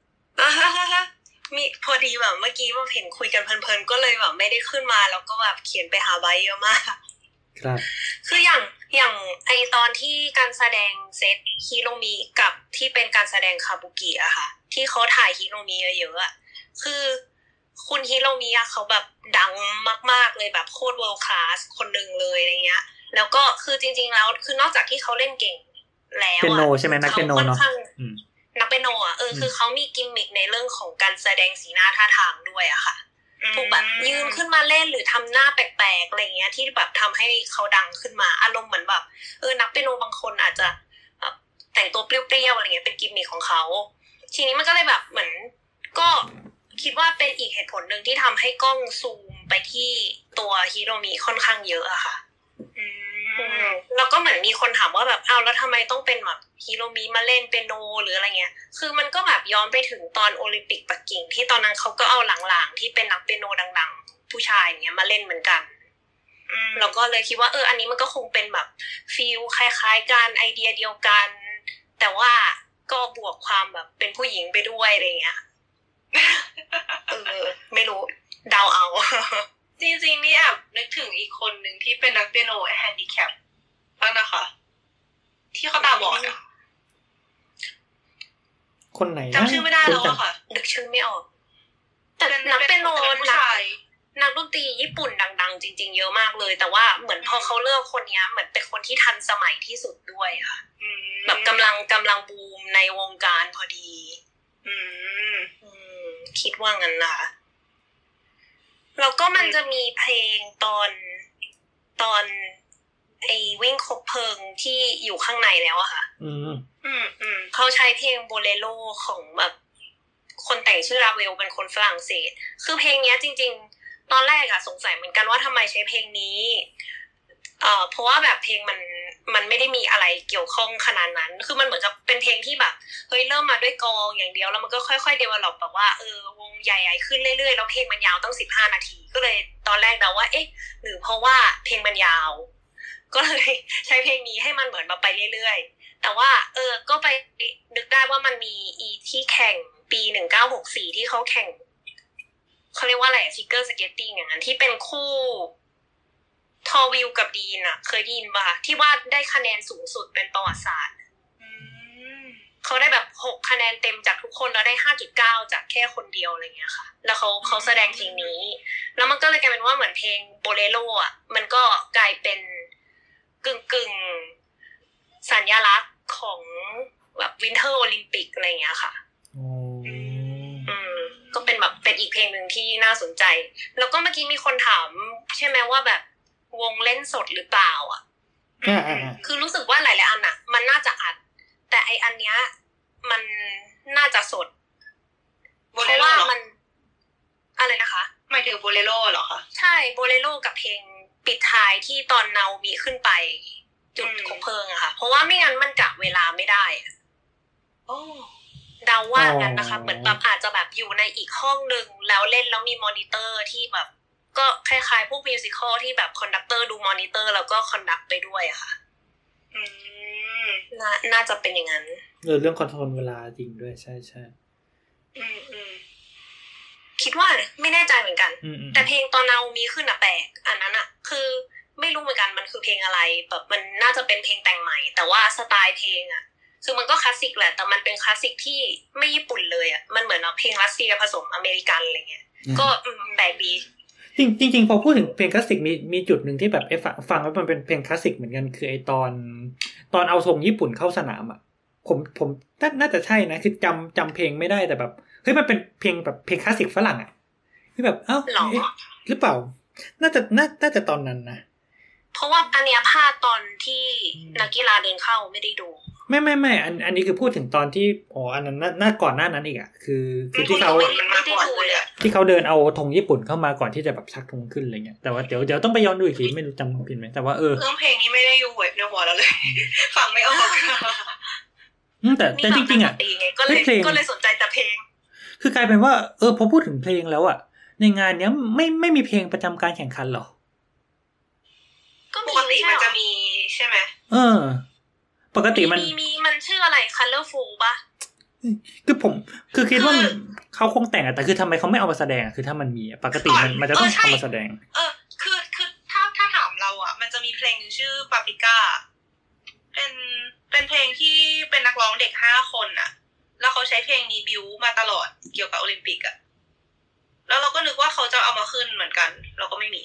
มีพอดีแบบเมื่อกี้ว่าเห็นคุยกันเพลินๆก็เลยแบบไม่ได้ขึ้นมาแล้วก็แบบเขียนไปหาใบเยอะมากครับคืออย่างไอตอนที่การแสดงเซตฮิโรมิกับที่เป็นการแสดงคาบุกิอะค่ะที่เขาถ่ายฮิโรมิเยอะๆอะคือคุณฮิโรมิอะเขาแบบดังมากๆเลยแบบโคตรเวิลด์คลาสคนนึงเลยอะไรเงี้ยแล้วก็คือจริงๆแล้วคือนอกจากที่เขาเล่นเก่งแล้วเป็นโนใช่ไหมนักเป็นโนเนาะนักเป็นโนอะคือเขามีกิมมิคในเรื่องของการแสดงสีหน้าท่าทางด้วยอะค่ะถูกแบบยืนขึ้นมาเล่นหรือทำหน้าแปลกๆอะไรเงี้ยที่แบบทำให้เขาดังขึ้นมาอารมณ์เหมือนแบบนักเปียโนบางคนอาจจะแต่งตัวเปรี้ยวๆอะไรเงี้ยเป็นกิมมิคของเขาทีนี้มันก็เลยแบบเหมือนก็คิดว่าเป็นอีกเหตุผลนึงที่ทำให้กล้องซูมไปที่ตัวฮิโรมิค่อนข้างเยอะอะค่ะแล้วก็เหมือนมีคนถามว่าแบบแล้วทำไมต้องเป็นแบบฮิโรมิมาเล่นเปียโนหรืออะไรเงี้ยคือมันก็แบบย้อนไปถึงตอนโอลิมปิกปักกิ่งที่ตอนนั้นเขาก็เอาหลังๆที่เป็นนักเปียโนดังๆผู้ชายอย่างเงี้ยมาเล่นเหมือนกันแล้วก็เลยคิดว่าอันนี้มันก็คงเป็นแบบฟีลคล้ายๆกันไอเดียเดียวกันแต่ว่าก็บวกความแบบเป็นผู้หญิงไปด้วยอะไรเงี้ยไม่รู้เดาเอาจริงๆนี่แอบนึกถึงอีกคนนึงที่เป็นนักเปียโนแฮนดิแคปบ้างนะคะที่เขาตาบอดอะคนไหนจำชื่อไม่ได้แล้วอะค่ะนึกชื่อไม่ออกแต่นักเปียโนนักดนตรีญี่ปุ่นดังๆจริงๆเยอะมากเลยแต่ว่าเหมือนพอเขาเลือกคนนี้เหมือนเป็นคนที่ทันสมัยที่สุดด้วยค่ะแบบกำลังบูมในวงการพอดีคิดว่างั้นนะคะแล้วก็มันจะมีเพลงตอนไอ้วิ่งคบเพลิงที่อยู่ข้างในแล้วอะค่ะเขาใช้เพลงโบเลโรของแบบคนแต่งชื่อราเวลเป็นคนฝรั่งเศสคือเพลงนี้จริงๆตอนแรกอะสงสัยเหมือนกันว่าทำไมใช้เพลงนี้เพราะว่าแบบเพลงมันไม่ได้มีอะไรเกี่ยวข้องขนาดนั้นคือมันเหมือนกับเป็นเพลงที่แบบเฮ้ยเริ่มมาด้วยกลองอย่างเดียวแล้วมันก็ค่อยๆ develop แบบว่าวงใหญ่ๆขึ้นเรื่อยๆแล้วเพลงมันยาวตั้ง15 นาทีก็เลยตอนแรกเดาว่าหรือเพราะว่าเพลงมันยาวก็เลยใช้เพลงนี้ให้มันเหมือนมาไปเรื่อยๆแต่ว่าก็ไปนึกได้ว่ามันมีที่แข่งปี1964ที่เขาแข่งเขาเรียกว่าอะไรฟิกเกอร์สเก็ตติ้งอย่างนั้นที่เป็นคู่ทอวิลกับดีนเคยได้ยินป่ะที่ว่าได้คะแนนสูงสุดเป็นประวัติศาสตร์เขาได้แบบ6 คะแนนเต็มจากทุกคนแล้วได้ 5.9 จากแค่คนเดียวอะไรเงี้ยค่ะแล้วเขาแสดงเพลงนี้แล้วมันก็เลยกลายเป็นว่าเหมือนเพลงโบเลโรมันก็กลายเป็นกึ่งสัญลักษณ์ของแบบวินเทอร์โอลิมปิกอะไรเงี้ยค่ะก็เป็นแบบเป็นอีกเพลงนึงที่น่าสนใจแล้วก็เมื่อกี้มีคนถามใช่ไหมว่าแบบวงเล่นสดหรือเปล่าคือรู้สึกว่าหลายๆอันมันน่าจะอัดแต่ไออันเนี้ยมันน่าจะสดเพราะว่ามันอะไรนะคะหมายถึงโบเลโรเหรอคะใช่โบเลโรกับเพลงปิดท้ายที่ตอนเนามีขึ้นไปจุดคบเพลิงอะค่ะเพราะว่าไม่งั้นมันกะเวลาไม่ได้โอ้เดาว่างั้นนะคะเหมือนแบบอาจจะแบบอยู่ในอีกห้องนึงแล้วเล่นแล้วมีมอนิเตอร์ที่แบบก็คล้ายๆพวกมิวสิคอลที่แบบคอนดักเตอร์ดูมอนิเตอร์แล้วก็คอนดักไปด้วยอะค่ะน่าจะเป็นอย่างนั้นเรื่องคอนโทรลเวลาจริงด้วยใช่คิดว่าไม่แน่ใจเหมือนกันแต่เพลงตอนเนามีขึ้นอะแปลกอันนั้นอะคือไม่รู้เหมือนกันมันคือเพลงอะไรแบบมันน่าจะเป็นเพลงแต่งใหม่แต่ว่าสไตล์เพลงอะคือมันก็คลาสสิกแหละแต่มันเป็นคลาสสิกที่ไม่ญี่ปุ่นเลยอะมันเหมือนเพลงรัสเซียผสมอเมริกันอะไรเงี้ยก็แปลกดีจริงพอพูดถึงเพลงคลาสสิกมีจุดหนึ่งที่แบบฟังแล้วมันเป็นเพลงคลาสสิกเหมือนกันคือไอตอนเอาธงญี่ปุ่นเข้าสนามอ่ะผมน่าจะใช่นะคือจำเพลงไม่ได้แต่แบบเฮ้ยมันเป็นเพลงแบบเพลงคลาสสิกฝรั่งอ่ะที่แบบเอ้าหรือเปล่าน่าจะตอนนั้นนะเพราะว่าอันเนี้ยพลาดตอนที่นักกีฬาเดินเข้าไม่ได้ดูไม่อันนี้คือพูดถึงตอนที่อันนั้นน่าก่อนหน้านั้นอีกอ่ะคือที่เขาที่เขาเดินเอาธงญี่ปุ่นเข้ามาก่อนที่จะแบบชักธงขึ้นอะไรเงี้ยแต่ว่าเดี๋ยวต้องไปย้อนดูอีกทีไม่รู้จำผิดไหมแต่ว่าเรื่องเพลงนี้ไม่ได้อยู่ในหัวเราเลยฟังไม่ออกแต่จริงๆอ่ะก็เลยสนใจแต่เพลงคือกลายเป็นว่าพอพูดถึงเพลงแล้วอ่ะในงานเนี้ยไม่มีเพลงประจำการแข่งขันหรอก็ปกติมันจะมีใช่ไหมปกติมันชื่ออะไร Colorful ป่ะคือคิดว่าเขาคงแต่งแต่คือทำไมเขาไม่เอามาแสดงคือถ้ามันมีปกติมันจะต้องเอามาแสดงคือถ้าถามเราอ่ะมันจะมีเพลงชื่อ Paprika เป็นเพลงที่เป็นนักร้องเด็ก5คนอ่ะแล้วเขาใช้เพลงนี้บิวมาตลอดเกี่ยวกับโอลิมปิกอ่ะแล้วเราก็นึกว่าเขาจะเอามาขึ้นเหมือนกันเราก็ไม่มี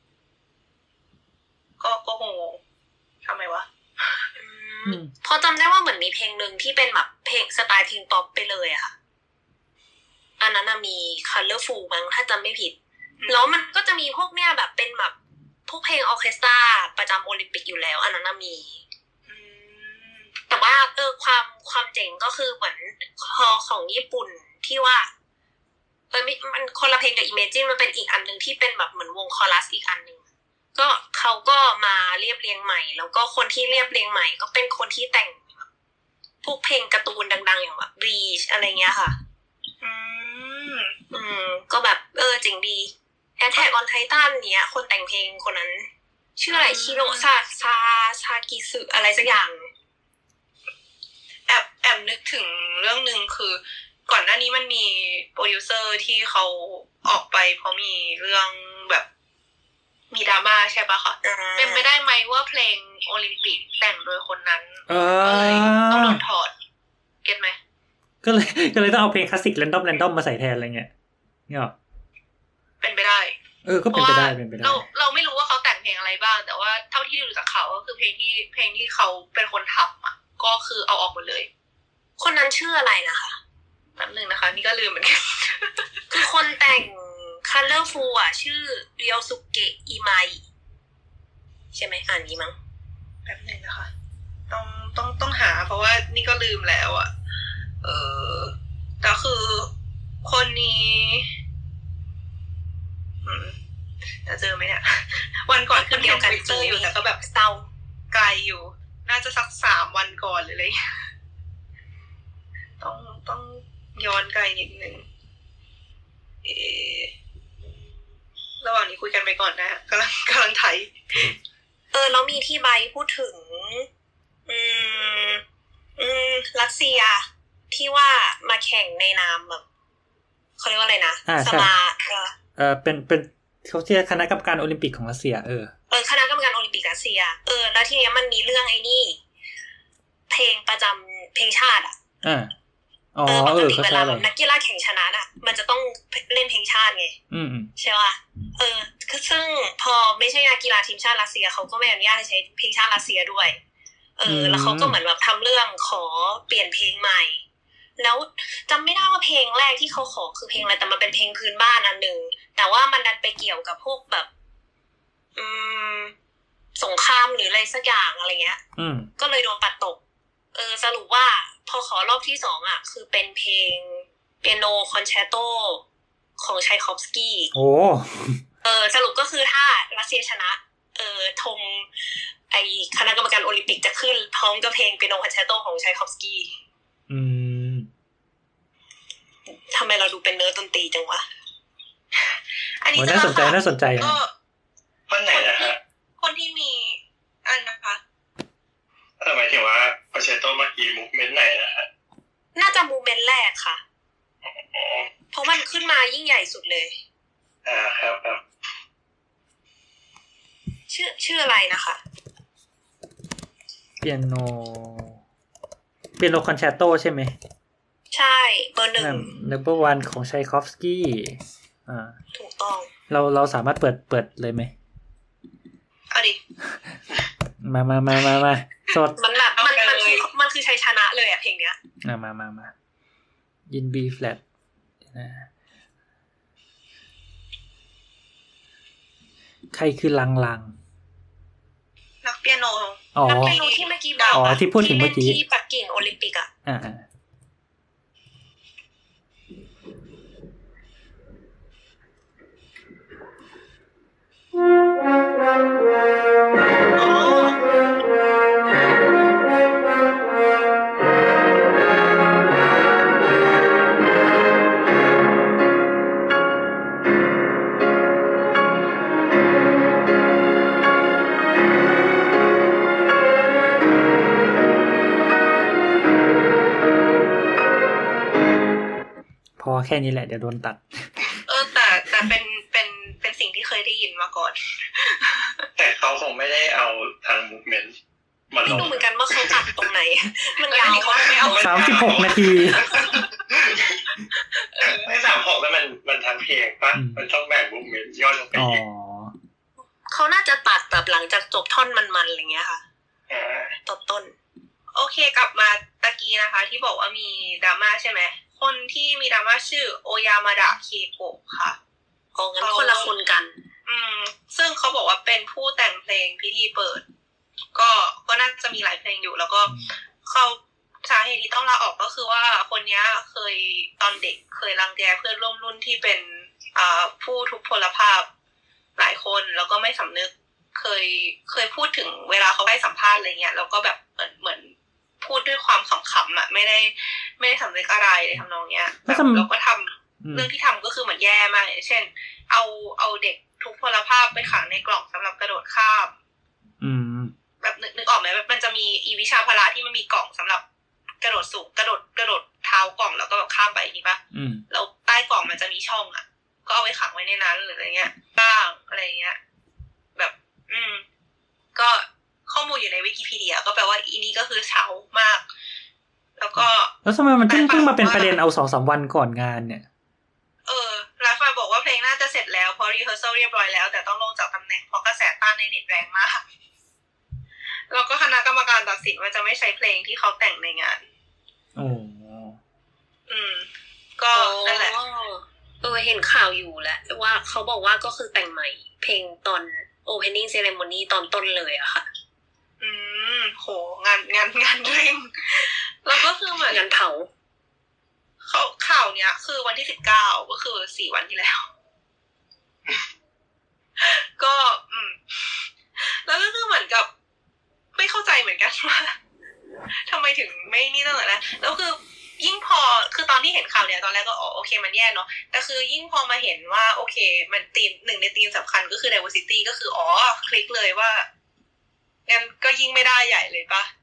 ก็งงทำไมวะพอจำได้ว่าเหมือนมีเพลงนึงที่เป็นแบบเพลงสไตล์เพลงป๊อปไปเลยอะค่ะอันนั้นมี Colorful มั้งถ้าจำไม่ผิดแล้วมันก็จะมีพวกเนี้ยแบบเป็นแบบพวกเพลงออร์เคสตราประจำโอลิมปิกอยู่แล้วอันนั้นมีแต่ว่าความเจ๋งก็คือเหมือนของญี่ปุ่นที่ว่ามันคนละเพลงกับ Imagine มันเป็นอีกอันนึงที่เป็นแบบเหมือนวงคอรัสอีกอันนึงก็เขาก็มาเรียบเรียงใหม่แล้วก็คนที่เรียบเรียงใหม่ก็เป็นคนที่แต่งพวกเพลงการ์ตูนดังๆอย่างแบบ Bleach อะไรเงี้ยค่ะก็แบบจริงดี Attack on Titan เนี้ยคนแต่งเพลงคนนั้นชื่ออะไรชิโนะซากิสึอะไรสักอย่างแอบนึกถึงเรื่องนึงคือก่อนหน้านี้มันมีโปรดิวเซอร์ที่เขาออกไปเพราะมีเรื่องแบบมีดราม่าใช่ปะคะเป็นไปได้ไหมว่าเพลงโอลิมปิกแต่งโดยคนนั้นก็เลยต้องโดนถอดเก็ทไหมก็เลยต้องเอาเพลงคลาสสิกแรนดอมมาใส่แทนอะไรเงี้ยเนี่ยเป็นไปได้ก็เป็นไปได้เราไม่รู้ว่าเขาแต่งเพลงอะไรบ้างแต่ว่าเท่าที่ดูจากเขาก็คือเพลงที่เขาเป็นคนทำอ่ะก็คือเอาออกหมดเลยคนนั้นชื่ออะไรนะคะแป๊บนึงนะคะนี่ก็ลืมเหมือนกันคือคนแต่งColorful อ่ะชื่อเรียวสุเกะอิไมใช่ไหมอ่านนี้มั้งแป๊บนึงนะคะต้องหาเพราะว่านี่ก็ลืมแล้วอ่ะแต่คือคนนี้จะเจอไหมเนี่ยวันก่อนขึ้นเดียวกันเจออยู่แต่ก็แบบเศร้าไกลอยู่น่าจะสัก3 วันก่อนหรืออะไรต้องย้อนไกลนิดนึงระหว่างนี้คุยกันไปก่อนนะกำลังไถแล้วมีที่ใบพูดถึงรัสเซียที่ว่ามาแข่งในนามแบบเขาเรียกว่าอะไรนะสมาเป็นเขาเรียกคณะกรรมการโอลิมปิกของรัสเซียคณะกรรมการโอลิมปิกรัสเซียแล้วทีเนี้ยมันมีเรื่องไอ้นี่เพลงประจำเพลงชาติปกติเวลาแบบนักกีฬาแข่งชนะน่ะมันจะต้องเล่นเพลงชาติไงใช่ป่ะซึ่งพอไม่ใช่นักกีฬาทีมชาติรัสเซียเขาก็ไม่อนุญาตให้ใช้เพลงชาติรัสเซียด้วยแล้วเขาก็เหมือนแบบทำเรื่องขอเปลี่ยนเพลงใหม่แล้วจำไม่ได้ว่าเพลงแรกที่เขาขอคือเพลงอะไรแต่มันเป็นเพลงพื้นบ้านอันนึงแต่ว่ามันดันไปเกี่ยวกับพวกแบบสงครามหรืออะไรสักอย่างอะไรเงี้ยก็เลยโดนปัดตกสรุปว่าพอขอรอบที่2อ่ะคือเป็นเพลงเปียโนคอนแชร์โตของไชคอฟสกี้โอ้สรุปก็คือถ้ารัสเซียชนะธงไอคณะกรรมการโอลิมปิกจะขึ้นพร้อมกับเพลงเปียโนคอนแชร์โตของไชคอฟสกี้ทำไมเราดูเป็นเนื้อดนตรีจังวะอันนี้น่าสนใจก็คนไหนนะฮะคนที่มีอันนะคะหมายถึงว่าคอนแชร์โตเมื่อกี้มูฟเมนต์ไหนนะฮะน่าจะมูฟเมนต์แรกค่ะเพราะมันขึ้นมายิ่งใหญ่สุดเลยครับชื่ออะไรนะคะเปียโนคอนแชร์โตใช่ไหมใช่เบอร์ 1 Number 1ของไชคอฟสกี้ถูกต้องเราสามารถเปิดเลยไหมเอาดิมาสดมันแบบมันคือชัยชนะเลยอ่ะเพลงเนี้ยมายิน B flat นะใครคือลังนักเปียโนที่เมื่อกี้บอกที่พูดถึงเมื่อกี้ที่ปักกิ่งโอลิมปิกอ่ะพอแค่นี้แหละเดี๋ยวโดนตัดแต่เป็นสิ่งที่เคยได้ยินมาก่อนแต่เขาคงไม่ได้เอาทางมูฟเมนต์มาลงไม่รู้เหมือนกันว่าเขาตัดตรงไหนมันยาวเขาไม่เอา 36 นาทีไม่36แล้วมันทางเพลงป่ะมันต้องแบ่งมูฟเมนต์ย่อลงไปอีกเขาน่าจะตัดแบบหลังจากจบท่อนมันๆอะไรเงี้ยค่ะต้นโอเคกลับมาตะกี้นะคะที่บอกว่ามีดราม่าใช่ไหมคนที่มีดราม่าชื่อโอยามาดะเคโกะค่ะงั้นคนละคนกันซึ่งเขาบอกว่าเป็นผู้แต่งเพลงพิธีเปิดก็น่าจะมีหลายเพลงอยู่แล้วก็เขาสาเหตุที่ต้องลาออกก็คือว่าคนนี้เคยตอนเด็กเคยรังแกเพื่อนร่วมรุ่นที่เป็นผู้ทุพพลภาพหลายคนแล้วก็ไม่สำนึกเคยพูดถึงเวลาเขาให้สัมภาษณ์อะไรเงี้ยแล้วก็แบบเหมือนพูดด้วยความขำๆอ่ะไม่ได้สำนึกอะไรเลยทำนองเนี้ยแล้วก็ทำเรื่องที่ทำก็คือเหมือนแย่มากเช่นเอาเด็กทุพพลภาพไปขังในกล่องสำหรับกระโดดข้ามแบบนึกออกไหมแบบมันจะมีวิชาพละที่มันมีกล่องสำหรับกระโดดสูงกระโดดเท้ากล่องแล้วก็แบบข้ามไปนี่ป่ะแล้วใต้กล่องมันจะมีช่องอ่ะก็เอาไปขังไว้ในนั้นหรืออะไรเงี้ยบ้างอะไรเงี้ยแบบก็ข้อมูลอยู่ในวิกิพีเดียก็แปลว่าอีนี่ก็คือเช้ามากแล้วทำไมมันเพิ่งมาเป็นประเด็นเอา 2-3 วันก่อนงานเนี่ยหลายฝ่ายบอกว่าเพลงน่าจะเสร็จแล้วเพราะรีเฮอร์ซัลเรียบร้อยแล้วแต่ต้องลงจากตำแหน่งเพราะกระแสต้านในเน็ตแรงมากแล้วก็คณะกรรมการตัดสินว่าจะไม่ใช้เพลงที่เขาแต่งในงานก็นั่นแหละเห็นข่าวอยู่แล้วว่าเขาบอกว่าก็คือแต่งใหม่เพลงตอน opening ceremony ตอนต้นเลยอะค่ะโหงานเร่งแล้วก็คือเหมือนงานเผาข่าวเนี้ยคือวันที่19ก็คือ4วันที่แล้วก็แล้วก็คือเหมือนกับไม่เข้าใจเหมือนกันว่าทำไมถึงไม่นี่ตั้งแต่แรกแล้วคือยิ่งพอคือตอนที่เห็นข่าวเนี่ยตอนแรกก็โอเคมันแย่เนาะแต่คือยิ่งพอมาเห็นว่าโอเคมันธีมหนึ่งในธีมสำคัญก็คือ diversity ก็คือคลิกเลยว่างั้นก็ยิ่งไม่ได้ใหญ่เลยปะ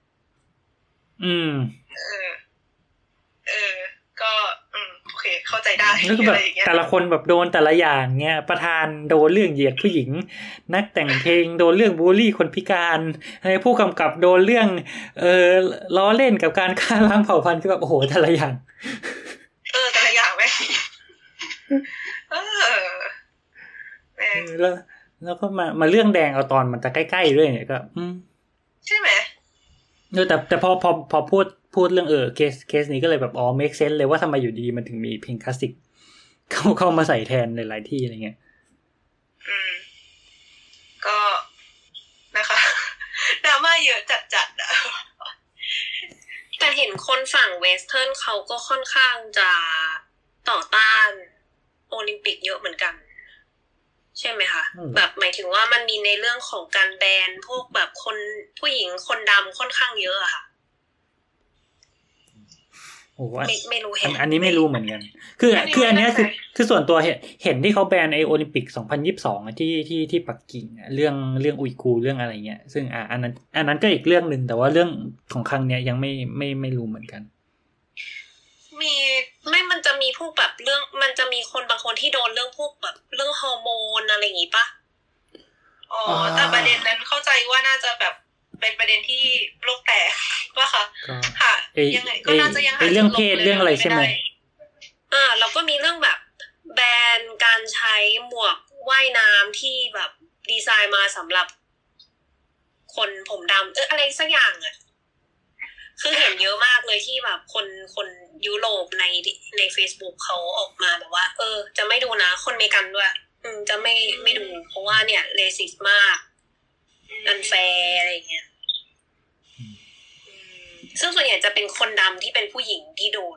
ก็โอเคเข้าใจได้แล้วก็แบบแต่ละคนแบบโดนแต่ละอย่างเงี้ยประธานโดนเรื่องเหยียดผู้หญิงนักแต่งเพลงโดนเรื่องบูลลี่คนพิการผู้กำกับโดนเรื่องล้อเล่นกับการฆ่าล้างเผ่าพันธุ์คือแบบโอ้โหแต่ละอย่างแต่ละอย่างแม่แล้วก็มาเรื่องแดงเอาตอนมันจะใกล้ๆด้วยเนี่ยก็ใช่ไหมแต่พอพูดเรื่องเคสนี้ก็เลยแบบmake sense เลยว่าทำไมอยู่ดีมันถึงมีเพลงคลาสสิกเข้ามาใส่แทนหลายๆที่อะไรเงี้ยก็นะคะดราม่าเยอะจัดๆอนฝั่งเวสเทิร์นเขาก็ค่อนข้างจะต่อต้านโอลิมปิกเยอะเหมือนกันใช่ไหมคะแบบหมายถึงว่ามันมีในเรื่องของการแบนพวกแบบคนผู้หญิงคนดำค่อนข้างเยอะอะค่ะโอ้ไม่รู้เห็นอันนี้ไม่รู้เหมือนกันคืออันนี้คือส่วนตัวเห็นที่เขาแบนไอโอลิมปิก2022อ่ะที่ปักกิ่งเรื่องอุยกูร์เรื่องอะไรเงี้ยซึ่งอันนั้นก็อีกเรื่องนึงแต่ว่าเรื่องของครั้งเนี้ยยังไม่รู้เหมือนกันมันจะมีพวกแบบเรื่องมันจะมีคนบางคนที่โดนเรื่องพวกแบบเรื่องฮอร์โมนอะไรอย่างงี้ป่ะแต่ประเด็นนั้นเข้าใจว่าน่าจะแบบเป็นประเด็นที่โลกแตกป่ะคะค่ะยังไงก็น่าจะยังหาเรื่องเพศเรื่องอะไรใช่ไหมแล้วก็มีเรื่องแบบแบนการใช้หมวกว่ายน้ำที่แบบดีไซน์มาสำหรับคนผมดำอะไรสักอย่างอ่ะคือเห็นเยอะมากเลยที่แบบคนยุโรปใน Facebook เขาออกมาแบบว่าจะไม่ดูนะคนเมกันด้วยจะไม่ดูเพราะว่าเนี่ยเรสิสมากอันแฟร์อะไรอย่างเงี้ยซึ่งส่วนใหญ่จะเป็นคนดำที่เป็นผู้หญิงที่โดน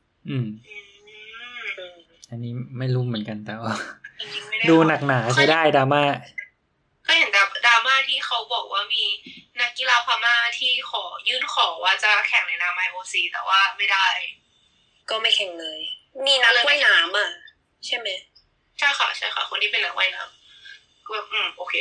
อันนี้ไม่รู้เหมือนกันแต่ว่าดูหนักหนาใช้ได้ดราม่าก็เห็นดราม่าที่เขาบอกว่ามีนักกีฬาพม่าที่ยื่นขอว่าจะแข่งในนาม IOC แต่ว่าไม่ได้ก็ไม่แข่งเลยมีนักว่ายน้ำอ่ะใช่ไหมใช่ค่ะคนที่เป็นนักว่ายน้ำก็โอเค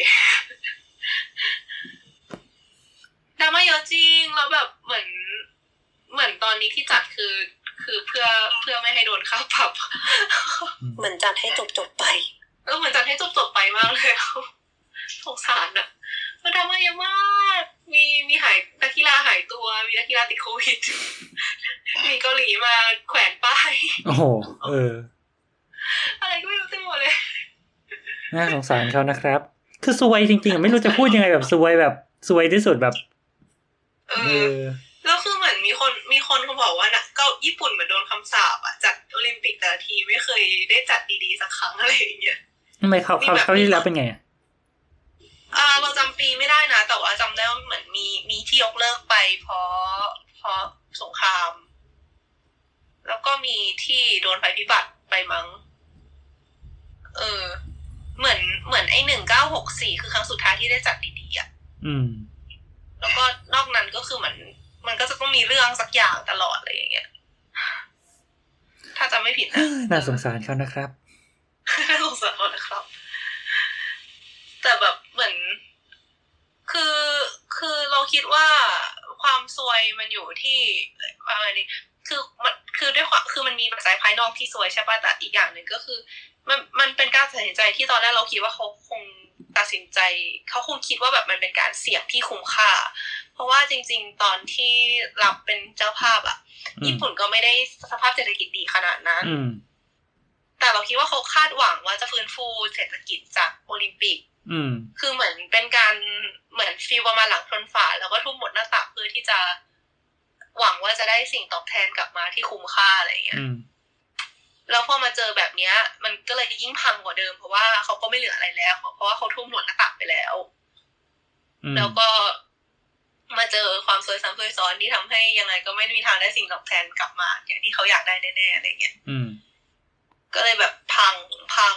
ดราม่าเยอะจริงแล้วแบบเหมือนตอนนี้ที่จัดคือเพื่อไม่ให้โดนค่าปรับเหมือนจัดให้จบไปเหมือนจัดให้จบไปมากเลยสงสารอ่ะดราม่าเยอะมากมีหายนักกีฬาหายตัวมีนักกีฬาติดโควิดมีเกาหลีมาแขวนป้ายโอ้โหอะไรก็ไม่รู้เต็มหมดเลยน่าสงสารเขานะครับคือซวยจริงๆไม่รู้จะพูดยังไงแบบซวยที่สุดแบบแล้วคือเหมือนมีคนเขาบอกว่านะก็ญี่ปุ่นเหมือนโดนคำสาปอ่ะจัดโอลิมปิกแต่ละทีไม่เคยได้จัดดีๆสักครั้งอะไรอย่างเงี้ยทำไมเขาที่แล้วเป็นไงเราจำปีไม่ได้นะแต่ว่าจำได้ว่าเหมือนมีที่ยกเลิกไปเพราะสงครามแล้วก็มีที่โดนภัยพิบัติไปมั้งเหมือนไอ้1964คือครั้งสุดท้ายที่ได้จัดดีๆอ่ะแล้วก็นอกนั้นก็คือเหมือนมันก็จะต้องมีเรื่องสักอย่างตลอดอะไรอย่างเงี้ยถ้าจำไม่ผิดนะน่าสงสารเขานะครับน่าสงสารเขานะครับแต่แบบเหมือนคือเราคิดว่าความซวยมันอยู่ที่อะไรนี่คือด้วยความคือมันมีปัจจัยภายนอกที่ซวยใช่ป่ะแต่อีกอย่างนึงก็คือมันเป็นการตัดสินใจที่ตอนแรกเราคิดว่าเขาคงตัดสินใจเขาคงคิดว่าแบบมันเป็นการเสี่ยงที่คุ้มค่าเพราะว่าจริงๆตอนที่รับเป็นเจ้าภาพอ่ะญี่ปุ่นก็ไม่ได้สภาพเศรษฐกิจดีขนาดนั้นแต่เราคิดว่าเขาคาดหวังว่าจะฟื้นฟูเศรษฐกิจจากโอลิมปิกคือเหมือนเป็นการเหมือนฟีลประมาณหลังชนฝาแล้วก็ทุ่มหมดหน้าตักเพื่อที่จะหวังว่าจะได้สิ่งตอบแทนกลับมาที่คุ้มค่าอะไรอย่างเงี้ยแล้วพอมาเจอแบบเนี้ยมันก็เลยยิ่งพังกว่าเดิมเพราะว่าเขาก็ไม่เหลืออะไรแล้วเพราะว่าเขาทุ่มหมดหน้าตักไปแล้วแล้วก็มาเจอความซวยซ้ำซวยซ้อนที่ทำให้ยังไงก็ไม่มีทางได้สิ่งตอบแทนกลับมาอย่างที่เขาอยากได้แน่ๆอะไรเงี้ยก็เลยแบบพัง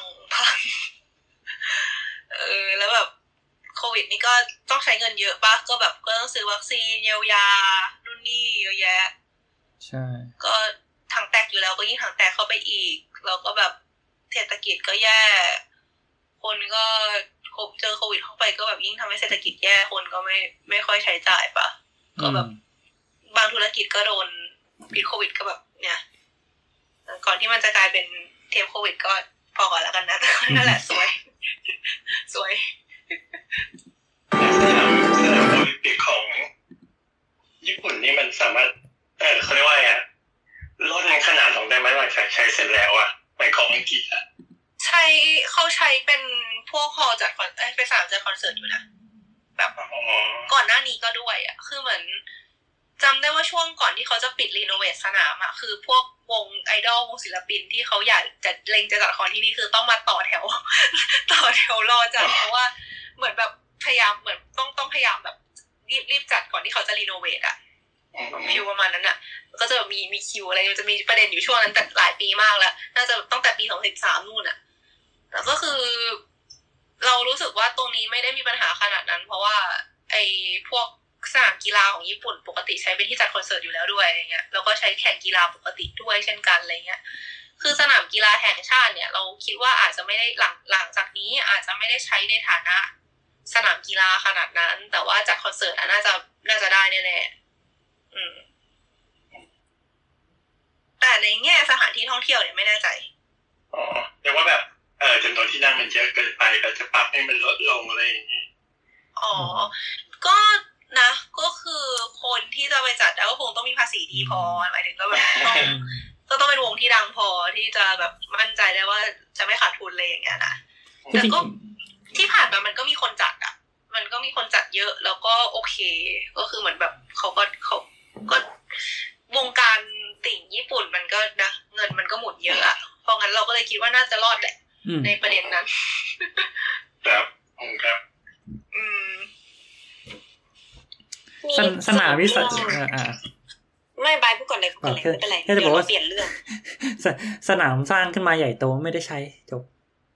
แล้วแบบโควิดนี่ก็ต้องใช้เงินเยอะป่ะก็แบบก็ต้องซื้อวัคซีนเยียวยานู่นนี่เยอะแยะใช่ก็ถังแตกอยู่แล้วก็ยิ่งถังแตกเข้าไปอีกแล้วก็แบบเศรษฐกิจก็แย่คนก็เจอโควิดเข้าไปก็แบบยิ่งทำให้เศรษฐกิจแย่คนก็ไม่ค่อยใช้จ่ายป่ะก็แบบบางธุรกิจก็โดนพิษโควิดก็แบบเนี่ยก่อนที่มันจะกลายเป็นเทปโควิดก็พอก่อนแล้วกันนะแต่นั่นแหละสวยสนามโอลิมปิกของญี่ปุ่นนี่มันสามารถเขาเรียกว่าไงลดในขนาดลงได้ไหมหลังจากใช้เสร็จแล้วอ่ะในของอังกฤษอ่ะเขาใช้เป็นพวกฮอลล์จัดเป็นสนามจัดคอนเสิร์ตอยู่นะแบบก่อนหน้านี้ก็ด้วยอ่ะคือเหมือนจำได้ว่าช่วงก่อนที่เขาจะปิดรีโนเวทสนามอ่ะคือพวกวงไอดอลวงศิลปินที่เขาอยากจะจะจัดคอนที่นี่คือต้องมาต่อแถวรอจัดเพราะว่าเหมือนแบบพยายามเหมือนต้องพยายามแบบรีบจัดก่อนที่เขาจะรีโนเวทอ่ะคิวประมาณนั้นอ่ะก็จะแบบมีคิวอะไรจะมีประเด็นอยู่ช่วงนั้นแต่หลายปีมากแล้วน่าจะตั้งแต่ปี2013นู่นอ่ะแต่ก็คือเรารู้สึกว่าตรงนี้ไม่ได้มีปัญหาขนาดนั้นเพราะว่าไอ้พวกสนามกีฬาของญี่ปุ่นปกติใช้เป็นที่จัดคอนเสิร์ตอยู่แล้วด้วยอะไรเงี้ยแล้วก็ใช้แข่งกีฬาปกติด้วยเช่นกันอะไรเงี้ยคือสนามกีฬาแห่งชาติเนี่ยเราคิดว่าอาจจะไม่ได้หลังจากนี้อาจจะไม่ได้ใช้ในฐานะสนามกีฬาขนาดนั้นแต่ว่าจัดคอนเสิร์ตน่าจะได้แน่ๆแต่ในแง่สถานที่ท่องเที่ยวเนี่ยไม่แน่ใจแต่ว่าแบบจำนวนที่นั่งมันเยอะเกินไปเราจะปรับให้มันลดลงอะไรอย่างนี้ก็นะก็คือคนที่จะไปจัดแล้วก็คงต้องมีภาษีดีพอหมายถึงก็แบบต้องเป็นวงที่ดังพอที่จะแบบมั่นใจได้ว่าจะไม่ขาดทุนเลยอย่างเงี้ยนะแต่ก็ที่ผ่านมามันก็มีคนจัดอ่ะมันก็มีคนจัดเยอะแล้วก็โอเคก็คือเหมือนแบบเขาก็วงการติ่งญี่ปุ่นมันก็นะเงินมันก็หมุนเยอะอ่ะเพราะงั้นเราก็เลยคิดว่าน่าจะรอดแหละในประเด็นนั้นครับสนามวิสัชไม่บายพูดก่อนเลยไม่เป็นไรแค่จะบอกว่าเปลี่ยนเรื่องสนามสร้างขึ้นมาใหญ่โตไม่ได้ใช้จบ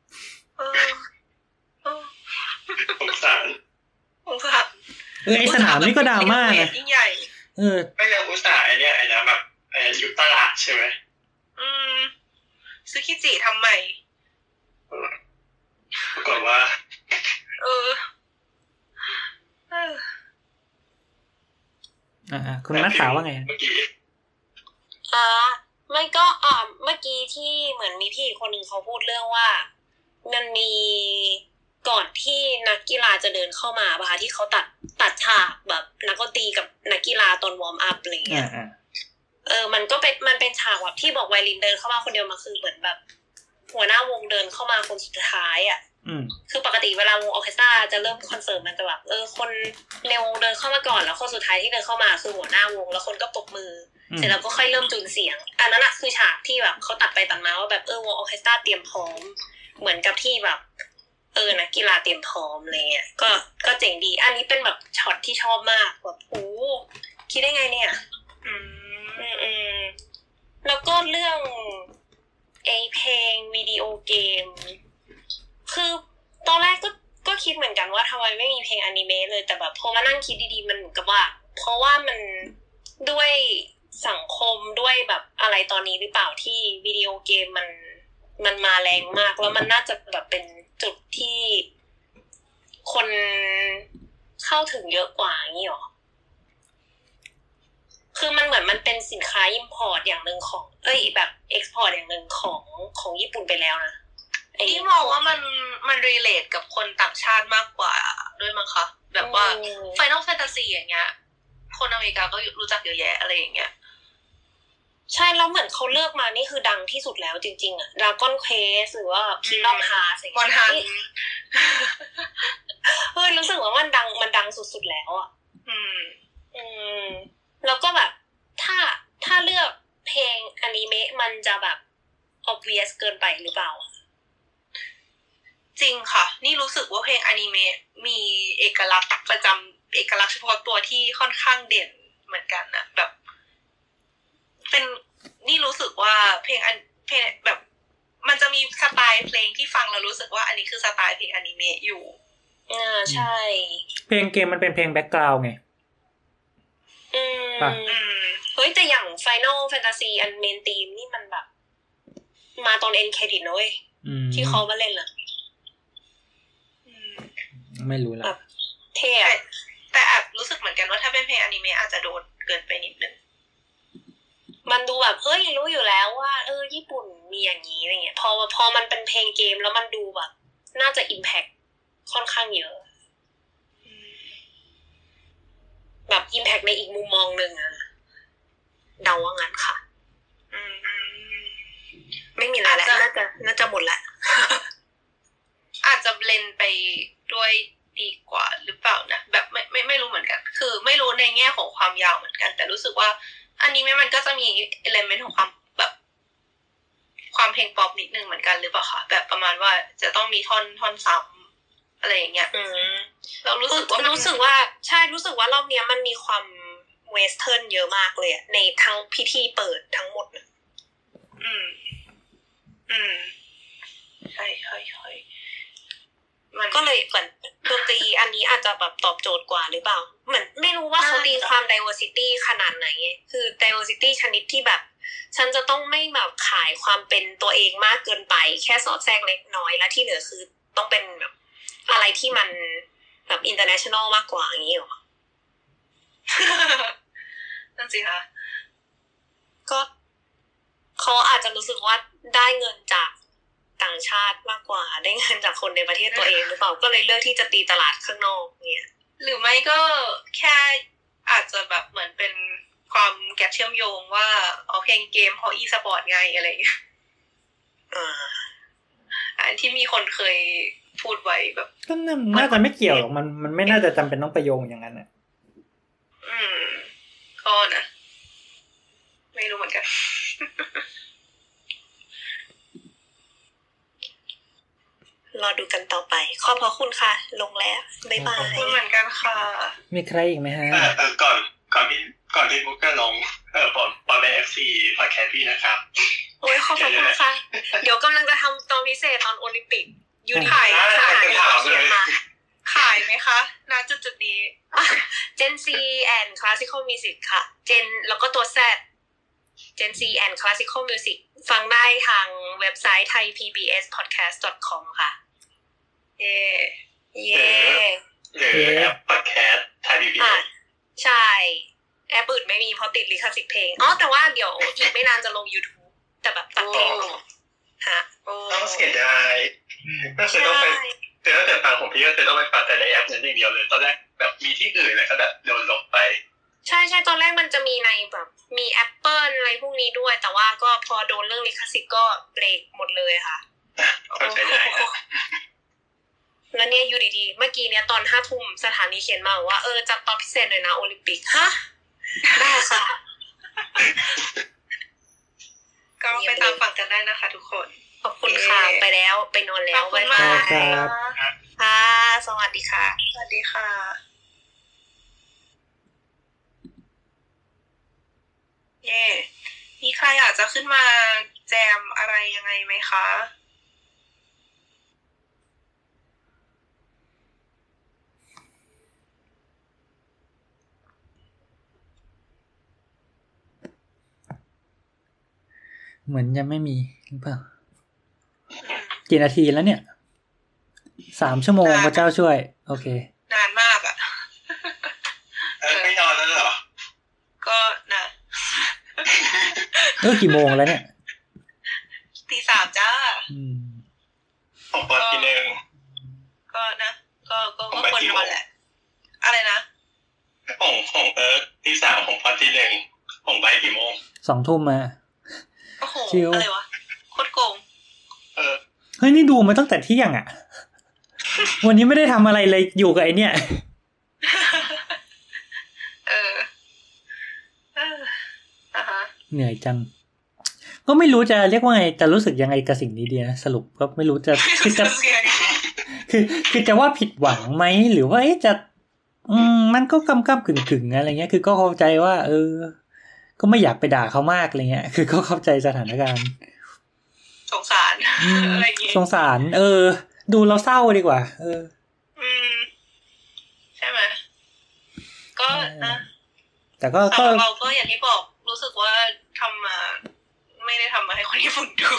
สงสารไอสนามนี่ก็ดราม่านะยิ่งใหญ่ไม่ยังอุตส่าห์ไอเนี่ยไอนะแบบอยู่ตลาดใช่ไหมซึคิจิทำใหม่ปรากฏว่าคุณนักข่าวว่าไงไม่ก็เมื่อกี้ที่เหมือนมีพี่คนนึงเขาพูดเรื่องว่ามันมีก่อนที่นักกีฬาจะเดินเข้ามาป่ะคะที่เขาตัดฉากแบบนักดนตรีกับนักกีฬาตอนวอร์มอัพอะไรเงี้ยมันเป็นฉากแบบที่บอกไวโอลินเดินเข้ามาคนเดียวมาคือเหมือนแบบหัวหน้าวงเดินเข้ามาคนสุดท้ายอ่ะคือปกติเวลาวงออร์เคสตราจะเริ่มคอนเสิร์ตมันจะแบบคนในวงเดินเข้ามาก่อนแล้วคนสุดท้ายที่เดินเข้ามาคือหัวหน้าวงแล้วคนก็ปรบมือเสร็จแล้วก็ค่อยเริ่มจุนเสียงอันนั้นอะคือฉากที่แบบเขาตัดไปตัดมาว่าแบบวงออร์เคสตราเตรียมพร้อมเหมือนกับที่แบบนักกีฬาเตรียมพร้อมอะไรเงี้ยก็เจ๋งดีอันนี้เป็นแบบช็อตที่ชอบมากแบบโอ้คิดได้ไงเนี่ยแล้วก็เรื่องเพลงวิดีโอเกมคือตอนแรกก็คิดเหมือนกันว่าทำไมไม่มีเพลงอนิเมะเลยแต่แบบพอมานั่งคิดดีๆมันเหมือนกับว่าเพราะว่ามันด้วยสังคมด้วยแบบอะไรตอนนี้หรือเปล่าที่วิดีโอเกมมันมาแรงมากแล้วมันน่าจะแบบเป็นจุดที่คนเข้าถึงเยอะกว่าอย่างนี้หรอคือมันเหมือนมันเป็นสินค้าอิมพอร์ตอย่างนึงของแบบเอ็กซ์พอร์ตอย่างนึงของญี่ปุ่นไปแล้วนะนี่มองว่ามันรีเลทกับคนต่างชาติมากกว่าด้วยมั้งคะแบบว่า Final Fantasy อย่างเงี้ยคนอเมริกาก็รู้จักเยอะแยะอะไรอย่างเงี้ยใช่แล้วเหมือนเขาเลือกมานี่คือดังที่สุดแล้วจริงๆอ่ะ Dragon Quest หรือว่า Kingdom Hearts อะไรอย่างเงี้ยรู้สึกว่ามันดังสุดๆแล้วอ่ะแล้วก็แบบถ้าเลือกเพลงอนิเมะมันจะแบบ obvious เกินไปหรือเปล่าจริงค่ะนี่รู้สึกว่าเพลงอนิเมะมีเอกลักษณ์ประจำเอกลักษณ์เฉพาะตัวที่ค่อนข้างเด่นเหมือนกันนะแบบเป็นนี่รู้สึกว่าเพลงแบบมันจะมีสไตล์เพลงที่ฟังแล้วรู้สึกว่าอันนี้คือสไตล์เพลงอนิเมะอยู่ใช่เพลงเกมมันเป็นเพลงแบ็คกราวด์ไงเฮ้ยแต่อย่าง Final Fantasy อันเมนธีมนี่มันแบบมาตอน end credit นะเว้ยที่เขามาเล่นน่ะไม่รู้ละเท่แต่แอบรู้สึกเหมือนกันว่าถ้าเป็นเพลงอนิเมะอาจจะโดดเกินไปนิดนึงมันดูแบบรู้อยู่แล้วว่าญี่ปุ่นมีอย่างนี้อะไรเงี้ยพอมันเป็นเพลงเกมแล้วมันดูแบบน่าจะ impact ค่อนข้างเยอะแบบ impact ในอีกมุมมองนึงอะเดาว่างั้นค่ะไม่มีอะไรแล้วน่าจะหมดละอาจจะเบลนไปด้วยดีกว่าหรือเปล่านะแบบไม่รู้เหมือนกันคือไม่รู้ในแง่ของความยาวเหมือนกันแต่รู้สึกว่าอันนี้มันก็จะมีเอลิเมนต์ของความแบบความเพลงป๊อปนิดนึงเหมือนกันหรือเปล่าคะแบบประมาณว่าจะต้องมีท่อนซ้ำอะไรอย่างเงี้ยเรารู้สึกว่าใช่รู้สึกว่ารอบนี้มันมีความเวสเทิร์นเยอะมากเลยในทั้งพิธีเปิดทั้งหมดนะใช่มันก็เลยเหมือนดนตรีอันนี้อาจจะแบบตอบโจทย์กว่าหรือเปล่าเหมือนไม่รู้ว่าเขาตีความ diversity ขนาดไหนคือ diversity ชนิดที่แบบฉันจะต้องไม่แบบขายความเป็นตัวเองมากเกินไปแค่สอดแทรกเล็กน้อยและที่เหลือคือต้องเป็นแบบอะไรที่มันแบบ international มากกว่าอย่างนี้หรอนั่นสิคะก็เขาอาจจะรู้สึกว่าได้เงินจากต่างชาติมากกว่าได้เงินจากคนในประเทศตัวเองหรือเปล่าก็เลยเลือกที่จะตีตลาดข้างนอกเนี่ยหรือไม่ก็แค่อาจจะแบบเหมือนเป็นความแกะเชื่อมโยงว่าเอาเพลงเกมเพราะอีสปอร์ตไงอะไรอย่างเงี้ยอันที่มีคนเคยพูดไว้แบบก็น่าจะไม่เกี่ยวหรอกมันไม่น่าจะจำเป็นต้องประโยงอย่างนั้นน่ะก็นะไม่รู้เหมือนกันรอดูกันต่อไปขอบพระคุณค่ะลงแล้วบ๊ายบายขอบคุณเหมือนกันค่ะมีใครอีกไหมฮะก่อนที่มุกจะลงปอนเป็น FC พอดแคสต์พี่นะครับโอ้ยขอบคุณค่ะเดี๋ยวกำลังจะทำตอนพิเศษตอนโอลิมปิกยูนิขายไหมคะณจุดนี้ Gen Z and Classical Music ค่ะ Gen แล้วก็ตัว Z Gen Z and Classical Music ฟังได้ทางเว็บไซต์ thaipbspodcast.com ค่ะเย้หรือแอปพอดแคสต์ Thai PBS ใช่แอปอื่นไม่มีเพราะติดลิขสิทธิ์เพลงแต่ว่าเดี๋ยวอีกไม่นานจะลง YouTube แต่แบบตัดต่อฮะต้องเสียดายก็คือต้องไปแต่ถ้าเกิดฟังของพี่ก็คือต้องไปฟังแต่ในแอปนั้นอย่างเดียวเลยตอนแรกแบบมีที่อื่นเลยก็แบบโดนลบไปใช่ตอนแรกมันจะมีในแบบมี Apple อะไรพวกนี้ด้วยแต่ว่าก็พอโดนเรื่องลิขสิทธิ์ก็เบรกหมดเลยค่ะเข้าใจได้แล้วเนี่ยอยู่ดีๆเมื่อกี้เนี่ยตอน 5 ทุ่มสถานีเขียนมาว่าจัดตอนพิเศษเลยนะโอลิมปิกฮะได้ค่ะก็ไปตามฟังกันได้นะคะทุกคนขอบคุณค่ะไปแล้วไปนอนแล้วบ๊ายบายค่ะสวัสดีค่ะสวัสดีค่ะมีใครอยากจะขึ้นมาแจมอะไรยังไงไหมคะเหมือนยังไม่มีหรือเปล่ากี่นาทีแล้วเนี่ย3 ชั่วโมงพระเจ้าช่วยโอเคนานมากอ่ะไม่นอนแล้วเหรอก็นะกี่โมงแล้วเนี่ยตี 3จ้าผมตอนที่ 1 ก็นะก็ควรนอนแหละอะไรนะผมตี 3ผมพอที่ 1ผมไปกี่โมง 2 ทุ่มมาโอ้โหอะไรวะโคตรโกงเฮ้ยนี่ดูมาตั้งแต่เที่ยงอ่ะวันนี้ไม่ได้ทำอะไรเลยอยู่กับไอเนี่ยเหนื่อยจังก็ไม่รู้จะเรียกว่าไงจะรู้สึกยังไงกับสิ่งนี้ดีนะสรุปก็ไม่รู้จะคือจะว่าผิดหวังไหมหรือว่าจะมันก็กำกึ่งอะไรเงี้ยคือก็เข้าใจว่าก็ไม่อยากไปด่าเขามากอะไรเงี้ยคือก็เข้าใจสถานการณ์สงสารอะไรอย่างงี้สงสารดูเราเศร้าดีกว่าใช่ไหมก็นะแต่ก็เราก็อย่างที่บอกรู้สึกว่าทำมาไม่ได้ทำมาให้คนญี่ปุ่นดู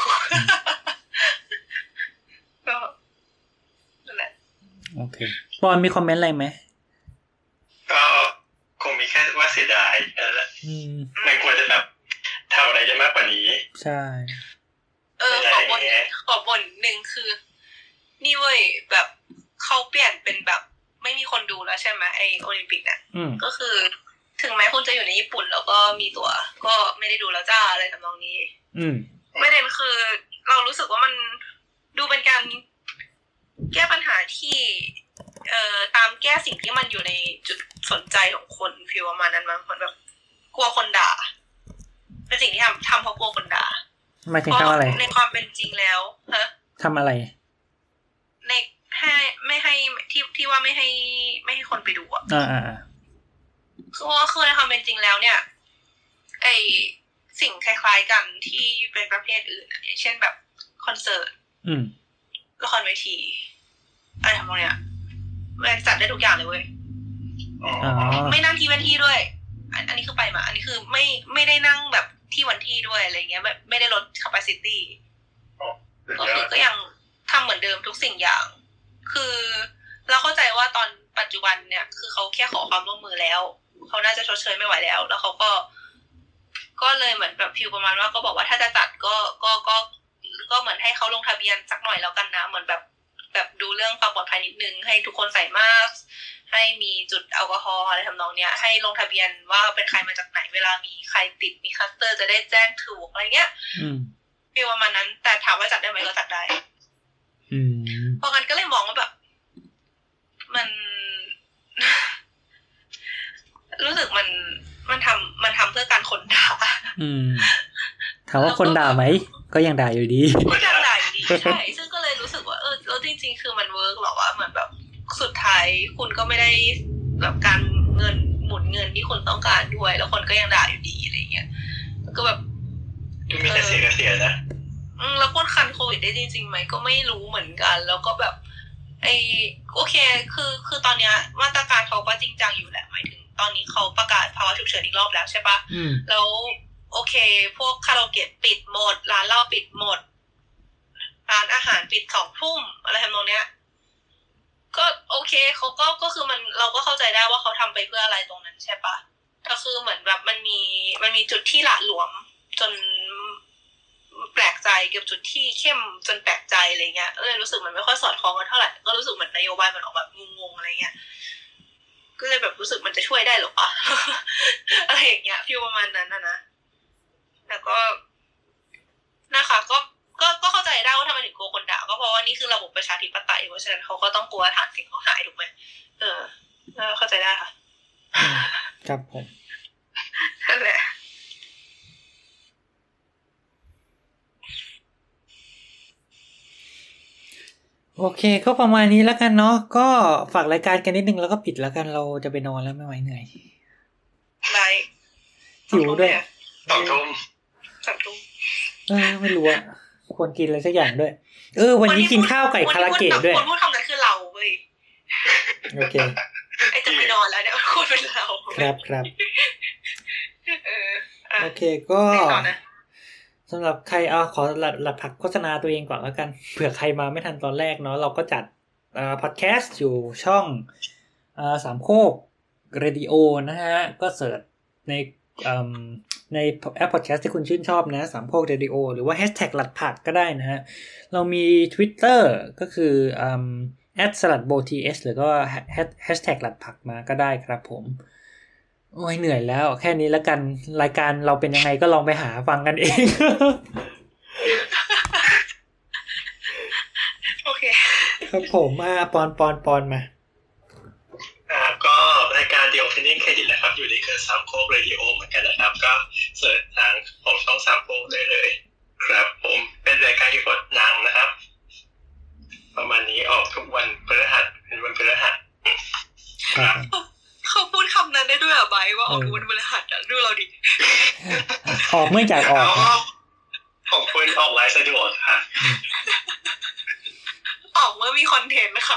ก็นั่นแหละโอเคบอลมีคอมเมนต์อะไรไหมก็คงมีแค่ว่าเสียดายนั่นแหละไม่ควรจะแบบทำอะไรได้มากกว่านี้ใช่ขอบ่นหนึ่งคือนี่เว้ยแบบเขาเปลี่ยนเป็นแบบไม่มีคนดูแล้วใช่ไหมไอโอลิมปิกเนี่ยก็คือถึงแม้คุณจะอยู่ในญี่ปุ่นแล้วก็มีตั๋วก็ไม่ได้ดูแล้วจ้าอะไรทำนองนี้ประเด็นคือเรารู้สึกว่ามันดูเป็นการแก้ปัญหาที่ตามแก้สิ่งที่มันอยู่ในจุดสนใจของคนฟีลประมาณนั้นมั้งคนแบบกลัวคนด่าเป็นสิ่งที่ทำเพราะกลัวคนด่าหมายถึงทำอะไรในความเป็นจริงแล้วทำอะไรในไม่ให้ที่ว่าไม่ให้คนไปดูอ่ะคือว่าในความเป็นจริงแล้วเนี่ยไอสิ่งคล้ายๆกันที่เป็นประเภทอื่นอย่างเช่นแบบคอนเสิร์ตละครเวทีอะไรทำนองเนี้ยมันจัดได้ทุกอย่างเลยเว้ยไม่นั่งที่วันที่ด้วยอันนี้คือไปมาอันนี้คือไม่ได้นั่งแบบที่วันที่ด้วยอะไรเงี้ยแบบไม่ได้ลด capacity ก็คือก็ยังทำเหมือนเดิมทุกสิ่งอย่างคือเราเข้าใจว่าตอนปัจจุบันเนี่ยคือเขาแค่ขอความร่วมมือแล้วเขาน่าจะชดเชยไม่ไหวแล้วเขาก็เลยเหมือนแบบฟิลประมาณว่าก็บอกว่าถ้าจะจัดก็เหมือนให้เขาลงทะเบียนสักหน่อยแล้วกันนะเหมือนแบบดูเรื่องความปลอดภัยนิดนึงให้ทุกคนใส่มาสก์ให้มีจุดแอลกอฮอล์อะไรทำนองเนี้ยให้ลงทะเบียนว่าเป็นใครมาจากไหนเวลามีใครติดมีคลัสเตอร์จะได้แจ้งถูกอะไรเงี้ยฟีลประมาณนั้นแต่ถามว่าจัดได้ไหมก็จัดได้เพราะงั้นก็เลยมองว่าแบบมัน รู้สึกมันทำเพื่อการคนด่าถามว่าคนด่าไหมก็ยังด่าอยู่ดีก็ยังด่าอยู่ดีใช่ซึ่งก็เลยรู้สึกว่าแล้วจริงๆคือมันเวิร์กหรอวะเหมือนแบบสุดท้ายคุณก็ไม่ได้แบบการเงินหมุนเงินที่คุณต้องการด้วยแล้วคนก็ยังด่าอยู่ดีอะไรเงี้ยก็แบบมีแต่เสียนะแล้วคนคันโควิดได้จริงๆไหมก็ไม่รู้เหมือนกันแล้วก็แบบโอเคคือตอนเนี้ยมาตรการเขาก็จริงจังอยู่แหละหมายถึงตอนนี้เขาประกาศภาวะฉุกเฉินอีกรอบแล้วใช่ปะแล้วโอเคพวกคาราโอเกะปิดหมดร้านเหล้าปิดหมดร้านอาหารปิด20:00 นอะไรทำนองเนี้ยก็โอเคเขาก็คือมันเราก็เข้าใจได้ว่าเขาทำไปเพื่ออะไรตรงนั้นใช่ปะก็คือเหมือนแบบมันมีจุดที่หละหลวมจนแปลกใจกับจุดที่เข้มจนแปลกใจอะไรเงี้ยเลยรู้สึกมันไม่ค่อยสอดคล้องกันเท่าไหร่ก็รู้สึกเหมือนนโยบายมันออกแบบงงๆอะไรเงี้ยก็เลยแบบรู้สึกมันจะช่วยได้หรออะไรอย่างเงี้ยฟีลประมาณนั้นนะแต่ก็นะคะก็เข้าใจได้ว่าทำไมถึงกลัวคนด่าก็เพราะว่านี่คือระบบประชาธิปไตยเพราะฉะนั้นเขาก็ต้องกลัวฐานเสียงเขาหายถูกไหมเข้าใจได้ค่ะครับผมนั่นแหละโอเคก็ประมาณนี้แล้วกันเนาะก็ฝากรายการกันนิดนึงแล้วก็ปิดแล้วกันเราจะไปนอนแล้วไม่ไหวเหนื่อยได้หิวด้วย 2:00 ไม่รู้อะควรกินอะไรสักอย่างด้วยวันนี้กินข้าวไก่คาราเกะด้วยคนพูดคำนั้นคือเราเว้ยโอเคจะไปนอนแล้วเนี่ยคนเป็นเราครับโอเคก็สำหรับใครขอหลับพักโฆษณาตัวเองก่อนแล้วกันเผื่อใครมาไม่ทันตอนแรกเนาะเราก็จัดพอดแคสต์อยู่ช่องสามโคกเรดิโอนะฮะก็เสิร์ชในแอปพอดแคสต์ที่คุณชื่นชอบนะสามโคกเรดิโอหรือว่า #หลัดผักก็ได้นะฮะเรามี Twitter ก็คือ@saladbots หรือก็ #หลัดผักมาก็ได้ครับผมโอ้ยเหนื่อยแล้วแค่นี้แล้วกันรายการเราเป็นยังไงก็ลองไปหาฟังกันเองโอเคครับผมปอนมาก็รายการเดียว Opening Credit นะครับอยู่ในเครือสามโคกเรดิโอเหมือนกันนะครับก็เสิร์ชทางของช่องสามโคกได้เลยครับผมเป็นรายการเกี่ยวกับหนังนะครับประมาณนี้ออกทุกวันพฤหัสเป็นวันพฤหัสครับเขาพูดคำนั้นได้ด้วยไบว่าออกทุกวันพฤหัสดูเราดิออกไม่จากออกของคุณออกไลฟ์สะดวกค่ะออกเมื่อมีคอนเทนต์นะคะ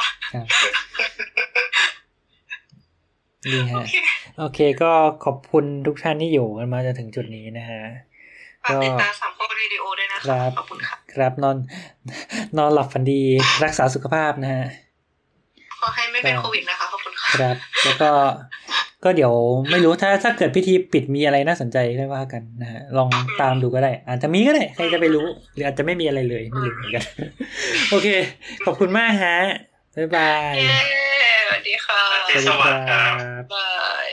ดีฮะโอเคก็ขอบคุณทุกท่านที่อยู่กันมาจนถึงจุดนี้นะฮะก็ติดตามสามโคกเรดิโอด้วยนะคะขอบคุณค่ะครับนอนหลับฝันดีรักษาสุขภาพนะฮะขอให้ไม่เป็นโควิดนะคะขอบคุณค่ะครับแล้วก็เดี๋ยวไม่รู้ถ้าเกิดพิธีปิดมีอะไรน่าสนใจค่อยว่ากันนะฮะลองตามดูก็ได้อาจจะมีก็ได้ใครจะไปรู้หรืออาจจะไม่มีอะไรเลยไม่รู้เหมือนกันโอเคขอบคุณมากฮะบ๊ายบายสวัสดีค่ะสวัสดีครับบาย